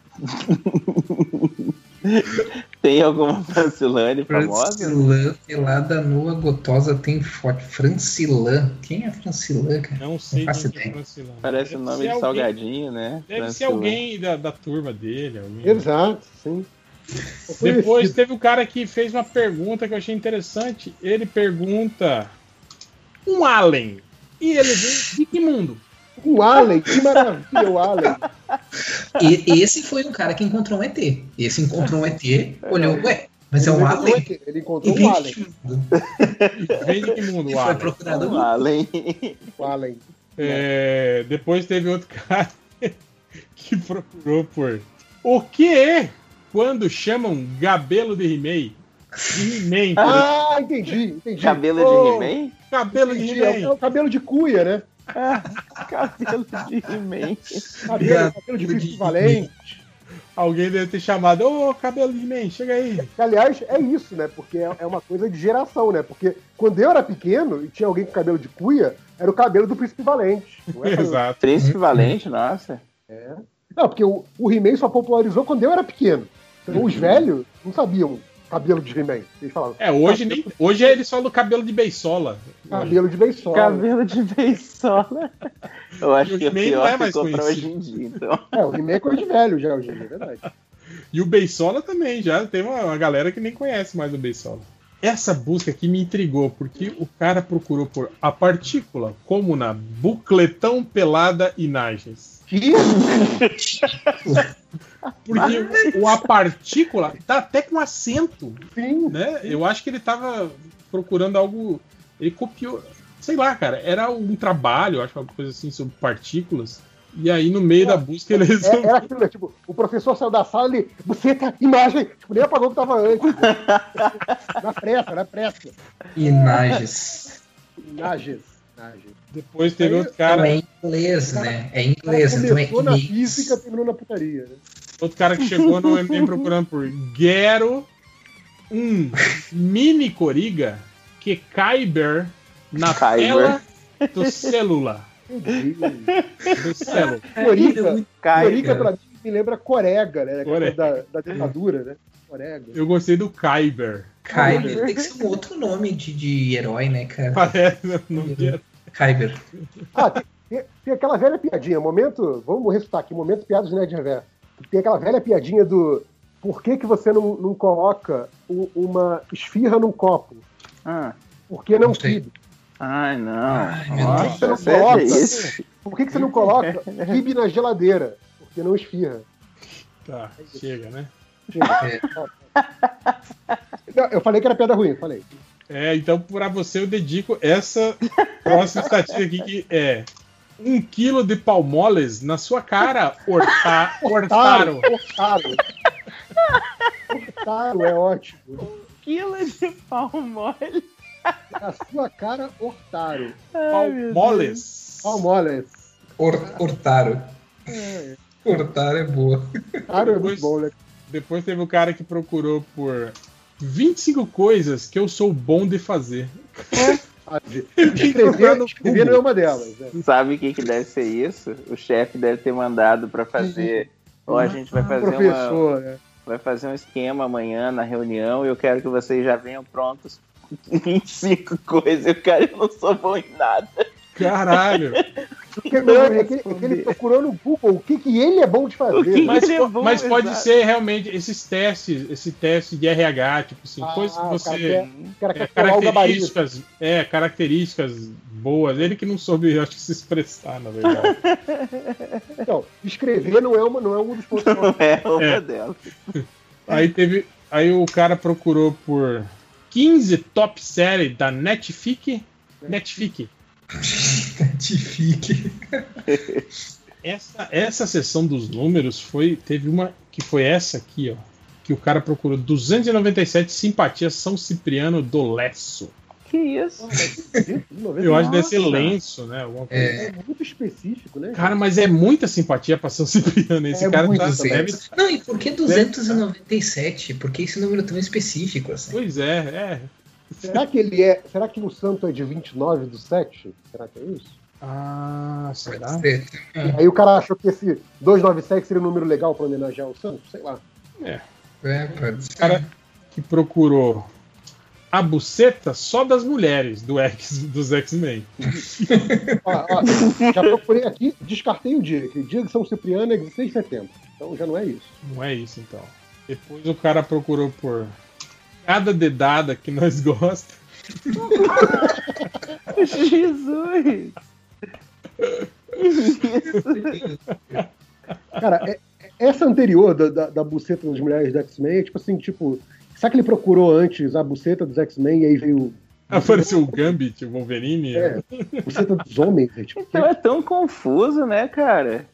Tem alguma Francilane famosa? Francilã, pelada, nua, gotosa, tem foto. Francilã. Quem é Francilã, cara? Não sei faço quem que é ideia. Francilã. Parece Deve o nome ser de alguém- salgadinho, né? Deve ser Francilã. alguém da, da turma dele. Alguém. Exato, sim. É Depois conhecido. teve o cara que fez uma pergunta que eu achei interessante. Ele pergunta: um alien. E ele vem de que mundo? O Allen, que maravilha, o Allen. E, esse foi um cara que encontrou um E T. Esse encontrou um E T, olhou, ué, mas é Ele um encontrou alien. aqui, Ele encontrou E o Allen. Vem de que mundo, E o foi alien? procurado Um alien. O Allen. É, depois teve outro cara que procurou por o que é quando chamam Gabelo de He-Man? De He-Man. Ah, entendi, entendi. Cabelo Oh, de He-Man? Cabelo de entendi. É, o- é He-Man. o cabelo de cuia, né? Cabelo de He-Man. Cabelo, cabelo de príncipe valente. Alguém deve ter chamado, ô, cabelo de He-Man, chega aí. Que, aliás, é isso, né? Porque é é uma coisa de geração, né? Porque quando eu era pequeno e tinha alguém com cabelo de cuia, era o cabelo do príncipe valente. Não, é cabelo- Exato. Príncipe Valente, nossa. É. Não, porque o, o He-Man só popularizou quando eu era pequeno. Então os velhos não sabiam cabelo de He-Man. Eles falavam, É, hoje, nem, hoje eles falam do cabelo de beisola. cabelo de beisola. Cabelo de beisola. Eu acho E o que o He-Man não pior é mais ficou pra conhecido. hoje em dia, então. É, o He-Man é coisa de velho já, hoje em dia, é verdade. E o Beisola também, já tem uma, uma galera que nem conhece mais o Beisola. Essa busca aqui me intrigou, porque o cara procurou por a partícula como na bucletão pelada imagens. Que? Porque o a partícula tá até com acento, Sim. né? Eu acho que ele tava procurando algo. Ele copiou. Sei lá, cara, era um trabalho, acho uma coisa assim sobre partículas. E aí, no meio da busca, ele É, resolveu. era aquilo, né? Tipo, o professor saiu da sala e você tá imagem, tipo, nem apagou o que tava antes. Na pressa, na pressa. Imagens. Imagens. Imagens. Depois teve Aí- outro Então cara, é inglês, né? É O cara inglês, então é começou na inglês. física, terminou na putaria. Né? outro cara que chegou no M D M procurando por Gero, um mini coriga que Kyber na Kyber. tela do celular. Entendi. Do celular. Corica, Cai, Corica pra mim me lembra Corega, né? Aquela Corega. coisa Da, da ditadura, né? Corega. Eu gostei do Kyber. Kyber. Tem que ser um outro nome de, de herói, né, cara? Parece o nome dele. Kyber. Ah, tem, tem- tem aquela velha piadinha, momento. Vamos ressuscitar aqui, momento piadas de Nerd Reverso. Tem aquela velha piadinha do por que, que você não, não coloca u- uma esfirra num copo? Ah. Por que não Não sei. kibe? Ai, não. Ai, meu Nossa, Deus. sério isso? Por que, que você não coloca kibe na geladeira? Porque não esfirra. Tá, chega, né? Não, eu falei que era piada ruim, falei. É, então pra você eu dedico essa próxima estatística aqui que é um quilo de palmoles na sua cara, Horta, Hortaro. Hortaro. Hortaro é ótimo. Quilo de pau mole. Na sua cara, Hortaro. Palmoles. Palmoles. Hor- Hortaro. É. Hortaro é boa. Hortaro é muito bom, né? Depois teve o cara que procurou por vinte e cinco coisas que eu sou bom de fazer. Escrever, escrever não é uma delas. Né? Sabe o que, que deve ser isso? O chefe deve ter mandado pra fazer. Ó, a gente vai fazer Professor, uma. né? Vai fazer um esquema amanhã na reunião e eu quero que vocês já venham prontos com vinte e cinco coisas. Eu, cara, eu não sou bom em nada. Caralho! Porque, não, é, que, é que ele procurou no Google o que, que ele é bom de fazer. Mas, é bom, mas pode exato. ser realmente esses testes, esse teste de R H, tipo assim, Ah, coisas que o você. cara quer- o cara quer é, colar o gabarito. características, é, características boas. Ele que não soube, eu acho que se expressar, na verdade. Então, escrever não é, uma, não é um dos pontos. Não é uma É. delas. Aí teve. Aí o cara procurou por quinze top série da Netflix. Netflix. Ratifique. Essa, essa sessão dos números foi. Teve uma que foi essa aqui, ó. Que o cara procurou duzentos e noventa e sete simpatias São Cipriano do Lesso. Que isso? Eu acho que deve ser lenço, né? Alguma coisa. É muito específico, né? Cara, mas é muita simpatia pra São Cipriano. Esse É cara muito tá, simpatia. deve. Não, e por que duzentos e noventa e sete? Por que esse número tão específico assim? Pois é, é. Será que ele é. Será que o santo é de vinte e nove do sete? Será que é isso? Ah, será? É. E aí o cara achou que esse duzentos e noventa e sete seria um número legal pra homenagear o santo? Sei lá. É. É, pode ser. O cara que procurou a buceta só das mulheres do X, dos X-Men. Ó, ó, já procurei aqui, descartei o dia. Que o dia de São Cipriano é dezesseis de setembro. Então já não é isso. Não é isso, então. Depois o cara procurou por cada dedada que nós gosta. Jesus! Cara, é- essa anterior da, da, da buceta das mulheres do X-Men é tipo assim, tipo. Será que ele procurou antes a buceta dos X-Men e aí veio. Apareceu o Gambit, o Wolverine. É, buceta dos homens? É, tipo, Então é tão confuso, né, cara?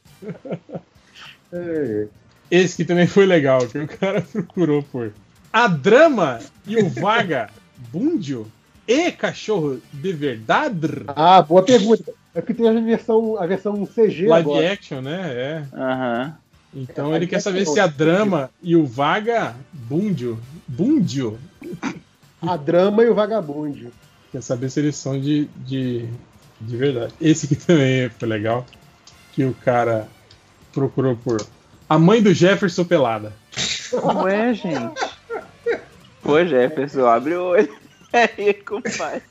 é, Esse que também foi legal, que o cara procurou por a Drama e o Vagabundio e cachorro de verdade. Ah, boa pergunta. É porque tem a versão, a versão C G Live agora. action, né? É. Aham. Então É, ele live quer saber action. se a Drama e o Vagabundio. Bundio. A Drama e o Vagabundio. Quer saber se eles são de, de, de verdade. Esse aqui também foi legal. Que o cara procurou por a mãe do Jefferson pelada. Ué, gente. Pô, Jefferson, abre o olho. Aí, compadre.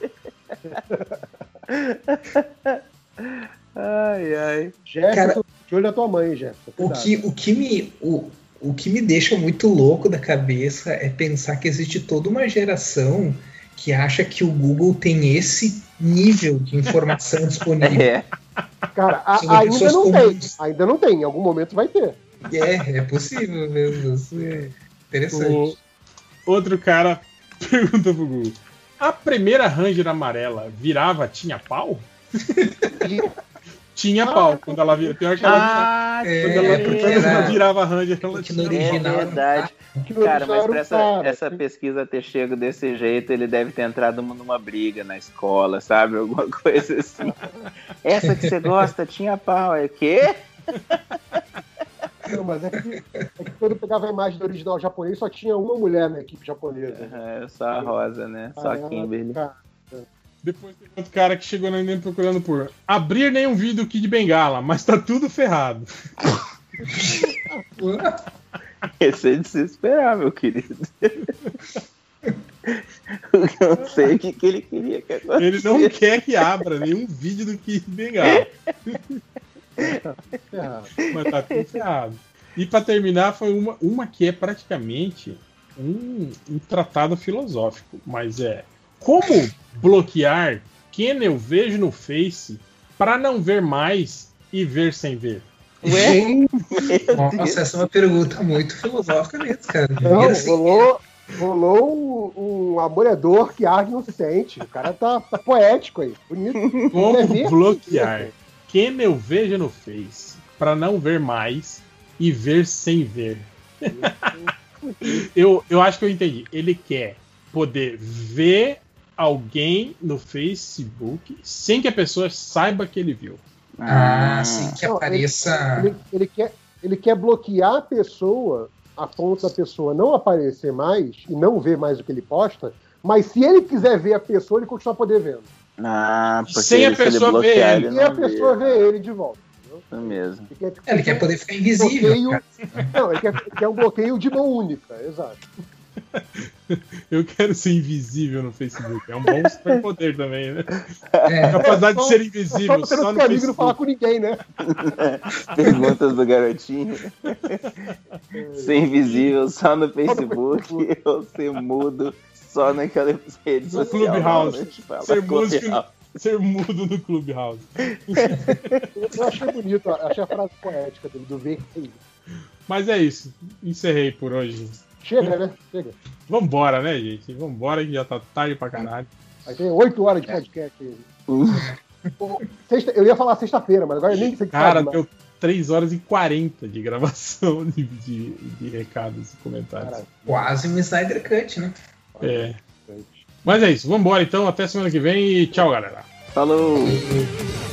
Ai, ai. Jefferson, Cara, de olho na tua mãe, Jefferson. O Cuidado. que, o, que me, o, o que me deixa muito louco da cabeça é pensar que existe toda uma geração que acha que o Google tem esse nível de informação disponível. É. Cara, a- Sobre ainda pessoas não comuns. tem. Ainda não tem. Em algum momento vai ter. É, é possível mesmo. Isso é interessante. O outro cara pergunta pro Google: a primeira Ranger amarela virava tinha pau? Tinha pau quando ela vira. Pior que ela Ah, quando é, ela, porque quando ela era- virava Ranger, ela porque no tinha É original. verdade. Que no Cara, original mas era pra um essa, cara. essa pesquisa ter chego desse jeito, ele deve ter entrado numa briga na escola, sabe? Alguma coisa assim. Essa que você gosta tinha pau, é o quê? Não, mas é que, é que quando eu pegava a imagem do original japonês, só tinha uma mulher na equipe japonesa. É, só a Rosa, né? Só a Ah, Kimberly. cara. Depois tem outro cara que chegou na Enem procurando por abrir nenhum vídeo do Kid Bengala, mas tá tudo ferrado. Esse é de se esperar, meu querido. Eu não sei o que, que ele queria que acontecesse. Ele não quer que abra nenhum vídeo do Kid Bengala. Ferrado. Mas tá tudo ferrado. E pra terminar, foi uma, uma que é praticamente um, um tratado filosófico. Mas é como bloquear quem eu vejo no Face pra não ver mais e ver sem ver. Ué? Nossa, essa é uma pergunta muito filosófica mesmo, cara. Não, Primeiro, assim, rolou, rolou o, um amor é dor que arde não se sente. O cara tá, tá poético aí. Bonito. Como ver, bloquear quem eu vejo no Face pra não ver mais e ver sem ver? eu, eu acho que eu entendi. Ele quer poder ver alguém no Facebook sem que a pessoa saiba que ele viu. Ah, sem que não, apareça. Ele, ele, ele, quer, ele quer bloquear a pessoa a ponto da pessoa não aparecer mais e não ver mais o que ele posta, mas se ele quiser ver a pessoa, ele continua a poder vendo. Ah, porque sem ele, a pessoa ver ele. Sem a pessoa ver ele de volta. Isso mesmo. Ele quer, tipo, ele quer poder ficar invisível. Bloqueio, não, ele quer, ele quer um bloqueio de mão única, exato. Eu quero ser invisível no Facebook. É um bom superpoder também, né? É. A capacidade de ser invisível só, só no Facebook. Não falar com ninguém, né? Perguntas do garotinho. Ser invisível só no Facebook ou ser mudo só naquela rede social. Clubhouse. Ser músico, ser mudo no Clubhouse. Eu achei bonito, achei a frase poética dele, do ver. Mas é isso. Encerrei por hoje. Chega, né? Chega. Vambora, né, gente? Vambora que já tá tarde pra caralho. Aí tem oito horas de podcast aí. Sexta, eu ia falar sexta-feira, mas agora eu nem sei que Cara, sabe, deu três horas e quarenta de gravação de, de, de recados e comentários. Cara, quase um Snyder Cut, né? É. Mas é isso. Vambora então. Até semana que vem e tchau, galera. Falou!